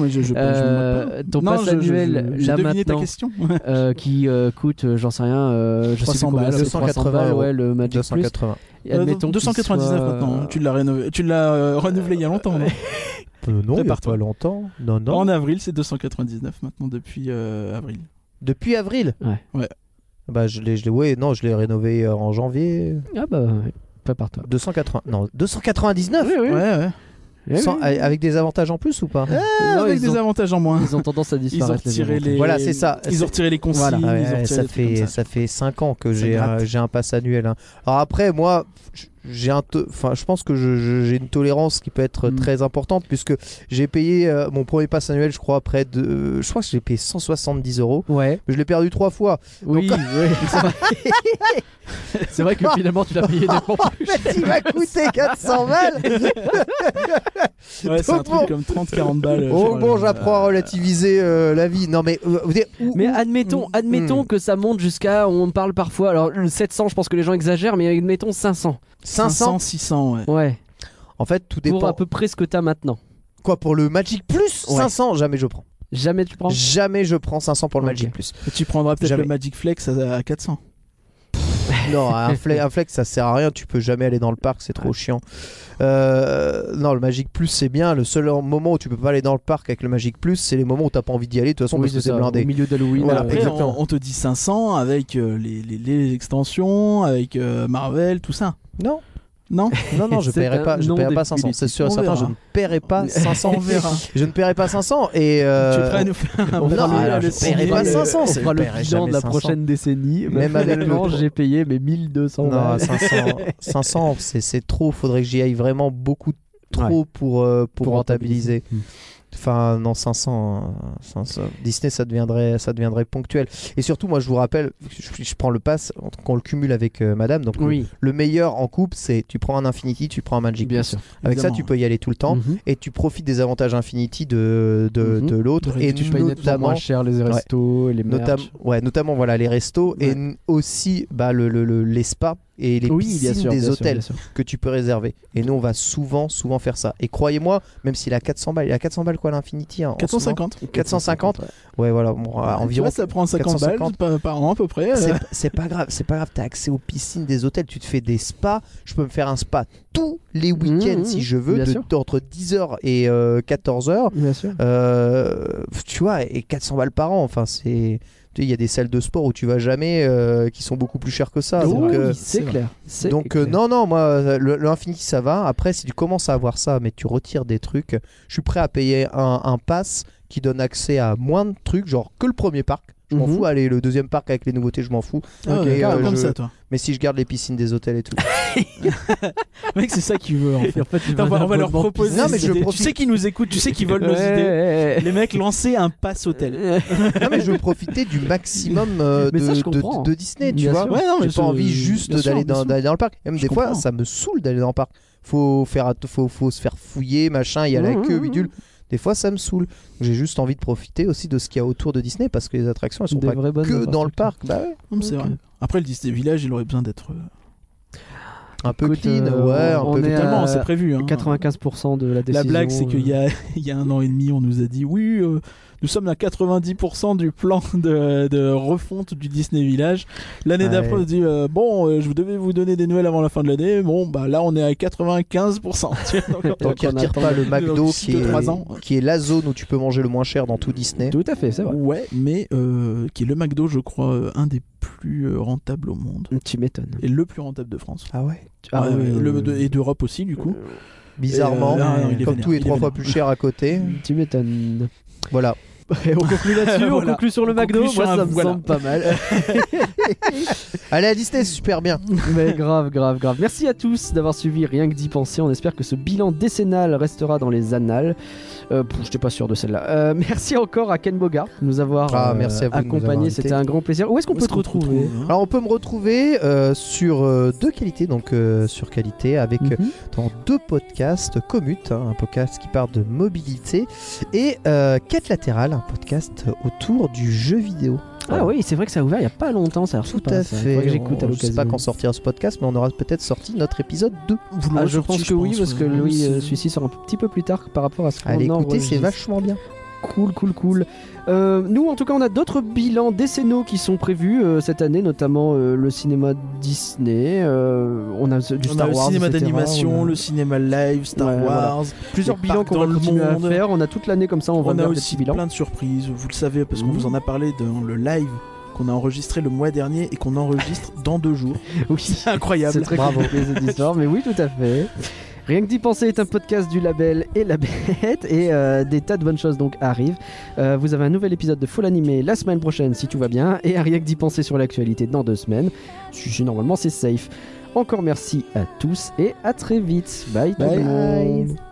Speaker 3: ton pass annuel
Speaker 4: j'ai
Speaker 3: là
Speaker 4: deviné ta
Speaker 3: maintenant
Speaker 4: question.
Speaker 3: qui coûte j'en sais rien, je sais plus
Speaker 4: 300
Speaker 3: combien,
Speaker 4: balles,
Speaker 3: c'est
Speaker 5: 280
Speaker 3: balles,
Speaker 5: euros.
Speaker 3: ouais, le Magic
Speaker 5: 280.
Speaker 3: Plus. Admettons
Speaker 4: 299
Speaker 3: qu'il soit,
Speaker 4: maintenant. Tu l'as rénové, tu l'as renouvelé il y a longtemps. Non,
Speaker 5: Non, il y a
Speaker 4: Prépare-toi.
Speaker 5: pas longtemps. Non.
Speaker 4: En avril, c'est 299 maintenant depuis avril.
Speaker 5: Depuis avril.
Speaker 4: Ouais.
Speaker 5: Bah je l'ai rénové en janvier.
Speaker 3: Ah bah ouais. Prépare-toi.
Speaker 5: 299. Avec des avantages en plus ou pas?
Speaker 3: Non,
Speaker 4: avec des avantages en moins.
Speaker 3: Ils ont tendance à
Speaker 4: Ils ont
Speaker 3: disparaître.
Speaker 4: retiré les.
Speaker 5: Voilà, c'est ça.
Speaker 4: Ils ont retiré les consignes.
Speaker 3: Voilà.
Speaker 5: Ah ouais,
Speaker 4: ils ont retiré
Speaker 5: ça
Speaker 4: des trucs comme
Speaker 5: fait ça fait 5 ans que j'ai
Speaker 4: gratte.
Speaker 5: un pass annuel. Hein. Alors après moi je pense que j'ai une tolérance qui peut être très importante puisque j'ai payé mon premier pass annuel je crois je crois que j'ai payé 170 €.
Speaker 3: Ouais.
Speaker 5: Mais je l'ai perdu 3 fois.
Speaker 3: Oui,
Speaker 5: Donc...
Speaker 3: c'est vrai. C'est vrai que finalement tu l'as payé des fois plus cher.
Speaker 5: Il m'a coûté 400 balles.
Speaker 4: Ouais, c'est un
Speaker 5: Donc
Speaker 4: truc comme 30-40 balles.
Speaker 5: Oh bon, j'apprends à relativiser la vie. Non mais
Speaker 3: Mais admettons que ça monte jusqu'à, on parle parfois, alors le 700 je pense que les gens exagèrent, mais admettons 500.
Speaker 5: 500
Speaker 4: 600, ouais.
Speaker 3: Ouais.
Speaker 5: En fait, tout dépend.
Speaker 3: Pour à peu près ce que t'as maintenant.
Speaker 5: Quoi pour le Magic Plus?
Speaker 3: Ouais.
Speaker 5: 500, jamais je prends.
Speaker 3: Jamais tu prends?
Speaker 5: Jamais je prends 500 pour le
Speaker 3: Ok.
Speaker 5: Magic Plus.
Speaker 4: Et tu prendras peut-être
Speaker 5: Jamais.
Speaker 4: le Magic Flex à 400.
Speaker 5: Non, un flex ça sert à rien, tu peux jamais aller dans le parc, c'est trop chiant. Non, le Magic Plus c'est bien, le seul moment où tu peux pas aller dans le parc avec le Magic Plus, c'est les moments où t'as pas envie d'y aller de toute façon
Speaker 3: Oui,
Speaker 5: parce que
Speaker 3: c'est
Speaker 5: c'est
Speaker 3: ça,
Speaker 5: blindé.
Speaker 3: au milieu d'Halloween.
Speaker 5: Voilà,
Speaker 4: Après,
Speaker 5: exactement.
Speaker 4: on te dit 500 avec les extensions, avec Marvel, tout ça.
Speaker 5: Non,
Speaker 4: Non.
Speaker 5: non, je
Speaker 3: C'est
Speaker 5: paierai
Speaker 3: un
Speaker 5: pas,
Speaker 3: non
Speaker 5: 500, c'est sûr et
Speaker 4: On
Speaker 5: certain,
Speaker 4: verra.
Speaker 5: je ne paierai pas 500.
Speaker 4: On verra.
Speaker 5: Je ne paierai pas 500 et
Speaker 4: Tu es prêt à nous faire un
Speaker 5: non,
Speaker 4: premier
Speaker 5: alors,
Speaker 4: le
Speaker 5: je paierai pas
Speaker 4: ciné,
Speaker 5: 500,
Speaker 3: On
Speaker 5: c'est
Speaker 3: fera le
Speaker 5: paierai
Speaker 3: bilan de la
Speaker 5: jamais 500.
Speaker 3: prochaine décennie.
Speaker 5: Même avec
Speaker 3: Finalement,
Speaker 5: le-
Speaker 3: j'ai payé mes 1200
Speaker 5: Non,
Speaker 3: balles.
Speaker 5: 500 c'est trop, faudrait que j'y aille vraiment beaucoup trop pour rentabiliser. Enfin non, 500 Disney ça deviendrait ponctuel. Et surtout moi je vous rappelle, je prends le pass qu'on le cumule avec madame, donc
Speaker 3: Oui,
Speaker 5: le meilleur en couple c'est tu prends un Infinity, tu prends un Magic
Speaker 3: bien
Speaker 5: Plus.
Speaker 3: sûr.
Speaker 5: Avec ça
Speaker 4: Évidemment.
Speaker 5: tu peux y aller tout le temps
Speaker 3: Mhm.
Speaker 5: et tu profites des avantages Infinity de l'autre
Speaker 4: De
Speaker 5: et
Speaker 3: Tu payes nettement
Speaker 5: notamment
Speaker 3: moins cher les restos et les merch.
Speaker 5: notamment voilà les restos et aussi bah, les spas et les
Speaker 3: Oui,
Speaker 5: piscines
Speaker 3: bien sûr,
Speaker 5: des
Speaker 3: bien sûr,
Speaker 5: hôtels
Speaker 3: bien sûr.
Speaker 5: que tu peux réserver. Et nous, on va souvent faire ça. Et croyez-moi, même s'il a 400 balles, il a 400 balles quoi l'Infinity hein, en ce moment
Speaker 4: 450.
Speaker 5: 450. Ouais, voilà, bon,
Speaker 4: Tu
Speaker 5: environ.
Speaker 4: vois, ça prend 50
Speaker 5: 450.
Speaker 4: balles par an à peu près.
Speaker 5: C'est pas grave, t'as accès aux piscines des hôtels, tu te fais des spas. Je peux me faire un spa tous les week-ends si je veux,
Speaker 3: bien sûr.
Speaker 5: entre 10h et 14h.
Speaker 3: Bien sûr.
Speaker 5: Tu vois, et 400 balles par an, enfin c'est. Il y a des salles de sport où tu vas jamais qui sont beaucoup plus chères que ça.
Speaker 3: Oui,
Speaker 5: donc,
Speaker 3: c'est clair. C'est
Speaker 5: donc
Speaker 3: clair.
Speaker 5: non, moi le Infinity ça va. Après si tu commences à avoir ça mais tu retires des trucs, je suis prêt à payer un pass qui donne accès à moins de trucs, genre que le premier parc. Je m'en
Speaker 3: Mhm.
Speaker 5: fous, allez le deuxième parc avec les nouveautés je m'en fous.
Speaker 4: Ah,
Speaker 5: Ok,
Speaker 4: d'accord, comme
Speaker 5: je-
Speaker 4: ça, toi.
Speaker 5: Mais si je garde les piscines des hôtels et tout.
Speaker 4: Mec, c'est ça qu'il veut en fait.
Speaker 3: Et en fait, il
Speaker 4: On
Speaker 3: va
Speaker 4: va leur
Speaker 3: abonnement de
Speaker 4: proposer.
Speaker 5: Non, mais
Speaker 4: des
Speaker 5: je
Speaker 4: idées.
Speaker 5: profite-
Speaker 4: Tu sais qu'ils nous écoutent, tu sais qu'ils veulent nos
Speaker 3: Ouais,
Speaker 4: idées.
Speaker 3: ouais, ouais.
Speaker 4: Les mecs, lancer un pass hôtel.
Speaker 5: Non mais je veux profiter du maximum
Speaker 3: Mais ça, je comprends.
Speaker 5: de Disney, tu
Speaker 3: Bien
Speaker 5: vois.
Speaker 3: sûr.
Speaker 4: Ouais, non, mais
Speaker 5: J'ai pas envie
Speaker 4: bien
Speaker 5: juste
Speaker 4: sûr,
Speaker 5: d'aller
Speaker 4: bien sûr.
Speaker 5: dans le parc. Même
Speaker 4: Je
Speaker 5: des fois,
Speaker 4: comprends.
Speaker 5: ça me saoule d'aller dans le parc. Faut se faire fouiller, machin, il y a la queue, bidule. Des fois, ça me saoule. J'ai juste envie de profiter aussi de ce qu'il y a autour de Disney parce que les attractions, elles sont
Speaker 3: Des vraies
Speaker 5: pas
Speaker 3: bonnes
Speaker 5: que dans le
Speaker 3: infrastructures.
Speaker 5: parc. Bah ouais.
Speaker 4: Non, mais c'est
Speaker 3: Ok.
Speaker 4: vrai. Après, le Disney Village, il aurait besoin d'être.
Speaker 5: Un peu
Speaker 3: Écoute,
Speaker 5: clean, ouais, un
Speaker 3: on
Speaker 5: peu
Speaker 3: est
Speaker 4: Totalement,
Speaker 3: à
Speaker 4: c'est prévu. Hein.
Speaker 3: 95% de la décision.
Speaker 4: La blague, c'est qu'il y a 1 an et demi, on nous a dit oui, nous sommes à 90% du plan de refonte du Disney Village. L'année d'après, on se dit je devais vous donner des nouvelles avant la fin de l'année. Bon, bah là, on est à 95%.
Speaker 5: Donc, ils ne retirent pas le McDo qui est la zone où tu peux manger le moins cher dans tout Disney.
Speaker 3: Tout à fait, c'est vrai.
Speaker 4: Ouais, mais qui est le McDo, je crois, un des plus rentables au monde.
Speaker 3: Tu m'étonnes.
Speaker 4: Et le plus rentable de France.
Speaker 5: Ah ouais.
Speaker 3: Ah
Speaker 4: Ouais,
Speaker 3: oui.
Speaker 4: et d'Europe aussi, du coup.
Speaker 5: Bizarrement,
Speaker 4: il est
Speaker 5: comme
Speaker 4: vénère,
Speaker 5: tout est
Speaker 4: il est
Speaker 5: 3 fois
Speaker 4: vénère.
Speaker 5: plus cher à côté.
Speaker 3: Tu m'étonnes.
Speaker 5: Voilà.
Speaker 3: Et on conclut là-dessus, on
Speaker 4: Voilà.
Speaker 3: conclut sur le
Speaker 4: On
Speaker 3: McDo.
Speaker 4: conclut
Speaker 3: Moi,
Speaker 4: sur
Speaker 3: ça
Speaker 4: un-
Speaker 3: me
Speaker 4: voilà.
Speaker 3: semble pas mal.
Speaker 5: Allez, à Disney, c'est super bien.
Speaker 3: Mais grave. Merci à tous d'avoir suivi Rien que d'y penser. On espère que ce bilan décennal restera dans les annales. J'étais pas sûr de celle-là. Merci encore à Ken Bogart de nous avoir
Speaker 5: merci à vous de nous avoir
Speaker 3: accompagnés.
Speaker 5: invités.
Speaker 3: C'était un grand plaisir. Où est-ce qu'on peut te retrouver
Speaker 5: Alors, on peut me retrouver sur deux qualités, donc sur qualité, avec dans 2 podcasts, Commute, un podcast qui parle de mobilité, et Quête latérale, un podcast autour du jeu vidéo.
Speaker 3: Ah oui, c'est vrai que ça a ouvert il y a pas longtemps. Ça a l'air
Speaker 5: Tout
Speaker 3: sympa,
Speaker 5: à
Speaker 3: ça.
Speaker 5: fait.
Speaker 3: Faudrait que j'écoute à
Speaker 5: Je sais
Speaker 3: l'occasion.
Speaker 5: pas quand sortira ce podcast, mais on aura peut-être sorti notre épisode 2.
Speaker 3: Ah, je pense que oui, parce que celui-ci sort un petit peu plus tard par rapport à ce qu'on
Speaker 5: Allez, écoutez,
Speaker 3: enregistre.
Speaker 5: c'est vachement bien.
Speaker 3: Cool. Nous, en tout cas, on a d'autres bilans décennaux qui sont prévus cette année, notamment le cinéma Disney. On a du Star
Speaker 4: le
Speaker 3: Wars,
Speaker 4: cinéma
Speaker 3: etc.
Speaker 4: d'animation,
Speaker 3: On a
Speaker 4: le cinéma live, Star
Speaker 3: Ouais,
Speaker 4: Wars.
Speaker 3: voilà. plusieurs
Speaker 4: les
Speaker 3: bilans
Speaker 4: parcs
Speaker 3: qu'on va
Speaker 4: dans le
Speaker 3: continuer à
Speaker 4: monde.
Speaker 3: faire. On a toute l'année comme ça, on va
Speaker 4: On a
Speaker 3: faire des
Speaker 4: aussi
Speaker 3: petits bilans.
Speaker 4: plein de surprises, vous le savez, parce qu'on vous en a parlé dans le live qu'on a enregistré le mois dernier et qu'on enregistre dans 2 jours.
Speaker 3: Oui,
Speaker 4: C'est incroyable.
Speaker 3: c'est très compliqué cette histoire, mais oui, tout à fait. Rien que d'y penser est un podcast du label et la bête et des tas de bonnes choses donc arrivent. Vous avez un nouvel épisode de Full Animé la semaine prochaine si tout va bien et rien que d'y penser sur l'actualité dans 2 semaines. Normalement c'est safe. Encore merci à tous et à très vite. Bye tout le monde.